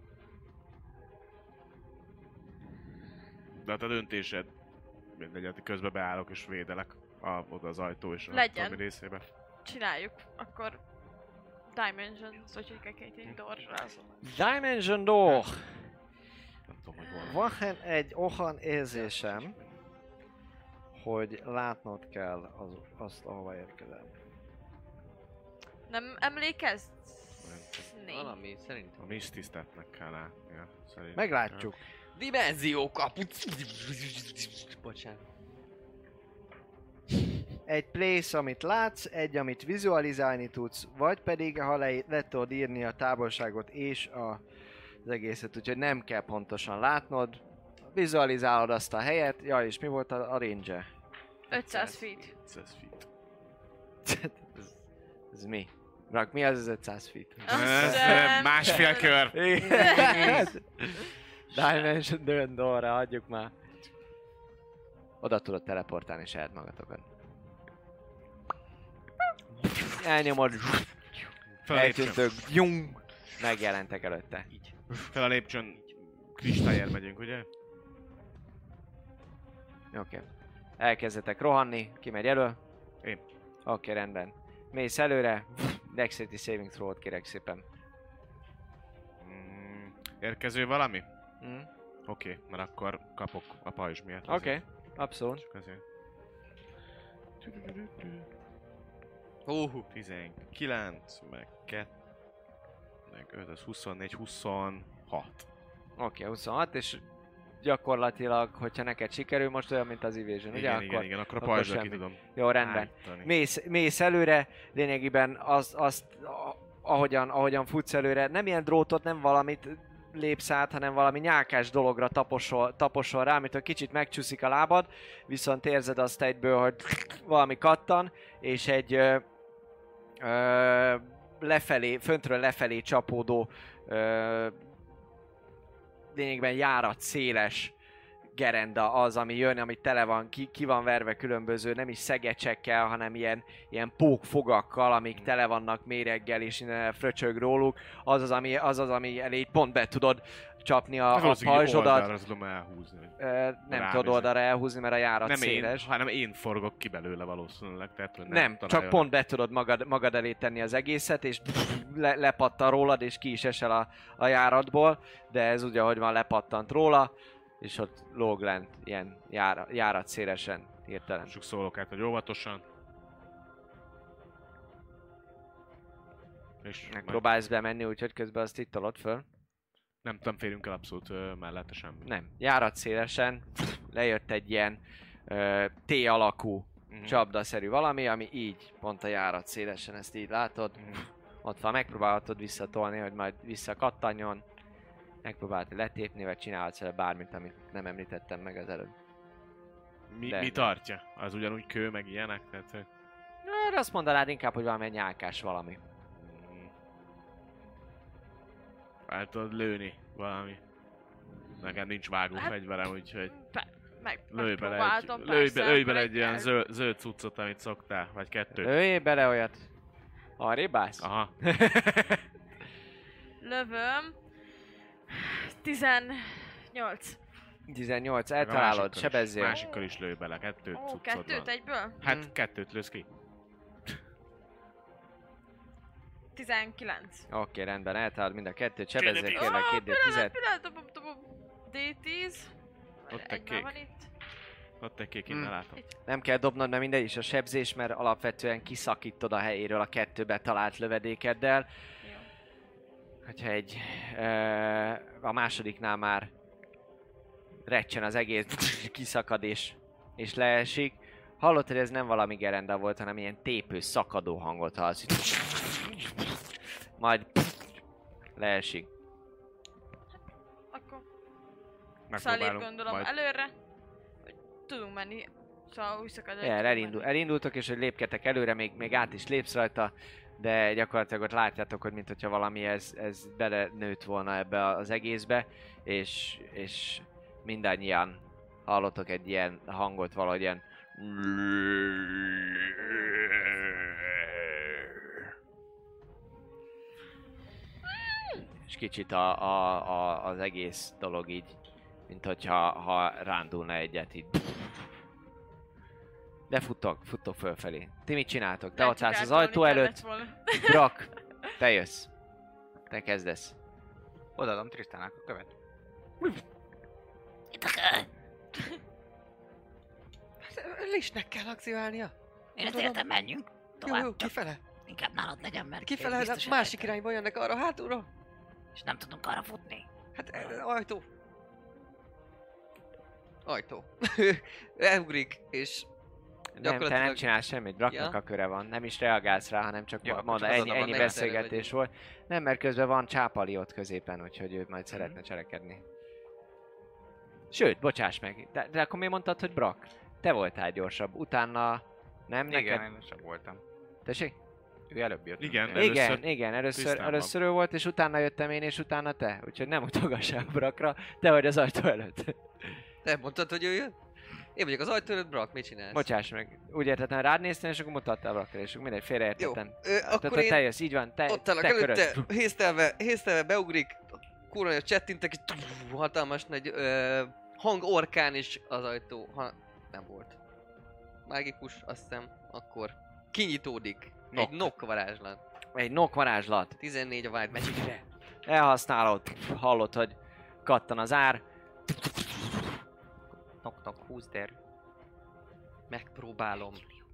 De hát a döntésed, mindegy, hát közben beállok és védelek a, oda az ajtó és a Legyen. többi részébe. Csináljuk. Akkor Dimensions, vagy hogy kell két door rázom. Dimension Door! Nem tudom, hogy van. Van egy olyan érzésem, hogy látnod kell az, azt, ahova érkezel. Nem emlékezz? valami szerintem. A Misty Stepnek kell látnia, szerintem. Meglátjuk. Dimenzió kapu! Bocsánat. Egy place, amit látsz, egy, amit vizualizálni tudsz, vagy pedig, ha le, le tudod írni a távolságot és a, az egészet, úgyhogy nem kell pontosan látnod. Vizualizálod azt a helyet, ja, és mi volt a, a range? ötszáz feet. ötszáz feet. ez, ez mi? Rak, mi az az ötszáz feet? Azt Ez, hiszem- másfél kör. Dimension Door-ra, adjuk már. Oda tudod teleportálni saját magatokat. Elnyomod, Fel a lépcsőn. eltűntök, gyung, megjelentek előtte. Fel a lépcsőn kristályért megyünk, ugye? Oké. Okay. Elkezdetek rohanni, ki megy elő? Én. Oké, okay, rendben. Mész előre, Dexterity saving throw-ot kérek szépen. Mm, érkező valami? Mm. Oké, okay, mert akkor kapok a pajzs miatt. Oké, azért. okay, abszolút. Csak azért. Hú, tizenkilenc, meg kettő, meg öt, az huszonnégy, huszonhat. Oké, okay, huszonhat, és gyakorlatilag, hogyha neked sikerül most olyan, mint az Evasion, ugye? Igen, akkor, igen, igen, akkor a akkor pajzsra ki semmi. tudom Jó, rendben. állítani. Mész, mész előre, lényegében az, azt, a- ahogyan, ahogyan futsz előre, nem ilyen drótot, nem valamit lépsz át, hanem valami nyálkás dologra taposol, taposol rá, amitől kicsit megcsúszik a lábad, viszont érzed azt egyből, hogy valami kattan, és egy ö, ö, lefelé, föntről lefelé csapódó, ö, lényegben járat széles gerenda az, ami jön, ami tele van, ki, ki van verve különböző, nem is szegecsekkel, hanem ilyen, ilyen pókfogakkal, amik tele vannak méreggel, és innen fröcsög róluk. Az az, ami, az, az, ami elé pont be tudod csapni a, a pajzsodat. Oldalra tudom elhúzni. Ö, nem Rá tudod nézek. oldalra elhúzni, mert a járat Nem széles. én, hanem én forgok ki belőle valószínűleg. Tehát, hogy Nem, nem csak találjon. pont be tudod magad, magad elé tenni az egészet, és le, lepattan rólad, és ki is esel a, a járatból, de ez ugye, hogy van, lepattant róla, és ott lóg lent, ilyen jára, járat szélesen, hirtelen. Sok szólok át, hogy óvatosan. És Megpróbálsz bemenni, úgyhogy közben azt itt tolod föl. Nem, nem férünk el abszolút ö, mellette semmi. Nem, járat szélesen, lejött egy ilyen ö, T-alakú Mhm. csapdaszerű valami, ami így, pont a járat szélesen, ezt így látod. Mhm. Ott van, megpróbálhatod visszatolni, hogy majd visszakattanjon. Megpróbálhatod letépni, vagy csinálhatsz vele bármit, amit nem említettem meg az előbb. Mi, De- mi tartja? Az ugyanúgy kő, meg ilyenek? Tehát, hogy... Na, azt mondanád inkább, hogy valami nyálkás valami. Mm. El tudod lőni valami. Nekem nincs vágó Hát- fegyverem, úgyhogy Pe- meg, lőj bele, egy, megpróbáltam, lőj, persze, be, lőj bele akkor egy ilyen egy- zöld, zöld cuccot, amit szoktál, vagy kettőt. Lőjél bele olyat. Arrébb állsz? Aha. Lövöm. tizennyolc. tizennyolc, Meg a eltalálod, másikkal is- sebezzél. Másikkal is lőj bele, kettőt Ó, cuccod kettőt van. egyből? Hát Mm. kettőt lősz ki. tizenkilenc. Oké, rendben, eltalálod mind a kettőt, sebezzél tíz. kérlek, két d Pillanat, tíz. pillanat, dobom, dobom. dé tíz. Ott egy Egy kék. van itt. Ott egy kék innen Mm. látom. Nem kell dobnod, mert mindegy is a sebzés, mert alapvetően kiszakítod a helyéről a kettőbe talált lövedékeddel. Jó. Hogyha egy... Ö, a másodiknál már recsen az egész, kiszakad és, és leesik. Hallott, hogy ez nem valami gerenda volt, hanem ilyen tépő, szakadó hangot hallasz. Majd leesik. Akkor Megpróbálunk szalép gondolom majd. előre. Hogy tudunk menni. Szóval úgy szakad, hogy Ja, tudunk elindul, menni. elindultok, és hogy lépketek előre, még, még át is lépsz rajta, de gyakorlatilag ott látjátok, hogy mintha valami ez, ez bele nőtt volna ebbe az egészbe, és, és mindannyian hallottok egy ilyen hangot, valahogy ilyen... És kicsit a, a, a, az egész dolog így, mint hogyha ha rándulna egyet így. De futtok, futtok fölfelé. Ti mit csináltok? Te ott állsz az Lecsukáltolni ajtó kellett előtt. volna. Brak, te jössz. Te kezdesz. Odaadom Trisztának a követ. Itt a kö. Lisnek kell aktiválnia. Én ezt értem, menjünk. Jó, Tovább, jó, csak kifele. inkább nálad legyen, mert Kifele, én hát biztos másik elejtem. irányba jönnek arra hátulra. És nem tudunk arra futni. Hát eh, ajtó. Ajtó. Elugrik, és Nem, te nem Gyakorlatilag- csinálsz semmit, Braknak Ja. a köre van. Nem is reagálsz rá, hanem csak Ja, ja, akkor mond, csak ennyi, azonnal ennyi van, beszélgetés megterelődni. volt. Nem, mert közben van Csápali ott középen, úgyhogy ő majd szeretne cselekedni. Sőt, bocsáss meg, de, de akkor mi mondtad, hogy Brak? Te voltál gyorsabb, utána... Nem, Igen, neked? én sem voltam. Tessék? Ő előbb jött. Igen, mint én. Igen, Először igen, először, Trisztán először ő volt, és utána jöttem én, és utána te. Úgyhogy nem utogassál Brakra, te vagy az ajtó előtt. te mondtad, hogy ő jön? Én vagyok az ajtó előtt, Brak, mit csinálsz? Bocsáss meg, úgy értettem, rád néztem, és akkor mutattál Brakra, és akkor mindegy, Jó, félreértettem. ö, Tehát, akkor hogy én te jössz, így van, te, ott állok te előtte, köröd. hésztelve, hésztelve beugrik, kurva nagyot csettintek, és hatalmas nagy ö, hang orkán is az ajtó, ha nem volt. Mágikus, azt hiszem, akkor kinyitódik. Nok. Egy nok varázslat. Egy nok varázslat. tizennégy a Wild Magic-re. Elhasználod, hallod, hogy kattan az ár. Tok-tok, húsz der. Megpróbálom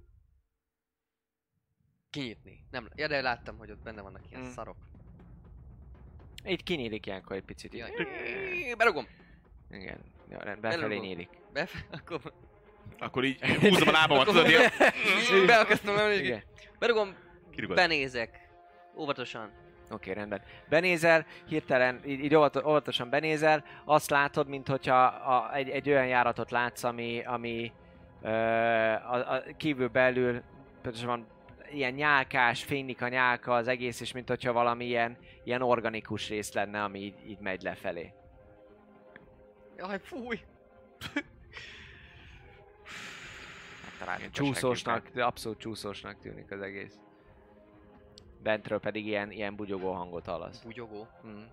kinyitni. Nem, ja, de láttam, hogy ott benne vannak ilyen Mm. szarok. Így kinyílik ilyenkor egy picit. Jaj. Így. Berugom! Igen, ja, rend, befelé Belugom. nyílik. Bef... Akkor... Akkor így húzom a lábamat, tudod, ilyen... Beakasztom le, Igen. és berugom, Kirugod. benézek. Óvatosan. Oké, rendben. Benézel, hirtelen, így, így óvato- óvatosan benézel, azt látod, mint hogyha a, egy, egy olyan járatot látsz, ami, ami ö, a, a kívül belül, pontosan ilyen nyálkás, fénylik a nyálka az egész, és mint hogyha valami ilyen, ilyen organikus rész lenne, ami így, így megy lefelé. Jaj, fúj! Megtaláljuk a Csúszósnak, seggüket. abszolút csúszósnak tűnik az egész. Bentről pedig ilyen, ilyen bugyogó hangot hallasz. Bugyogó. Mm.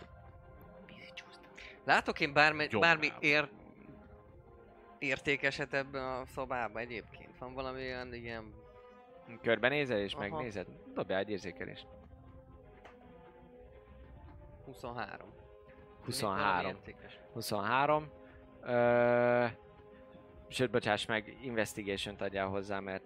Látok én bármi, Jobbnál. bármi ér... értékeset ebben a szobában egyébként? Van valami olyan ilyen... Körbenézel és Aha. megnézed? Dobjál egy érzékelést. huszonhárom. huszonhárom. Valami értékes. huszonhárom. Ö... Sőt, bocsáss meg, investigation-t adjál hozzá, mert...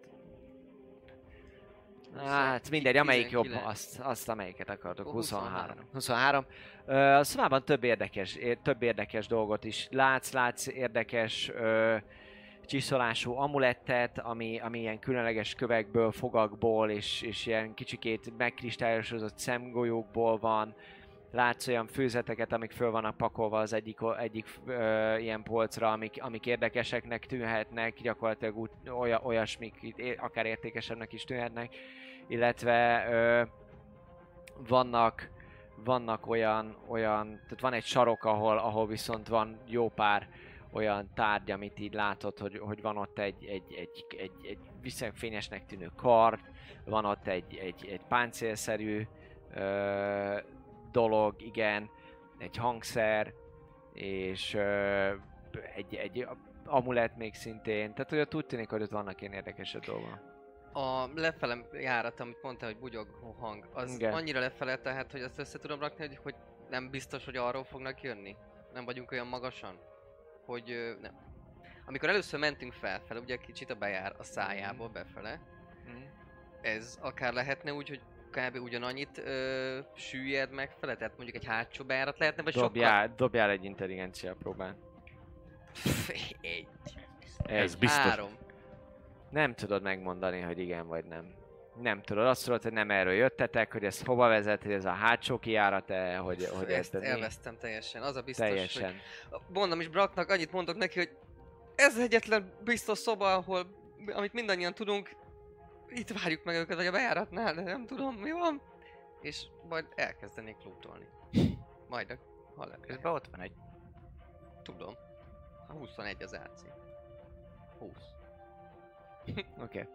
Hát mindegy, amelyik jobb, tizenkilenc. azt, azt amelyiket akartok. Akkor huszonhárom. huszonhárom. Ö, a szobában több érdekes, ér- több érdekes dolgot is látsz, látsz érdekes ö, csiszolású amulettet, ami, ami ilyen különleges kövekből, fogakból és, és ilyen kicsikét megkristályosodott szemgolyókból van. Látsz olyan főzeteket, amik föl vannak pakolva az egyik, egyik ö, ilyen polcra, amik, amik érdekeseknek tűnhetnek, gyakorlatilag úgy, oly, olyasmik, é- akár értékesebbnek is tűnhetnek, illetve ö, vannak, vannak olyan, olyan, tehát van egy sarok, ahol, ahol viszont van jó pár olyan tárgy, amit így látod, hogy, hogy van ott egy, egy, egy, egy, egy viszonylag fényesnek tűnő kard, van ott egy, egy, egy páncélszerű ö, dolog, igen, egy hangszer, és ö, egy, egy amulet még szintén, tehát hogy ott úgy tűnik, hogy ott vannak ilyen érdekesebb dolgok. A lefele járat, amit mondtál, hogy bugyogó hang, az Igen. annyira lefele tehát, hogy azt össze tudom rakni, hogy, hogy nem biztos, hogy arról fognak jönni? Nem vagyunk olyan magasan? Hogy ö, nem. Amikor először mentünk felfele, ugye kicsit a bejár a szájából befele, ez akár lehetne úgy, hogy kb. Ugyanannyit ö, süllyed meg fele, tehát mondjuk egy hátsó bejárat lehetne, vagy Dobjál, dobjál egy intelligencia próbán. sokkal... Egy. Ez Egy. biztos. Három. Nem tudod megmondani, hogy igen vagy nem. Nem tudod, azt tudod, hogy nem erről jöttetek, hogy ez hova vezet, hogy ez a hátsó kijárat-e, hogy, hogy Ezt ez mi? elvesztem teljesen, az a biztos, Teljesen. hogy... Mondom is Braknak, annyit mondok neki, hogy ez egyetlen biztos szoba, ahol, amit mindannyian tudunk, itt várjuk meg őket, vagy a bejáratnál, de nem tudom mi van. És majd elkezdenék lootolni. Majd a halál. Közben ott van egy... Tudom. A huszonegy az á cé. húsz. Oké. Okay.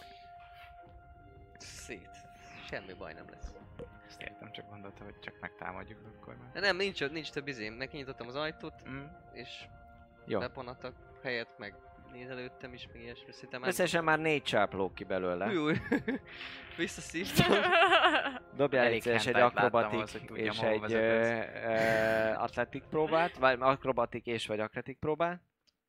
Szét. Semmi baj nem lesz. Ezt értem, csak gondoltam, hogy csak megtámadjuk akkor már. De nem, nincs, nincs több izém. Megnyitottam az ajtót, Mm. és Jó. beponatak helyett, meg nézelődtem is, meg ilyesmi. Szerintem már... Összesen már négy csáp lóg ki belőle. Új, visszaszívtam. Dobjál Elég egy, egy hentályt láttam akrobatik ahhoz, hogy tudjam, és hol egy vezet ö, ez. ö, atletik próbát, vagy akrobatik és vagy atletik próbát.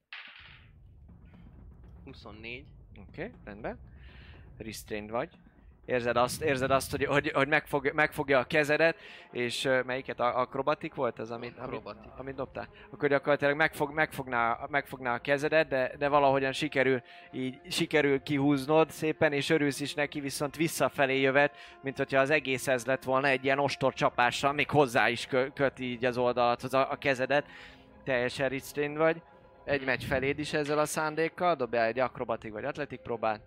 huszonnégy. Oké, okay, rendben. Restrained vagy. Érzed azt, érzed azt hogy, hogy, hogy megfog, megfogja a kezedet, és uh, melyiket? A- akrobatik volt az, amit, amit, Akrobatik. amit dobtál? Akkor gyakorlatilag megfog, megfogná, megfogná a kezedet, de, de valahogyan sikerül, így, sikerül kihúznod szépen, és örülsz is neki, viszont visszafelé jövet, mint hogyha az egész ez lett volna egy ilyen ostor csapással, még hozzá is kö, köt így az oldalhoz a, a kezedet. Teljesen restrained vagy. Egy megy feléd is ezzel a szándékkal, dobjál egy akrobatik vagy atletik próbát.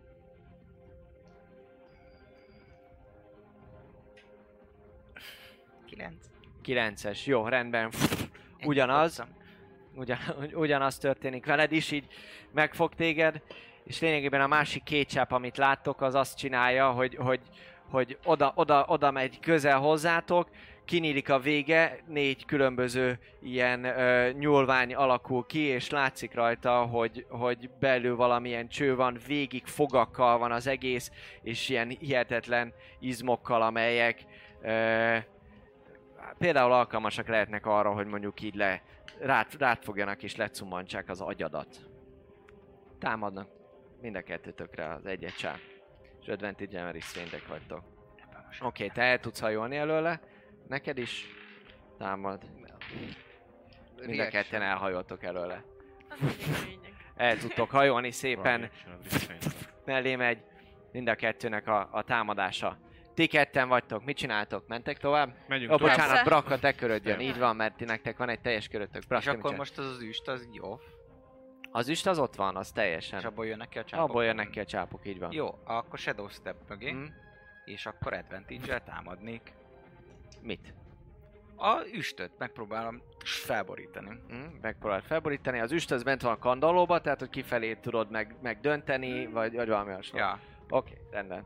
Kilenc. kilences, jó, rendben. Ugyanaz, Dobtam. ugyan, ugyanaz történik veled is, így megfog téged, és lényegében a másik két csáp, amit láttok, az azt csinálja, hogy, hogy, hogy oda, oda, oda megy közel hozzátok, kinyílik a vége, négy különböző ilyen ö, nyúlvány alakul ki, és látszik rajta, hogy, hogy belül valamilyen cső van, végig fogakkal van az egész, és ilyen hihetetlen izmokkal, amelyek ö, például alkalmasak lehetnek arra, hogy mondjuk így le, rád, rád fogjanak és lecummantsák az agyadat. Támadnak mind a kettőtökre az egyet csáp. És advantage-en is széndek vagytok. Oké, okay, te el tudsz hajolni előle. Neked is támad. Mind a ketten elhajoltok előle. Az a lényeg. El tudtok hajolni szépen. Reaction, az restraint. Mellé megy mind a kettőnek a, a támadása. Ti ketten vagytok, mit csináltok? Mentek tovább? Megyünk Ó, tovább. bocsánat, Persze. Brak, a te köröd jön, Jó. így van, mert ti nektek van egy teljes körötök. Brak, És te mit akkor csinálsz? most az az üst, az jó. Az üst az ott van, az És teljesen. abból jönnek ki a csápok. Abból jönnek ki a csápok, így van. Jó, akkor Shadow Step mögé. Mm. És akkor advantage-el támadnék. Mit? A üstöt megpróbálom És felborítani. Mm, megpróbáld felborítani. Az üst az bent van a kandallóba, tehát hogy kifelé tudod meg, megdönteni, vagy, vagy valami hasonló. Ja. Oké, okay, rendben.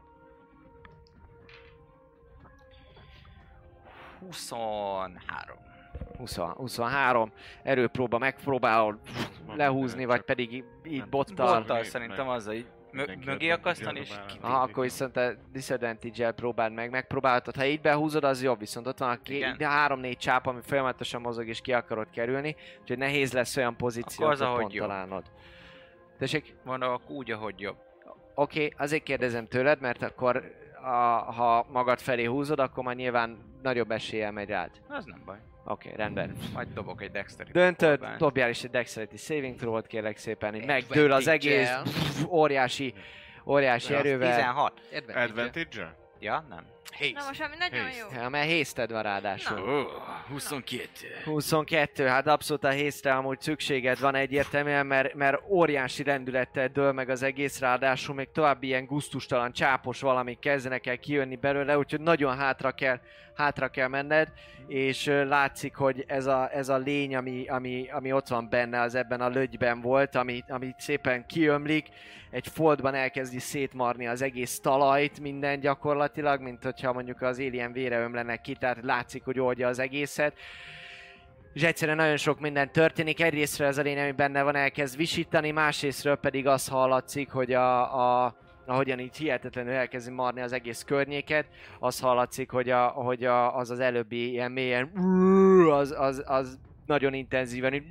huszonhárom. húsz, huszonhárom. Erőpróba, megpróbálod lehúzni, vagy csak- pedig így nem. bottal. Bottal meg- szerintem meg- azzal így mö- mindenki mögé advantage-el akasztani, és próbál. ki... Aha, akkor viszont a disadvantage-el próbáld meg, megpróbáltad. Ha így behúzod, az jobb, viszont ott van a Igen. három-négy csáp, ami folyamatosan mozog és ki akarod kerülni, úgyhogy nehéz lesz olyan pozíciót, Akkor az, hogy ahogy pont jobb. találnod. Tessék? Mondom, akkor úgy, ahogy jobb. Oké, okay, azért kérdezem tőled, mert akkor a, ha magad felé húzod, akkor már nyilván nagyobb eséllyel megy rád. Az nem baj. Oké, okay, rendben. Majd dobok egy dexterity Döntöd, próbált. dobjál is egy dexterity saving throw-ot kérlek szépen, így Advantage-el. megdől az egész pff, óriási, óriási Az erővel. tizenhat. Advantage. Advantage-el? Ja, nem. Na most ami nagyon Haste. jó. Ja, mert hészted van ráadásul. Ó, huszonkettő. huszonkettő, hát abszolút a hészre amúgy szükséged van egyértelműen, mert, mert óriási rendülettel dől meg az egész, ráadásul még további ilyen gusztustalan, csápos valamik kezdenek el kijönni belőle, úgyhogy nagyon hátra kell, hátra kell menned, és ö, látszik, hogy ez a, ez a lény, ami, ami, ami ott van benne, az ebben a lögyben volt, ami, ami szépen kiömlik, egy foltban elkezdi szétmarni az egész talajt, minden gyakorlatilag, mint hogyha mondjuk az alien vére ömlenek ki, tehát látszik, hogy oldja az egészet. És egyszerűen nagyon sok minden történik. Egyrésztről ez a lény, ami benne van, elkezd visítani, másrésztről pedig az hallatszik, hogy a, a ahogyan így hihetetlenül elkezdi marni az egész környéket, az hallatszik, hogy, a, hogy a, az az előbbi ilyen mélyen az, az, az nagyon intenzíven így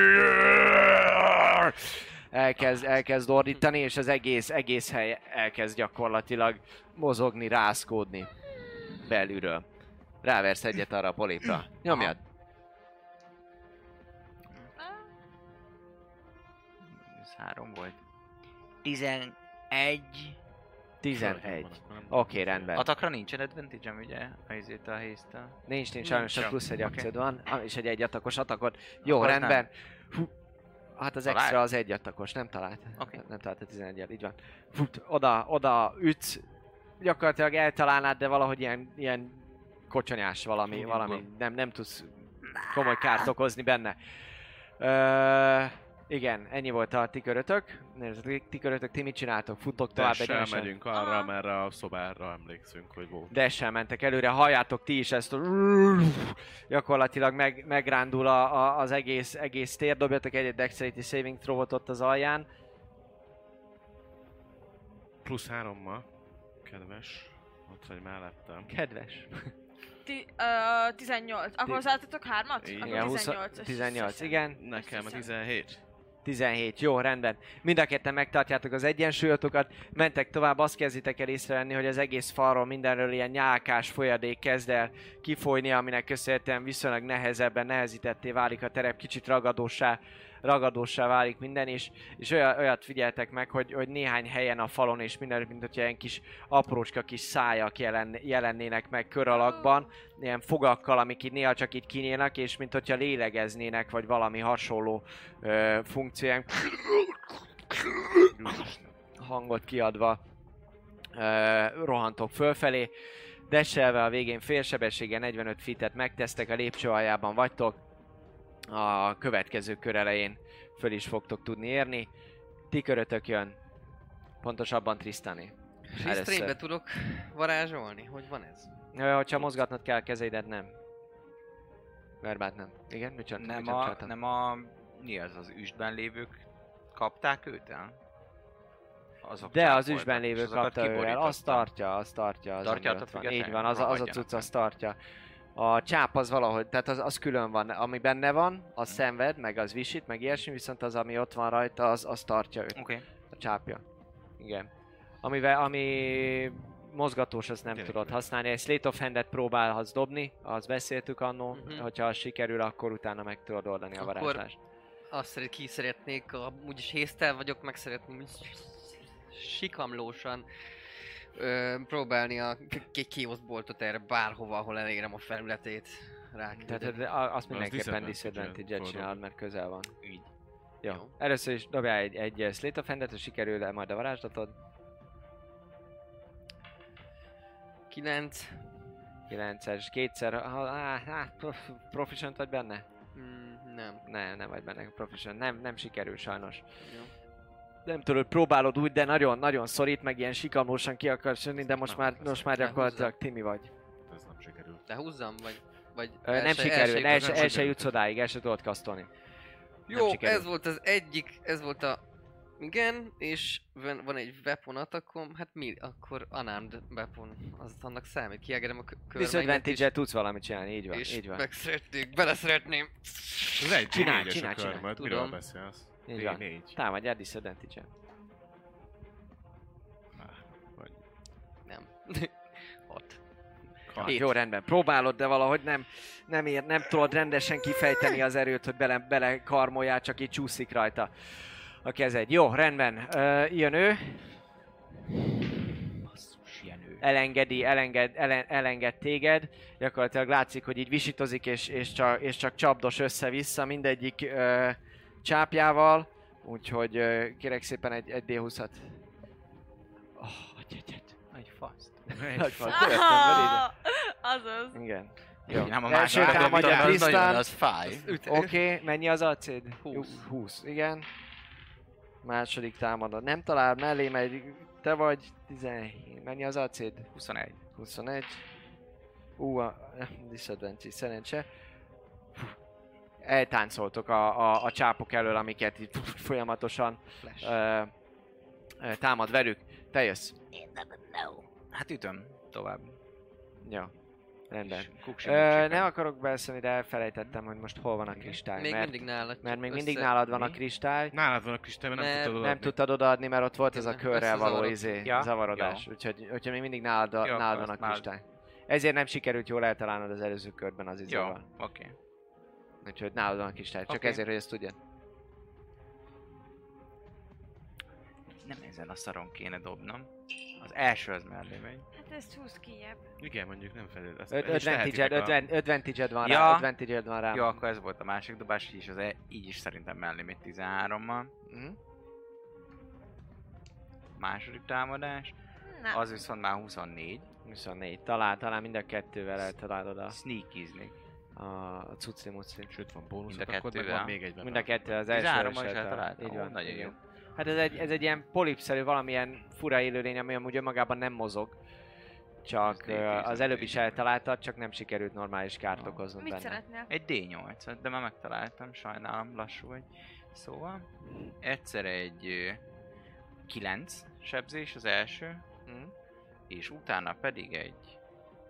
elkezd, elkezd ordítani, és az egész, egész hely elkezd gyakorlatilag mozogni, rázkódni belülről. Ráversz egyet arra a polipra. Nyomjad! Ez három volt. tizenegy. tizenegy. Oké, rendben. Atakra nincsen advantage-em, ugye? A izét a haste-tel. Nincs, nincs, sajnos csak Nincs. plusz egy Oké. akciód van, ah, és egy egyatakos atakod. Jó, Akkor rendben. Hú, hát az Talált? extra az egyatakos, nem talált. Oké. Nem talált a tizenegyel, így van. Hú, oda, oda ütsz, gyakorlatilag eltalálnád, de valahogy ilyen, ilyen kocsonyás valami, Hú, valami, hú. nem, nem tudsz komoly kárt okozni benne. Ö, igen, ennyi volt a ti körötök. Nézd, ti körötök, ti mit csináltok? Futtok tovább Dash-sel egyenesen? megyünk arra, mert a szobára emlékszünk, hogy volt. Dash-sel mentek előre, halljátok ti is ezt a... Gyakorlatilag meg, megrándul a, a, az egész, egész tér, dobjatok egy Dexterity Saving Throw-ot ott az alján. Plusz hárommal. Kedves. Ott vagy mellettem. Kedves. Ti, ö, tizennyolc. Akkor hozzáadtatok hármat? Igen, Akkor Igen, húsz, tizennyolc. tizennyolc, igen. Nekem a hiszem. tizenhét. tizenhét, jó, rendben. Mind a ketten megtartjátok az egyensúlyotokat, mentek tovább, azt kezditek el észrevenni, hogy az egész falról mindenről ilyen nyálkás folyadék kezd el kifolyni, aminek köszönhetően viszonylag nehezebben, nehezítetté válik a terep, kicsit ragadósá, ragadósá válik minden, és, és olyat, olyat figyeltek meg, hogy, hogy néhány helyen a falon és minden, mint hogyha ilyen kis aprócska kis szájak jelen, jelennének meg kör alakban, ilyen fogakkal, amik így néha csak így kinyílnak, és mint hogyha lélegeznének, vagy valami hasonló ö, funkció, hangot kiadva ö, rohantok fölfelé. Desselve a végén félsebességgel negyvenöt fitet megtesztek, a lépcső aljában vagytok. A következő kör elején föl is fogtok tudni érni. Ti körötök jön. Pontosabban Tristani. Restrainbe tudok varázsolni? Hogy van ez? Ö, hogyha mozgatnod kell a kezeidet, nem. Verbát nem. Igen, mit csináltam? Nem mit a, csináltam? nem a... Mi az, az üstben lévők kapták őt el? Azok De az cáfoltak, üstben és lévő azokat kapta ővel, kiborította. azt tartja, azt tartja. Az Tartja ami a ott van. független? Így van, az, a- az a Rohadjanak cucc meg. azt tartja. A csáp az valahogy, tehát az, az külön van, ami benne van, az szenved, meg az visít, meg ilyesmi, viszont az, ami ott van rajta, az, az tartja őt. Oké. Okay. A csápja. Igen. Amivel, ami mozgatós, azt nem Tényleg. tudod használni. Egy Slate of Hand-et próbálhatsz dobni, azt beszéltük annó, Mhm. hogyha az sikerül, akkor utána meg tudod oldani a Akkor- varázslást. Azt szeret, ki szeretnék, a, úgyis hésztel vagyok, meg szeretném úgy sikamlósan ö, próbálni a k- kioszboltot erre bárhova, ahol elérem a felületét rá. Tehát a- azt mindenképpen disadvantage-et disadvantage-et fordul. csinálod, mert közel van. Így. Jó. Jó. Először is dobjál egy, egy Slate of Hand-et, és sikerül -e majd a varázslatod. kilenc. kilences, kétszer, ha- á, á, prof, proficient vagy benne? Mm, Nem. Nem, nem vagy benne professzionál. Nem, nem sikerül sajnos. Jó. Nem tudod, próbálod úgy, de nagyon-nagyon szorít, meg ilyen sikamlósan ki akarsz jönni, de most Nem, már, ez most már nem gyakorlatilag húzza. Timi vagy. Ez nem sikerült. De húzzam, vagy... vagy Ö, nem se- sikerül, se- el se, nem el se sikerült. jutsz odáig, el se tudod kasztolni. Jó, sikerült. ez volt az egyik, ez volt a... Igen, és van, van egy weapon attackom, hát mi? Akkor unarmed weapon, az annak számít, kiágerem a kö- körmeinget, Disadvantage-el tudsz valamit csinálni, így van, és, így van. meg szeretnék, bele szeretném. Ez egy Csinálj, négyes csinálj, a csinálj, körmöd, tudom. miről beszélsz? Így van. négy. Támadjál disadvantage-el. Vagy Nem. Hat. Ah, Hét. jó, rendben. Próbálod, de valahogy nem, nem, ér, nem tudod rendesen kifejteni az erőt, hogy bele, bele karmoljál, csak így csúszik rajta a kezed. Jó, rendben. Uh, jön ő. Basszus, ilyen ő. Elengedi, elenged, elen, elenged téged. Gyakorlatilag látszik, hogy így visítozik, és, és, csak, és csak csapdos össze-vissza mindegyik uh, csápjával. Úgyhogy uh, kérek szépen egy, egy dé húszat. Oh, egy egyet. Egy faszt. Egy fasz, jöttem beléd. Azaz. Igen. Jó. Nem a Első másik, támadja az nagyon, Tristan. az fáj. Oké, okay, mennyi az acéd? Húsz. húsz, igen. Második támadod. Nem talál mellé, megy. Te vagy tizenhét. Mennyi az acéd? huszonegy. huszonegy. Ú, a disadvantage, szerencse. Fú. Eltáncoltok a, a, a csápok elől, amiket itt folyamatosan ö, ö, támad velük. Te jössz. Én nem, no. Hát ütöm tovább. Jó. Rendben. És kuksi, Ö, nem akarok beszélni, de elfelejtettem, hogy most hol van a kristály. Még mert, mindig nálad. mert még össze- mindig nálad van a Mi? kristály. Nálad van a kristály, mert nem Ne- tudtad Nem odaadni. tudtad odaadni, mert ott volt ez a Igen, körrel való összezavarodott. izé, Ja, zavarodás. jó. Úgyhogy, úgyhogy még mindig nálad, a, Jó, nálad akkor van a azt kristály. Ezért nem sikerült jól eltalálnod az előző körben az Jó, izéval. oké. Okay. Úgyhogy nálad van a kristály. Csak Oké. ezért, hogy ezt tudjad. Nem ezen a szaron kéne dobnom. Az első az mellé megy. Hát ezt húz kijebb. Igen, mondjuk nem feled. Ezt, Öt- el is Advantage-ed tehetitek a- ötven- advantage-ed van Ja. rá. Advantage-ed van rá. Jó, akkor ez volt a másik dobás, így is, az e- így is szerintem mellé megy tizenhárommal. Mhm. Második támadás. Nem. Az viszont már huszonnégy. huszonnégy. Talán, talán mind a kettővel eltalálod a, Sneakiznék. a, a cucci mucci. Sőt, van Mind bónuszod, a akkor meg kettővel. van még egy Mind a kettő az első tizenhárommal is is eltalált. eltaláltam. Így van. Ó, nagyon igen. jó. Hát ez egy, ez egy ilyen polipszerű, valamilyen fura élőlény, ami amúgy önmagában nem mozog. Csak Ez ö, az négy előbb tíz, is négy. eltaláltad, csak nem sikerült normális kárt Ah. okoznod Mit benne. szeretnél? Egy dé nyolc, de már megtaláltam, sajnálom, lassú vagy. Szóval, egyszer egy ö, kilenc sebzés az első, Mhm. és utána pedig egy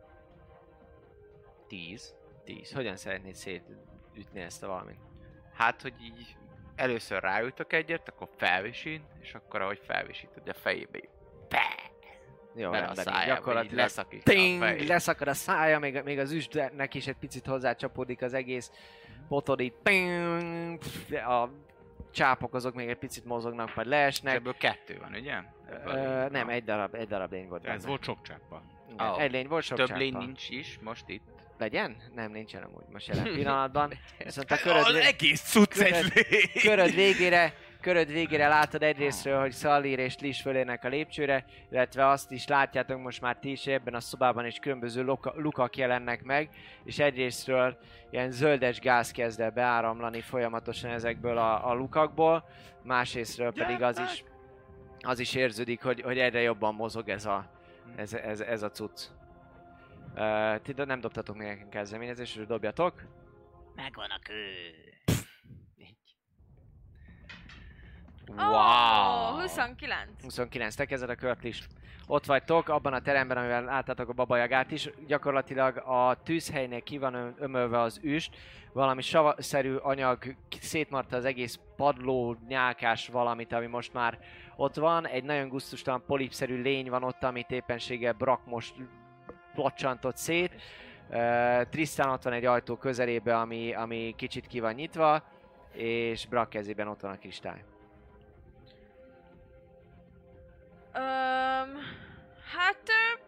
tíz. tíz. Hogyan szeretnéd szétütni ezt a valamit? Hát, hogy így először ráütök egyet, akkor felvisít, és akkor ahogy felvisítod a fejébe, így Jó, bele a rendben, így szájába, így gyakorlatilag leszakítja a ting, fejét. leszakad a szája, még, még az üstnek is egy picit hozzácsapódik az egész botod itt. Ting, pff, a csápok azok még egy picit mozognak, majd És leesnek. ebből kettő van, ugye? Ebből Ö, így nem, van. egy darab, egy darab lény volt Ez benne. volt sok csáppa. Igen, Ó, egy lény volt, sok Több csáppa. lény nincs is, most itt. Legyen? Nem, nincsen amúgy most jelen pillanatban. Viszont a Az köröd, egész cucc egy köröd- lény. köröd végére, köröd végére látod egyrésztről, hogy Szalír és Lis fölérnek a lépcsőre, illetve azt is látjátok most már ti is, hogy ebben a szobában is különböző luka, lukak jelennek meg, és egyrésztről ilyen zöldes gáz kezd el beáramlani folyamatosan ezekből a, a lukakból, másrésztről pedig az is, az is érződik, hogy, hogy egyre jobban mozog ez a, ez, ez, ez a cucc. Uh, ti do- nem dobtatok még nekem kezdeményezést, hogy dobjatok. Megvan a kő. Wow! huszonkilenc. huszonkilenc, te kezded a kört is. Ott vagytok, abban a teremben, amivel láttátok a babajagát is. Gyakorlatilag a tűzhelynél ki van ö- ömölve az üst. Valami savaszerű anyag szétmarta az egész padló, nyálkás valamit, ami most már ott van. Egy nagyon gusztustalan polipszerű lény van ott, amit éppenséggel Brak most placsantott szét. Uh, Tristan ott van egy ajtó közelébe, ami, ami kicsit ki van nyitva. És Brak kezében ott van a kristály. Öm, hát... Ö,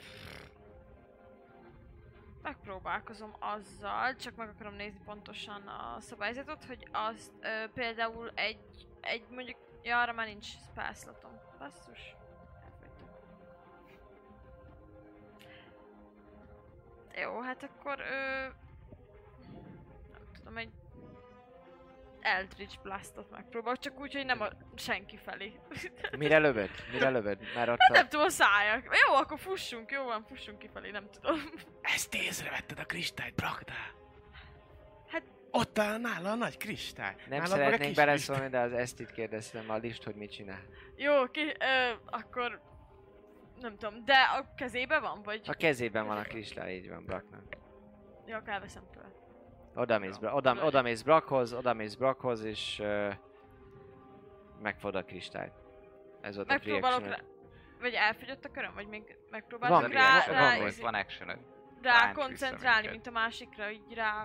megpróbálkozom azzal, csak meg akarom nézni pontosan a szabályzatot, hogy azt ö, például egy, egy mondjuk... Ja, arra már nincs spellslotom. Basszus. Elfogytam. Jó, hát akkor... Ö, nem tudom, egy Eldritch Blastot megpróbálok, csak úgy, hogy nem a senki felé. Mire lövöd? Mire lövöd? Mert ott Hát a... nem tudom, a szájak. Jó, akkor fussunk, jó van, fussunk kifelé, nem tudom. Ezt észrevetted a kristályt, Bragdál? Hát- Ott áll nála a nagy kristály. Nem Nálad meg a szeretnék kis beleszólni, de az Estit kérdeztem a list, hogy mit csinál. Jó, ki, ö, akkor... Nem tudom, de a kezébe van, vagy... A kezében van a kristály, így van Braknak. Jó, akkor elveszem tőle. Oda mész, Bra- oda, oda mész Brakhoz, oda mész Brakhoz, és uh, megfogod a kristályt. Ez volt a Megpróbálok reaction. rá... Vagy elfogyott a köröm, vagy még megpróbálok Van rá, reaction, rá, van Van, izé- van actioned. rá Lánc koncentrálni, vissza mint a másikra, így rá...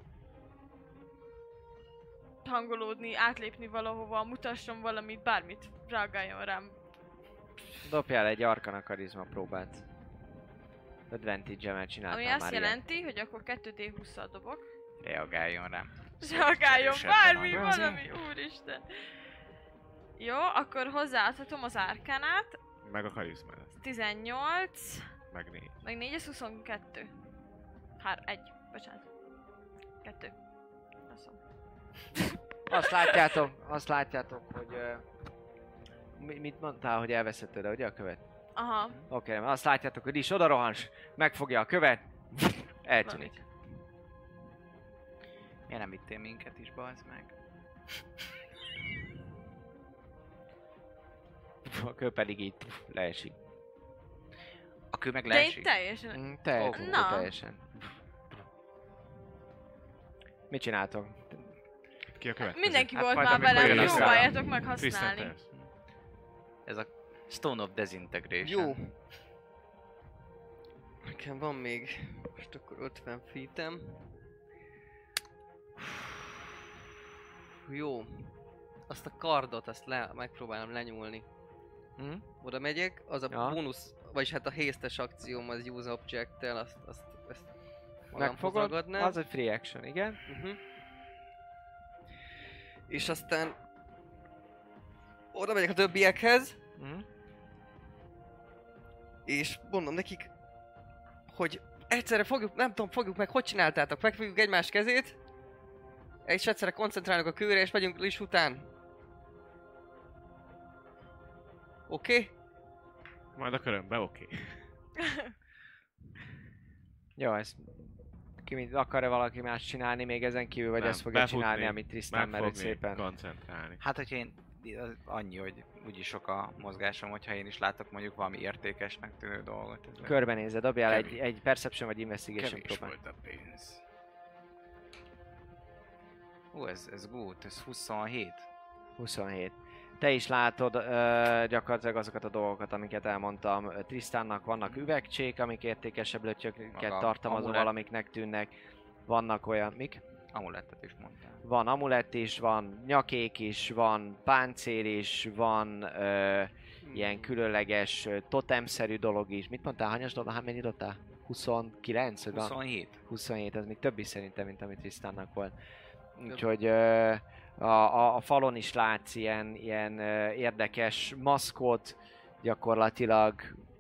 hangolódni, átlépni valahova, mutasson valamit, bármit, reagáljon rám. Dobjál egy Arcana karizma próbát. Advantage-emmel csináltál Ami már azt ilyet. jelenti, hogy akkor kettő dé hússzal dobok. Reagáljon rám. Reagáljon Erősebben bármi, adja. valami, úristen. Jó, akkor hozzáadhatom az árkánát. Meg a karizmát, tizennyolc, meg négy. meg négy, ez huszonkettő. Hár, egy, bocsánat. Kettő. Azt mondom. Azt látjátok, azt látjátok, hogy... Uh, mi, mit mondtál, hogy elveszetted, ugye a követ? Aha, Oké, okay, azt látjátok, hogy is oda rohans, megfogja a követ, eltűnik. Miért nem vittél minket is, bazd meg? A kő pedig így leesik. A kő meg de én leesik? teljesen... Mm, te, Ó, oh, na. teljesen. Mit csináltok? Ki a következő? Mindenki Hát volt majd már amikor velem, jön a próbáljátok Tristan meghasználni. Terz. Ez a Stone of Disintegration. Jó. Nekem van még most akkor ötven feet-em. Jó. Azt a kardot, azt le, megpróbálom lenyúlni. Hm? Oda megyek, az a Ja. bónusz, vagyis hát a hésztes akcióm az use object-tel, azt, azt, ezt magamhoz Megfogod? ragadnám. Az egy free action, igen. Uh-huh. És aztán oda megyek a többiekhez, Hm? és mondom nekik, hogy egyszerre fogjuk, nem tudom, fogjuk meg, hogy csináltátok, megfogjuk egymás kezét, és egyszerre koncentrálunk a kőre, és megyünk Lis után. Oké? Okay? Majd a körömbe, oké. Okay. Jó, ez... Ki mit, akar-e valaki más csinálni még ezen kívül, vagy Nem, ezt fogja befutni, csinálni, amit Tristan merült Megfogni, szépen? koncentrálni. Hát, hogyha én az annyi, hogy úgyis sok a mozgásom, hogyha én is látok mondjuk valami értékesnek tűnő dolgot. Ez Körbenézed, dobjál egy, Kevés. egy Perception vagy Investigation kevés próbál. volt a pénz. Ú, ez, ez good, ez huszonhét. huszonhét. Te is látod ö, gyakorlatilag azokat a dolgokat, amiket elmondtam. Tristannak vannak üvegcsék, amik értékesebb lötyöket Maga tartalmazó amulett. valamiknek tűnnek. Vannak olyan, mik? Amulettet is mondtál. Van amulett is, van nyakék is, van páncél is, van ö, ilyen különleges ö, totemszerű dolog is. Mit mondtál? Hányas dollár? Hát mennyi dobtál? huszonkilenc? vagy van? huszonhét. huszonhét, ez még több is szerintem, mint amit Tristannak volt. Úgyhogy ö, a, a, a falon is látsz ilyen, ilyen ö, érdekes maszkot, gyakorlatilag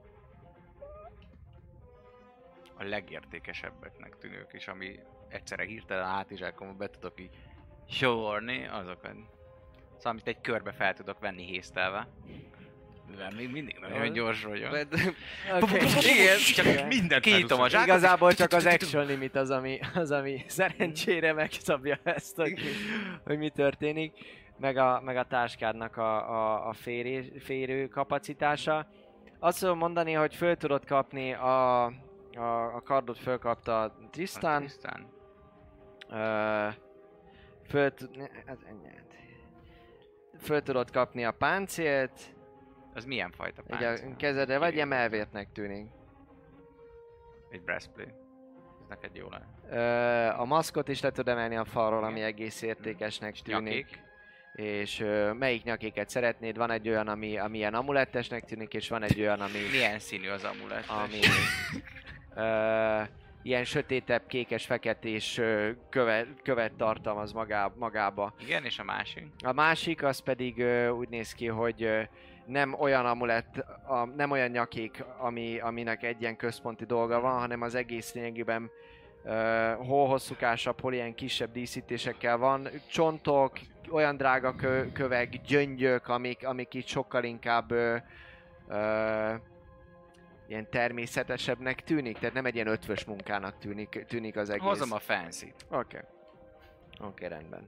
A legértékesebbeknek tűnők is, ami egyszerre hirtelen átizsákom, be tudok így sorni, azokat. Szóval amit egy körbe fel tudok venni hésztelve. Mivel még mindig nagyon gyors vagyok. Bed... okay. Igen, csak Igen. mindent kinyitom a zsákot. Igazából csak az action limit az, ami, az, ami szerencsére megszabja ezt, hogy, hogy mi történik. Meg a, meg a táskádnak a, a, a féré, férő kapacitása. Azt tudom mondani, hogy föl tudod kapni a, a, a kardot fölkapta Tristan. Tristan. Ö, föl, tud- ne, ez ennyi. Föl tudod kapni a páncélt. Az milyen fajta Így páncél? a kezedre, vagy ilyen melvértnek tűnik. Egy breastplate. Ez neked jó lehet. Ö, a maszkot is le tud emelni a falról, ami Igen. egész értékesnek tűnik. Nyakék. És ö, melyik nyakéket szeretnéd? Van egy olyan, ami, ami ilyen amulettesnek tűnik, és van egy olyan, ami... Milyen színű az amulett? ami ö, ilyen sötétebb, kékes, feketés ö, követ, követ tartalmaz magá, magába. Igen, és a másik? A másik az pedig ö, úgy néz ki, hogy ö, nem olyan amulett, a, nem olyan nyakék, ami, aminek egy ilyen központi dolga van, hanem az egész lényegében uh, hol hosszúkásabb, hol ilyen kisebb díszítésekkel van. Csontok, olyan drága kö, kövek, gyöngyök, amik, amik itt sokkal inkább uh, uh, ilyen természetesebbnek tűnik, tehát nem egy ilyen ötvös munkának tűnik, tűnik az egész. Hozom a fancy-t. Oké. Okay. Oké, okay, rendben.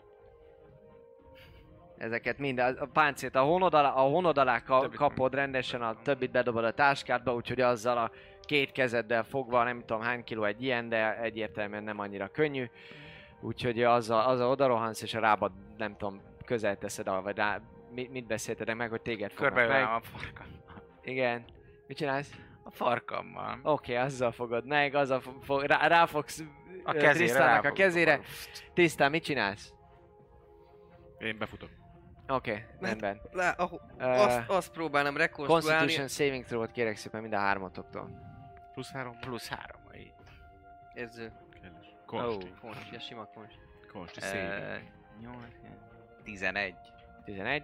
Ezeket mind, a páncélt, a honod alá, a honod alá ka, kapod rendesen, a többit bedobod a táskádba, úgyhogy azzal a két kezeddel fogva, nem tudom hány kiló egy ilyen, de egyértelműen nem annyira könnyű. Úgyhogy azzal, azzal odarohansz és a rábad, nem tudom, közel teszed, vagy rá, mit, mit beszéltetek meg, hogy téged fognak meg. Körbeölem a farkam. Igen. Mit csinálsz? A farkammal. Oké, okay, azzal fogod meg, azzal fog, rá, rá fogsz a kezére, Trisztának a kezére. Tisztán, mit csinálsz? Én befutok. Oké, okay, rendben. Le, ah, Uh, azt, azt próbálom rekonstruálni. Constitution saving throw-t kérek szépen mind a hármatoktól. Plusz három. Plusz három. Így. Érző. Konsti. Oh. Konsti, a sima konsti. Konsti Uh, saving. nyolc, tizenegy. tizenegy.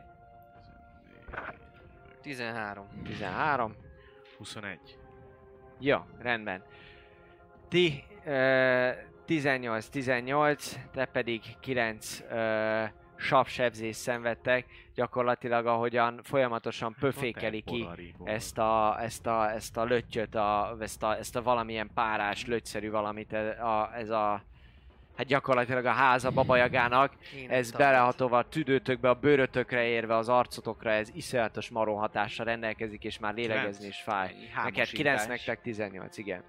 tizenhárom. tizenhárom. huszonegy. Jó, rendben. Ti uh, tizennyolc tizennyolc, te pedig kilenc uh, savsebzést szenvedtek, gyakorlatilag ahogyan folyamatosan pöfékeli ki ezt a, ezt a, ezt a löttyöt, a, ezt, a, ezt a valamilyen párás, lötyszerű valamit, a, ez a, hát gyakorlatilag a háza babajagának, ez belehatolva a tüdőtökbe, a bőrötökre érve, az arcotokra, ez iszonyatos maró hatással rendelkezik, és már lélegezni is fáj. Neked kilenc, nektek tizennyolc, igen.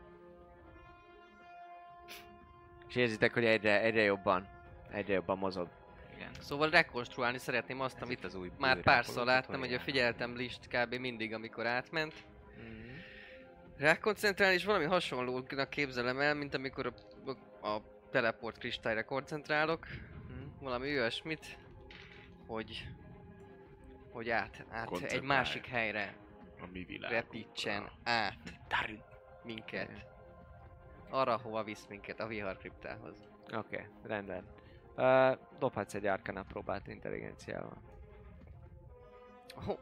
És érzitek, hogy egyre, egyre jobban, egyre jobban mozog. Igen. Szóval rekonstruálni szeretném azt, amit az új már bőr, párszor akkor láttam, hogy a olyan. figyeltem list kb. Mindig, amikor átment. Rákoncentrálni, és valami hasonlónak képzelem el, mint amikor a, a teleport kristályra koncentrálok. Valami olyasmit, hogy, hogy át, át egy másik helyre A mi világ. repítsen át minket. Arra, hova visz minket, a viharkriptához. Oké, okay, rendben. Uh, dobhatsz egy Arcana próbát intelligenciával. Oh.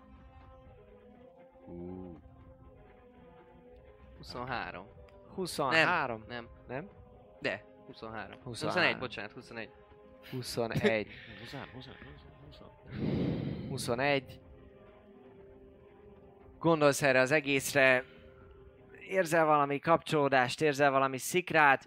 Uh. huszonhárom. huszonhárom? Nem. Nem? De, huszonhárom. huszonhárom. huszonegy, bocsánat, huszonegy. huszonegy. Húszán, húszán, húszán. huszonegy. Gondolsz erre az egészre, érzel valami kapcsolódást, érzel valami szikrát,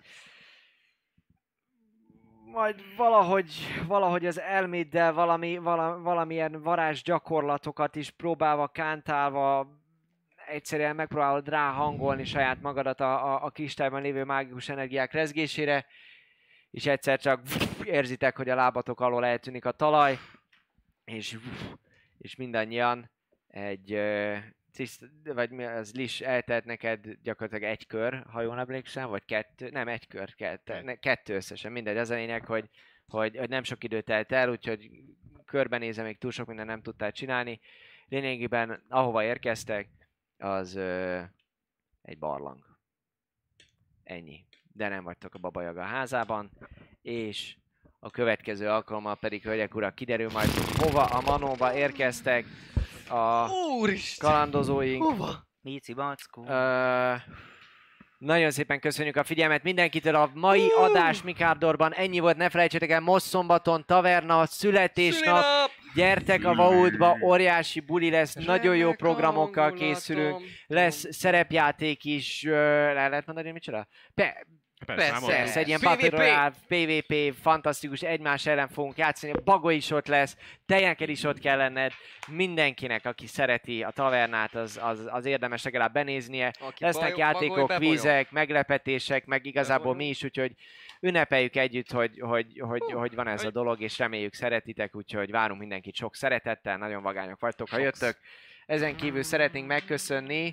majd valahogy, valahogy az elméddel valami, vala, valamilyen varázsgyakorlatokat is próbálva, kántálva, egyszerűen megpróbálod ráhangolni saját magadat a, a, a kristályban lévő mágikus energiák rezgésére, és egyszer csak érzitek, hogy a lábatok alól eltűnik a talaj, és, és mindannyian egy, uh, tiszt, vagy mi az Lis eltelt neked gyakorlatilag egy kör, ha jól emlékszem, vagy kettő, nem egy kör, kettő, ne, kettő összesen, mindegy, az a lényeg, hogy, hogy, hogy nem sok idő telt el, úgyhogy körbenézve még túl sok minden nem tudtál csinálni. Lényegében ahova érkeztek, az ö, egy barlang. Ennyi. De nem vagytok a Baba Yaga házában, és a következő alkalommal pedig, hölgyek urak, kiderül majd, hogy hova a Manóba érkeztek a Úristen! kalandozóink. Hova? Mici Backó. Ö, nagyon szépen köszönjük a figyelmet mindenkitől a mai uh! adás Mikárdorban. Ennyi volt, ne felejtsétek el, most szombaton taverna, születésnap. Szülinap! Gyertek a Vaultba, óriási buli lesz, nagyon jó Remek a programokkal hangulatom. készülünk. Lesz szerepjáték is, ö, le lehet mondani, hogy micsoda? Pe- Persze. már Persze, egy ilyen pé vé pé. Battle Royale, pé vé pé, fantasztikus, egymás ellen fogunk játszani, a Bago is ott lesz, te neked is ott kell lenned, mindenkinek, aki szereti a tavernát, az, az, az érdemes legalább benéznie. Aki Lesznek bajol, játékok, bagolj, bebajon. vízek, meglepetések, meg igazából Bebajon. mi is, úgyhogy ünnepeljük együtt, hogy, hogy, hogy, hogy van ez a dolog, és reméljük szeretitek, úgyhogy várunk mindenkit sok szeretettel, nagyon vagányok vagytok, ha jöttök. Ezen kívül szeretnénk megköszönni.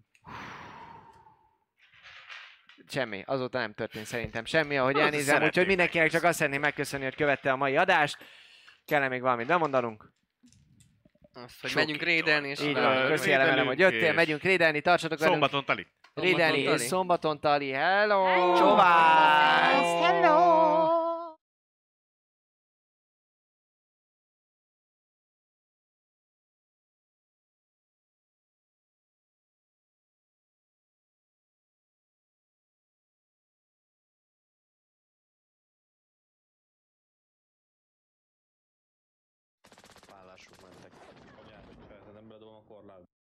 Semmi, azóta nem történt szerintem semmi, ahogy Az elnézem, szeretnék úgyhogy mindenkinek csak azt szeretném megköszönni, hogy követte a mai adást. Kell még valamit bemondanunk? Azt, hogy Sok menjünk rédelni, és Így Ö, van, köszi elemelem, hogy jöttél, és megyünk rédelni, tartsatok velünk. Szombaton tali. Rédelni, Szombaton és tali. szombaton tali, hello! Hello! Csóvá! Hello! korlát